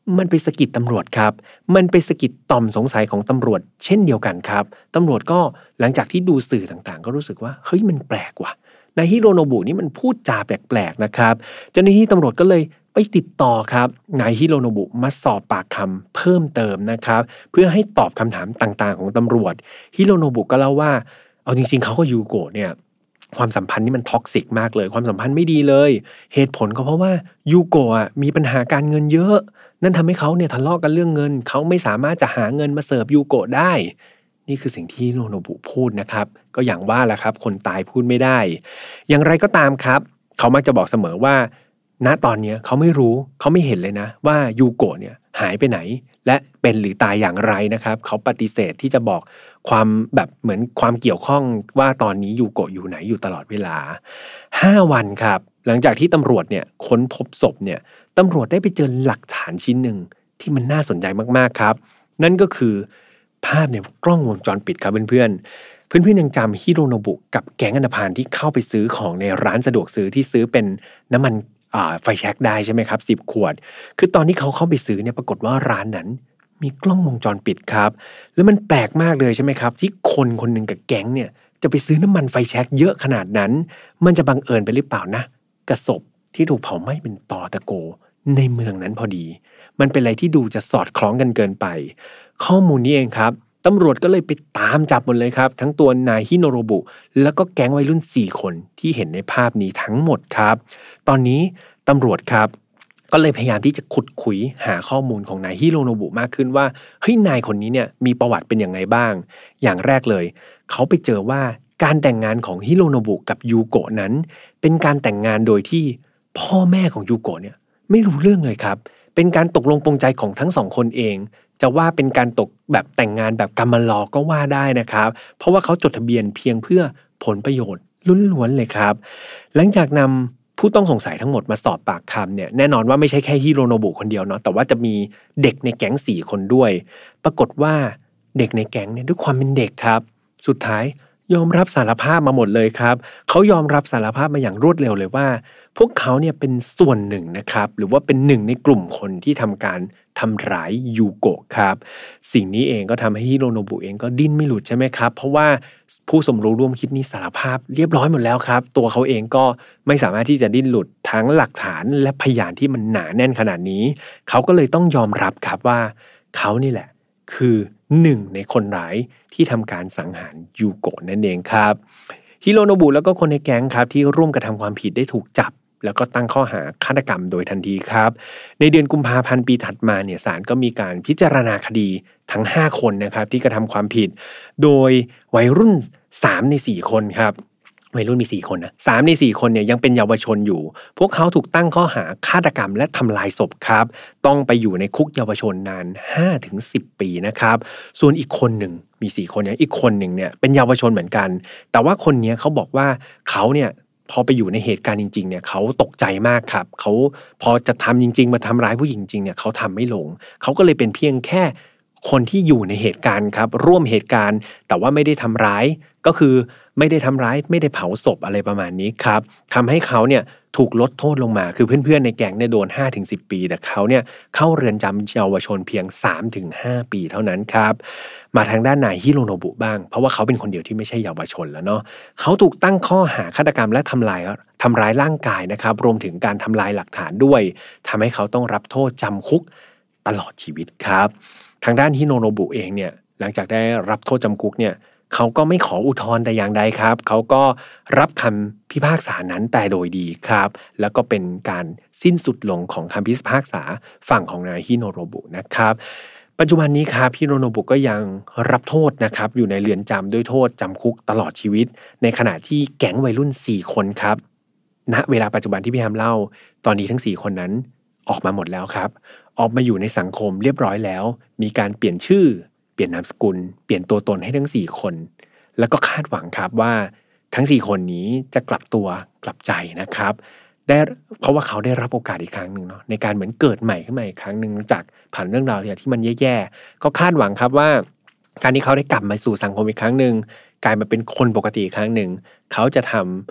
มันไปสะกิดตำรวจครับมันไปสะกิดต่อมสงสัยของตำรวจเช่นเดียวกันครับตำรวจก็หลังจากที่ดูสื่อต่างๆก็รู้สึกว่าเฮ้ยมันแปลกว่ะนายฮิโรโนบุนี่มันพูดจาแปลกๆนะครับเจ้าหน้าที่ตำรวจก็เลยไปติดต่อครับนายฮิโรโนบุมาสอบปากคำเพิ่มเติมนะครับเพื่อให้ตอบคำถามต่างๆของตำรวจฮิโรโนบุก็เล่าว่าเอาจริงๆเขาก็ยูโกะเนี่ยความสัมพันธ์นี่มันท็อกซิกมากเลยความสัมพันธ์ไม่ดีเลยเหตุผลก็เพราะว่ายูโกะมีปัญหาการเงินเยอะนั่นทำให้เขาเนี่ยทะเลาะกันเรื่องเงินเขาไม่สามารถจะหาเงินมาเสิร์ฟยูโกะได้นี่คือสิ่งที่ฮิโรโนบุพูดนะครับก็อย่างว่าแหละครับคนตายพูดไม่ได้อย่างไรก็ตามครับเขามักจะบอกเสมอว่าณตอนนี้เขาไม่รู้เขาไม่เห็นเลยนะว่ายูโกะเนี่ยหายไปไหนและเป็นหรือตายอย่างไรนะครับเขาปฏิเสธที่จะบอกความแบบเหมือนความเกี่ยวข้องว่าตอนนี้ยูโกะอยู่ไหนอยู่ตลอดเวลา5 วันครับหลังจากที่ตำรวจเนี่ยค้นพบศพเนี่ยตำรวจได้ไปเจอหลักฐานชิ้นหนึ่งที่มันน่าสนใจมากๆครับนั่นก็คือภาพในกล้องวงจรปิดครับเพื่อนๆยังจำฮิโรโนบุกับแก๊งอันธพาลที่เข้าไปซื้อของในร้านสะดวกซื้อที่ซื้อเป็นน้ำมันไฟแช็กได้ใช่ไหมครับ10 ขวดคือตอนที่เขาเข้าไปซื้อเนี่ยปรากฏว่าร้านนั้นมีกล้องวงจรปิดครับแล้วมันแปลกมากเลยใช่ไหมครับที่คนคนหนึ่งกับแก๊งเนี่ยจะไปซื้อน้ำมันไฟแช็กเยอะขนาดนั้นมันจะบังเอิญไปหรือเปล่านะกับศพที่ถูกเผาไหม้เป็นตอตะโกในเมืองนั้นพอดีมันเป็นอะไรที่ดูจะสอดคล้องกันเกินไปข้อมูลนี้เองครับตำรวจก็เลยไปตามจับหมดเลยครับทั้งตัวนายฮิโนโรบุแล้วก็แก๊งวัยรุ่น4 คนที่เห็นในภาพนี้ทั้งหมดครับตอนนี้ตำรวจครับก็เลยพยายามที่จะขุดคุยหาข้อมูลของนายฮิโรโนบุมากขึ้นว่าเฮ้ยนายคนนี้เนี่ยมีประวัติเป็นยังไงบ้างอย่างแรกเลยเขาไปเจอว่าการแต่งงานของฮิโรโนบุกับยูโกะนั้นเป็นการแต่งงานโดยที่พ่อแม่ของยูโกะเนี่ยไม่รู้เรื่องเลยครับเป็นการตกลงปรงใจของทั้ง2 คนเองจะว่าเป็นการตกแบบแต่งงานแบบกำมะลอก็ว่าได้นะครับเพราะว่าเขาจดทะเบียนเพียงเพื่อผลประโยชน์ล้วนๆเลยครับหลังจากนำผู้ต้องสงสัยทั้งหมดมาสอบปากคำเนี่ยแน่นอนว่าไม่ใช่แค่ฮิโรโนบุคนเดียวเนาะแต่ว่าจะมีเด็กในแก๊ง4 คนด้วยปรากฏว่าเด็กในแก๊งเนี่ยด้วยความเป็นเด็กครับสุดท้ายยอมรับสารภาพมาหมดเลยครับเขายอมรับสารภาพมาอย่างรวดเร็วเลยว่าพวกเขาเนี่ยเป็นส่วนหนึ่งนะครับหรือว่าเป็นหนึ่งในกลุ่มคนที่ทำการทำร้ายยูโกะครับสิ่งนี้เองก็ทำให้ฮิโรโนบุเองก็ดิ้นไม่หลุดใช่ไหมครับเพราะว่าผู้สมรู้ร่วมคิดนี้สารภาพเรียบร้อยหมดแล้วครับตัวเขาเองก็ไม่สามารถที่จะดิ้นหลุดทั้งหลักฐานและพยานที่มันหนาแน่นขนาดนี้เขาก็เลยต้องยอมรับครับว่าเขานี่แหละคือหนึ่งในคนร้ายที่ทำการสังหารยูโกะนั่นเองครับฮิโรโนบุแล้วก็คนในแก๊งครับที่ร่วมกระทำความผิดได้ถูกจับแล้วก็ตั้งข้อหาฆาตกรรมโดยทันทีครับในเดือนกุมภาพันธ์ปีถัดมาเนี่ยศาลก็มีการพิจารณาคดีทั้ง5 คนนะครับที่กระทำความผิดโดยวัยรุ่น3 ใน 4 คนครับวัยรุ่นมี4 คนนะ3 ใน 4 คนเนี่ยยังเป็นเยาวชนอยู่พวกเขาถูกตั้งข้อหาฆาตกรรมและทำลายศพครับต้องไปอยู่ในคุกเยาวชนนาน 5-10 ปีนะครับส่วนอีกคนหนึ่งมี4 คนเนี่ยอีกคนหนึ่งเนี่ยเป็นเยาวชนเหมือนกันแต่ว่าคนนี้เขาบอกว่าเขาเนี่ยพอไปอยู่ในเหตุการณ์จริงๆเนี่ยเขาตกใจมากครับเขาพอจะทำจริงๆมาทำร้ายผู้หญิงจริงเนี่ยเขาทำไม่ลงเขาก็เลยเป็นเพียงแค่คนที่อยู่ในเหตุการณ์ครับร่วมเหตุการณ์แต่ว่าไม่ได้ทำร้ายก็คือไม่ได้ทำร้ายไม่ได้เผาศพอะไรประมาณนี้ครับทำให้เขาเนี่ยถูกลดโทษลงมาคือเพื่อนๆในแก๊งเนี่ยโดน 5-10 ปีแต่เขาเนี่ยเข้าเรือนจำเยาวชนเพียง 3-5 ปีเท่านั้นครับมาทางด้านนายฮิโรโนบุบ้างเพราะว่าเขาเป็นคนเดียวที่ไม่ใช่เยาวชนแล้วเนาะเขาถูกตั้งข้อหาฆาตกรรมและทำร้ายร่างกายนะครับรวมถึงการทำลายหลักฐานด้วยทำให้เขาต้องรับโทษจำคุกตลอดชีวิตครับทางด้านฮิโรโนบุเองเนี่ยหลังจากได้รับโทษจำคุกเนี่ยเขาก็ไม่ขออุทธรณ์แต่อย่างใดครับเขาก็รับคำพิพากษานั้นแต่โดยดีครับแล้วก็เป็นการสิ้นสุดลงของคำพิพากษาฝั่งของนายฮิโนโรบุนะครับปัจจุบันนี้ครับฮิโรโนบุก็ยังรับโทษนะครับอยู่ในเรือนจำด้วยโทษจำคุกตลอดชีวิตในขณะที่แก๊งวัยรุ่น4 คนครับณเวลาปัจจุบันที่พี่แฮมเล่าตอนนี้ทั้ง4 คนนั้นออกมาหมดแล้วครับออกมาอยู่ในสังคมเรียบร้อยแล้วมีการเปลี่ยนชื่อเปลี่ยนนามสกุลเปลี่ยนตัวตนให้ทั้ง4 คนแล้วก็คาดหวังครับว่าทั้ง4 คนนี้จะกลับตัวกลับใจนะครับได้เพราะว่าเขาได้รับโอกาสอีกครั้งหนึ่งเนาะในการเหมือนเกิดใหม่ขึ้นมาอีกครั้งหนึ่งจากผ่านเรื่องราวที่มันแย่ๆก็คาดหวังครับว่าการที่เขาได้กลับมาสู่สังคมอีกครั้งหนึ่งกลายมาเป็นคนปกติอีกครั้งหนึ่งเขาจะท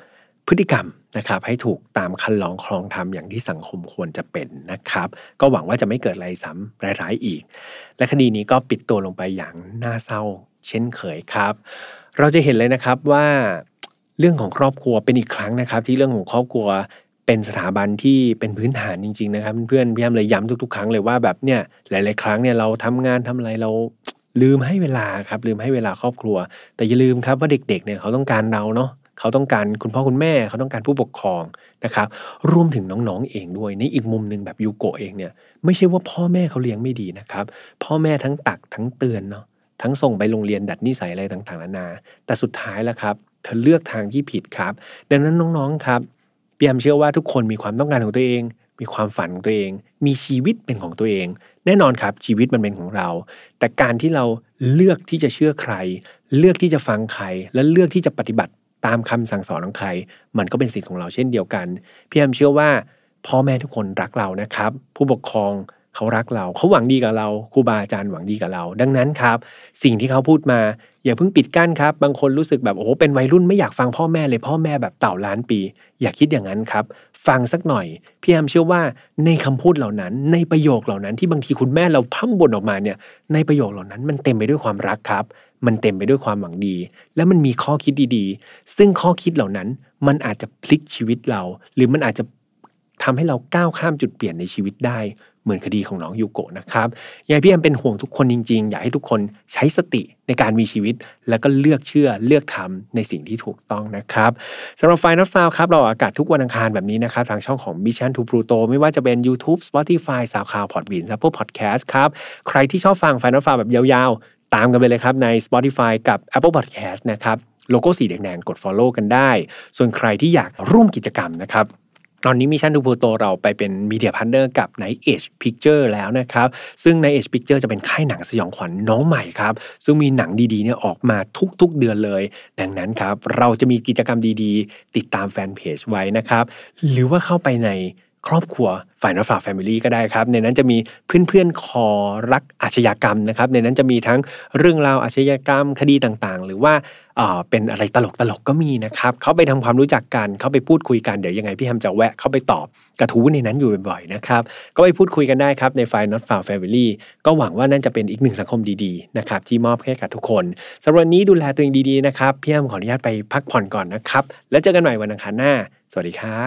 พฤติกรรมนะครับให้ถูกตามคันลองครองธรรมอย่างที่สังคมควรจะเป็นนะครับก็หวังว่าจะไม่เกิดอะไรซ้ำร้ายๆอีกและคดีนี้ก็ปิดตัวลงไปอย่างน่าเศร้าเช่นเคยครับเราจะเห็นเลยนะครับว่าเรื่องของครอบครัวเป็นอีกครั้งนะครับที่เรื่องของครอบครัวเป็นสถาบันที่เป็นพื้นฐานจริงๆนะครับเพื่อนๆพี่ย้ำเลยย้ำทุกๆครั้งเลยว่าแบบเนี่ยหลายๆครั้งเนี่ยเราทำงานทำอะไรเราลืมให้เวลาครับลืมให้เวลาครอบครัวแต่อย่าลืมครับว่าเด็กๆเนี่ยเขาต้องการเราเนาะเขาต้องการคุณพ่อคุณแม่เขาต้องการผู้ปกครองนะครับรวมถึงน้องๆเองด้วยในอีกมุมนึงแบบยูโกะเองเนี่ยไม่ใช่ว่าพ่อแม่เขาเลี้ยงไม่ดีนะครับพ่อแม่ทั้งตักทั้งเตือนเนาะทั้งส่งไปโรงเรียนดัดนิสัยอะไรต่างๆนานาแต่สุดท้ายแล้วครับเธอเลือกทางที่ผิดครับดังนั้นน้องๆครับพี่แอมเชื่อว่าทุกคนมีความต้องการของตัวเองมีความฝันของตัวเองมีชีวิตเป็นของตัวเองแน่นอนครับชีวิตมันเป็นของเราแต่การที่เราเลือกที่จะเชื่อใครเลือกที่จะฟังใครและเลือกที่จะปฏิบัติตามคำสั่งสอนของใครมันก็เป็นสิทธิ์ของเราเช่นเดียวกันพี่แอมเชื่อว่าพ่อแม่ทุกคนรักเรานะครับผู้ปกครองเขารักเราเขาหวังดีกับเราครูบาอาจารย์หวังดีกับเราดังนั้นครับสิ่งที่เขาพูดมาอย่าเพิ่งปิดกั้นครับบางคนรู้สึกแบบโอ้โหเป็นวัยรุ่นไม่อยากฟังพ่อแม่เลยพ่อแม่แบบเต่าล้านปีอย่าคิดอย่างนั้นครับฟังสักหน่อยพี่แอมเชื่อว่าในคำพูดเหล่านั้นในประโยคเหล่านั้นที่บางทีคุณแม่เราพร่ำบ่นออกมาเนี่ยในประโยคเหล่านั้นมันเต็มไปด้วยความรักครับมันเต็มไปด้วยความหวังดีและมันมีข้อคิดดีๆซึ่งข้อคิดเหล่านั้นมันอาจจะพลิกชีวิตเราหรือมันอาจจะทำให้เราก้าวข้ามจุดเปลี่ยนในชีวิตได้เหมือนคดีของน้องยูโกะนะครับอยากให้พี่แอมเป็นห่วงทุกคนจริงๆอยากให้ทุกคนใช้สติในการมีชีวิตแล้วก็เลือกเชื่อเลือกทำในสิ่งที่ถูกต้องนะครับสำหรับ Final File ครับเราออกอากาศทุกวันอังคารแบบนี้นะครับทางช่องของ Mission to Pluto ไม่ว่าจะเป็น YouTube Spotify SoundCloud Podbean Apple Podcast ครับใครที่ชอบฟัง Final File แบบยาวๆตามกันไปเลยครับใน Spotify กับ Apple Podcast นะครับโลโก้สีแดงๆกด follow กันได้ส่วนใครที่อยากร่วมกิจกรรมนะครับตอนนี้Mission to Plutoเราไปเป็น Media Partner กับ Night Age Picture แล้วนะครับซึ่ง Night Age Picture จะเป็นค่ายหนังสยองขวัญน้องใหม่ครับซึ่งมีหนังดีๆเนี่ยออกมาทุกๆเดือนเลยดังนั้นครับเราจะมีกิจกรรมดีๆติดตามแฟนเพจไว้นะครับหรือว่าเข้าไปในครอบครัว Final File Family ก็ได้ครับในนั้นจะมีเพื่อนๆคอรักอาชญากรรมนะครับในนั้นจะมีทั้งเรื่องราวอาชญากรรมคดีต่างๆหรือว่าเป็นอะไรตลกๆก็มีนะครับเขาไปทำความรู้จักกันเขาไปพูดคุยกันเดี๋ยวยังไงพี่แฮมจะแวะเข้าไปตอบกระทู้ในนั้นอยู่บ่อยๆนะครับก็ไปพูดคุยกันได้ครับใน Final File Family ก็หวังว่านั่นจะเป็นอีกหนึ่งสังคมดีๆนะครับที่มอบให้กับทุกคนสำหรับวันนี้ดูแลตัวเองดีๆนะครับพี่แฮมขออนุญาตไปพักผ่อนก่อนนะครับแล้วเจอกันใหม่วันอังคารหน้าสวัสดีครับ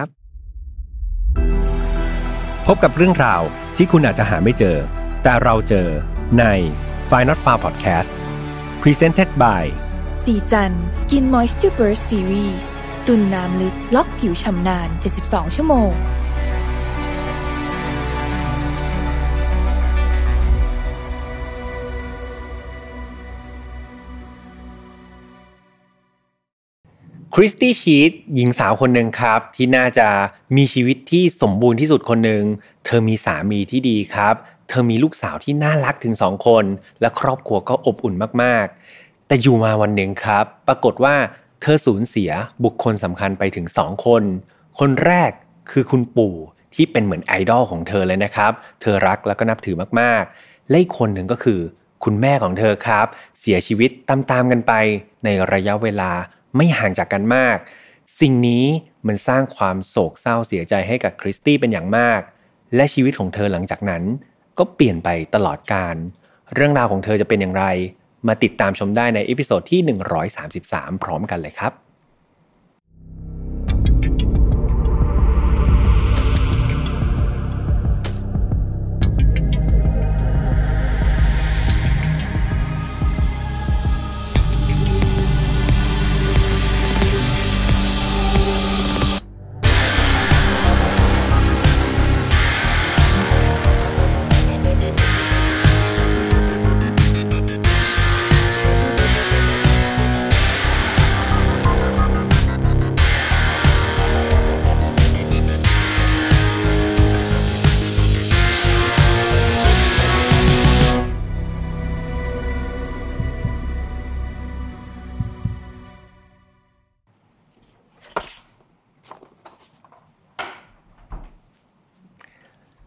พบกับเรื่องราวที่คุณอาจจะหาไม่เจอแต่เราเจอใน Final File Podcast Presented by สีจัน Skin Moisture Burst Series ตุ่นน้ำลึกล็อกผิวฉ่ำนาน72ชั่วโมงคริสตี้ชีทหญิงสาวคนหนึ่งครับที่น่าจะมีชีวิตที่สมบูรณ์ที่สุดคนหนึ่งเธอมีสามีที่ดีครับเธอมีลูกสาวที่น่ารักถึง2 คนและครอบครัวก็อบอุ่นมากๆแต่อยู่มาวันหนึ่งครับปรากฏว่าเธอสูญเสียบุคคลสำคัญไปถึง2 คนคนแรกคือคุณปู่ที่เป็นเหมือนไอดอลของเธอเลยนะครับเธอรักแล้วก็นับถือมากๆและอีกคนหนึ่งก็คือคุณแม่ของเธอครับเสียชีวิตตามๆกันไปในระยะเวลาไม่ห่างจากกันมากสิ่งนี้มันสร้างความโศกเศร้าเสียใจให้กับคริสตี้เป็นอย่างมากและชีวิตของเธอหลังจากนั้นก็เปลี่ยนไปตลอดกาลเรื่องราวของเธอจะเป็นอย่างไรมาติดตามชมได้ในเอพิโซดที่133พร้อมกันเลยครับ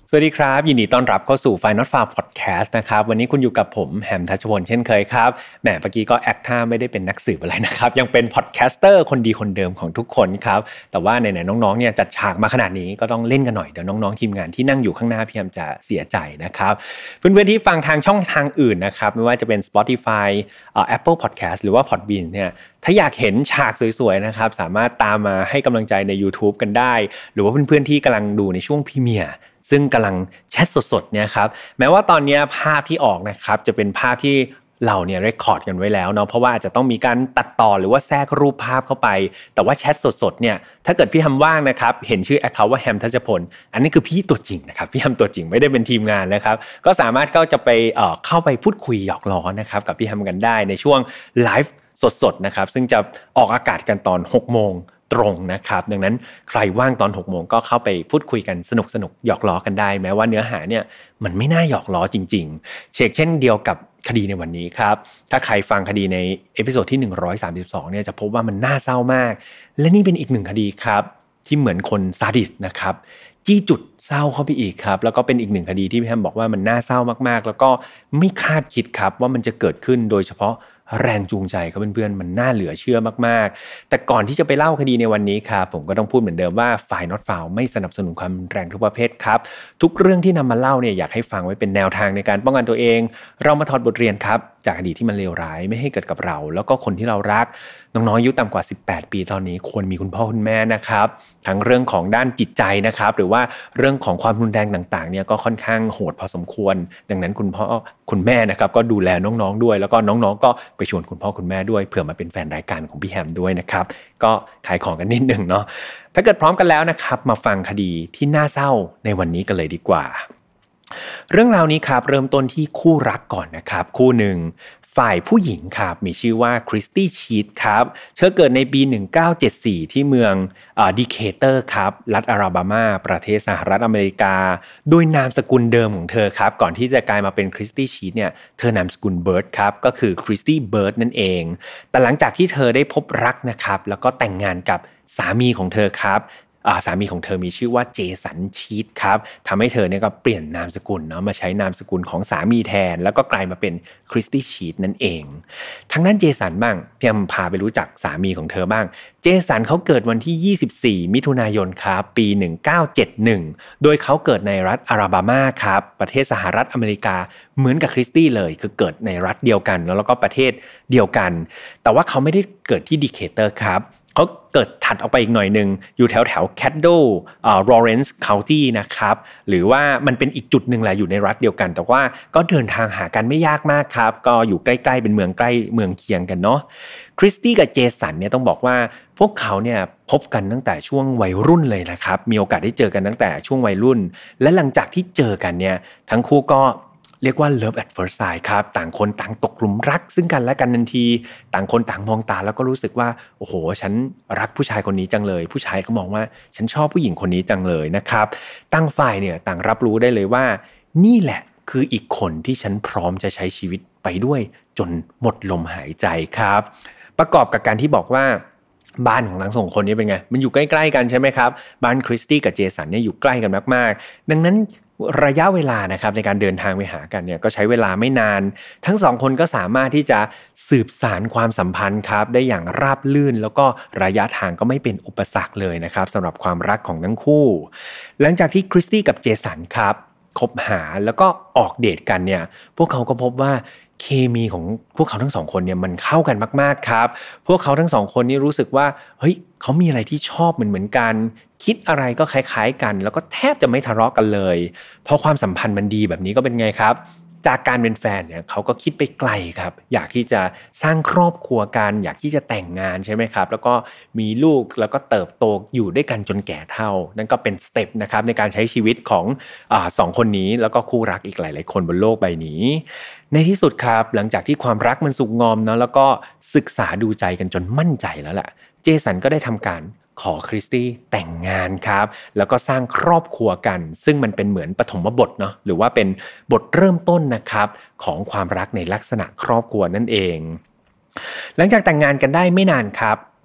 สวัสดีครับยินดีต้อนรับเข้าสู่ Final File Podcast นะครับวันนี้คุณอยู่กับผมแฮมทัชพลเช่นเคยครับแหมเมื่อกี้ก็แอคท่าไม่ได้เป็นนักสืบอะไรนะครับยังเป็นพอดแคสเตอร์คนดีคนเดิมของทุกคนครับแต่ว่าไหนๆน้องๆเนี่ยจัดฉากมาขนาดนี้ก็ต้องเล่นกันหน่อยเดี๋ยวน้องๆทีมงานที่นั่งอยู่ข้างหน้าพี่แฮมจะเสียใจนะครับเพื่อนๆที่ฟังทางช่องทางอื่นนะครับไม่ว่าจะเป็น Spotify Apple Podcast หรือว่า Podbean เนี่ยถ้าอยากเห็นฉากสวยๆนะครับสามารถตามมาให้กำลังใจใน YouTube กันได้หรือว่าเพื่อนๆที่กำลังดูในช่วงพรีเมียร์ซึ่งกำลังแชทสดๆเนี่ยครับแม้ว่าตอนนี้ภาพที่ออกนะครับจะเป็นภาพที่เราเนี่ยเรคคอร์ดกันไว้แล้วเนาะเพราะว่าอาจจะต้องมีการตัดต่อหรือว่าแทรกรูปภาพเข้าไปแต่ว่าแชทสดๆเนี่ยถ้าเกิดพี่แฮมว่างนะครับเห็นชื่อแอคเคาท์ว่าแฮมทัชพลอันนี้คือพี่ตัวจริงนะครับพี่แฮมตัวจริงไม่ได้เป็นทีมงานนะครับก็สามารถก็จะไปเข้าไปพูดคุยหยอกล้อนะครับกับพี่แฮมกันได้ในช่วงไลฟ์สดๆนะครับซึ่งจะออกอากาศกันตอน 6 โมงตรงนะครับดังนั้นใครว่างตอน 6 โมงก็เข้าไปพูดคุยกันสนุกๆหยอกล้อกันได้แม้ว่าเนื้อหาเนี่ยมันไม่น่าหยอกล้อจริงๆเช่นเดียวกับคดีในวันนี้ครับถ้าใครฟังคดีในเอพิโซดที่132เนี่ยจะพบว่ามันน่าเศร้ามากและนี่เป็นอีกหนึ่งคดีครับที่เหมือนคนซาดิสนะครับจี้จุดเศร้าเข้าไปอีกครับแล้วก็เป็นอีกหนึ่งคดีที่พี่แฮมบอกว่ามันน่าเศร้ามากๆแล้วก็ไม่คาดคิดครับว่ามันจะเกิดขึ้นโดยเฉพาะแรงจูงใจครับเพื่อนๆมันน่าเหลือเชื่อมากๆแต่ก่อนที่จะไปเล่าคดีในวันนี้ครับผมก็ต้องพูดเหมือนเดิมว่าฝ่าย Not Found ไม่สนับสนุนความแรงทุกประเภทครับทุกเรื่องที่นำมาเล่าเนี่ยอยากให้ฟังไว้เป็นแนวทางในการป้องกันตัวเองเรามาถอดบทเรียนครับจากอดีตที่มันเลวร้ายไม่ให้เกิดกับเราแล้วก็คนที่เรารักน้องๆอายุต่ำกว่า18 ปีตอนนี้ควรมีคุณพ่อคุณแม่นะครับทั้งเรื่องของด้านจิตใจนะครับหรือว่าเรื่องของความรุนแรงต่างๆเนี่ยก็ค่อนข้างโหดพอสมควรดังนั้นคุณพ่อคุณแม่นะครับก็ดูแลน้องๆด้วยแล้วก็น้องๆก็ไปชวนคุณพ่อคุณแม่ด้วยเผื่อมาเป็นแฟนรายการของพี่แฮมด้วยนะครับก็ขายของกันนิดนึงเนาะถ้าเกิดพร้อมกันแล้วนะครับมาฟังคดีที่น่าเศร้าในวันนี้กันเลยดีกว่าเรื่องราวนี้ครับเริ่มต้นที่คู่รักก่อนนะครับคู่หนึ่งฝ่ายผู้หญิงครับมีชื่อว่าคริสตี้ชีทครับเธอเกิดในปี1974ที่เมืองดีเคเตอร์ครับรัฐอลาบามาประเทศสหรัฐอเมริกาโดยนามสกุลเดิมของเธอครับก่อนที่จะกลายมาเป็นคริสตี้ชีทเนี่ยเธอนามสกุลเบิร์ดครับก็คือคริสตี้เบิร์ดนั่นเองแต่หลังจากที่เธอได้พบรักนะครับแล้วก็แต่งงานกับสามีของเธอครับสามีของเธอมีชื่อว่าเจสันชีทครับทำให้เธอเนี่ยก็เปลี่ยนนามสกุลเนาะมาใช้นามสกุลของสามีแทนแล้วก็กลายมาเป็นคริสตี้ชีทนั่นเองทางด้านเจสันบ้างพี่แอมพาไปรู้จักสามีของเธอบ้างเจสันเขาเกิดวันที่24มิถุนายนครับปี1971โดยเขาเกิดในรัฐอลาบามาครับประเทศสหรัฐอเมริกาเหมือนกับคริสตี้เลยคือเกิดในรัฐเดียวกันแล้วก็ประเทศเดียวกันแต่ว่าเขาไม่ได้เกิดที่ดีเคเตอร์ครับเขาเกิดถัดออกไปอีกหน่อยนึงอยู่แถวแคดโดลอเรนซ์เคานตี้นะครับหรือว่ามันเป็นอีกจุดนึงแหละอยู่ในรัฐเดียวกันแต่ว่าก็เดินทางหากันไม่ยากมากครับก็อยู่ใกล้ๆเป็นเมืองใกล้เมืองเคียงกันเนาะคริสตี้กับเจสันเนี่ยต้องบอกว่าพวกเขาเนี่ยพบกันตั้งแต่ช่วงวัยรุ่นเลยนะครับมีโอกาสได้เจอกันตั้งแต่ช่วงวัยรุ่นและหลังจากที่เจอกันเนี่ยทั้งคู่ก็เรียกว่า love at first sight ครับต่างคนต่างตกหลุมรักซึ่งกันและกันทันทีต่างคนต่างมองตาแล้วก็รู้สึกว่าโอ้โหฉันรักผู้ชายคนนี้จังเลยผู้ชายก็มองว่าฉันชอบผู้หญิงคนนี้จังเลยนะครับตั้งฝ่ายเนี่ยต่างรับรู้ได้เลยว่านี่แหละคืออีกคนที่ฉันพร้อมจะใช้ชีวิตไปด้วยจนหมดลมหายใจครับประกอบกับการที่บอกว่าบ้านของทั้งสองคนนี้เป็นไงมันอยู่ใกล้ๆกันใช่ไหมครับบ้านคริสตี้กับเจสันเนี่ยอยู่ใกล้กันมากๆดังนั้นระยะเวลานะครับในการเดินทางไปหากันเนี่ยก็ใช้เวลาไม่นานทั้งสองคนก็สามารถที่จะสืบสานความสัมพันธ์ครับได้อย่างราบรื่นแล้วก็ระยะทางก็ไม่เป็นอุปสรรคเลยนะครับสำหรับความรักของทั้งคู่หลังจากที่คริสตี้กับเจสันครับคบหาแล้วก็ออกเดทกันเนี่ยพวกเขาก็พบว่าเคมีของพวกเขาทั้งสองคนเนี่ยมันเข้ากันมากๆครับพวกเขาทั้งสองคนนี่รู้สึกว่าเฮ้ยเขามีอะไรที่ชอบเหมือนกันคิดอะไรก็คล้ายๆกันแล้วก็แทบจะไม่ทะเลาะกันเลยเพราะความสัมพันธ์มันดีแบบนี้ก็เป็นไงครับจากการเป็นแฟนเนี่ยเขาก็คิดไปไกลครับอยากที่จะสร้างครอบครัวกันอยากที่จะแต่งงานใช่ไหมครับแล้วก็มีลูกแล้วก็เติบโตอยู่ด้วยกันจนแก่เฒ่านั่นก็เป็นสเต็ปนะครับในการใช้ชีวิตของสองคนนี้แล้วก็คู่รักอีกหลายๆคนบนโลกใบนี้ในที่สุดครับหลังจากที่ความรักมันสุกงอมเนาะแล้วก็ศึกษาดูใจกันจนมั่นใจแล้วแหละเจสันก็ได้ทำการขอคริสตี้แต่งงานครับแล้วก็สร้างครอบครัวกันซึ่งมันเป็นเหมือนปฐมบทเนาะหรือว่าเป็นบทเริ่มต้นนะครับของความรักในลักษณะครอบครัวนั่นเองหลังจากแต่งงานกันได้ไม่นานครับ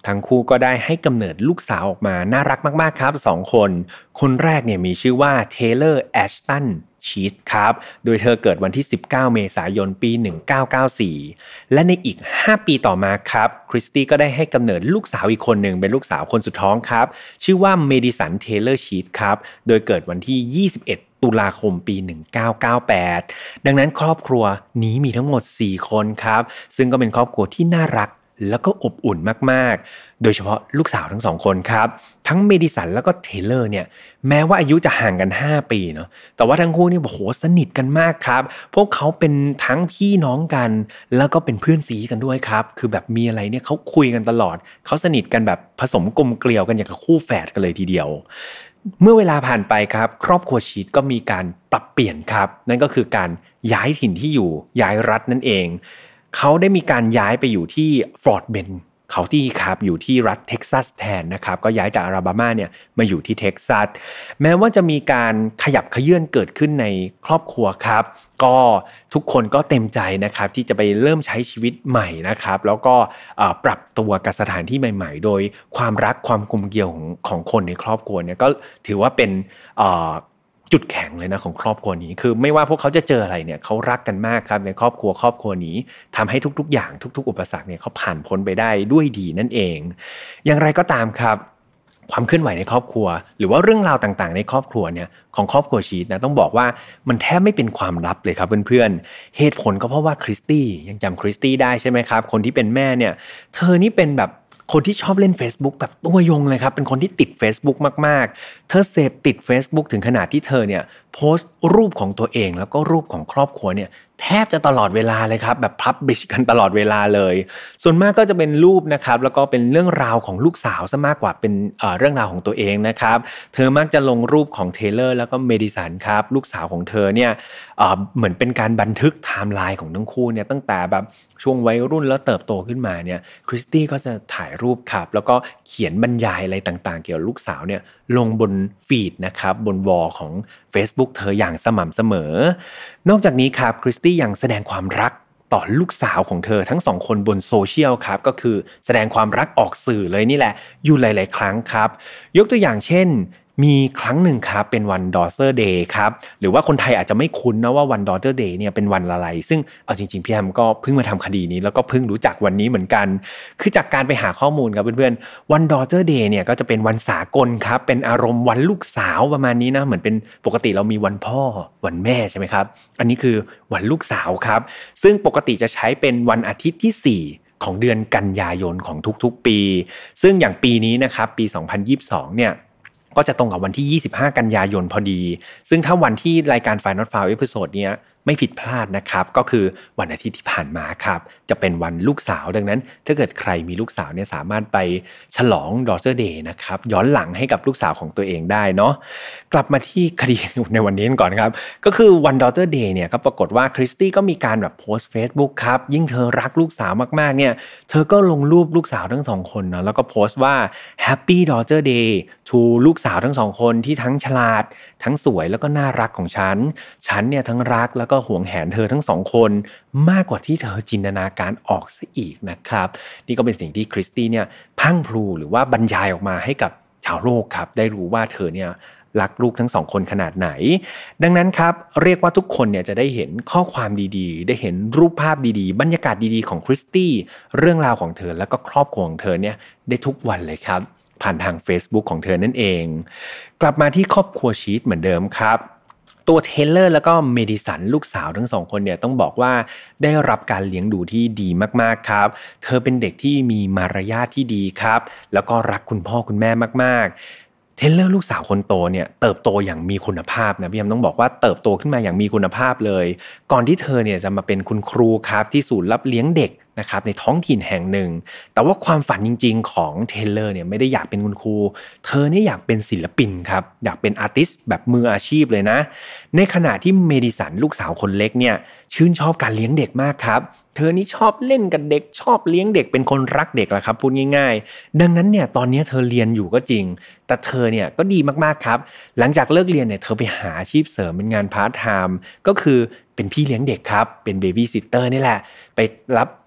ทั้งคู่ก็ได้ให้กำเนิดลูกสาวออกมาน่ารักมากๆครับ2คนแรกเนี่ยมีชื่อว่าเทเลอร์แอชตันชีทครับโดยเธอเกิดวันที่19เมษายนปี1994และในอีก5ปีต่อมาครับคริสตี้ก็ได้ให้กำเนิดลูกสาวอีกคนหนึ่งเป็นลูกสาวคนสุดท้องครับชื่อว่าเมดิสันเทเลอร์ชีทครับโดยเกิดวันที่21ตุลาคมปี1998ดังนั้นครอบครัวนี้มีทั้งหมด4คนครับซึ่งก็เป็นครอบครัวที่น่ารักแล้วก็อบอุ่นมากๆโดยเฉพาะลูกสาวทั้ง2คนครับทั้งเมดิสันแล้วก็เทเลอร์เนี่ยแม้ว่าอายุจะห่างกัน5ปีเนาะแต่ว่าทั้งคู่นี่โอ้โหสนิทกันมากครับพวกเขาเป็นทั้งพี่น้องกันแล้วก็เป็นเพื่อนซีกันด้วยครับคือแบบมีอะไรเนี่ยเขาคุยกันตลอดเขาสนิทกันแบบผสมกลมเกลียวกันอย่างกับคู่แฝดกันเลยทีเดียวเมื่อเวลาผ่านไปครับครอบครัวชีทก็มีการปรับเปลี่ยนครับนั่นก็คือการย้ายถิ่นที่อยู่ย้ายรัฐนั่นเองเขาได้มีการย้ายไปอยู่ที่ฟอร์ตเบนเขาที่ครับอยู่ที่รัฐเท็กซัสแทนนะครับก็ย้ายจากอลาบามาเนี่ยมาอยู่ที่เท็กซัสแม้ว่าจะมีการขยับเขยื้อนเกิดขึ้นในครอบครัวครับก็ทุกคนก็เต็มใจนะครับที่จะไปเริ่มใช้ชีวิตใหม่นะครับแล้วก็ปรับตัวกับสถานที่ใหม่ๆโดยความรักความกลมเกลียวของคนในครอบครัวเนี่ยก็ถือว่าเป็นจุดแข็งเลยนะของครอบครัวนี้คือไม่ว่าพวกเขาจะเจออะไรเนี่ยเขารักกันมากครับในครอบครัวนี้ทำให้ทุกๆอย่างทุกๆอุปสรรคเนี่ยเขาผ่านพ้นไปได้ด้วยดีนั่นเองอย่างไรก็ตามครับความเคลื่อนไหวในครอบครัวหรือว่าเรื่องราวต่างๆในครอบครัวเนี่ยของครอบครัวชีทนะต้องบอกว่ามันแทบไม่เป็นความลับเลยครับเพื่อนๆเหตุผลก็เพราะว่าคริสตี้ยังจำคริสตี้ได้ใช่ไหมครับคนที่เป็นแม่เนี่ยเธอนี่เป็นแบบคนที่ชอบเล่น Facebook แบบตัวยงเลยครับเป็นคนที่ติด Facebook มากๆเธอเสพติด Facebook ถึงขนาดที่เธอเนี่ยโพสต์รูปของตัวเองแล้วก็รูปของครอบครัวเนี่ยแทบจะตลอดเวลาเลยครับแบบพับลิชกันตลอดเวลาเลยส่วนมากก็จะเป็นรูปนะครับแล้วก็เป็นเรื่องราวของลูกสาวซะมากกว่าเป็นเรื่องราวของตัวเองนะครับเธอมักจะลงรูปของเทเลอร์แล้วก็เมดิสันครับลูกสาวของเธอเนี่ยเหมือนเป็นการบันทึกไทม์ไลน์ของทั้งคู่เนี่ยตั้งแต่แบบช่วงวัยรุ่นแล้วเติบโตขึ้นมาเนี่ยคริสตี้ก็จะถ่ายรูปครับแล้วก็เขียนบรรยายอะไรต่างๆเกี่ยวกับลูกสาวเนี่ยลงบนฟีดนะครับบนวอลของ Facebook เธออย่างสม่ำเสมอนอกจากนี้ครับคริสตี้ยังแสดงความรักต่อลูกสาวของเธอทั้งสองคนบนโซเชียลครับก็คือแสดงความรักออกสื่อเลยนี่แหละอยู่หลายๆครั้งครับยกตัวอย่างเช่นมีครั้งหนึ่งครับเป็นวัน Daughter Day ครับหรือว่าคนไทยอาจจะไม่คุ้นนะว่าวัน Daughter Day เนี่ยเป็นวันอะไรซึ่งเอาจริงๆพี่แอมก็เพิ่งมาทำคดีนี้แล้วก็เพิ่งรู้จักวันนี้เหมือนกันคือจากการไปหาข้อมูลครับเพื่อนๆวัน Daughter Day เนี่ยก็จะเป็นวันสากลครับเป็นอารมณ์วันลูกสาวประมาณนี้นะเหมือนเป็นปกติเรามีวันพ่อวันแม่ใช่ไหมครับอันนี้คือวันลูกสาวครับซึ่งปกติจะใช้เป็นวันอาทิตย์ที่4ของเดือนกันยายนของทุกๆปีซึ่งอย่างปีนี้นะครับปี2022เนี่ยก็จะตรงกับวันที่25กันยายนพอดีซึ่งถ้าวันที่รายการ Final File Episode เนี้ยไม่ผิดพลาดนะครับก็คือวันอาทิตย์ที่ผ่านมาครับจะเป็นวันลูกสาวดังนั้นถ้าเกิดใครมีลูกสาวเนี่ยสามารถไปฉลอง Daughter Day นะครับย้อนหลังให้กับลูกสาวของตัวเองได้เนาะกลับมาที่คดีในวันนี้ก่อนครับก็คือวัน Daughter Day เนี่ยก็ปรากฏว่าคริสตี้ก็มีการแบบโพสต์ Facebook ครับยิ่งเธอรักลูกสาวมากๆเนี่ยเธอก็ลงรูปลูกสาวทั้งสองคนนะแล้วก็โพสต์ว่า Happy Daughter Day to ลูกสาวทั้งสองคนที่ทั้งฉลาดทั้งสวยแล้วก็น่ารักของฉันเนี่ยทั้งรักแล้วก็หวงแหนเธอทั้งสองคนมากกว่าที่เธอจินตนาการออกซะอีกนะครับนี่ก็เป็นสิ่งที่คริสตี้เนี่ยพังพลูหรือว่าบรรยายออกมาให้กับชาวโลกครับได้รู้ว่าเธอเนี่ยรักลูกทั้งสองคนขนาดไหนดังนั้นครับเรียกว่าทุกคนเนี่ยจะได้เห็นข้อความดีๆได้เห็นรูปภาพดีๆบรรยากาศดีๆของคริสตี้เรื่องราวของเธอแล้วก็ครอบครัวของเธอเนี่ยได้ทุกวันเลยครับผ่านทาง Facebook ของเธอนั่นเองกลับมาที่ครอบครัวชีทเหมือนเดิมครับตัวเทเลอร์แล้วก็เมดิสันลูกสาวทั้งสองคนเนี่ยต้องบอกว่าได้รับการเลี้ยงดูที่ดีมากๆครับเธอเป็นเด็กที่มีมารยาทที่ดีครับแล้วก็รักคุณพ่อคุณแม่มากๆเทเลอร์ลูกสาวคนโตเนี่ยเติบโตอย่างมีคุณภาพนะพี่แอมต้องบอกว่าเติบโตขึ้นมาอย่างมีคุณภาพเลยก่อนที่เธอเนี่ยจะมาเป็นคุณครูครับที่ศูนย์รับเลี้ยงเด็กนะครับในท้องถิ่นแห่งหนึ่งแต่ว่าความฝันจริงๆของเทเลอร์เนี่ยไม่ได้อยากเป็นคุณครูเธอเนี่ยอยากเป็นศิลปินครับอยากเป็นอาร์ติสต์แบบมืออาชีพเลยนะในขณะที่เมดิสันลูกสาวคนเล็กเนี่ยชื่นชอบการเลี้ยงเด็กมากครับเธอนี่ชอบเล่นกับเด็กชอบเลี้ยงเด็กเป็นคนรักเด็กแหละครับพูดง่ายๆดังนั้นเนี่ยตอนนี้เธอเรียนอยู่ก็จริงแต่เธอเนี่ยก็ดีมากๆครับหลังจากเลิกเรียนเนี่ยเธอไปหาอาชีพเสริมเป็นงานพาร์ทไทม์ก็คือเป็นพี่เลี้ยงเด็กครับเป็นเบบี้ซิตเตอร์นี่แหละไปรับ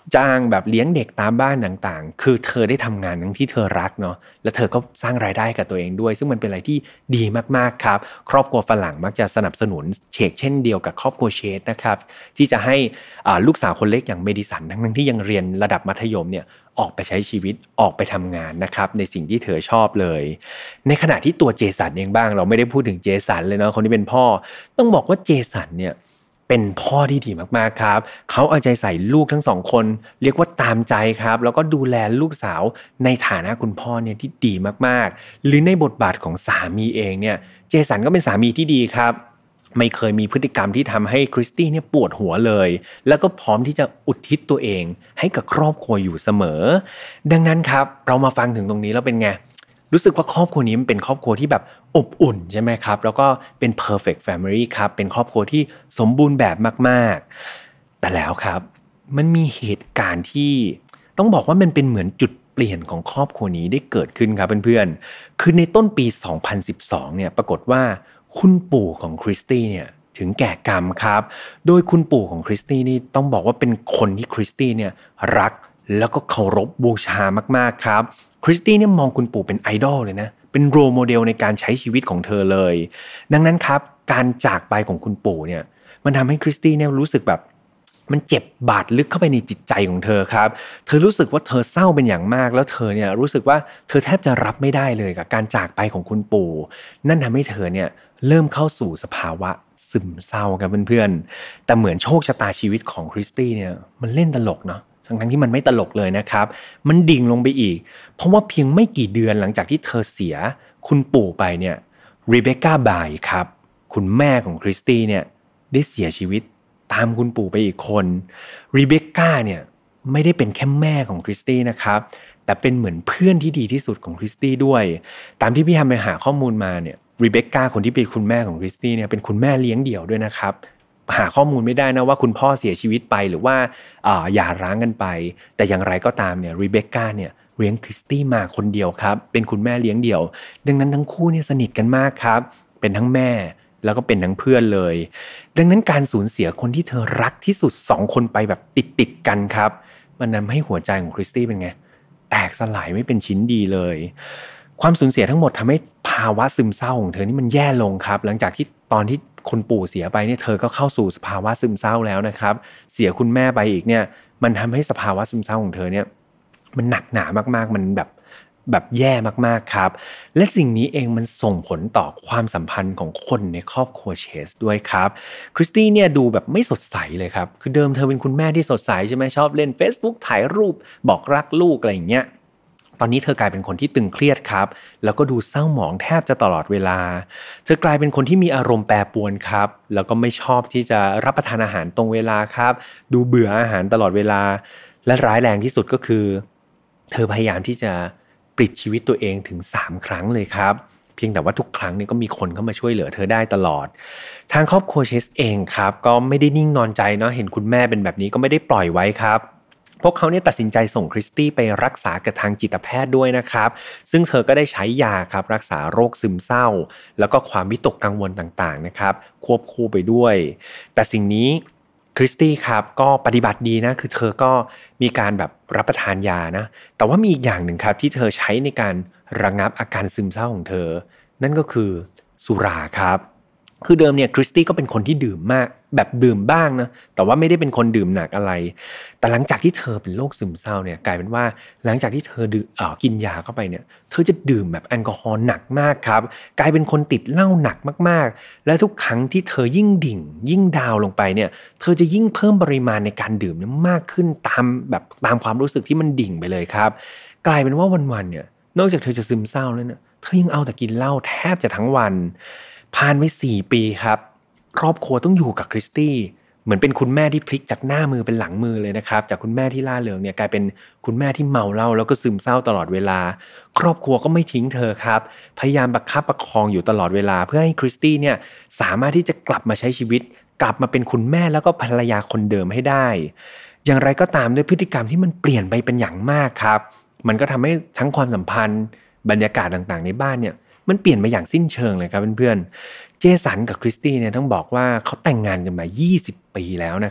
จ้างแบบเลี้ยงเด็กตามบ้านต่างๆคือเธอได้ทำงานทั้งที่เธอรักเนาะแล้วเธอก็สร้างรายได้กับตัวเองด้วยซึ่งมันเป็นอะไรที่ดีมากๆครับครอบครัวฝรั่งมักจะสนับสนุนเช่นเดียวกับครอบครัวเชษนะครับที่จะให้ลูกสาวคนเล็กอย่างเมดิสันทั้งที่ยังเรียนระดับมัธยมเนี่ยออกไปใช้ชีวิตออกไปทำงานนะครับในสิ่งที่เธอชอบเลยในขณะที่ตัวเจสันเองบ้างเราไม่ได้พูดถึงเจสันเลยเนาะคนที่เป็นพ่อต้องบอกว่าเจสันเนี่ยเป็นพ่อที่ดีมากๆครับเขาเอาใจใส่ลูกทั้งสองคนเรียกว่าตามใจครับแล้วก็ดูแลลูกสาวในฐานะคุณพ่อเนี่ยที่ดีมากๆหรือในบทบาทของสามีเองเนี่ยเจสันก็เป็นสามีที่ดีครับไม่เคยมีพฤติกรรมที่ทำให้คริสตี้เนี่ยปวดหัวเลยแล้วก็พร้อมที่จะอุทิศตัวเองให้กับครอบครัวอยู่เสมอดังนั้นครับเรามาฟังถึงตรงนี้แล้วเป็นไงรู้สึกว่าครอบครัวนี้มันเป็นครอบครัวที่แบบอบอุ่นใช่ไหมครับแล้วก็เป็น perfect family ครับเป็นครอบครัวที่สมบูรณ์แบบมากๆแต่แล้วครับมันมีเหตุการณ์ที่ต้องบอกว่ามันเป็นเหมือนจุดเปลี่ยนของครอบครัวนี้ได้เกิดขึ้นครับเพื่อนๆคือในต้นปี 2012 เนี่ยปรากฏว่าคุณปู่ของคริสตี้เนี่ยถึงแก่กรรมครับโดยคุณปู่ของคริสตี้นี่ต้องบอกว่าเป็นคนที่คริสตี้เนี่ยรักแล้วก็เคารพบูชามากๆครับคริสตี้เนี่ยมองคุณปู่เป็นไอดอลเลยนะเป็นโรลโมเดลในการใช้ชีวิตของเธอเลยดังนั้นครับการจากไปของคุณปู่เนี่ยมันทำให้คริสตี้เนี่ยรู้สึกแบบมันเจ็บบาดลึกเข้าไปในจิตใจของเธอครับเธอรู้สึกว่าเธอเศร้าเป็นอย่างมากแล้วเธอเนี่ยรู้สึกว่าเธอแทบจะรับไม่ได้เลยกับการจากไปของคุณปู่นั่นทำให้เธอเนี่ยเริ่มเข้าสู่สภาวะซึมเศร้าครับเพื่อนๆแต่เหมือนโชคชะตาชีวิตของคริสตี้เนี่ยมันเล่นตลกเนาะทั้งที่มันไม่ตลกเลยนะครับมันดิ่งลงไปอีกเพราะว่าเพียงไม่กี่เดือนหลังจากที่เธอเสียคุณปู่ไปเนี่ยรีเบคก้าบายครับคุณแม่ของคริสตี้เนี่ยได้เสียชีวิตตามคุณปู่ไปอีกคนรีเบคก้าเนี่ยไม่ได้เป็นแค่แม่ของคริสตี้นะครับแต่เป็นเหมือนเพื่อนที่ดีที่สุดของคริสตี้ด้วยตามที่พี่ทำไปหาข้อมูลมาเนี่ยรีเบคก้าคนที่เป็นคุณแม่ของคริสตี้เนี่ยเป็นคุณแม่เลี้ยงเดี่ยวด้วยนะครับหาข้อมูลไม่ได้นะว่าคุณพ่อเสียชีวิตไปหรือว่าหย่าร้างกันไปแต่อย่างไรก็ตามเนี่ยรีเบคก้าเนี่ยเลี้ยงคริสตี้มาคนเดียวครับเป็นคุณแม่เลี้ยงเดี่ยวดังนั้นทั้งคู่เนี่ยสนิทกันมากครับเป็นทั้งแม่แล้วก็เป็นทั้งเพื่อนเลยดังนั้นการสูญเสียคนที่เธอรักที่สุด2คนไปแบบติดกันครับมันทำให้หัวใจของคริสตี้เป็นไงแตกสลายไม่เป็นชิ้นดีเลยความสูญเสียทั้งหมดทำให้ภาวะซึมเศร้าของเธอนี่มันแย่ลงครับหลังจากที่ตอนที่คุณปู่เสียไปเนี่ยเธอก็เข้าสู่สภาวะซึมเศร้าแล้วนะครับเสียคุณแม่ไปอีกเนี่ยมันทำให้สภาวะซึมเศร้าของเธอเนี่ยมันหนักหนามากๆมันแบบแย่มากๆครับและสิ่งนี้เองมันส่งผลต่อความสัมพันธ์ของคนในครอบครัวเชสด้วยครับคริสตี้เนี่ยดูแบบไม่สดใสเลยครับคือเดิมเธอเป็นคุณแม่ที่สดใสใช่ไหมชอบเล่น Facebook ถ่ายรูปบอกรักลูกอะไรอย่างเงี้ยตอนนี้เธอกลายเป็นคนที่ตึงเครียดครับแล้วก็ดูเศร้าหมองแทบจะตลอดเวลาเธอกลายเป็นคนที่มีอารมณ์แปรปรวนครับแล้วก็ไม่ชอบที่จะรับประทานอาหารตรงเวลาครับดูเบื่ออาหารตลอดเวลาและร้ายแรงที่สุดก็คือเธอพยายามที่จะปลิดชีวิตตัวเองถึง3ครั้งเลยครับเพียงแต่ว่าทุกครั้งเนี่ยก็มีคนเข้ามาช่วยเหลือเธอได้ตลอดทางครอบครัวเชสเองครับก็ไม่ได้นิ่งนอนใจเนาะเห็นคุณแม่เป็นแบบนี้ก็ไม่ได้ปล่อยไว้ครับพวกเขาเนี่ยตัดสินใจส่งคริสตี้ไปรักษากับทางจิตแพทย์ด้วยนะครับซึ่งเธอก็ได้ใช้ยาครับรักษาโรคซึมเศร้าแล้วก็ความวิตกกังวลต่างๆนะครับควบคู่ไปด้วยแต่สิ่งนี้คริสตี้ครับก็ปฏิบัติดีนะคือเธอก็มีการแบบรับประทานยานะแต่ว่ามีอีกอย่างหนึ่งครับที่เธอใช้ในการระงับอาการซึมเศร้าของเธอนั่นก็คือสุราครับคือเดิมเนี่ยคริสตี้ก็เป็นคนที่ดื่มมากแบบดื่มบ้างนะแต่ว่าไม่ได้เป็นคนดื่มหนักอะไรแต่หลังจากที่เธอเป็นโรคซึมเศร้าเนี่ยกลายเป็นว่าหลังจากที่เธอกินยาเข้าไปเนี่ยเธอจะดื่มแบบแอลกอฮอล์หนักมากครับกลายเป็นคนติดเหล้าหนักมากๆและทุกครั้งที่เธอยิ่งดิ่งยิ่งดาวลงไปเนี่ยเธอจะยิ่งเพิ่มปริมาณในการดื่มเนี่ยมากขึ้นตามความรู้สึกที่มันดิ่งไปเลยครับกลายเป็นว่าวันๆเนี่ยนอกจากเธอจะซึมเศร้าแล้วเนี่ยเธอยังเอาแต่กินเหล้าแทบจะทั้งวันผ่านไป4 ปีครับครอบครัวต้องอยู่กับคริสตี้เหมือนเป็นคุณแม่ที่พลิกจากหน้ามือเป็นหลังมือเลยนะครับจากคุณแม่ที่ล่าเริงเนี่ยกลายเป็นคุณแม่ที่เมาเหล้าแล้วก็ซึมเศร้าตลอดเวลาครอบครัวก็ไม่ทิ้งเธอครับพยายามประคับประคองอยู่ตลอดเวลาเพื่อให้คริสตี้เนี่ยสามารถที่จะกลับมาใช้ชีวิตกลับมาเป็นคุณแม่แล้วก็ภรรยาคนเดิมให้ได้อย่างไรก็ตามด้วยพฤติกรรมที่มันเปลี่ยนไปเป็นอย่างมากครับมันก็ทำให้ทั้งความสัมพันธ์บรรยากาศต่างๆในบ้านเนี่ยมันเปลี่ยนไปอย่างสิ้นเชิงเลยครับเพื่อนๆเจสันกับคริสตี้เนี่ยต้องบอกว่าเขาแต่งงานกันมา20 ปีแล้วนะครับ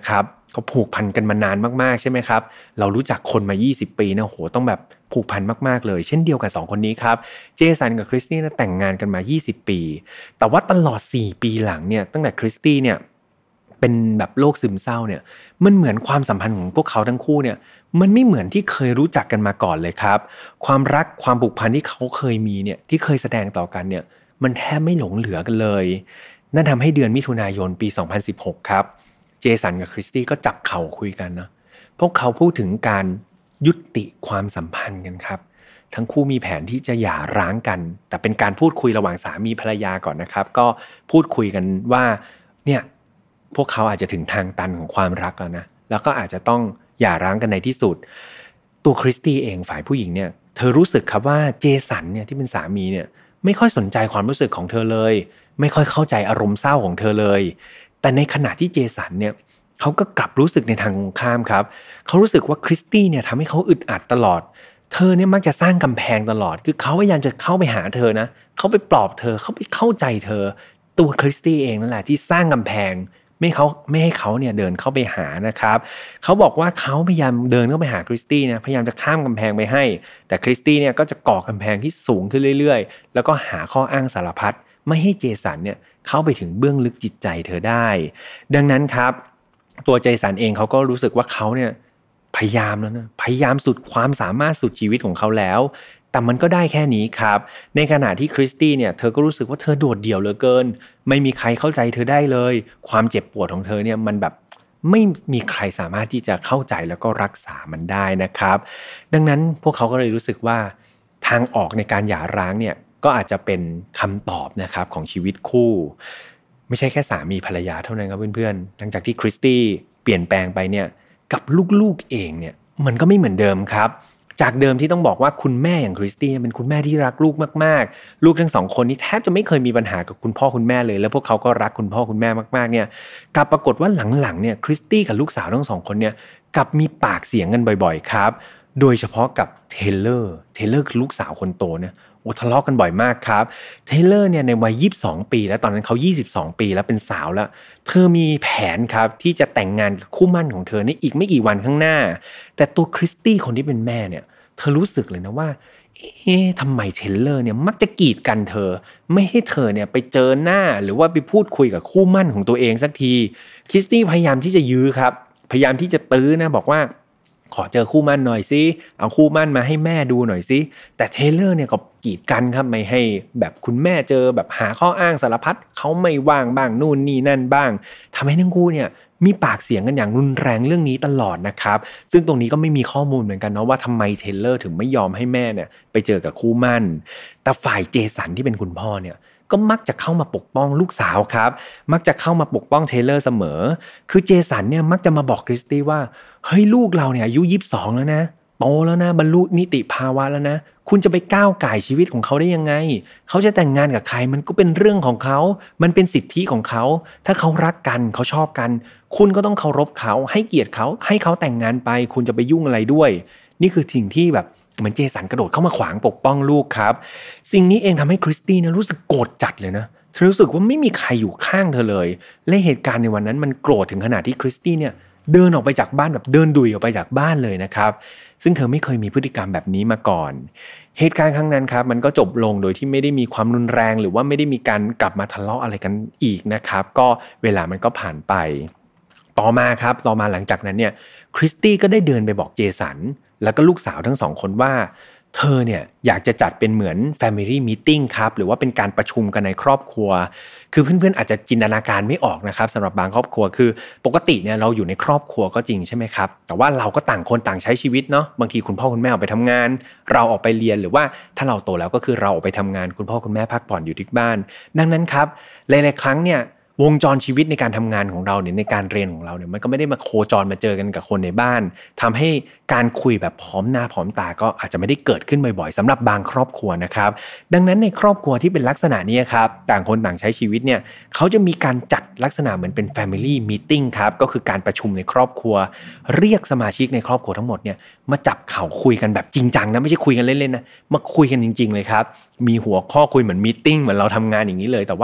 เขาผูกพันกันมานานมากๆใช่ไหมครับเรารู้จักคนมา20ปีนะโหต้องแบบผูกพันมากๆเลยเช่นเดียวกับ2คนนี้ครับเจสันกับคริสตี้นะแต่งงานกันมา20ปีแต่ว่าตลอด4ปีหลังเนี่ยตั้งแต่คริสตี้เนี่ยเป็นแบบโรคซึมเศร้าเนี่ยมันเหมือนความสัมพันธ์ของพวกเขาทั้งคู่เนี่ยมันไม่เหมือนที่เคยรู้จักกันมาก่อนเลยครับความรักความผูกพันที่เขาเคยมีเนี่ยที่เคยแสดงต่อกันเนี่ยมันแทบไม่หลงเหลือกันเลยนั่นทำให้เดือนมิถุนายนปี2016ครับเจสันกับคริสตี้ก็จับเข่าคุยกันนะพวกเขาพูดถึงการยุติความสัมพันธ์กันครับทั้งคู่มีแผนที่จะหย่าร้างกันแต่เป็นการพูดคุยระหว่างสามีภรรยาก่อนนะครับก็พูดคุยกันว่าเนี่ยพวกเขาอาจจะถึงทางตันของความรักแล้วนะแล้วก็อาจจะต้องหย่าร้างกันในที่สุดตัวคริสตี้เองฝ่ายผู้หญิงเนี่ยเธอรู้สึกครับว่าเจสันเนี่ยที่เป็นสามีเนี่ยไม่ค่อยสนใจความรู้สึกของเธอเลยไม่ค่อยเข้าใจอารมณ์เศร้าของเธอเลยแต่ในขณะที่เจสันเนี่ยเขาก็กลับรู้สึกในทางตรงข้ามครับเขารู้สึกว่าคริสตี้เนี่ยทำให้เขาอึดอัดตลอดเธอเนี่ยมักจะสร้างกำแพงตลอดคือเขาพยายามจะเข้าไปหาเธอนะเขาไปปลอบเธอเขาไปเข้าใจเธอตัวคริสตี้เองนั่นแหละที่สร้างกำแพงไม่ให้เขาเนี่ยเดินเข้าไปหานะครับเขาบอกว่าเขาพยายามเดินเข้าไปหาคริสตี้นะพยายามจะข้ามกำแพงไปให้แต่คริสตี้เนี่ยก็จะก่อกำแพงที่สูงขึ้นเรื่อยๆแล้วก็หาข้ออ้างสารพัดไม่ให้เจสันเนี่ยเข้าไปถึงเบื้องลึกจิตใจเธอได้ดังนั้นครับตัวเจสันเองเขาก็รู้สึกว่าเขาเนี่ยพยายามแล้วนะพยายามสุดความสามารถสุดชีวิตของเขาแล้วแต่มันก็ได้แค่นี้ครับในขณะที่คริสตี้เนี่ยเธอก็รู้สึกว่าเธอโดดเดี่ยวเหลือเกินไม่มีใครเข้าใจเธอได้เลยความเจ็บปวดของเธอเนี่ยมันแบบไม่มีใครสามารถที่จะเข้าใจแล้วก็รักษามันได้นะครับดังนั้นพวกเขาก็เลยรู้สึกว่าทางออกในการหย่าร้างเนี่ยก็อาจจะเป็นคำตอบนะครับของชีวิตคู่ไม่ใช่แค่สามีภรรยาเท่านั้นครับเพื่อนๆหลังจากที่คริสตี้เปลี่ยนแปลงไปเนี่ยกับลูกๆเองเนี่ยมันก็ไม่เหมือนเดิมครับจากเดิมที่ต้องบอกว่าคุณแม่อย่างคริสตี้เป็นคุณแม่ที่รักลูกมากๆลูกทั้งสองคนนี้แทบจะไม่เคยมีปัญหากับคุณพ่อคุณแม่เลยแล้วพวกเขาก็รักคุณพ่อคุณแม่มากๆเนี่ยกลับปรากฏว่าหลังๆเนี่ยคริสตี้กับลูกสาวทั้งสองคนเนี่ยกลับมีปากเสียงกันบ่อยๆครับโดยเฉพาะกับเทเลอร์คือลูกสาวคนโตเนี่ยทะเลาะกันบ่อยมากครับเทเลอร์เนี่ยในวัย22ปีแล้วตอนนั้นเขา22ปีแล้วเป็นสาวแล้วเธอมีแผนครับที่จะแต่งงานกับคู่หมั่นของเธอในอีกไม่กี่วันข้างหน้าแต่ตัวคริสตี้คนที่เป็นแม่เนี่ยเธอรู้สึกเลยนะว่าทำไมเทเลอร์เนี่ยมักจะกีดกันเธอไม่ให้เธอเนี่ยไปเจอหน้าหรือว่าไปพูดคุยกับคู่หมั่นของตัวเองสักทีคริสตี้พยายามที่จะยื้อครับพยายามที่จะตื้อนะบอกว่าขอเจอคู่หมั่นหน่อยสิเอาคู่หมั่นมาให้แม่ดูหน่อยสิแต่เทเลอร์เนี่ยก็กีดกันครับไม่ให้แบบคุณแม่เจอแบบหาข้ออ้างสารพัดเขาไม่ว่างบ้างนู่นนี่นั่นบ้างทำให้ทั้งคู่เนี่ยมีปากเสียงกันอย่างรุนแรงเรื่องนี้ตลอดนะครับซึ่งตรงนี้ก็ไม่มีข้อมูลเหมือนกันเนาะว่าทำไมเทเลอร์ถึงไม่ยอมให้แม่เนี่ยไปเจอกับคู่หมั่นแต่ฝ่ายเจสันที่เป็นคุณพ่อเนี่ยก็มักจะเข้ามาปกป้องลูกสาวครับมักจะเข้ามาปกป้องเทเลอร์เสมอคือเจสันเนี่ยมักจะมาบอกคริสตี้ว่าเฮ้ยลูกเราเนี่ยอายุ22แล้วนะโตแล้วนะบรรลุนิติภาวะแล้วนะคุณจะไปก้าวก่ายชีวิตของเขาได้ยังไงเขาจะแต่งงานกับใครมันก็เป็นเรื่องของเขามันเป็นสิทธิของเขาถ้าเขารักกันเขาชอบกันคุณก็ต้องเคารพเขาให้เกียรติเขาให้เขาแต่งงานไปคุณจะไปยุ่งอะไรด้วยนี่คือสิ่งที่แบบเหมือนเจสันกระโดดเข้ามาขวางปกป้องลูกครับสิ่งนี้เองทำให้คริสตี้นะรู้สึกโกรธจัดเลยนะเธอรู้สึกว่าไม่มีใครอยู่ข้างเธอเลยและเหตุการณ์ในวันนั้นมันโกรธถึงขนาดที่คริสตี้เนี่ยเดินออกไปจากบ้านแบบเดินดุยออกไปจากบ้านเลยนะครับซึ่งเธอไม่เคยมีพฤติกรรมแบบนี้มาก่อนเหตุการณ์ครั้งนั้นครับมันก็จบลงโดยที่ไม่ได้มีความรุนแรงหรือว่าไม่ได้มีการกลับมาทะเลาะอะไรกันอีกนะครับก็เวลามันก็ผ่านไปต่อมาหลังจากนั้นเนี่ยคริสตี้ก็ได้เดินไปบอกเจสันแล้วก็ลูกสาวทั้งสองคนว่าเธอเนี่ยอยากจะจัดเป็นเหมือน Family Meeting ครับหรือว่าเป็นการประชุมกันในครอบครัวคือเพื่อนๆอาจจะจินตนาการไม่ออกนะครับสำหรับบางครอบครัวคือปกติเนี่ยเราอยู่ในครอบครัวก็จริงใช่ไหมครับแต่ว่าเราก็ต่างคนต่างใช้ชีวิตเนาะบางทีคุณพ่อคุณแม่ออกไปทำงานเราออกไปเรียนหรือว่าถ้าเราโตแล้วก็คือเราออกไปทำงานคุณพ่อคุณแม่พักผ่อนอยู่ที่บ้านดังนั้นครับหลายๆครั้งเนี่ยวงจรชีวิตในการทำงานของเราเนี่ยในการเรียนของเราเนี่ยมันก็ไม่ได้มาโคจรมาเจอกันกับคนในบ้านทำให้การคุยแบบพร้อมหน้าพร้อมตาก็อาจจะไม่ได้เกิดขึ้นบ่อยๆสำหรับบางครอบครัวนะครับดังนั้นในครอบครัวที่เป็นลักษณะนี้ครับต่างคนต่างใช้ชีวิตเนี่ยเขาจะมีการจัดลักษณะเหมือนเป็น Family Meeting ครับก็คือการประชุมในครอบครัวเรียกสมาชิกในครอบครัวทั้งหมดเนี่ยมาจับเข่าคุยกันแบบจริงจังนะไม่ใช่คุยกันเล่นๆนะมาคุยกันจริงๆเลยครับมีหัวข้อคุยเหมือนมีตติ้งเหมือนเราทำงานอย่างนี้เลยแต่ว่า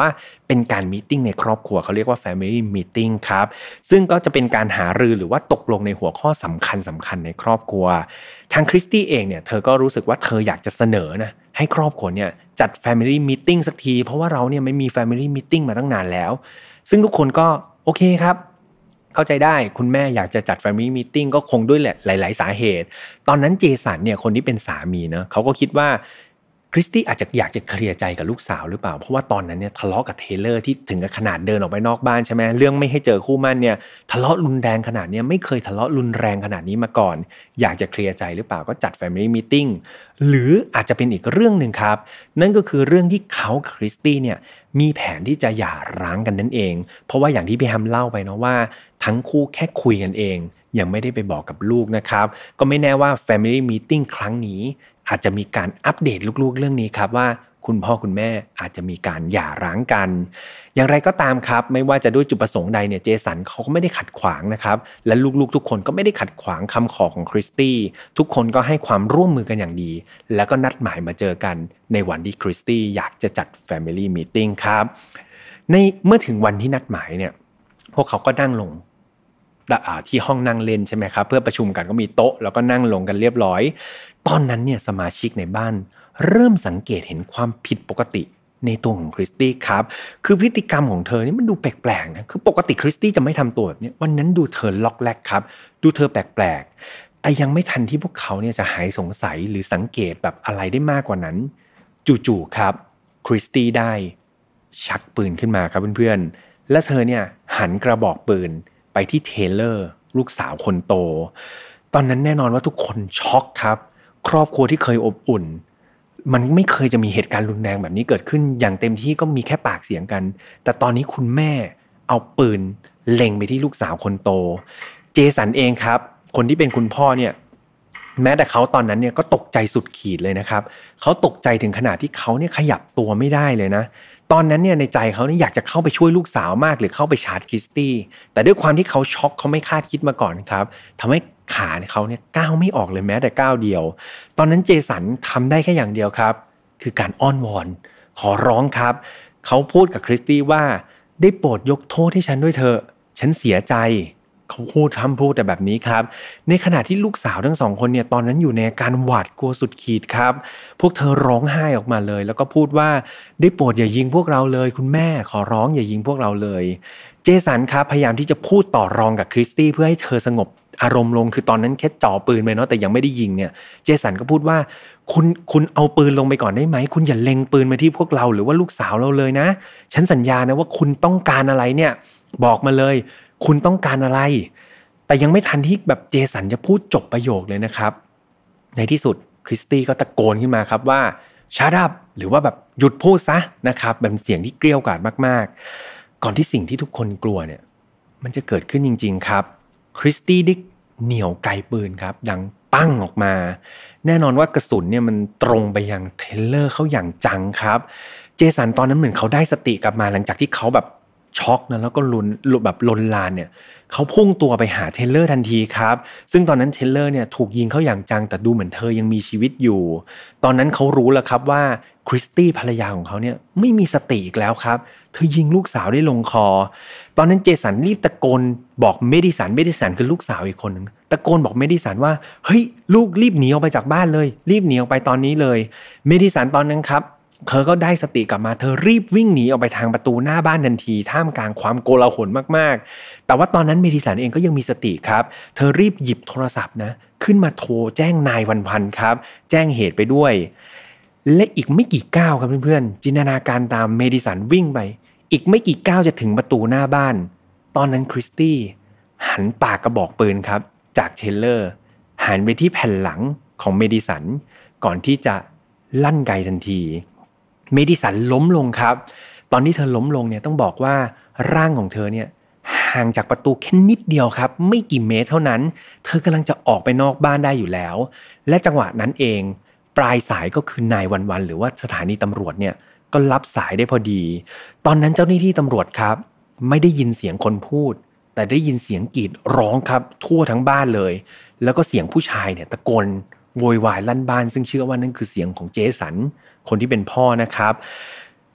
เป็นการมีตติ้งในครอบครัวเขาเรียกว่า family meeting ครับซึ่งก็จะเป็นการหารือหรือว่าตกลงในหัวข้อสำคัญในครอบครัวทางคริสตี้เองเนี่ยเธอก็รู้สึกว่าเธออยากจะเสนอนะให้ครอบครัวเนี่ยจัด family meeting สักทีเพราะว่าเราเนี่ยไม่มี family meeting มาตั้งนานแล้วซึ่งทุกคนก็โอเคครับเข้าใจได้คุณแม่อยากจะจัด family meeting ก็คงด้วยแหละหลายๆสาเหตุตอนนั้นเจสันเนี่ยคนที่เป็นสามีเนาะเขาก็คิดว่าคริสตี้อาจจะอยากจะเคลียร์ใจกับลูกสาวหรือเปล่าเพราะว่าตอนนั้นเนี่ยทะเลาะกับเทเลอร์ที่ถึงกับขนาดเดินออกไปนอกบ้านใช่ไหมเรื่องไม่ให้เจอคู่มั่นเนี่ยทะเลาะรุนแรงขนาดนี้ไม่เคยทะเลาะรุนแรงขนาดนี้มาก่อนอยากจะเคลียร์ใจหรือเปล่าก็จัด family meeting หรืออาจจะเป็นอีกเรื่องนึงครับนั่นก็คือเรื่องที่เขาคริสตี้เนี่ยมีแผนที่จะหย่าร้างกันนั่นเองเพราะว่าอย่างที่พี่แฮมเล่าไปเนาะว่าทั้งคู่แค่คุยกันเองยังไม่ได้ไปบอกกับลูกนะครับก็ไม่แน่ว่า family meeting ครั้งนี้อาจจะมีการอัปเดตลูกๆเรื่องนี้ครับว่าคุณพ่อคุณแม่อาจจะมีการหย่าร้างกันอย่างไรก็ตามครับไม่ว่าจะด้วยจุดประสงค์ใดเนี่ยเจสันเขาก็ไม่ได้ขัดขวางนะครับและลูกๆทุกคนก็ไม่ได้ขัดขวางคำขอของคริสตี้ทุกคนก็ให้ความร่วมมือกันอย่างดีแล้วก็นัดหมายมาเจอกันในวันที่คริสตี้อยากจะจัด family meeting ครับในเมื่อถึงวันที่นัดหมายเนี่ยพวกเขาก็นั่งลงที่ห้องนั่งเล่นใช่ไหมครับเพื่อประชุมกันก็มีโต๊ะแล้วก็นั่งลงกันเรียบร้อยตอนนั้นเนี่ยสมาชิกในบ้านเริ่มสังเกตเห็นความผิดปกติในตัวของคริสตี้ครับคือพฤติกรรมของเธอนี่มันดูแปลกๆนะคือปกติคริสตี้จะไม่ทำตัวแบบนี้วันนั้นดูเธอล็อกแรกครับดูเธอแปลกๆแต่ยังไม่ทันที่พวกเขาเนี่ยจะหายสงสัยหรือสังเกตแบบอะไรได้มากกว่านั้นจู่ๆครับคริสตี้ได้ชักปืนขึ้นมาครับเพื่อนๆและเธอเนี่ยหันกระบอกปืนไปที่เทเลอร์ลูกสาวคนโตตอนนั้นแน่นอนว่าทุกคนช็อกครับครอบครัวที่เคยอบอุ่นมันไม่เคยจะมีเหตุการณ์รุนแรงแบบนี้เกิดขึ้นอย่างเต็มที่ก็มีแค่ปากเสียงกันแต่ตอนนี้คุณแม่เอาปืนเล็งไปที่ลูกสาวคนโตเจสันเองครับคนที่เป็นคุณพ่อเนี่ยแม้แต่เขาตอนนั้นเนี่ยก็ตกใจสุดขีดเลยนะครับเขาตกใจถึงขนาดที่เขาเนี่ยขยับตัวไม่ได้เลยนะตอนนั้นเนี่ยในใจเขาเนี่ยอยากจะเข้าไปช่วยลูกสาวมากหรือเข้าไปชาร์จคริสตี้แต่ด้วยความที่เขาช็อกเขาไม่คาดคิดมาก่อนครับทำให้ขาเขาเนี่ยก้าวไม่ออกเลยแม้แต่ก้าวเดียวตอนนั้นเจสันทำได้แค่อย่างเดียวครับคือการอ้อนวอนขอร้องครับเขาพูดกับคริสตี้ว่าได้โปรดยกโทษให้ฉันด้วยเถอะฉันเสียใจเขาพูดแต่แบบนี้ครับในขณะที่ลูกสาวทั้งสองคนเนี่ยตอนนั้นอยู่ในอาการหวาดกลัวสุดขีดครับพวกเธอร้องไห้ออกมาเลยแล้วก็พูดว่าได้โปรดอย่ายิงพวกเราเลยคุณแม่ขอร้องอย่ายิงพวกเราเลยเจสันครับพยายามที่จะพูดต่อรองกับคริสตี้เพื่อให้เธอสงบอารมณ์ลงคือตอนนั้นแค่จ่อปืนไปเนาะแต่ยังไม่ได้ยิงเนี่ยเจสันก็พูดว่าคุณเอาปืนลงไปก่อนได้ไหมคุณอย่าเล็งปืนมาที่พวกเราหรือว่าลูกสาวเราเลยนะฉันสัญญานะว่าคุณต้องการอะไรเนี่ยบอกมาเลยคุณต้องการอะไรแต่ยังไม่ทันที่แบบเจสันจะพูดจบประโยคเลยนะครับในที่สุดคริสตี้ก็ตะโกนขึ้นมาครับว่า shut up หรือว่าแบบหยุดพูดซะนะครับแบบเสียงที่เกรี้ยวกราดมากๆก่อนที่สิ่งที่ทุกคนกลัวเนี่ยมันจะเกิดขึ้นจริงๆครับคริสตี้ได้เหนี่ยวไกปืนครับดังปั้งออกมาแน่นอนว่ากระสุนเนี่ยมันตรงไปยังเทเลอร์เขาอย่างจังครับเจสันตอนนั้นเหมือนเขาได้สติกลับมาหลังจากที่เขาแบบช็อกนะแล้วก็ลนลานเนี่ยเขาพุ่งตัวไปหาเทเลอร์ทันทีครับซึ่งตอนนั้นเทเลอร์เนี่ยถูกยิงเข้าอย่างจังแต่ดูเหมือนเธอยังมีชีวิตอยู่ตอนนั้นเขารู้แล้วครับว่าคริสตี้ภรรยาของเขาเนี่ยไม่มีสติอีกแล้วครับเธอยิงลูกสาวได้ลงคอตอนนั้นเจสันรีบตะโกนบอกเมดิสันคือลูกสาวอีกคนนึงตะโกนบอกเมดิสันว่าเฮ้ยลูกรีบหนีออกไปจากบ้านเลยรีบหนีออกไปตอนนี้เลยเมดิสันตอนนั้นครับเธอก็ได้สติกลับมาเธอรีบวิ่งหนีออกไปทางประตูหน้าบ้านทันทีท่ามกลางความโกลาหลมากๆแต่ว่าตอนนั้นเมดิสันเองก็ยังมีสติครับเธอรีบหยิบโทรศัพท์นะขึ้นมาโทรแจ้งนายวันพันครับแจ้งเหตุไปด้วยและอีกไม่กี่ก้าวครับเพื่อนๆจินตนาการตามเมดิสันวิ่งไปอีกไม่กี่ก้าวจะถึงประตูหน้าบ้านตอนนั้นคริสตี้หันปากกระบอกปืนครับจากเทเลอร์หันไปที่แผ่นหลังของเมดิสันก่อนที่จะลั่นไกทันทีเมดิสันล้มลงครับตอนที่เธอล้มลงเนี่ยต้องบอกว่าร่างของเธอเนี่ยห่างจากประตูแค่นิดเดียวครับไม่กี่เมตรเท่านั้นเธอกำลังจะออกไปนอกบ้านได้อยู่แล้วและจังหวะนั้นเองปลายสายก็คือนายวันหรือว่าสถานีตำรวจเนี่ยก็รับสายได้พอดีตอนนั้นเจ้าหน้าที่ตำรวจครับไม่ได้ยินเสียงคนพูดแต่ได้ยินเสียงกรีดร้องครับทั่วทั้งบ้านเลยแล้วก็เสียงผู้ชายเนี่ยตะโกนโวยวายลั่นบ้านซึ่งเชื่อว่านั่นคือเสียงของเจสันคนที่เป็นพ่อนะครับ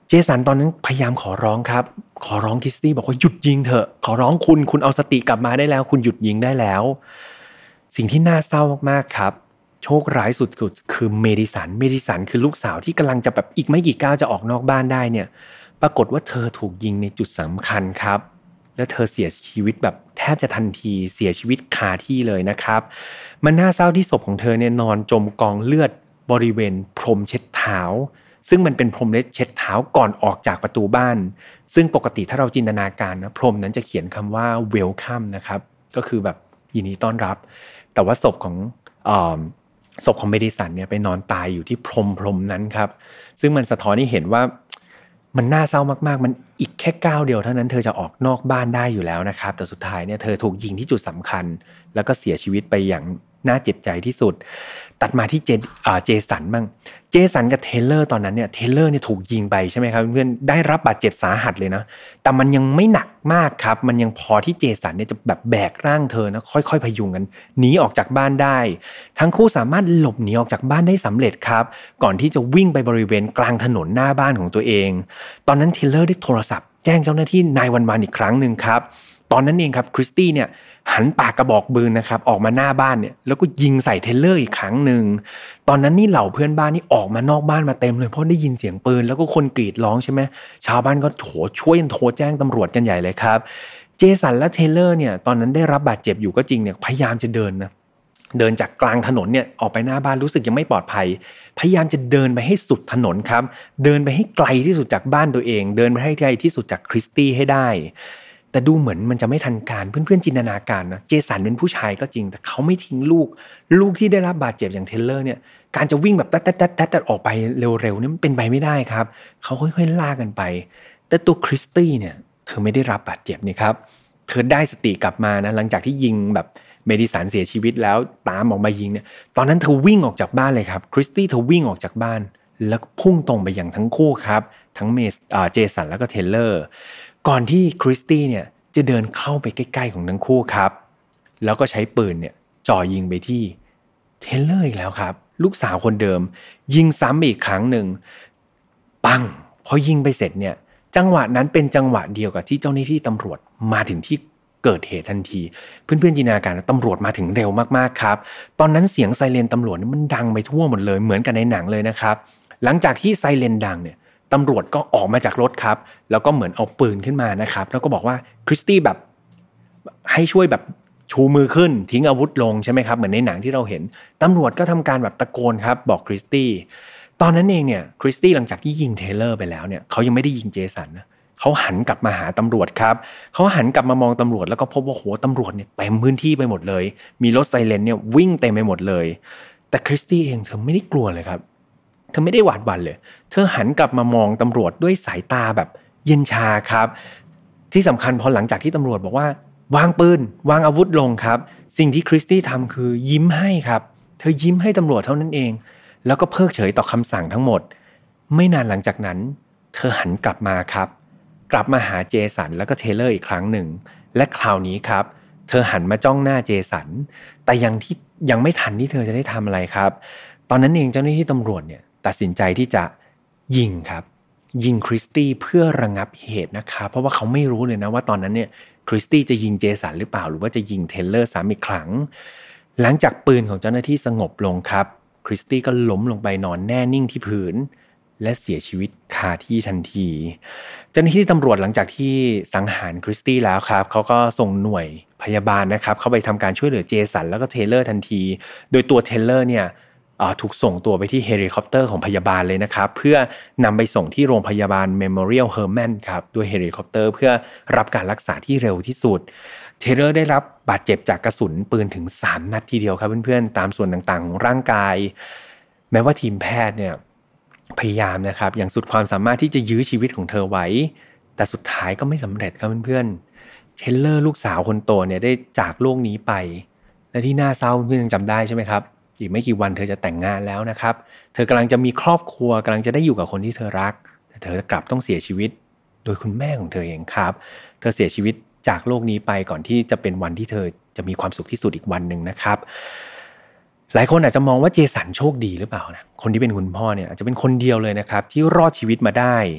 เจสันตอนนั้นพยายามขอร้องครับขอร้องคริสตี้บอกว่าหยุดยิงเถอะขอร้องคุณเอาสติกลับมาได้แล้วคุณหยุดยิงได้แล้วสิ่งที่น่าเศร้ามากๆครับโชคร้ายสุดคือเมดิสันคือลูกสาวที่กำลังจะแบบอีกไม่กี่ก้าวจะออกนอกบ้านได้เนี่ยปรากฏว่าเธอถูกยิงในจุดสำคัญครับและเธอเสียชีวิตแบบแทบจะทันทีเสียชีวิตคาที่เลยนะครับมันน่าเศร้าที่ศพของเธอเนี่ยนอนจมกองเลือดบริเวณพรมเช็ดเท้าซึ่งมันเป็นพรมเช็ดเท้าก่อนออกจากประตูบ้านซึ่งปกติถ้าเราจินตนาการนะพรมนั้นจะเขียนคำว่า welcome นะครับก็คือแบบยินดีต้อนรับแต่ว่าศพของเมดิสันเนี่ยไปนอนตายอยู่ที่พรมนั้นครับซึ่งมันสะท้อนให้เห็นว่ามันน่าเศร้ามากๆมันอีกแค่ก้าวเดียวเท่านั้นเธอจะออกนอกบ้านได้อยู่แล้วนะครับแต่สุดท้ายเนี่ยเธอถูกยิงที่จุดสำคัญแล้วก็เสียชีวิตไปอย่างน่าเจ็บใจที่สุดตัดมาที่เจสันบ้างเจสันกับเทเลอร์ตอนนั้นเนี่ยเทเลอร์เนี่ยถูกยิงไปใช่ไหมครับเพื่อนได้รับบาดเจ็บสาหัสเลยนะแต่มันยังไม่หนักมากครับมันยังพอที่เจสันเนี่ยจะแบบแบกร่างเธอนะค่อยๆพยุงกันหนีออกจากบ้านได้ทั้งคู่สามารถหลบหนีออกจากบ้านได้สำเร็จครับก่อนที่จะวิ่งไปบริเวณกลางถนนหน้าบ้านของตัวเองตอนนั้นเทเลอร์ได้โทรศัพท์แจ้งเจ้าหน้าที่911อีกครั้งนึงครับตอนนั้นเองครับคริสตี้เนี่ยหันปากกระบอกปืนนะครับออกมาหน้าบ้านเนี่ยแล้วก็ยิงใส่เทเลอร์อีกครั้งนึงตอนนั้นนี่เหล่าเพื่อนบ้านนี่ออกมานอกบ้านมาเต็มเลยเพราะได้ยินเสียงปืนแล้วก็คนกรีดร้องใช่ไหมชาวบ้านก็ช่วยโทรแจ้งตำรวจกันใหญ่เลยครับเจสันและเทเลอร์เนี่ยตอนนั้นได้รับบาดเจ็บอยู่ก็จริงเนี่ยพยายามจะเดินจากกลางถนนเนี่ยออกไปหน้าบ้านรู้สึกยังไม่ปลอดภัยพยายามจะเดินไปให้สุดถนนครับเดินไปให้ไกลที่สุดจากบ้านตัวเองเดินไปให้ไกลที่สุดจากคริสตี้ให้ได้แต่ดูเหมือนมันจะไม่ทันการเพื่อนๆจินตนาการนะเจสันเป็นผู้ชายก็จริงแต่เขาไม่ทิ้งลูกที่ได้รับบาดเจ็บอย่างเทเลอร์เนี่ยการจะวิ่งแบบตัดออกไปเร็วๆเนี่ยมันเป็นไปไม่ได้ครับเขาค่อยๆลากกันไปแต่ตัวคริสตี้เนี่ยเธอไม่ได้รับบาดเจ็บนี่ครับเธอได้สติกลับมานะหลังจากที่ยิงแบบเมดิสันเสียชีวิตแล้วตามออกมายิงเนี่ยตอนนั้นเธอวิ่งออกจากบ้านเลยครับคริสตี้เธอวิ่งออกจากบ้านแล้วพุ่งตรงไปยังทั้งคู่ครับทั้งเจสันแล้วก็เทเลอร์ก่อนที่คริสตี้เนี่ยจะเดินเข้าไปใกล้ๆของทั้งคู่ครับแล้วก็ใช้ปืนเนี่ยจ่อยิงไปที่เทเลอร์อีกแล้วครับลูกสาวคนเดิมยิงซ้ำอีกครั้งหนึ่งปังพอยิงไปเสร็จเนี่ยจังหวะนั้นเป็นจังหวะเดียวกับที่เจ้าหน้าที่ตำรวจมาถึงที่เกิดเหตุทันทีเพื่อนๆจินตนาการตำรวจมาถึงเร็วมากๆครับตอนนั้นเสียงไซเรนตำรวจมันดังไปทั่วหมดเลยเหมือนกันในหนังเลยนะครับหลังจากที่ไซเรนดังเนี่ยตำรวจก็ออกมาจากรถครับแล้วก็เหมือนเอาปืนขึ้นมานะครับแล้วก็บอกว่าคริสตี้แบบให้ช่วยแบบชูมือขึ้นทิ้งอาวุธลงใช่ไหมครับเหมือนในหนังที่เราเห็นตำรวจก็ทำการแบบตะโกนครับบอกคริสตี้ตอนนั้นเองเนี่ยคริสตี้หลังจากที่ยิงเทเลอร์ไปแล้วเนี่ยเขายังไม่ได้ยิงเจสันนะเขาหันกลับมาหาตำรวจครับเขาหันกลับมามองตำรวจแล้วก็พบว่าโหตำรวจเนี่ยเต็มพื้นที่ไปหมดเลยมีรถไซเรนเนี่ยวิ่งเต็มไปหมดเลยแต่คริสตี้เองเธอไม่ได้กลัวเลยครับเธอไม่ได้หวาดหวั่นเลยเธอหันกลับมามองตำรวจด้วยสายตาแบบเย็นชาครับที่สำคัญพอหลังจากที่ตำรวจบอกว่าวางปืนวางอาวุธลงครับสิ่งที่คริสตี้ทำคือยิ้มให้ครับเธอยิ้มให้ตำรวจเท่านั้นเองแล้วก็เพิกเฉยต่อคำสั่งทั้งหมดไม่นานหลังจากนั้นเธอหันกลับมาครับกลับมาหาเจสันแล้วก็เทเลอร์อีกครั้งหนึ่งและคราวนี้ครับเธอหันมาจ้องหน้าเจสันแต่ยังไม่ทันที่เธอจะได้ทำอะไรครับตอนนั้นเองเจ้าหน้าที่ตำรวจเนี่ยตัดสินใจที่จะยิงครับยิงคริสตี้เพื่อระงับเหตุนะครับเพราะว่าเขาไม่รู้เลยนะว่าตอนนั้นเนี่ยคริสตี้จะยิงเจสันหรือเปล่าหรือว่าจะยิงเทเลอร์ซ้ำอีกครั้งหลังจากปืนของเจ้าหน้าที่สงบลงครับคริสตี้ก็ล้มลงไปนอนแน่นิ่งที่พื้นและเสียชีวิตคาที่ทันทีเจ้าหน้าที่ตำรวจหลังจากที่สังหารคริสตี้แล้วครับเขาก็ส่งหน่วยพยาบาลนะครับเข้าไปทำการช่วยเหลือเจสันแล้วก็เทเลอร์ทันทีโดยตัวเทเลอร์เนี่ยถูกส่งตัวไปที่เฮลิคอปเตอร์ของพยาบาลเลยนะครับเพื่อนำไปส่งที่โรงพยาบาล Memorial Hermann ครับด้วยเฮลิคอปเตอร์เพื่อรับการรักษาที่เร็วที่สุดเทเลอร์ได้รับบาดเจ็บจากกระสุนปืนถึง3นัดทีเดียวครับเพื่อนๆตามส่วนต่างๆของร่างกายแม้ว่าทีมแพทย์เนี่ยพยายามนะครับอย่างสุดความสามารถที่จะยื้อชีวิตของเธอไว้แต่สุดท้ายก็ไม่สำเร็จครับเพื่อนๆเทเลอร์ลูกสาวคนโตเนี่ยได้จากโลกนี้ไปและที่น่าเศร้าเพื่อนๆยังจำได้ใช่ไหมครับอีกไม่กี่วันเธอจะแต่งงานแล้วนะครับเธอกำลังจะมีครอบครัวกำลังจะได้อยู่กับคนที่เธอรักแต่เธอกลับต้องเสียชีวิตโดยคุณแม่ของเธอเองครับเธอเสียชีวิตจากโลกนี้ไปก่อนที่จะเป็นวันที่เธอจะมีความสุขที่สุดอีกวันนึงนะครับหลายคนอาจจะมองว่าเจสันโชคดีหรือเปล่านะคนที่เป็นคุณพ่อเนี่ยอาจจะเป็นคนเดียวเลยนะครับที่รอดชีวิตมาได้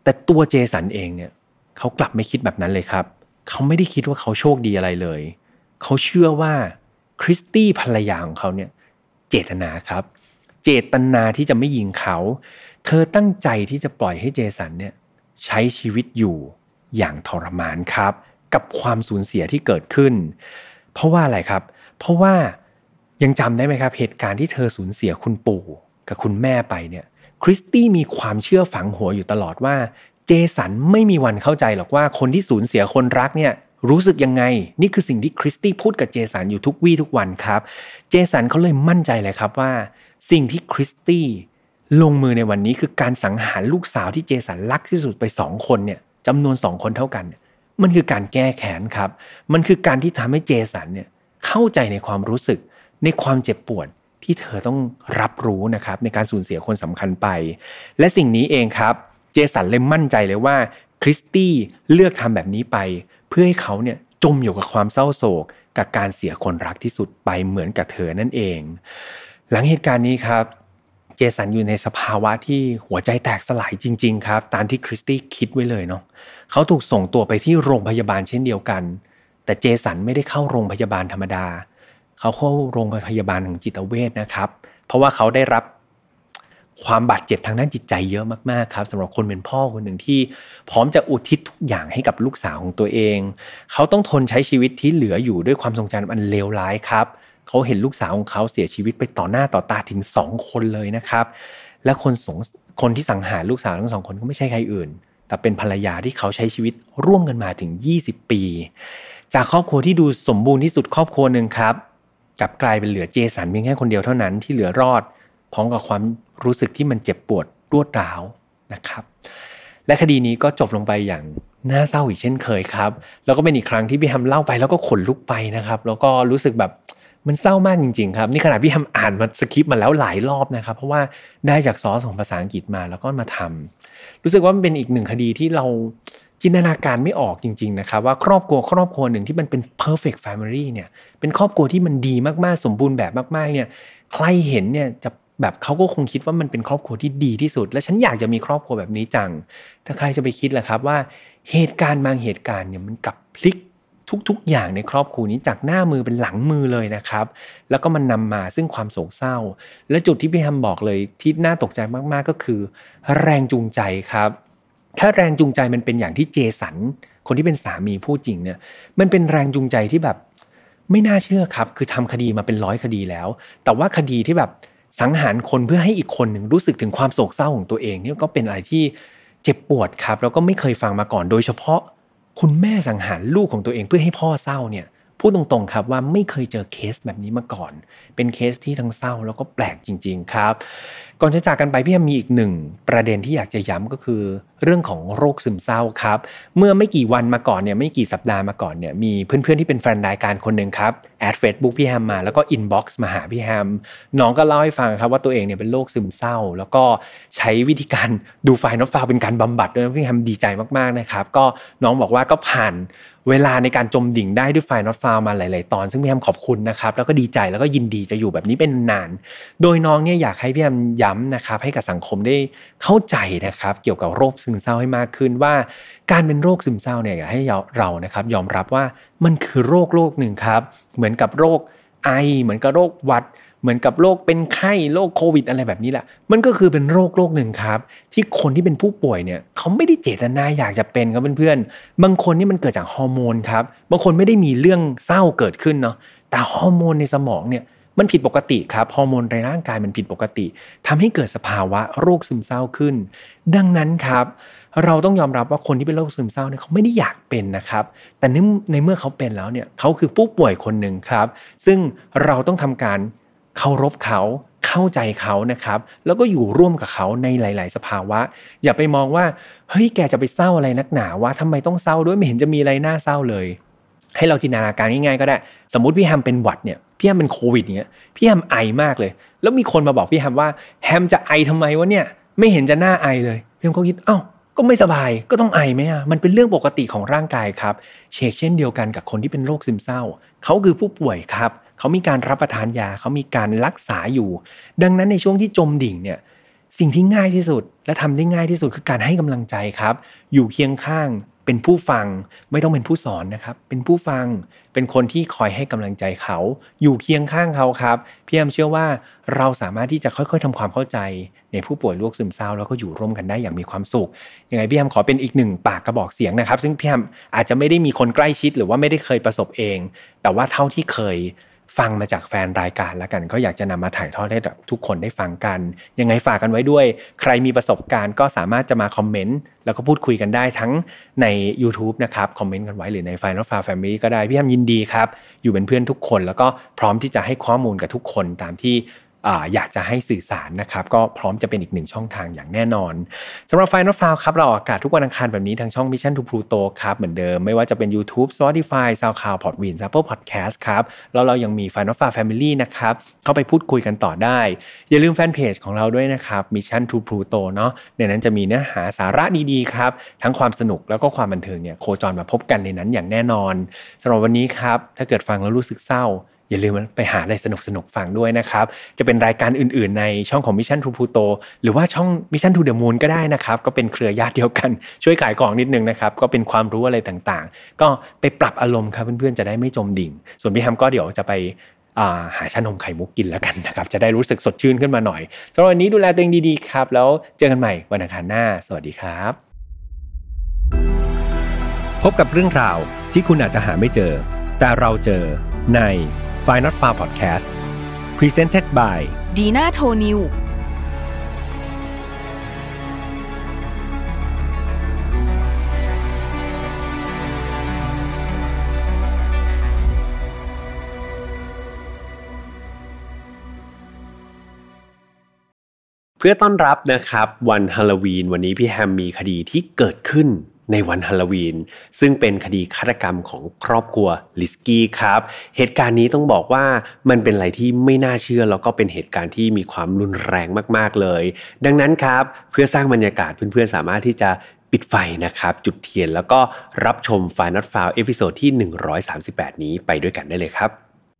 แต่ตัวเจสันเองเนี่ยเขากลับไม่คิดแบบนั้นเลยครับเขาไม่ได้คิดว่าเขาโชคดีอะไรเลยเขาเชื่อว่าคริสตี้ภรรยาของเขาเนี่ยเจตนาครับเจตนาที่จะไม่ยิงเขาเธอตั้งใจที่จะปล่อยให้เจสันเนี่ยใช้ชีวิตอยู่อย่างทรมานครับกับความสูญเสียที่เกิดขึ้นเพราะว่าอะไรครับเพราะว่ายังจำได้ไหมครับเหตุการณ์ที่เธอสูญเสียคุณปู่กับคุณแม่ไปเนี่ยคริสตี้มีความเชื่อฝังหัวอยู่ตลอดว่าเจสันไม่มีวันเข้าใจหรอกว่าคนที่สูญเสียคนรักเนี่ยรู้สึกยังไงนี่คือสิ่งที่คริสตี้พูดกับเจสันอยู่ทุกวี่ทุกวันครับเจสันเขาเลยมั่นใจเลยครับว่าสิ่งที่คริสตี้ลงมือในวันนี้คือการสังหารลูกสาวที่เจสันรักที่สุดไป2คนเนี่ยจำนวน2คนเท่ากันมันคือการแก้แค้นครับมันคือการที่ทำให้เจสันเนี่ยเข้าใจในความรู้สึกในความเจ็บปวดที่เธอต้องรับรู้นะครับในการสูญเสียคนสำคัญไปและสิ่งนี้เองครับเจสันเลยมั่นใจเลยว่าคริสตี้เลือกทำแบบนี้ไปเพื่อให้เขาเนี่ยจมอยู่กับความเศร้าโศกกับการเสียคนรักที่สุดไปเหมือนกับเธอนั่นเองหลังเหตุการณ์นี้ครับเจสันอยู่ในสภาวะที่หัวใจแตกสลายจริงๆครับตามที่คริสตี้คิดไว้เลยเนาะเขาถูกส่งตัวไปที่โรงพยาบาลเช่นเดียวกันแต่เจสันไม่ได้เข้าโรงพยาบาลธรรมดาเขาเข้าโรงพยาบาลของจิตเวชนะครับเพราะว่าเขาได้รับความบาดเจ็บทางด้านจิตใจเยอะมากๆครับสำหรับคนเป็นพ่อคนหนึ่งที่พร้อมจะอุทิศทุกอย่างให้กับลูกสาวของตัวเองเขาต้องทนใช้ชีวิตที่เหลืออยู่ด้วยความทรงจำอันเลวร้ายครับเขาเห็นลูกสาวของเขาเสียชีวิตไปต่อหน้าต่อตาถึง2คนเลยนะครับและคนที่สังหารลูกสาวทั้ง2คนก็ไม่ใช่ใครอื่นแต่เป็นภรรยาที่เขาใช้ชีวิตร่วมกันมาถึง20ปีจากครอบครัวที่ดูสมบูรณ์ที่สุดครอบครัวนึงครับกลับกลายเป็นเหลือเจสันเพียงแค่คนเดียวเท่านั้นที่เหลือรอดพร้อมกับความรู้สึกที่มันเจ็บปวดรวดร้าวนะครับและคดีนี้ก็จบลงไปอย่างน่าเศร้าอีกเช่นเคยครับแล้วก็เป็นอีกครั้งที่พี่แฮมเล่าไปแล้วก็ขนลุกไปนะครับแล้วก็รู้สึกแบบมันเศร้ามากจริงๆครับนี่ขนาดพี่แฮมอ่านมาสคริปต์มาแล้วหลายรอบนะครับเพราะว่าได้จากซอสของภาษาอังกฤษมาแล้วก็มาทำรู้สึกว่ามันเป็นอีกหนึ่งคดีที่เราจินตนาการไม่ออกจริงๆนะครับว่าครอบครัวหนึ่งที่มันเป็น perfect family เนี่ยเป็นครอบครัวที่มันดีมากๆสมบูรณ์แบบมากๆเนี่ยใครเห็นเนี่ยจะแบบเขาก็คงคิดว่ามันเป็นครอบครัวที่ดีที่สุดและฉันอยากจะมีครอบครัวแบบนี้จังถ้าใครจะไปคิดล่ะครับว่าเหตุการณ์บางเหตุการณ์เนี่ยมันกลับพลิกทุกๆอย่างในครอบครัวนี้จากหน้ามือเป็นหลังมือเลยนะครับแล้วก็มันนำมาซึ่งความโศกเศร้าและจุดที่พี่แฮมบอกเลยที่น่าตกใจมากๆก็คือแรงจูงใจครับถ้าแรงจูงใจมันเป็นอย่างที่เจสันคนที่เป็นสามีพูดจริงเนี่ยมันเป็นแรงจูงใจที่แบบไม่น่าเชื่อครับคือทำคดีมาเป็น100คดีแล้วแต่ว่าคดีที่แบบสังหารคนเพื่อให้อีกคนหนึ่งรู้สึกถึงความโศกเศร้าของตัวเองนี่ก็เป็นอะไรที่เจ็บปวดครับแล้วก็ไม่เคยฟังมาก่อนโดยเฉพาะคุณแม่สังหารลูกของตัวเองเพื่อให้พ่อเศร้าเนี่ยพูดตรงๆครับว่าไม่เคยเจอเคสแบบนี้มาก่อนเป็นเคสที่ทั้งเศร้าแล้วก็แปลกจริงๆครับก่อนจะจากกันไปพี่มีอีกหนึ่งประเด็นที่อยากจะย้ำก็คือเรื่องของโรคซึมเศร้าครับเมื่อไม่กี่วันมาก่อนเนี่ยไม่กี่สัปดาห์มาก่อนเนี่ยมีเพื่อนๆที่เป็นแฟนรายการคนนึงครับแอด Facebook พี่แฮมมาแล้วก็อินบ็อกซ์มาหาพี่แฮมน้องก็เล่าให้ฟังครับว่าตัวเองเนี่ยเป็นโรคซึมเศร้าแล้วก็ใช้วิธีการดูไฟล์นอตฟาวเป็นการบำบัดด้วยพี่แฮมดีใจมากๆนะครับก็น้องบอกว่าก็ผ่านเวลาในการจมดิ่งได้ด้วยไฟล์ not found มาหลายๆตอนซึ่งพี่แฮมขอบคุณนะครับแล้วก็ดีใจแล้วก็ยินดีจะอยู่แบบนี้เป็นนานโดยน้องเนี่ยอยากให้พี่แฮมย้ำนะครับให้กับสังคมได้เข้าใจนะครับเกี่ยวกับโรคซึมเศร้าให้มากขึ้นว่าการเป็นโรคซึมเศร้าเนี่ยอยากให้เรานะครับยอมรับว่ามันคือโรคหนึ่งครับเหมือนกับโรคไอเหมือนกับโรคหวัดเหมือนกับโรคเป็นไข้โรคโควิดอะไรแบบนี้แหละมันก็คือเป็นโรคหนึ่งครับที่คนที่เป็นผู้ป่วยเนี่ยเขาไม่ได้เจตนาอยากจะเป็นครับเพื่อนๆบางคนนี่มันเกิดจากฮอร์โมนครับบางคนไม่ได้มีเรื่องเศร้าเกิดขึ้นเนาะแต่ฮอร์โมนในสมองเนี่ยมันผิดปกติครับฮอร์โมนในร่างกายมันผิดปกติทำให้เกิดสภาวะโรคซึมเศร้าขึ้นดังนั้นครับเราต้องยอมรับว่าคนที่เป็นโรคซึมเศร้าเนี่ยเขาไม่ได้อยากเป็นนะครับแต่ในเมื่อเขาเป็นแล้วเนี่ยเขาคือผู้ป่วยคนหนึ่งครับซึ่งเราต้องทำการเคารพเขาเข้าใจเขานะครับแล้วก็อยู่ร่วมกับเขาในหลายๆสภาวะอย่าไปมองว่าเฮ้ยแกจะไปเศร้าอะไรนักหนาวะทำไมต้องเศร้าด้วยไม่เห็นจะมีอะไรน่าเศร้าเลยให้เราจินตนาการง่ายๆก็ได้สมมุติพี่แฮมเป็นหวัดเนี่ยพี่แฮมเป็นโควิดอย่างเงี้ยพี่แฮมไอมากเลยแล้วมีคนมาบอกพี่แฮมว่าแฮมจะไอทำไมวะเนี่ยไม่เห็นจะน่าไอเลยพี่แฮมก็คิดก็ไม่สบายก็ต้องไอไหมมันเป็นเรื่องปกติของร่างกายครับเช่นเดียวกันกับคนที่เป็นโรคซึมเศร้าเขาคือผู้ป่วยครับเขามีการรับประทานยาเขามีการรักษาอยู่ดังนั้นในช่วงที่จมดิ่งเนี่ยสิ่งที่ง่ายที่สุดและทำได้ง่ายที่สุดคือการให้กำลังใจครับอยู่เคียงข้างเป็นผู้ฟังไม่ต้องเป็นผู้สอนนะครับเป็นผู้ฟังเป็นคนที่คอยให้กำลังใจเขาอยู่เคียงข้างเขาครับพี่แอมเชื่อว่าเราสามารถที่จะค่อยๆทำความเข้าใจในผู้ป่วยโรคซึมเศร้าแล้วก็อยู่ร่วมกันได้อย่างมีความสุขยังไงพี่แอมขอเป็นอีกหนึ่งปากกระบอกเสียงนะครับซึ่งพี่แอมอาจจะไม่ได้มีคนใกล้ชิดหรือว่าไม่ได้เคยประสบเองแต่ว่าเท่าที่เคยฟังมาจากแฟนรายการแล้วกันก็อยากจะนำมาถ่ายทอดให้ทุกคนได้ฟังกันยังไงฝากกันไว้ด้วยใครมีประสบการณ์ก็สามารถจะมาคอมเมนต์แล้วก็พูดคุยกันได้ทั้งใน YouTube นะครับคอมเมนต์กันไว้หรือใน Final File Family ก็ได้พี่แอมยินดีครับอยู่เป็นเพื่อนทุกคนแล้วก็พร้อมที่จะให้ข้อมูลกับทุกคนตามที่อยากจะให้สื่อสารนะครับก็พร้อมจะเป็นอีกหนึ่งช่องทางอย่างแน่นอนสำหรับ Final File ครับเราออกอากาศทุกวันอังคารแบบนี้ทางช่อง Mission to Pluto ครับเหมือนเดิมไม่ว่าจะเป็น YouTube Spotify SoundCloud Podbean Apple Podcast ครับแล้วเรายังมี Final File Family นะครับเข้าไปพูดคุยกันต่อได้อย่าลืมแฟนเพจของเราด้วยนะครับ Mission to Pluto เนาะในนั้นจะมีเนื้อหาสาระดีๆครับทั้งความสนุกแล้วก็ความบันเทิงเนี่ยโคจรมาพบกันในนั้นอย่างแน่นอนสำหรับวันนี้ครับถ้าเกิดฟังแล้วรู้สึกเศร้าอย่าลืมไปหาอะไรสนุกๆฟังด้วยนะครับจะเป็นรายการอื่นๆในช่องของ Mission to Pluto หรือว่าช่อง Mission to the Moon ก็ได้นะครับก็เป็นเครือญาติเดียวกันช่วยขายของนิดนึงนะครับก็เป็นความรู้อะไรต่างๆก็ไปปรับอารมณ์ครับเพื่อนๆจะได้ไม่จมดิ่งส่วนพี่แฮมก็เดี๋ยวจะไปหาชานมไข่มุกกินแล้วกันนะครับจะได้รู้สึกสดชื่นขึ้นมาหน่อยสำหรับวันนี้ดูแลตัวเองดีๆครับแล้วเจอกันใหม่วันอังคารหน้าสวัสดีครับพบกับเรื่องราวที่คุณอาจจะหาไม่เจอแต่เราเจอในFinal File Podcast Presented by Dina Toniu เพื่อต้อนรับนะครับวันฮาโลวีนวันนี้พี่แฮมมีคดีที่เกิดขึ้นในวันฮาโลวีนซึ่งเป็นคดีฆาตกรรมของครอบครัวลิสกี้ครับเหตุการณ์นี้ต้องบอกว่ามันเป็นอะไรที่ไม่น่าเชื่อแล้วก็เป็นเหตุการณ์ที่มีความรุนแรงมากๆเลยดังนั้นครับเพื่อสร้างบรรยากาศเพื่อนๆสามารถที่จะปิดไฟนะครับจุดเทียนแล้วก็รับชม Final File เอพิโซดที่138นี้ไปด้วยกันได้เลยครับ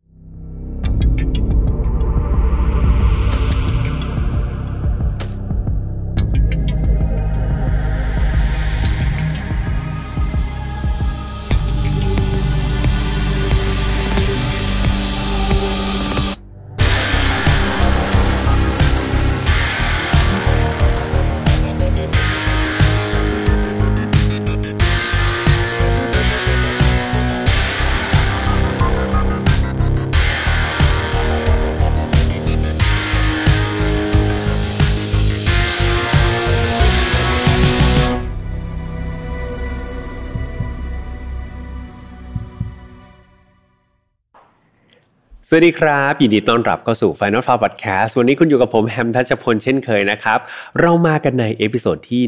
สวัสดีครับยินดีต้อนรับเข้าสู่ Final File Podcast วันนี้คุณอยู่กับผมแฮมทัชพลเช่นเคยนะครับเรามากันในเอพิโซดที่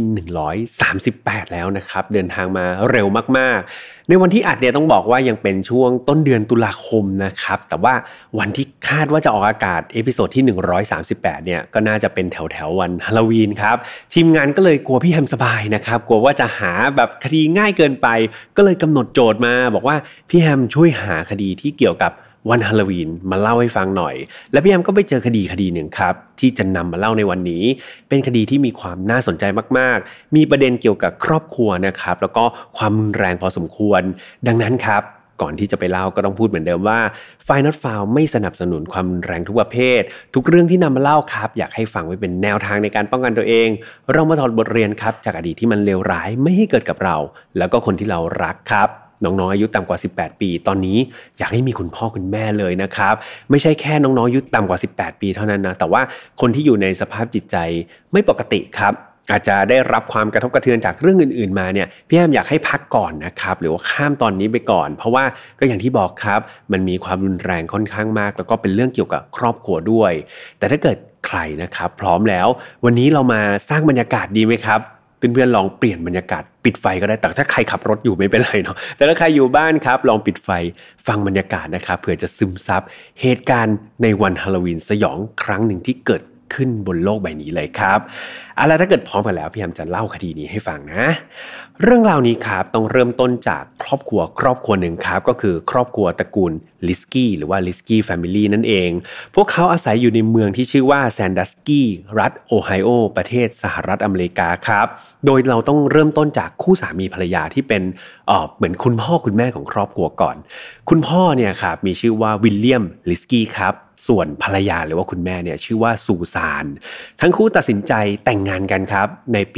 138แล้วนะครับเดินทางมาเร็วมากๆในวันที่อัดเนี่ยต้องบอกว่ายังเป็นช่วงต้นเดือนตุลาคมนะครับแต่ว่าวันที่คาดว่าจะออกอากาศเอพิโซดที่138เนี่ยก็น่าจะเป็นแถวๆวันฮาโลวีนครับทีมงานก็เลยกลัวพี่แฮมสบายนะครับกลัวว่าจะหาแบบคดีง่ายเกินไปก็เลยกำหนดโจทย์มาบอกว่าพี่แฮมช่วยหาคดีที่เกี่ยวกับวันฮาโลวีนมาเล่าให้ฟังหน่อยและพี่แอมก็ไปเจอคดีหนึ่งครับที่จะนำมาเล่าในวันนี้เป็นคดีที่มีความน่าสนใจมากๆมีประเด็นเกี่ยวกับครอบครัวนะครับแล้วก็ความรุนแรงพอสมควรดังนั้นครับก่อนที่จะไปเล่าก็ต้องพูดเหมือนเดิมว่า Final File ไม่สนับสนุนความรุนแรงทุกประเภททุกเรื่องที่นำมาเล่าครับอยากให้ฟังไว้เป็นแนวทางในการป้องกันตัวเองเรามาถอดบทเรียนครับจากอดีตที่มันเลวร้ายไม่ให้เกิดกับเราแล้วก็คนที่เรารักครับน้องๆอายุต่ำกว่า18ปีตอนนี้อยากให้มีคุณพ่อคุณแม่เลยนะครับไม่ใช่แค่น้องๆอายุต่ำกว่า18ปีเท่านั้นนะแต่ว่าคนที่อยู่ในสภาพจิตใจไม่ปกติครับอาจจะได้รับความกระทบกระเทือนจากเรื่องอื่นๆมาเนี่ยพี่แอมอยากให้พักก่อนนะครับหรือว่าข้ามตอนนี้ไปก่อนเพราะว่าก็อย่างที่บอกครับมันมีความรุนแรงค่อนข้างมากแล้วก็เป็นเรื่องเกี่ยวกับครอบครัวด้วยแต่ถ้าเกิดใครนะครับพร้อมแล้ววันนี้เรามาสร้างบรรยากาศดีไหมครับเพื่อนๆลองเปลี่ยนบรรยากาศปิดไฟก็ได้แต่ถ้าใครขับรถอยู่ไม่เป็นไรเนาะแต่ถ้าใครอยู่บ้านครับลองปิดไฟฟังบรรยากาศนะครับเผื่อจะซึมซับเหตุการณ์ในวันฮาโลวีนสยองครั้งหนึ่งที่เกิดขึ้นบนโลกใบนี้เลยครับเอาล่ะถ้าเกิดพร้อมกันแล้วพี่แอมจะเล่าคดีนี้ให้ฟังนะเรื่องราวนี้ครับต้องเริ่มต้นจากครอบครัวหนึ่งครับก็คือครอบครัวตระกูลลิสกี้หรือว่าลิสกี้แฟมิลี่นั่นเองพวกเขาอาศัยอยู่ในเมืองที่ชื่อว่าแซนดัสกี้รัฐโอไฮโอประเทศสหรัฐอเมริกาครับโดยเราต้องเริ่มต้นจากคู่สามีภรรยาที่เป็นเหมือนคุณพ่อคุณแม่ของครอบครัวก่อนคุณพ่อเนี่ยครับมีชื่อว่าวิลเลียมลิสกี้ครับส่วนภรรยาหรือว่าคุณแม่เนี่ยชื่อว่าซูซานทั้งคู่ตัดสินใจแต่งงานกันครับในปี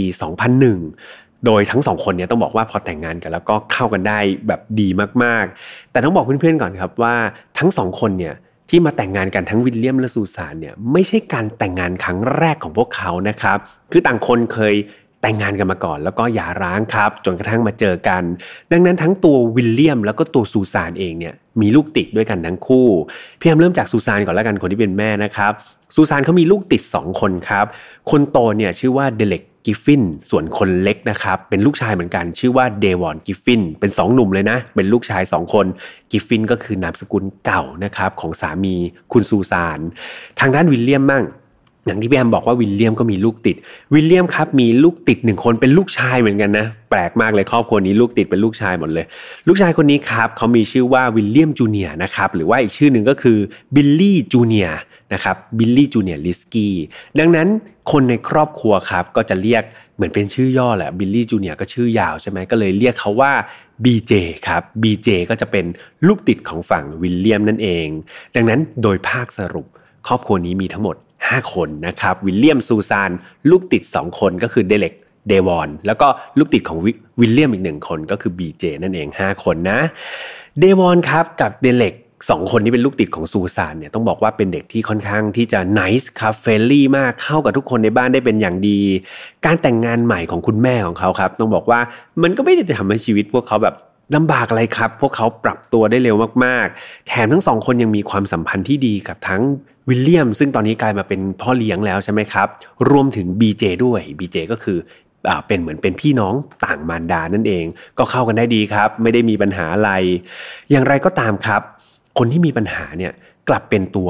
2001โดยทั้งสองคนเนี่ยต้องบอกว่าพอแต่งงานกันแล้วก็เข้ากันได้แบบดีมากๆแต่ต้องบอกเพื่อนๆก่อนครับว่าทั้งสองคนเนี่ยที่มาแต่งงานกันทั้งวิลเลียมและซูซานเนี่ยไม่ใช่การแต่งงานครั้งแรกของพวกเขานะครับคือต่างคนเคยแต่งงานกันมาก่อนแล้วก็หย่าร้างครับจนกระทั่งมาเจอกันดังนั้นทั้งตัววิลเลียมแล้วก็ตัวซูซานเองเนี่ยมีลูกติดด้วยกันทั้งคู่พี่แอมเริ่มจากซูซานก่อนแล้วกันคนที่เป็นแม่นะครับซูซานเขามีลูกติด2คนครับคนโตเนี่ยชื่อว่าเดเล็กกิฟฟินส่วนคนเล็กนะครับเป็นลูกชายเหมือนกันชื่อว่าเดวอนกิฟฟินเป็น2หนุ่มเลยนะเป็นลูกชาย2คนกิฟฟินก็คือนามสกุลเก่านะครับของสามีคุณซูซานทางด้านวิลเลียมมั่งอย่างที่พี่แอมบอกว่าวิลเลียมก็มีลูกติดวิลเลียมครับมีลูกติด1คนเป็นลูกชายเหมือนกันนะแปลกมากเลยครอบครัวนี้ลูกติดเป็นลูกชายหมดเลยลูกชายคนนี้ครับเขามีชื่อว่าวิลเลียมจูเนียร์นะครับหรือว่าอีกชื่อหนึ่งก็คือบิลลี่จูเนียร์นะครับบิลลี่จูเนียร์ลิสกี้ดังนั้นคนในครอบครัวครับก็จะเรียกเหมือนเป็นชื่อย่อแหละบิลลี่จูเนียร์ก็ชื่อยาวใช่ไหมก็เลยเรียกเขาว่า BJ ครับ BJ ก็จะเป็นลูกติดของฝั่งวิลเลียมนั่นเองดังนั้นโดยภาคสรุปครอบครัวนี้มีทั้งหมด5คนนะครับวิลเลียมซูซานลูกติด2คนก็คือเดเล็กเดวอนแล้วก็ลูกติดของวิลเลียมอีก1คนก็คือ BJ นั่นเอง5คนนะเดวอนครับกับเดเล็ก2คนที่เป็นลูกติดของซูซานเนี่ยต้องบอกว่าเป็นเด็กที่ค่อนข้างที่จะไนซ์ครับเฟรนลี่มากเข้ากับทุกคนในบ้านได้เป็นอย่างดีการแต่งงานใหม่ของคุณแม่ของเขาครับต้องบอกว่ามันก็ไม่ได้ทำให้ชีวิตพวกเขาแบบลำบากอะไรครับพวกเขาปรับตัวได้เร็วมากๆแถมทั้ง2คนยังมีความสัมพันธ์ที่ดีกับทั้งวิลเลียมซึ่งตอนนี้กลายมาเป็นพ่อเลี้ยงแล้วใช่ไหมครับรวมถึง BJ ด้วย BJ ก็คือเป็นเหมือนเป็นพี่น้องต่างมารดานั่นเองก็เข้ากันได้ดีครับไม่ได้มีปัญหาอะไรอย่างไรก็ตามครับคนที่มีปัญหาเนี่ยกลับเป็นตัว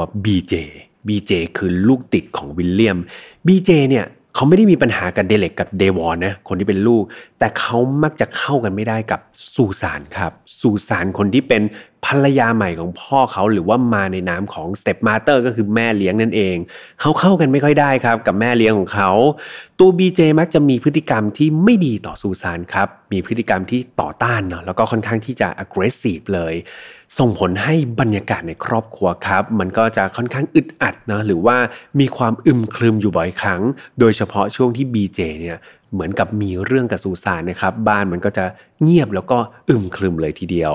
BJ คือลูกติดของวิลเลียม BJ เนี่ยเขาไม่ได้มีปัญหากับเดเล็กกับเดวอนนะคนที่เป็นลูกแต่เขามักจะเข้ากันไม่ได้กับซูซานครับซูซานคนที่เป็นภรรยาใหม่ของพ่อเขาหรือว่ามาในนามของสเต็ปมาสเตอร์ก็คือแม่เลี้ยงนั่นเองเขาเข้ากันไม่ค่อยได้ครับกับแม่เลี้ยงของเขาตัว BJ มักจะมีพฤติกรรมที่ไม่ดีต่อซูซานครับมีพฤติกรรมที่ต่อต้านเนาะแล้วก็ค่อนข้างที่จะ aggressive เลยส่งผลให้บรรยากาศในครอบครัวครับมันก็จะค่อนข้างอึดอัดนะหรือว่ามีความอึมครึมอยู่บ่อยครั้งโดยเฉพาะช่วงที่ BJ เนี่ยเหมือนกับมีเรื่องกับซูซานนะครับบ้านมันก็จะเงียบแล้วก็อึมครึมเลยทีเดียว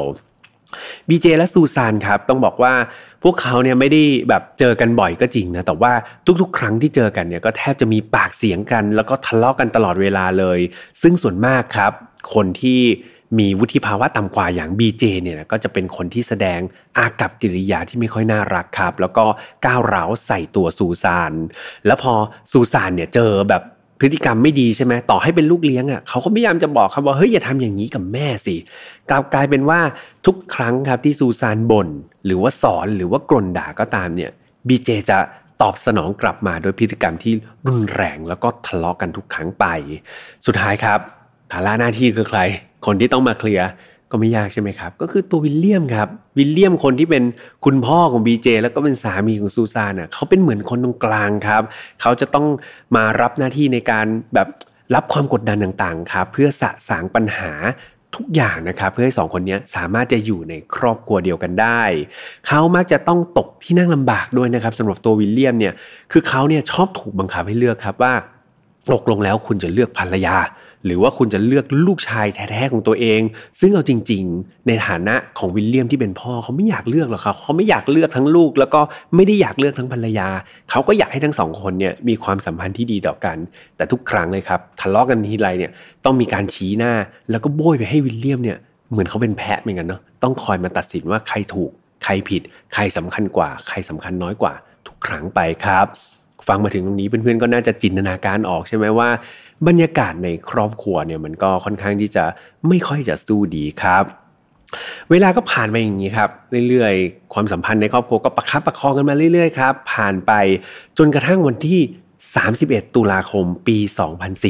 BJ และซูซานครับต้องบอกว่าพวกเขาเนี่ยไม่ได้แบบเจอกันบ่อยก็จริงนะแต่ว่าทุกๆครั้งที่เจอกันเนี่ยก็แทบจะมีปากเสียงกันแล้วก็ทะเลาะกันตลอดเวลาเลยซึ่งส่วนมากครับคนที่มีวุฒิภาวะต่ำกว่าอย่าง BJ เนี่ยก็จะเป็นคนที่แสดงอากัปกิริยาที่ไม่ค่อยน่ารักครับแล้วก็ก้าวร้าวใส่ตัวซูซานแล้วพอซูซานเนี่ยเจอแบบพฤติกรรมไม่ดีใช่ไหมต่อให้เป็นลูกเลี้ยงอ่ะเขาก็พยายามจะบอกครับว่าเฮ้ยอย่าทำอย่างนี้กับแม่สิกลายเป็นว่าทุกครั้งครับที่ซูซานบ่นหรือว่าสอนหรือว่ากล่นด่าก็ตามเนี่ย BJ จะตอบสนองกลับมาด้วยพฤติกรรมที่รุนแรงแล้วก็ทะเลาะกันทุกครั้งไปสุดท้ายครับภาระหน้าที่คือใครคนที่ต้องมาเคลียร์ก็ไม่ยากใช่ไหมครับก็คือตัววิลเลียมครับวิลเลียมคนที่เป็นคุณพ่อของ BJ แล้วก็เป็นสามีของซูซานน่ะเขาเป็นเหมือนคนตรงกลางครับเขาจะต้องมารับหน้าที่ในการแบบรับความกดดันต่างๆครับเพื่อสะสางปัญหาทุกอย่างนะครับเพื่อให้2คนนี้สามารถจะอยู่ในครอบครัวเดียวกันได้เขามักจะต้องตกที่นั่งลำบากด้วยนะครับสำหรับตัววิลเลียมเนี่ยคือเขาเนี่ยชอบถูกบังคับให้เลือกครับว่าตกลงแล้วคุณจะเลือกภรรยาหรือว่าคุณจะเลือกลูกชายแท้ๆของตัวเองซึ่งเอาจริงๆในฐานะของวิลเลียมที่เป็นพ่อเขาไม่อยากเลือกหรอกครับเขาไม่อยากเลือกทั้งลูกแล้วก็ไม่ได้อยากเลือกทั้งภรรยาเขาก็อยากให้ทั้ง2คนเนี่ยมีความสัมพันธ์ที่ดีต่อกันแต่ทุกครั้งเลยครับทะเลาะกันทีไรเนี่ยต้องมีการชี้หน้าแล้วก็โบยไปให้วิลเลียมเนี่ยเหมือนเขาเป็นแพะเหมือนกันเนาะต้องคอยมาตัดสินว่าใครถูกใครผิดใครสำคัญกว่าใครสำคัญน้อยกว่าทุกครั้งไปครับฟังมาถึงตรงนี้เพื่อนๆก็น่าจะจินตนาการออกใช่ไหมว่าบรรยากาศในครอบครัวเนี่ยมันก็ค่อนข้างที่จะไม่ค่อยจะสู้ดีครับเวลาก็ผ่านไปอย่างนี้ครับเรื่อยๆความสัมพันธ์ในครอบครัวก็ประคับประคองกันมาเรื่อยๆครับผ่านไปจนกระทั่งวันที่31ตุลาคมปี2010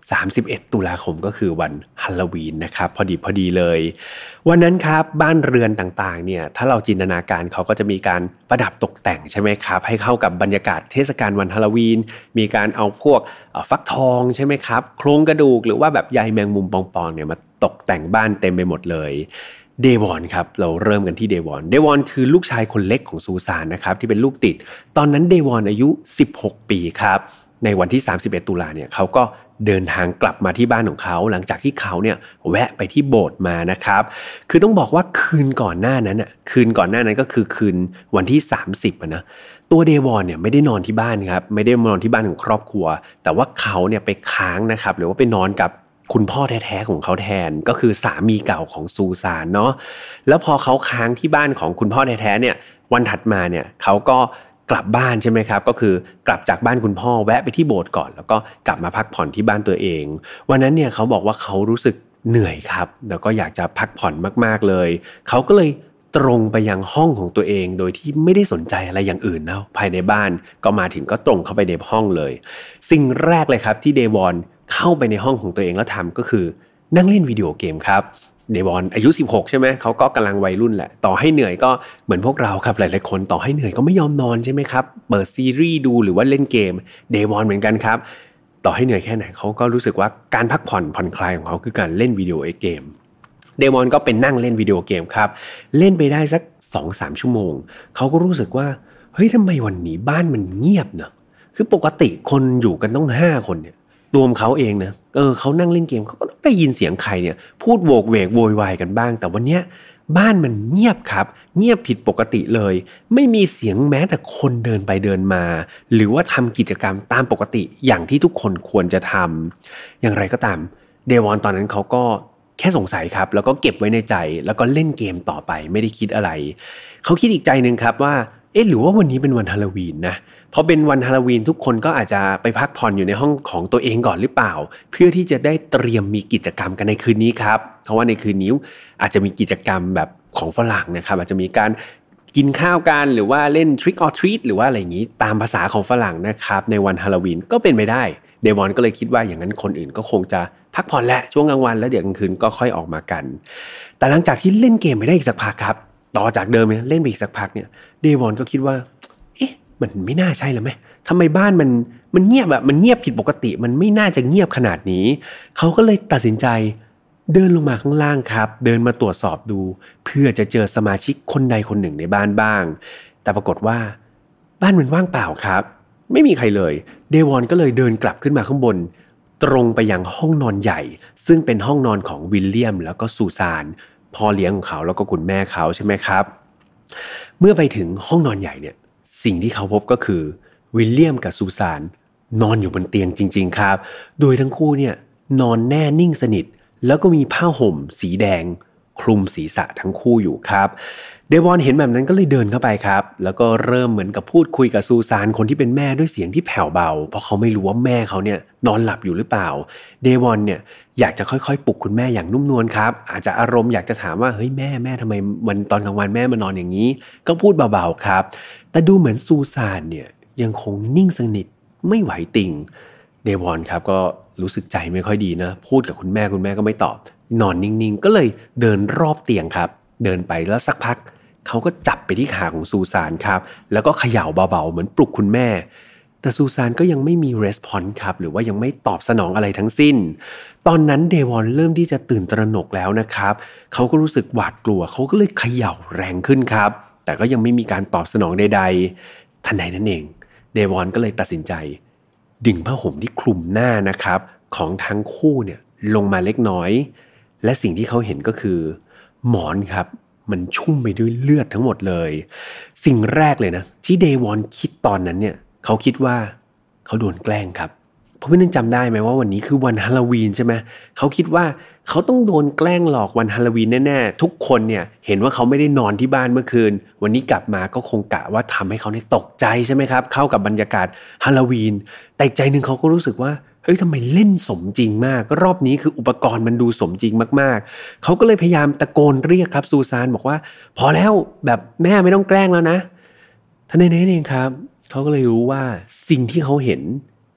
31 ตุลาคมก็คือวันฮาโลวีนนะครับพอดีเลยวันนั้นครับบ้านเรือนต่างๆเนี่ยถ้าเราจินตนาการเขาก็จะมีการประดับตกแต่งใช่ไหมครับให้เข้ากับบรรยากาศเทศกาลวันฮาโลวีนมีการเอาพวกฟักทองใช่ไหมครับโครงกระดูกหรือว่าแบบใยแมงมุมปองๆเนี่ยมาตกแต่งบ้านเต็มไปหมดเลยเดวอนครับเราเริ่มกันที่เดวอนคือลูกชายคนเล็กของซูซานนะครับที่เป็นลูกติดตอนนั้นเดวอนอายุ16 ปีครับในวันที่31 ตุลาเนี่ยเขาก็เดินทางกลับมาที่บ้านของเขาหลังจากที่เขาเนี่ยแวะไปที่โบสถ์มานะครับคือต้องบอกว่าคืนก่อนหน้านั้นก็คือคืนวันที่30นะตัวเดวอนเนี่ยไม่ได้นอนที่บ้านครับไม่ได้นอนที่บ้านของครอบครัวแต่ว่าเขาเนี่ยไปค้างนะครับหรือว่าไปนอนกับคุณพ่อแท้ๆของเขาแทนก็คือสามีเก่าของซูซานเนาะแล้วพอเขาค้างที่บ้านของคุณพ่อแท้ๆเนี่ยวันถัดมาเนี่ยเขาก็กลับบ้านใช่ไหมครับก็คือกลับจากบ้านคุณพ่อแวะไปที่โบสถ์ก่อนแล้วก็กลับมาพักผ่อนที่บ้านตัวเองวันนั้นเนี่ยเขาบอกว่าเขารู้สึกเหนื่อยครับแล้วก็อยากจะพักผ่อนมากๆเลยเขาก็เลยตรงไปยังห้องของตัวเองโดยที่ไม่ได้สนใจอะไรอย่างอื่นนะภายในบ้านก็มาถึงก็ตรงเข้าไปในห้องเลยสิ่งแรกเลยครับที่เดวอนเข้าไปในห้องของตัวเองแล้วทำก็คือนั่งเล่นวิดีโอเกมครับเดวอนอายุ16ใช่ไหมเขาก็กำลังวัยรุ่นแหละต่อให้เหนื่อยก็เหมือนพวกเราครับหลายๆคนต่อให้เหนื่อยก็ไม่ยอมนอนใช่ไหมครับเปิดซีรีส์ดูหรือว่าเล่นเกมเดวอนเหมือนกันครับต่อให้เหนื่อยแค่ไหนเขาก็รู้สึกว่าการพักผ่อนคลายของเขาคือการเล่นวิดีโอเกมเดวอนก็เป็นนั่งเล่นวิดีโอเกมครับเล่นไปได้สัก 2-3 ชั่วโมงเขาก็รู้สึกว่าเฮ้ยทำไมวันนี้บ้านมันเงียบเนอะคือปกติคนอยู่กันต้อง5 คนเนี่ยรวมเขาเองนะเขานั่งเล่นเกมเขาก็ได้ยินเสียงใครเนี่ยพูดโวกเวกโวยวายกันบ้างแต่วันเนี้ยบ้านมันเงียบครับเงียบผิดปกติเลยไม่มีเสียงแม้แต่คนเดินไปเดินมาหรือว่าทำกิจกรรมตามปกติอย่างที่ทุกคนควรจะทำอย่างไรก็ตามเดวอนตอนนั้นเขาก็แค่สงสัยครับแล้วก็เก็บไว้ในใจแล้วก็เล่นเกมต่อไปไม่ได้คิดอะไรเขาคิดอีกใจนึงครับว่าหรือว่าวันนี้เป็นวันฮาโลวีนนะพอเป็นวันฮาโลวีนทุกคนก็อาจจะไปพักผ่อนอยู่ในห้องของตัวเองก่อนหรือเปล่าเพื่อที่จะได้เตรียมมีกิจกรรมกันในคืนนี้ครับเพราะว่าในคืนนี้อาจจะมีกิจกรรมแบบของฝรั่งนะครับอาจจะมีการกินข้าวกันหรือว่าเล่น trick or treat หรือว่าอะไรอย่างนี้ตามภาษาของฝรั่งนะครับในวันฮาโลวีนก็เป็นไปได้เดวอนก็เลยคิดว่าอย่างนั้นคนอื่นก็คงจะพักผ่อนแหละช่วงกลางวันแล้วเดี๋ยวกลางคืนก็ค่อยออกมากันแต่หลังจากที่เล่นเกมไปได้อีกสักพักครับต่อจากเดิมเล่นไปอีกสักพักเนี่ยเดวอนก็คิดว่ามันไม่น่าใช่แล้วไหมทำไมบ้านมันเงียบแบบมันเงียบผิดปกติมันไม่น่าจะเงียบขนาดนี้เขาก็เลยตัดสินใจเดินลงมาข้างล่างครับเดินมาตรวจสอบดูเพื่อจะเจอสมาชิกคนใดคนหนึ่งในบ้านบ้างแต่ปรากฏว่าบ้านมันว่างเปล่าครับไม่มีใครเลยเดวอนก็เลยเดินกลับขึ้นมาข้างบนตรงไปยังห้องนอนใหญ่ซึ่งเป็นห้องนอนของวิลเลียมแล้วก็ซูซานพ่อเลี้ยงของเขาแล้วก็คุณแม่เขาใช่ไหมครับเมื่อไปถึงห้องนอนใหญ่เนี่ยสิ่งที่เขาพบก็คือวิลเลียมกับซูซานนอนอยู่บนเตียงจริงๆครับโดยทั้งคู่เนี่ยนอนแน่นิ่งสนิทแล้วก็มีผ้าห่มสีแดงคลุมศีรษะทั้งคู่อยู่ครับเดวอนเห็นแบบนั้นก็เลยเดินเข้าไปครับแล้วก็เริ่มเหมือนกับพูดคุยกับซูซานคนที่เป็นแม่ด้วยเสียงที่แผ่วเบาเพราะเขาไม่รู้ว่าแม่เขาเนี่ยนอนหลับอยู่หรือเปล่าเดวอนเนี่ยอยากจะค่อยๆปลุกคุณแม่อย่างนุ่มนวลครับอาจจะอารมณ์อยากจะถามว่าเฮ้ยแม่ทำไมวันตอนกลางวันแม่มานอนอย่างนี้ก็พูดเบาๆครับแต่ดูเหมือนซูซานเนี่ยยังคงนิ่งสนิทไม่ไหวติงเดวอนครับก็รู้สึกใจไม่ค่อยดีนะพูดกับคุณแม่ก็ไม่ตอบนอนนิ่งๆก็เลยเดินรอบเตียงครับเดินไปแล้วสักพักเขาก็จับไปที่ขาของซูซานครับแล้วก็เขย่าเบาๆเหมือนปลุกคุณแม่แต่ซูซานก็ยังไม่มีรีสปอนส์ครับหรือว่ายังไม่ตอบสนองอะไรทั้งสิ้นตอนนั้นเดวอนเริ่มที่จะตื่นตระหนกแล้วนะครับเขาก็รู้สึกหวาดกลัวเขาก็เลยเขย่าแรงขึ้นครับแต่ก็ยังไม่มีการตอบสนองใดๆทันใดนั้นเองเดวอนก็เลยตัดสินใจดึงผ้าห่มที่คลุมหน้านะครับของทั้งคู่เนี่ยลงมาเล็กน้อยและสิ่งที่เขาเห็นก็คือหมอนครับมันชุ่มไปด้วยเลือดทั้งหมดเลยสิ่งแรกเลยนะที่เดวอนคิดตอนนั้นเนี่ยเขาคิดว่าเขาโดนแกล้งครับเพราะเพื่อนจำได้ไหมว่าวันนี้คือวันฮาโลวีนใช่ไหมเขาคิดว่าเขาต้องโดนแกล้งหลอกวันฮาโลวีนแน่ๆทุกคนเนี่ยเห็นว่าเขาไม่ได้นอนที่บ้านเมื่อคืนวันนี้กลับมาก็คงกะว่าทำให้เขาเนี่ยตกใจใช่ไหมครับเข้ากับบรรยากาศฮาโลวีนแต่ใจนึงเขาก็รู้สึกว่าเฮ้ยทำไมเล่นสมจริงมากรอบนี้คืออุปกรณ์มันดูสมจริงมากๆเขาก็เลยพยายามตะโกนเรียกครับซูซานบอกว่าพอแล้วแบบแม่ไม่ต้องแกล้งแล้วนะทันใดนั้นเองครับเขาก็เลยรู้ว่าสิ่งที่เขาเห็น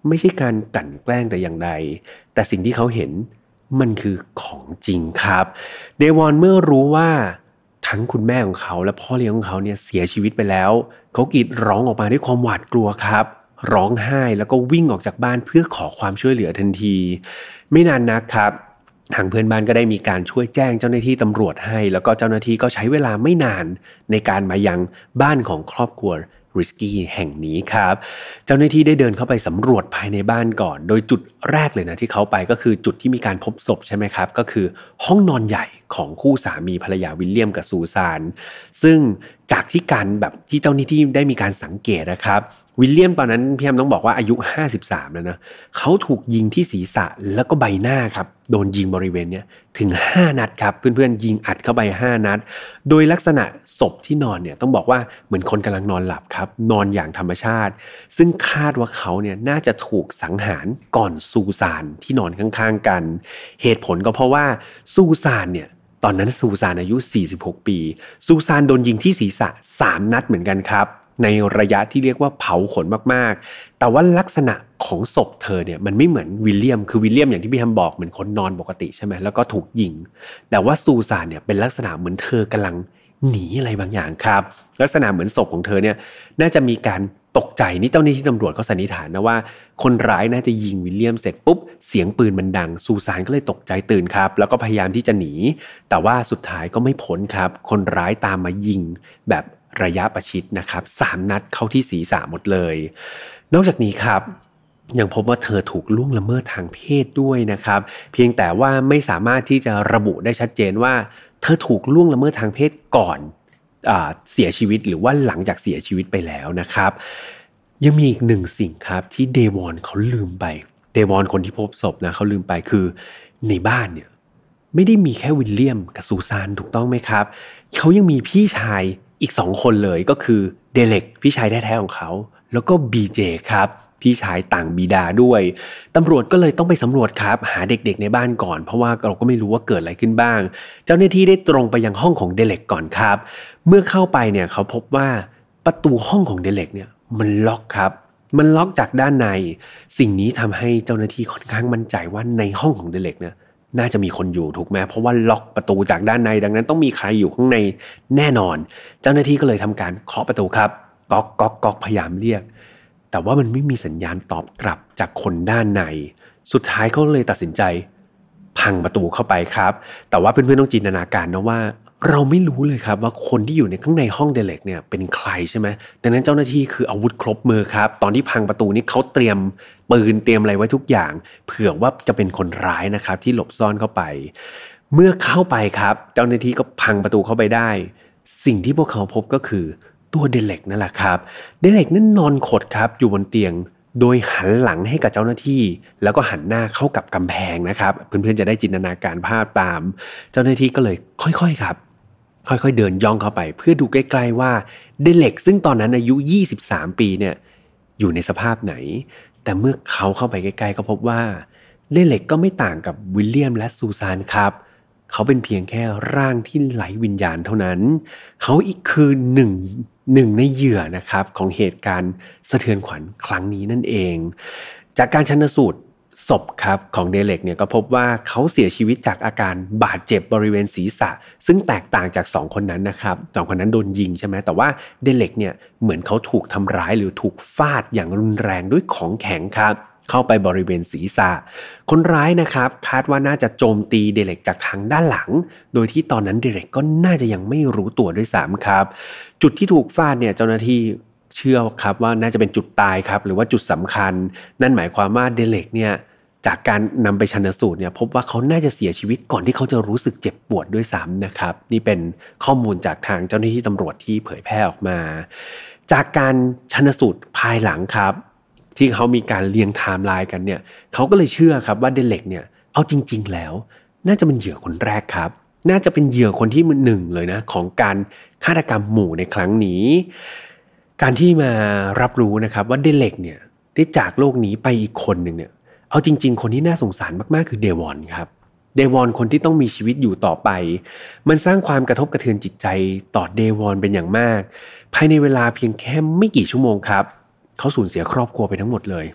ไม่ใช่การกลั่นแกล้งแต่อย่างใดแต่สิ่งที่เขาเห็นมันคือของจริงครับเดวอนเมื่อรู้ว่าทั้งคุณแม่ของเขาและพ่อเลี้ยงของเขาเนี่ยเสียชีวิตไปแล้วเขากรีดร้องออกมาด้วยความหวาดกลัวครับร้องไห้แล้วก็วิ่งออกจากบ้านเพื่อขอความช่วยเหลือทันทีไม่นานนักครับทางเพื่อนบ้านก็ได้มีการช่วยแจ้งเจ้าหน้าที่ตำรวจให้แล้วก็เจ้าหน้าที่ก็ใช้เวลาไม่นานในการมายังบ้านของครอบครัวริสกี้แห่งนี้ครับเจ้าหน้าที่ได้เดินเข้าไปสำรวจภายในบ้านก่อนโดยจุดแรกเลยนะที่เขาไปก็คือจุดที่มีการพบศพใช่ไหมครับก็คือห้องนอนใหญ่ของคู่สามีภรรยาวิลเลียมกับซูซานซึ่งจากที่การแบบที่เจ้าหน้าที่ได้มีการสังเกตนะครับวิลเลียมตอนนั้นพี่แอมต้องบอกว่าอายุ53แล้วนะเขาถูกยิงที่ศีรษะแล้วก็ใบหน้าครับโดนยิงบริเวณนี้ถึง5นัดครับเพื่อนๆยิงอัดเข้าไป5นัดโดยลักษณะศพที่นอนเนี่ยต้องบอกว่าเหมือนคนกำลังนอนหลับครับนอนอย่างธรรมชาติซึ่งคาดว่าเขาเนี่ยน่าจะถูกสังหารก่อนซูซานที่นอนข้างๆกันเหตุผลก็เพราะว่าซูซานเนี่ยตอนนั้นซูซานอายุ46ปีซูซานโดนยิงที่ศีรษะ3นัดเหมือนกันครับในระยะที่เรียกว่าเผาขนมากๆแต่ว่าลักษณะของศพเธอเนี่ยมันไม่เหมือนวิลเลียมคือวิลเลียมอย่างที่พี่ฮัมบอกเหมือนคนนอนปกติใช่ไหมแล้วก็ถูกยิงแต่ว่าซูซานเนี่ยเป็นลักษณะเหมือนเธอกำลังหนีอะไรบางอย่างครับลักษณะเหมือนศพของเธอเนี่ยน่าจะมีการตกใจนี่เจ้าหน้าที่ตำรวจเขาสันนิษฐานนะว่าคนร้ายน่าจะยิงวิลเลียมเสร็จปุ๊บเสียงปืนมันดังซูซานก็เลยตกใจตื่นครับแล้วก็พยายามที่จะหนีแต่ว่าสุดท้ายก็ไม่พ้นครับคนร้ายตามมายิงแบบระยะประชิดนะครับ3นัดเข้าที่ศีรษะหมดเลยนอกจากนี้ครับยังพบว่าเธอถูกล่วงละเมิดทางเพศด้วยนะครับเพียงแต่ว่าไม่สามารถที่จะระบุได้ชัดเจนว่าเธอถูกล่วงละเมิดทางเพศก่อนเสียชีวิตหรือว่าหลังจากเสียชีวิตไปแล้วนะครับยังมีอีกหนึ่งสิ่งครับที่เดวอนเขาลืมไปเดวอนคนที่พบศพนะเขาลืมไปคือในบ้านเนี่ยไม่ได้มีแค่วิลเลียมกับซูซานถูกต้องไหมครับเขายังมีพี่ชายอีก2คนเลยก็คือเดเล็กพี่ชายแท้ๆของเขาแล้วก็บีเจครับพี่ชายต่างบิดาด้วยตำรวจก็เลยต้องไปสำรวจครับหาเด็กๆในบ้านก่อนเพราะว่าเราก็ไม่รู้ว่าเกิดอะไรขึ้นบ้างเจ้าหน้าที่ได้ตรงไปยังห้องของเดเล็กก่อนครับเมื่อเข้าไปเนี่ยเขาพบว่าประตูห้องของเดเล็กเนี่ยมันล็อกครับมันล็อกจากด้านในสิ่งนี้ทำให้เจ้าหน้าที่ค่อนข้างมั่นใจว่าในห้องของเดเล็กเนี่ยน่าจะมีคนอยู่ถูกไหมเพราะว่าล็อกประตูจากด้านในดังนั้นต้องมีใครอยู่ข้างในแน่นอนเจ้าหน้าที่ก็เลยทำการเคาะประตูครับก๊อกก๊อกก๊อกพยายามเรียกแต่ว่ามันไม่มีสัญญาณตอบกลับจากคนด้านในสุดท้ายเขาเลยตัดสินใจพังประตูเข้าไปครับแต่ว่าเพื่อนๆต้องจินตนาการนะว่าเราไม่รู้เลยครับว่าคนที่อยู่ในข้างในห้องเดเล็กเนี่ยเป็นใครใช่ไหมดังนั้นเจ้าหน้าที่คืออาวุธครบมือครับตอนที่พังประตูนี้เขาเตรียมปืนเตรียมอะไรไว้ทุกอย่างเผื่อว่าจะเป็นคนร้ายนะครับที่หลบซ่อนเข้าไปเมื่อเข้าไปครับเจ้าหน้าที่ก็พังประตูเข้าไปได้สิ่งที่พวกเขาพบก็คือตัวเดเล็กนั่นแหละครับเดเล็กนั้นนอนขดครับอยู่บนเตียงโดยหันหลังให้กับเจ้าหน้าที่แล้วก็หันหน้าเข้ากับกำแพงนะครับเพื่อนๆจะได้จินตนาการภาพตามเจ้าหน้าที่ก็เลยค่อยๆครับค่อยๆเดินย่องเข้าไปเพื่อดูใกล้ๆว่าเดเล็กซึ่งตอนนั้นอายุ23ปีเนี่ยอยู่ในสภาพไหนแต่เมื่อเขาเข้าไปใกล้ๆก็พบว่าเดเล็กก็ไม่ต่างกับวิลเลียมและซูซานครับเขาเป็นเพียงแค่ร่างที่ไร้วิญญาณเท่านั้นเขาอีกคือหนึ่งในเหยื่อนะครับของเหตุการณ์สะเทือนขวัญครั้งนี้นั่นเองจากการชันสูตรศพครับของเดเล็กเนี่ยก็พบว่าเขาเสียชีวิตจากอาการบาดเจ็บบริเวณศีรษะซึ่งแตกต่างจาก2คนนั้นนะครับ2คนนั้นโดนยิงใช่ไหมแต่ว่าเดเล็กเนี่ยเหมือนเขาถูกทำร้ายหรือถูกฟาดอย่างรุนแรงด้วยของแข็งครับเข้าไปบริเวณศีรษะคนร้ายนะครับคาดว่าน่าจะโจมตีเดเล็กจากทางด้านหลังโดยที่ตอนนั้นเดเล็กก็น่าจะยังไม่รู้ตัวด้วยซ้ำครับจุดที่ถูกฟาดเนี่ยเจ้าหน้าที่เชื่อครับว่าน่าจะเป็นจุดตายครับหรือว่าจุดสำคัญนั่นหมายความว่าเดเล็กเนี่ยจากการนำไปชันสูตรเนี่ยพบว่าเขาน่าจะเสียชีวิตก่อนที่เขาจะรู้สึกเจ็บปวดด้วยซ้ำนะครับนี่เป็นข้อมูลจากทางเจ้าหน้าที่ตำรวจที่เผยแพร่ออกมาจากการชันสูตรภายหลังครับที่เขามีการเรียงไทม์ไลน์กันเนี่ยเขาก็เลยเชื่อครับว่าเดเล็กเนี่ยเอาจริงๆแล้วน่าจะเป็นเหยื่อคนแรกครับน่าจะเป็นเหยื่อคนที่หนึ่งเลยนะของการฆาตกรรมหมู่ในครั้งนี้การที่มารับรู้นะครับว่าเดเล็กเนี่ยได้จากโลกนี้ไปอีกคนหนึ่งเนี่ยเอาจริงๆคนที่น่าสงสารมากๆคือเดวอนครับเดวอนคนที่ต้องมีชีวิตอยู่ต่อไปมันสร้างความกระทบกระเทือนจิตใจต่อเดวอนเป็นอย่างมากภายในเวลาเพียงแค่ไม่กี่ชั่วโมงครับเขาสูญเสียครอบครัวไปทั้งหมดเลย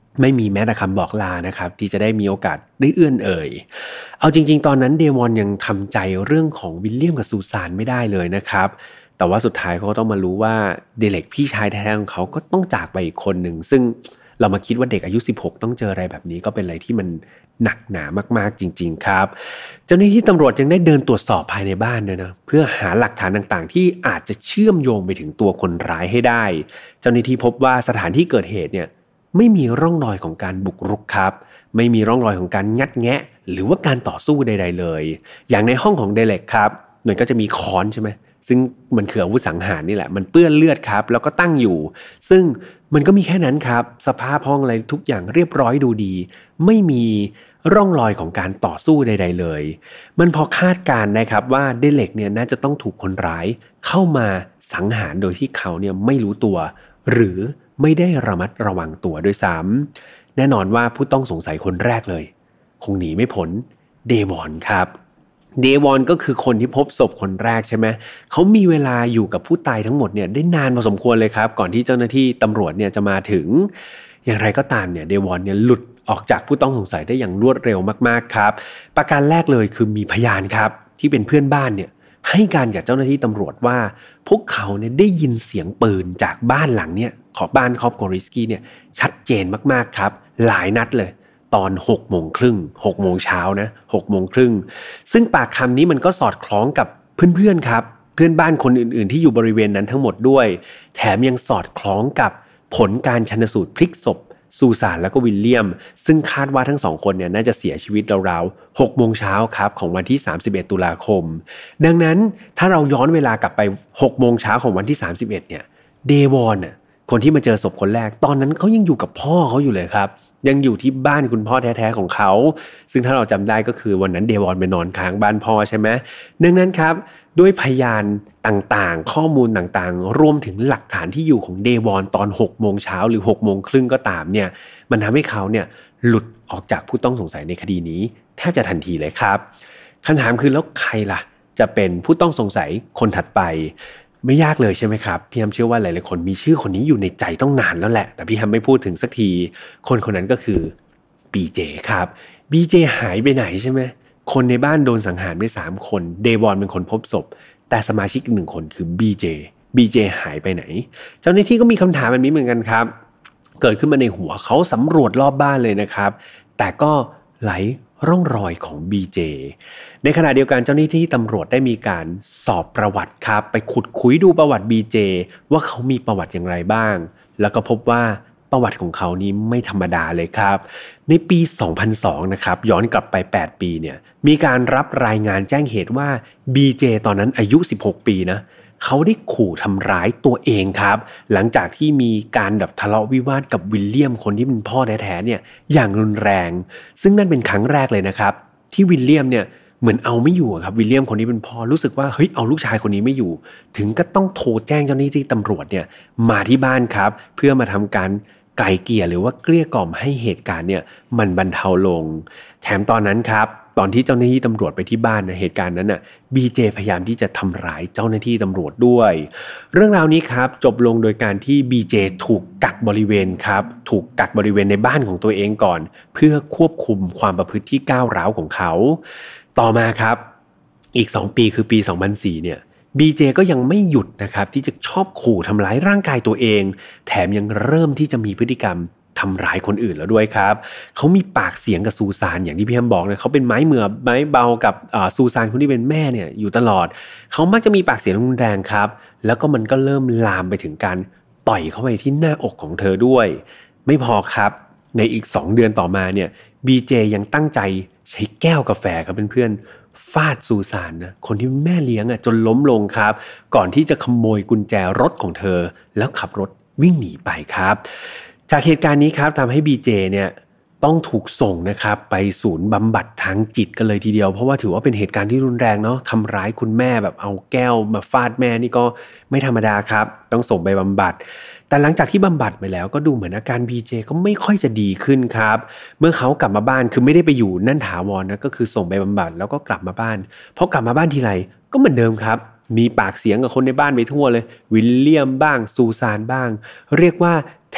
ไม่มีแม้แต่คำบอกลานะครับที่จะได้มีโอกาสได้เอื้อนเอ่ยเอาจริงๆตอนนั้นเดวอนยังทำใจเรื่องของวิลเลียมกับซูซานไม่ได้เลยนะครับแต่ว่าสุดท้ายเขาก็ต้องมารู้ว่าเดเล็กพี่ชายแท้ๆของเขาก็ต้องจากไปอีกคนหนึ่งซึ่งเรามาคิดว่าเด็กอายุ16ต้องเจออะไรแบบนี้ก็เป็นอะไรที่มันหนักหนามากๆจริงๆครับเจ้าหน้าที่ตำรวจยังได้เดินตรวจสอบภายในบ้านด้วยนะเพื่อหาหลักฐานต่างๆที่อาจจะเชื่อมโยงไปถึงตัวคนร้ายให้ได้เจ้าหน้าที่พบว่าสถานที่เกิดเหตุเนี่ยไม่มีร่องรอยของการบุกรุกครับไม่มีร่องรอยของการงัดแงะหรือว่าการต่อสู้ใดๆเลยอย่างในห้องของเดเล็กครับมันก็จะมีค้อนใช่ไหมซึ่งมันคืออาวุธสังหารนี่แหละมันเปื้อนเลือดครับแล้วก็ตั้งอยู่ซึ่งมันก็มีแค่นั้นครับสภาพห้องอะไรทุกอย่างเรียบร้อยดูดีไม่มีร่องรอยของการต่อสู้ใดๆเลยมันพอคาดการณ์นะครับว่าเดเล็กเนี่ยน่าจะต้องถูกคนร้ายเข้ามาสังหารโดยที่เขาเนี่ยไม่รู้ตัวหรือไม่ได้ระมัดระวังตัวด้วยซ้ำแน่นอนว่าผู้ต้องสงสัยคนแรกเลยคงหนีไม่พ้นเดวอนครับเดวอนก็คือคนที่พบศพคนแรกใช่ไหมเขามีเวลาอยู่กับผู้ตายทั้งหมดเนี่ยได้นานพอสมควรเลยครับก่อนที่เจ้าหน้าที่ตำรวจเนี่ยจะมาถึงอย่างไรก็ตามเนี่ยเดวอนเนี่ยหลุดออกจากผู้ต้องสงสัยได้อย่างรวดเร็วมากๆครับประการแรกเลยคือมีพยานครับที่เป็นเพื่อนบ้านเนี่ยให้การกับเจ้าหน้าที่ตำรวจว่าพวกเขาเนี่ยได้ยินเสียงปืนจากบ้านหลังเนี่ยของบ้านครอบครัวริสกี้เนี่ยชัดเจนมากๆครับหลายนัดเลยตอน 6:30 น. 6 โมงเช้านะ 6:30 น. ซึ่งปากคำนี้มันก็สอดคล้องกับเพื่อนๆครับเพื่อนบ้านคนอื่นๆที่อยู่บริเวณนั้นทั้งหมดด้วยแถมยังสอดคล้องกับผลการชันสูตรพลิกศพซูซานแล้วก็วิลเลียมซึ่งคาดว่าทั้งสองคนเนี่ยน่าจะเสียชีวิตราวๆ 6 โมงเช้าครับของวันที่31 ตุลาคมดังนั้นถ้าเราย้อนเวลากลับไป 6 โมงเช้าของวันที่31เนี่ยเดวอนน่ะคนที่มาเจอศพคนแรกตอนนั้นเขายังอยู่กับพ่อเขาอยู่เลยครับยังอยู่ที่บ้านคุณพ่อแท้ๆของเขาซึ่งถ้าเราจำได้ก็คือวันนั้นเดวอนไปนอนค้างบ้านพ่อใช่ไหมดังนั้นครับด้วยพยานต่างๆข้อมูลต่างๆรวมถึงหลักฐานที่อยู่ของเดวอนตอน 6 โมงเช้าหรือ 6 โมงครึ่งก็ตามเนี่ยมันทำให้เขาเนี่ยหลุดออกจากผู้ต้องสงสัยในคดีนี้แทบจะทันทีเลยครับคำถามคือแล้วใครล่ะจะเป็นผู้ต้องสงสัยคนถัดไปไม่ยากเลยใช่ไหมครับพี่แฮมเชื่อว่าหลายๆคนมีชื่อคนนี้อยู่ในใจต้องนานแล้วแหละแต่พี่แฮมไม่พูดถึงสักทีคนนั้นก็คือบีเจครับบีเจหายไปไหนใช่ไหมคนในบ้านโดนสังหารไป3 คนเดวอนเป็นคนพบศพแต่สมาชิกอีก1 คนคือบีเจหายไปไหนเจ้าหน้าที่ก็มีคำถามแบบนี้เหมือนกันครับเกิดขึ้นมาในหัวเขาสำรวจรอบบ้านเลยนะครับแต่ก็ไหลร่องรอยของ BJ ในขณะเดียวกันเจ้าหน้าที่ตำรวจได้มีการสอบประวัติครับไปขุดคุยดูประวัติ BJ ว่าเขามีประวัติอย่างไรบ้างแล้วก็พบว่าประวัติของเขานี้ไม่ธรรมดาเลยครับในปี 2002 นะครับย้อนกลับไป8 ปีเนี่ยมีการรับรายงานแจ้งเหตุว่า BJ ตอนนั้นอายุ16 ปีนะเขาได้ขู่ทำร้ายตัวเองครับหลังจากที่มีการแบบทะเลาะวิวาทกับวิลเลียมคนที่เป็นพ่อแท้ๆเนี่ยอย่างรุนแรงซึ่งนั่นเป็นครั้งแรกเลยนะครับที่วิลเลียมเนี่ยเหมือนเอาไม่อยู่ครับวิลเลียมคนนี้เป็นพ่อรู้สึกว่าเฮ้ยเอาลูกชายคนนี้ไม่อยู่ถึงก็ต้องโทรแจ้งเจ้าหน้าที่ตำรวจเนี่ยมาที่บ้านครับเพื่อมาทำการไกล่เกลี่ยหรือว่าเกลี้ยกล่อมให้เหตุการณ์เนี่ยมันบรรเทาลงแถมตอนนั้นครับตอนที่เจ้าหน้าที่ตำรวจไปที่บ้านนะเหตุการณ์นั้นน่ะบีเจพยายามที่จะทำร้ายเจ้าหน้าที่ตำรวจด้วยเรื่องราวนี้ครับจบลงโดยการที่บีเจถูกกักบริเวณครับถูกกักบริเวณในบ้านของตัวเองก่อนเพื่อควบคุมความประพฤติที่ก้าวร้าวของเขาต่อมาครับอีก2 ปีคือปี 2004เนี่ยบีเจก็ยังไม่หยุดนะครับที่จะชอบขู่ทำร้ายร่างกายตัวเองแถมยังเริ่มที่จะมีพฤติกรรมทำร้ายคนอื่นแล้วด้วยครับเขามีปากเสียงกับซูซานอย่างที่พี่แฮมบอกนะเขาเป็นไม้เบากับซูซานคนที่เป็นแม่เนี่ยอยู่ตลอดเขามักจะมีปากเสียงรุนแรงครับแล้วก็มันก็เริ่มลามไปถึงการต่อยเข้าไปที่หน้าอกของเธอด้วยไม่พอครับในอีก2 เดือนต่อมาเนี่ยบีเจยังตั้งใจใช้แก้วกาแฟครับเพื่อนๆฟาดซูซานนะคนที่แม่เลี้ยงจนล้มลงครับก่อนที่จะขโมยกุญแจรถของเธอแล้วขับรถวิ่งหนีไปครับจากเหตุการณ์นี้ครับทำให้บีเจเนี่ยต้องถูกส่งนะครับไปศูนย์บำบัดทางจิตกันเลยทีเดียวเพราะว่าถือว่าเป็นเหตุการณ์ที่รุนแรงเนาะทำร้ายคุณแม่แบบเอาแก้วมาฟาดแม่นี่ก็ไม่ธรรมดาครับต้องส่งไปบำบัดแต่หลังจากที่บำบัดไปแล้วก็ดูเหมือนอาการบีเจก็ไม่ค่อยจะดีขึ้นครับเมื่อเขากลับมาบ้านคือไม่ได้ไปอยู่นั่นถาวรนะก็คือส่งไปบำบัดแล้วก็กลับมาบ้านพอกลับมาบ้านทีไรก็เหมือนเดิมครับมีปากเสียงกับคนในบ้านไปทั่วเลยวิลเลียมบ้างซูซานบ้างเรียกว่าแท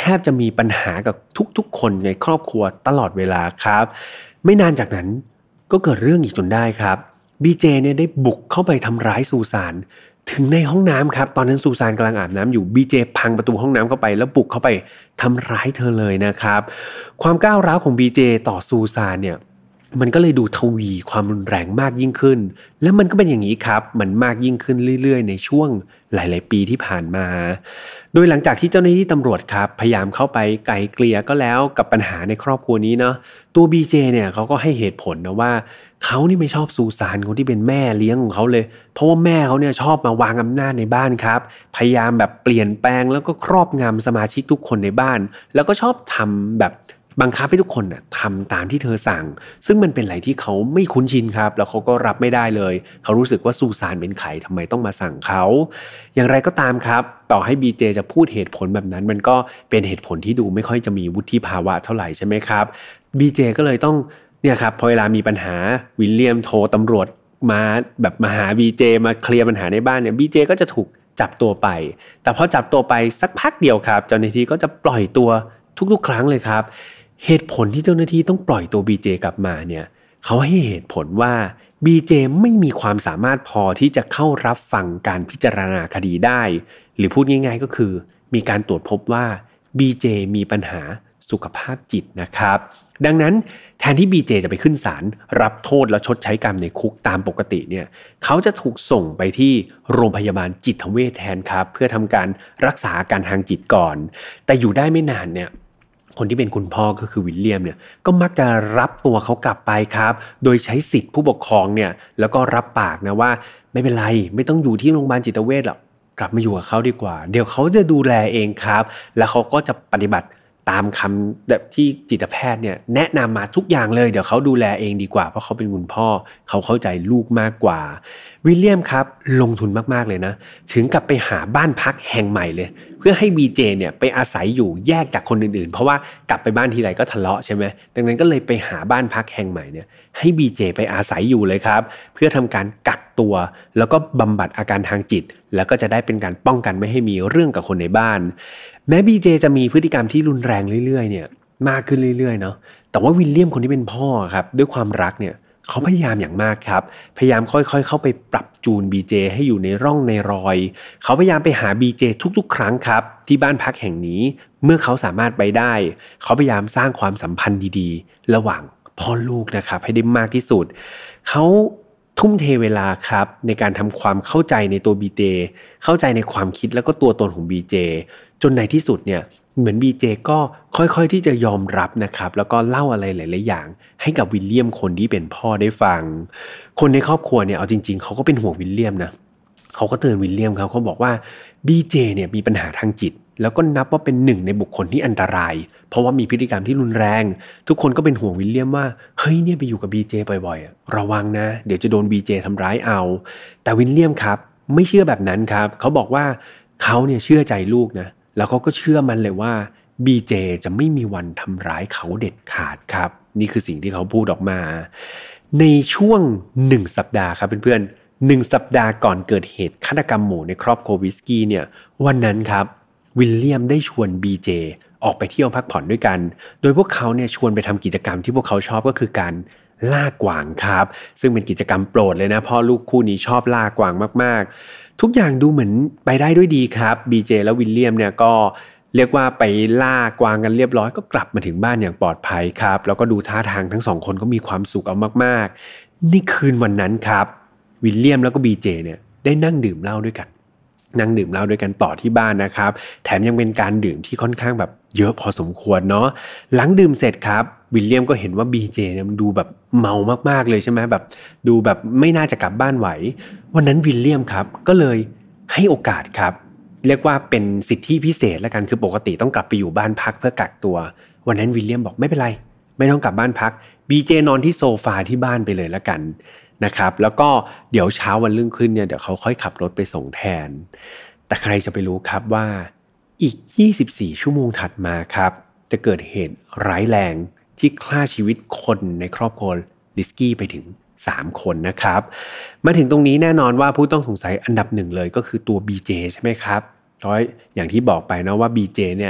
บจะมีปัญหากับทุกๆคนในครอบครัวตลอดเวลาครับไม่นานจากนั้นก็เกิดเรื่องอีกจนได้ครับบีเจเนี่ยได้บุกเข้าไปทำร้ายซูซานถึงในห้องน้ำครับตอนนั้นซูซานกำลังอาบน้ำอยู่บีเจพังประตูห้องน้ำเข้าไปแล้วบุกเข้าไปทำร้ายเธอเลยนะครับความก้าวร้าวของบีเจต่อซูซานเนี่ยมันก็เลยดูทวีความรุนแรงมากยิ่งขึ้นและมันก็เป็นอย่างนี้ครับมันมากยิ่งขึ้นเรื่อยๆในช่วงหลายๆปีที่ผ่านมาโดยหลังจากที่เจ้าหน้าที่ตำรวจครับพยายามเข้าไปไกลเกลี่ยก็แล้วกับปัญหาในครอบครัวนี้เนาะตัวบีเจเนี่ยเขาก็ให้เหตุผลนะว่าเขานี่ไม่ชอบซูซานคนที่เป็นแม่เลี้ยงของเขาเลยเพราะว่าแม่เขาเนี่ยชอบมาวางอำนาจในบ้านครับพยายามแบบเปลี่ยนแปลงแล้วก็ครอบงำสมาชิกทุกคนในบ้านแล้วก็ชอบทำแบบบังคับให้ทุกคนทำตามที่เธอสั่งซึ่งมันเป็นอะไรที่เขาไม่คุ้นชินครับแล้วเขาก็รับไม่ได้เลยเขารู้สึกว่าซูซานเป็นใครทำไมต้องมาสั่งเขาอย่างไรก็ตามครับต่อให้บีเจจะพูดเหตุผลแบบนั้นมันก็เป็นเหตุผลที่ดูไม่ค่อยจะมีวุฒิภาวะเท่าไหร่ใช่ไหมครับบีเจก็เลยต้องเนี่ยครับพอเวลามีปัญหาวิลเลียมโทรตำรวจมาหาบีเจมาเคลียร์ปัญหาในบ้านเนี่ยบีเจก็จะถูกจับตัวไปแต่พอจับตัวไปสักพักเดียวครับเจ้าหน้าที่ก็จะปล่อยตัวทุกๆครั้งเลยครับเหตุผลที่เจ้าหน้าที่ต้องปล่อยตัวบีเจกลับมาเนี่ยเขาให้เหตุผลว่าบีเจไม่มีความสามารถพอที่จะเข้ารับฟังการพิจารณาคดีได้หรือพูดง่ายๆก็คือมีการตรวจพบว่าบีเจมีปัญหาสุขภาพจิตนะครับดังนั้นแทนที่บีเจจะไปขึ้นศาลรับโทษแล้วชดใช้กรรมในคุกตามปกติเนี่ยเขาจะถูกส่งไปที่โรงพยาบาลจิตเวชแทนครับเพื่อทำการรักษาอาการทางจิตก่อนแต่อยู่ได้ไม่นานเนี่ยคนที่เป็นคุณพ่อก็คือวิลเลียมเนี่ยก็มักจะรับตัวเขากลับไปครับโดยใช้สิทธิผู้ปกครองเนี่ยแล้วก็รับปากนะว่าไม่เป็นไรไม่ต้องอยู่ที่โรงพยาบาลจิตเวชหรอกกลับมาอยู่กับเขาดีกว่าเดี๋ยวเขาจะดูแลเองครับแล้วเขาก็จะปฏิบัติตามคำแบบที่จิตแพทย์เนี่ยแนะนำมาทุกอย่างเลยเดี๋ยวเขาดูแลเองดีกว่าเพราะเขาเป็นคุณพ่อเขาเข้าใจลูกมากกว่าวิลเลียมครับลงทุนมากๆเลยนะถึงกับไปหาบ้านพักแห่งใหม่เลยเพื่อให้บีเจเนี่ยไปอาศัยอยู่แยกจากคนอื่นๆเพราะว่ากลับไปบ้านทีไรก็ทะเลาะใช่ไหมดังนั้นก็เลยไปหาบ้านพักแห่งใหม่เนี่ยให้บีเจไปอาศัยอยู่เลยครับเพื่อทำการกักตัวแล้วก็บำบัดอาการทางจิตแล้วก็จะได้เป็นการป้องกันไม่ให้มีเรื่องกับคนในบ้านแม้บีเจจะมีพฤติกรรมที่รุนแรงเรื่อยๆเนี่ยมากขึ้นเรื่อยๆเนาะแต่ว่าวิลเลียมคนที่เป็นพ่อครับด้วยความรักเนี่ยเขาพยายามอย่างมากครับพยายามค่อยๆเข้าไปปรับจูนบีเจให้อยู่ในร่องในรอยเขาพยายามไปหาบีเจทุกๆครั้งครับที่บ้านพักแห่งนี้เมื่อเขาสามารถไปได้เขาพยายามสร้างความสัมพันธ์ดีๆระหว่างพ่อลูกนะครับให้ได้มากที่สุดเขาทุ่มเทเวลาครับในการทำความเข้าใจในตัวบีเจเข้าใจในความคิดแล้วก็ตัวตนของบีเจจนในที่สุดเนี่ยเหมือนบีเจก็ค่อยๆที่จะยอมรับนะครับแล้วก็เล่าอะไรหลายๆอย่างให้กับวิลเลียมคนที่เป็นพ่อได้ฟังคนในครอบครัวเนี่ยเอาจริงๆเขาก็เป็นห่วงวิลเลียมนะเขาก็เตือนวิลเลียมเขาบอกว่าบีเจเนี่ยมีปัญหาทางจิตแล้วก็นับว่าเป็นหนึ่งในบุคคลที่อันตรายเพราะว่ามีพฤติกรรมที่รุนแรงทุกคนก็เป็นห่วงวิลเลียมว่าเฮ้ยเนี่ยไปอยู่กับบีเจบ่อยๆระวังนะเดี๋ยวจะโดนบีเจทำร้ายเอาแต่วิลเลียมครับไม่เชื่อแบบนั้นครับเขาบอกว่าเขาเนี่ยเชื่อใจลูกนะแล้วเขาก็เชื่อมันเลยว่าบีเจจะไม่มีวันทำร้ายเขาเด็ดขาดครับนี่คือสิ่งที่เขาพูดออกมาในช่วง1สัปดาห์ครับเพื่อนๆ1สัปดาห์ก่อนเกิดเหตุฆาตกรรมหมู่ในครอบครัววิสกี้เนี่ยวันนั้นครับวิลเลียมได้ชวนบีเจออกไปเที่ยวพักผ่อนด้วยกันโดยพวกเขาเนี่ยชวนไปทำกิจกรรมที่พวกเขาชอบก็คือการล่ากวางครับซึ่งเป็นกิจกรรมโปรดเลยนะพ่อลูกคู่นี้ชอบล่ากวางมากๆทุกอย่างดูเหมือนไปได้ด้วยดีครับบีเจและวิลเลียมเนี่ยก็เรียกว่าไปล่ากวางกันเรียบร้อยก็กลับมาถึงบ้านอย่างปลอดภัยครับแล้วก็ดูท่าทางทั้งสองคนก็มีความสุขเอามากๆนี่คืนวันนั้นครับวิลเลียมแล้วก็บีเจเนี่ยได้นั่งดื่มเหล้าด้วยกันต่อที่บ้านนะครับแถมยังเป็นการดื่มที่ค่อนข้างแบบเยอะพอสมควรเนาะหลังดื่มเสร็จครับวิลเลียมก็เห็นว่าบีเจเนี่ยมันดูแบบเมามากๆเลยใช่ไหมแบบดูแบบไม่น่าจะกลับบ้านไหววันนั้นวิลเลียมครับก็เลยให้โอกาสครับเรียกว่าเป็นสิทธิพิเศษแล้วกันคือปกติต้องกลับไปอยู่บ้านพักเพื่อกักตัววันนั้นวิลเลียมบอกไม่เป็นไรไม่ต้องกลับบ้านพักบีเจนอนที่โซฟาที่บ้านไปเลยแล้วกันนะครับแล้วก็เดี๋ยวเช้าวันรุ่งขึ้นเนี่ยเดี๋ยวเขาค่อยขับรถไปส่งแทนแต่ใครจะไปรู้ครับว่าอีก24ชั่วโมงถัดมาครับจะเกิดเหตุร้ายแรงที่ฆ่าชีวิตคนในครอบครัวลิสกี้ไปถึง3คนนะครับมาถึงตรงนี้แน่นอนว่าผู้ต้องสงสัยอันดับ1เลยก็คือตัว BJ ใช่ไหมครับเพราะอย่างที่บอกไปนะว่า BJ เนี่ย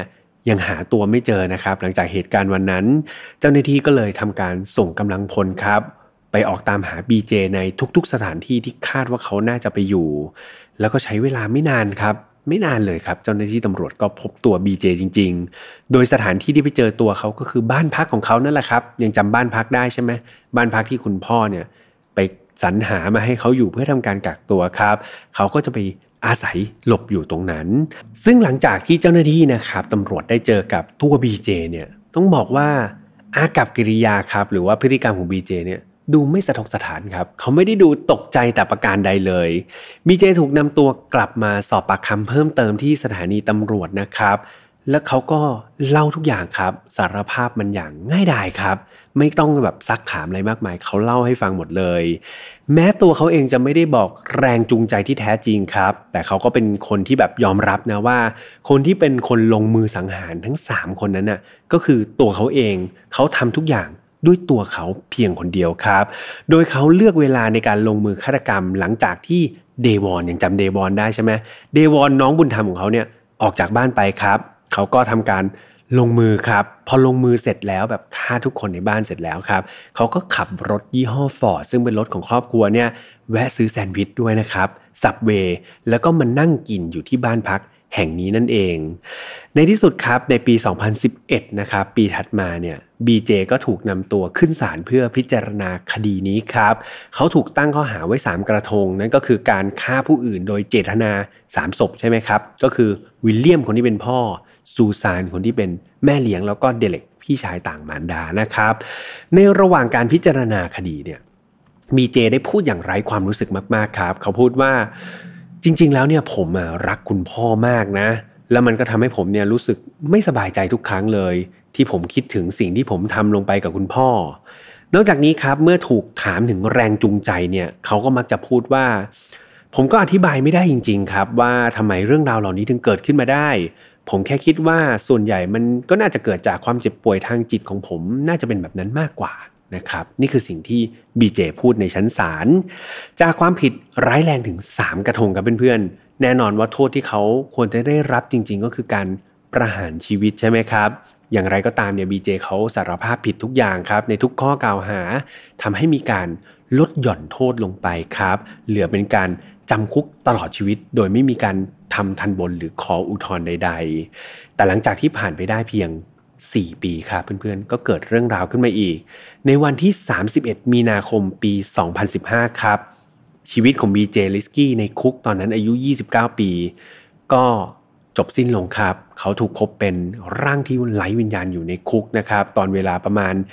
ยังหาตัวไม่เจอนะครับหลังจากเหตุการณ์วันนั้นเจ้าหน้าที่ก็เลยทำการส่งกำลังพลครับไปออกตามหา BJ ในทุกๆสถานที่ที่คาดว่าเขาน่าจะไปอยู่แล้วก็ใช้เวลาไม่นานครับไม่นานเลยครับเจ้าหน้าที่ตำรวจก็พบตัว BJ จริงๆโดยสถานที่ที่ไปเจอตัวเขาก็คือบ้านพักของเขานั่นแหละครับยังจำบ้านพักได้ใช่ไหมบ้านพักที่คุณพ่อเนี่ยไปสรรหามาให้เขาอยู่เพื่อทำการกักตัวครับเขาก็จะไปอาศัยหลบอยู่ตรงนั้นซึ่งหลังจากที่เจ้าหน้าที่นะครับตำรวจได้เจอกับตัว BJ เนี่ยต้องบอกว่าอากัปกิริยาครับหรือว่าพฤติกรรมของ BJ เนี่ยดูไม่สะทกสถานครับเขาไม่ได้ดูตกใจแต่ประการใดเลย BJ ถูกนำตัวกลับมาสอบปากคำเพิ่มเติมที่สถานีตำรวจนะครับแล้วเขาก็เล่าทุกอย่างครับสารภาพมันอย่างง่ายดายครับไม่ต้องแบบซักถามอะไรมากมายเขาเล่าให้ฟังหมดเลยแม้ตัวเขาเองจะไม่ได้บอกแรงจูงใจที่แท้จริงครับแต่เขาก็เป็นคนที่แบบยอมรับนะว่าคนที่เป็นคนลงมือสังหารทั้ง3คนนั้นน่ะก็คือตัวเขาเองเขาทำทุกอย่างด้วยตัวเขาเพียงคนเดียวครับโดยเขาเลือกเวลาในการลงมือฆาตกรรมหลังจากที่เดวอนยังจำเดวอนได้ใช่ไหมเดวอนน้องบุญธรรมของเขาเนี่ยออกจากบ้านไปครับเขาก็ทำการลงมือครับพอลงมือเสร็จแล้วแบบฆ่าทุกคนในบ้านเสร็จแล้วครับเขาก็ขับรถยี่ห้อฟอร์ดซึ่งเป็นรถของครอบครัวเนี่ยแวะซื้อแซนด์วิชด้วยนะครับซับเวย์แล้วก็มานั่งกินอยู่ที่บ้านพักแห่งนี้นั่นเองในที่สุดครับในปี 2011 นะครับปีถัดมาเนี่ย BJ ก็ถูกนำตัวขึ้นศาลเพื่อพิจารณาคดีนี้ครับเขาถูกตั้งข้อหาไว้3กระทงนั่นก็คือการฆ่าผู้อื่นโดยเจตนา3ศพใช่ไหมครับก็คือวิลเลียมคนที่เป็นพ่อซูซานคนที่เป็นแม่เลี้ยงแล้วก็เดเล็กพี่ชายต่างมารดานะครับในระหว่างการพิจารณาคดีเนี่ย BJ ได้พูดอย่างไร้ความรู้สึกมากๆครับเขาพูดว่าจริงๆแล้วเนี่ยผมรักคุณพ่อมากนะแล้วมันก็ทำให้ผมเนี่ยรู้สึกไม่สบายใจทุกครั้งเลยที่ผมคิดถึงสิ่งที่ผมทำลงไปกับคุณพ่อนอกจากนี้ครับเมื่อถูกถามถึงแรงจูงใจเนี่ยเขาก็มักจะพูดว่าผมก็อธิบายไม่ได้จริงๆครับว่าทำไมเรื่องราวเหล่านี้ถึงเกิดขึ้นมาได้ผมแค่คิดว่าส่วนใหญ่มันก็น่าจะเกิดจากความเจ็บป่วยทางจิตของผมน่าจะเป็นแบบนั้นมากกว่านะครับนี่คือสิ่งที่ BJ พูดในชั้นศาลจากความผิดร้ายแรงถึง3กระทงครับเพื่อนๆแน่นอนว่าโทษที่เขาควรจะได้รับจริงๆก็คือการประหารชีวิตใช่ไหมครับอย่างไรก็ตามเนี่ย BJ เขาสารภาพผิดทุกอย่างครับในทุกข้อกล่าวหาทำให้มีการลดหย่อนโทษลงไปครับเหลือเป็นการจำคุกตลอดชีวิตโดยไม่มีการทำทันบนหรือขออุทธรณ์ใดๆแต่หลังจากที่ผ่านไปได้เพียง4 ปีครับเพื่อนๆก็เกิดเรื่องราวขึ้นมาอีกในวันที่31 มีนาคมปี 2015 ครับชีวิตของ BJ Liskey ในคุกตอนนั้นอายุ 29 ปีก็จบสิ้นลงครับเขาถูกพบเป็นร่างที่ไร้วิญญาณอยู่ในคุกนะครับตอนเวลาประมาณ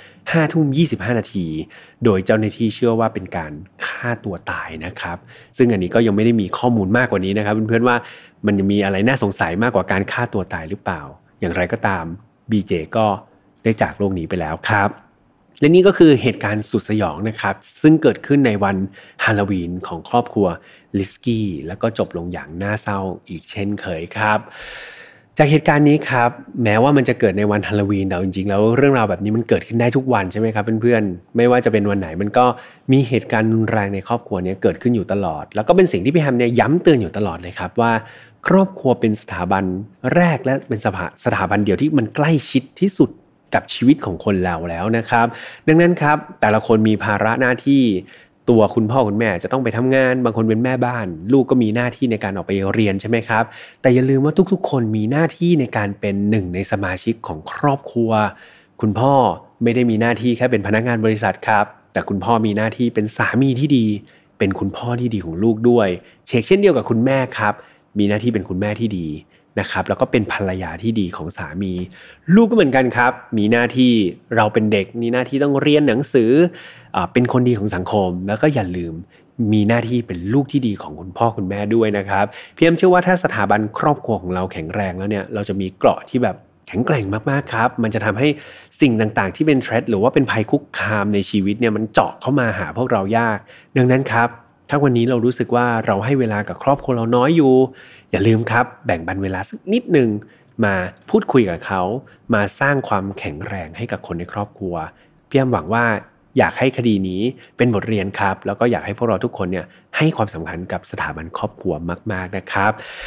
5:25 นาทีโดยเจ้าหน้าที่เชื่อว่าเป็นการฆ่าตัวตายนะครับซึ่งอันนี้ก็ยังไม่ได้มีข้อมูลมากกว่านี้นะครับเพื่อนๆว่ามันจะมีอะไรน่าสงสัยมากกว่าการฆ่าตัวตายหรือเปล่าอย่างไรก็ตาม BJ ก็ได้จากโลกนี้ไปแล้วครับและนี่ก็คือเหตุการณ์สุดสยองนะครับซึ่งเกิดขึ้นในวันฮาโลวีนของครอบครัวลิสกี้แล้วก็จบลงอย่างน่าเศร้าอีกเช่นเคยครับจากเหตุการณ์นี้ครับแม้ว่ามันจะเกิดในวันฮาโลวีนแต่จริงๆแล้วเรื่องราวแบบนี้มันเกิดขึ้นได้ทุกวันใช่ไหมครับเพื่อนๆไม่ว่าจะเป็นวันไหนมันก็มีเหตุการณ์รุนแรงในครอบครัวนี้เกิดขึ้นอยู่ตลอดแล้วก็เป็นสิ่งที่พี่แฮมเนี่ยย้ำเตือนอยู่ตลอดเลยครับว่าครอบครัวเป็นสถาบันแรกและเป็นสถาบันเดียวที่มันใกล้ชิดที่สุดกับชีวิตของคนเราแล้วนะครับดังนั้นครับแต่ละคนมีภาระหน้าที่ตัวคุณพ่อคุณแม่จะต้องไปทำงานบางคนเป็นแม่บ้านลูกก็มีหน้าที่ในการออกไปเรียนใช่ไหมครับแต่อย่าลืมว่าทุกๆคนมีหน้าที่ในการเป็นหนึ่งในสมาชิกของครอบครัวคุณพ่อไม่ได้มีหน้าที่แค่เป็นพนักงานบริษัทครับแต่คุณพ่อมีหน้าที่เป็นสามีที่ดีเป็นคุณพ่อที่ดีของลูกด้วยเช่นเดียวกับคุณแม่ครับมีหน้าที่เป็นคุณแม่ที่ดีนะครับแล้วก็เป็นภรรยาที่ดีของสามีลูกก็เหมือนกันครับมีหน้าที่เราเป็นเด็กมีหน้าที่ต้องเรียนหนังสือเป็นคนดีของสังคมแล้วก็อย่าลืมมีหน้าที่เป็นลูกที่ดีของคุณพ่อคุณแม่ด้วยนะครับพี่เชื่อว่าถ้าสถาบันครอบครัวของเราแข็งแรงแล้วเนี่ยเราจะมีเกราะที่แบบแข็งแกร่งมากๆครับมันจะทำให้สิ่งต่างๆที่เป็น threat หรือว่าเป็นภัยคุกคามในชีวิตเนี่ยมันเจาะเข้ามาหาพวกเรายากดังนั้นครับถ้าวันนี้เรารู้สึกว่าเราให้เวลากับครอบครัวเราน้อยอยู่อย่าลืมครับแบ่งปันเวลาสักนิดนึงมาพูดคุยกับเขามาสร้างความแข็งแรงให้กับคนในครอบครัวพี่หวังว่าอยากให้คดีนี้เป็นบทเรียนครับแล้วก็อยากให้พวกเราทุกคนเนี่ยให้ความสำคัญกับสถาบันครอบครัวมากๆนะครับ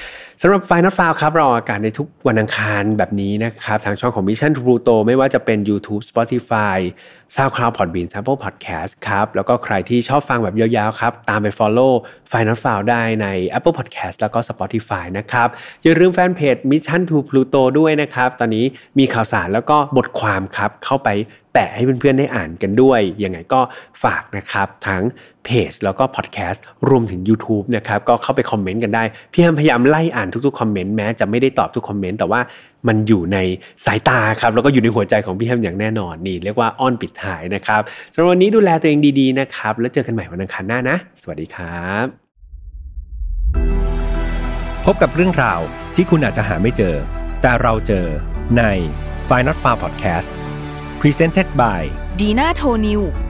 สำหรับ Final File ครับเราออกอากาศในทุกวันอังคารแบบนี้นะครับทางช่องของ Mission to Pluto ไม่ว่าจะเป็น YouTube Spotify SoundCloud Podbean Apple Podcast ครับแล้วก็ใครที่ชอบฟังแบบยาวๆครับตามไป follow Final File ได้ใน Apple Podcast แล้วก็ Spotify นะครับอย่าลืมแฟนเพจ Mission to Pluto ด้วยนะครับตอนนี้มีข่าวสารแล้วก็บทความครับเข้าไปแปะให้เพื่อนๆได้อ่านกันด้วยยังไงก็ฝากนะครับทั้งเพจแล้วก็พอดแคสต์รวมถึง YouTube นะครับก็เข้าไปคอมเมนต์กันได้พี่แฮมพยายามไล่อ่านทุกๆคอมเมนต์แม้จะไม่ได้ตอบทุกคอมเมนต์แต่ว่ามันอยู่ในสายตาครับแล้วก็อยู่ในหัวใจของพี่แฮมอย่างแน่นอนนี่เรียกว่าอ้อนปิดท้ายนะครับสำหรับวันนี้ดูแลตัวเองดีๆนะครับแล้วเจอกันใหม่วันอังคารหน้านะสวัสดีครับพบกับเรื่องราวที่คุณอาจจะหาไม่เจอแต่เราเจอใน Final File Podcast Presented by Dina Toniu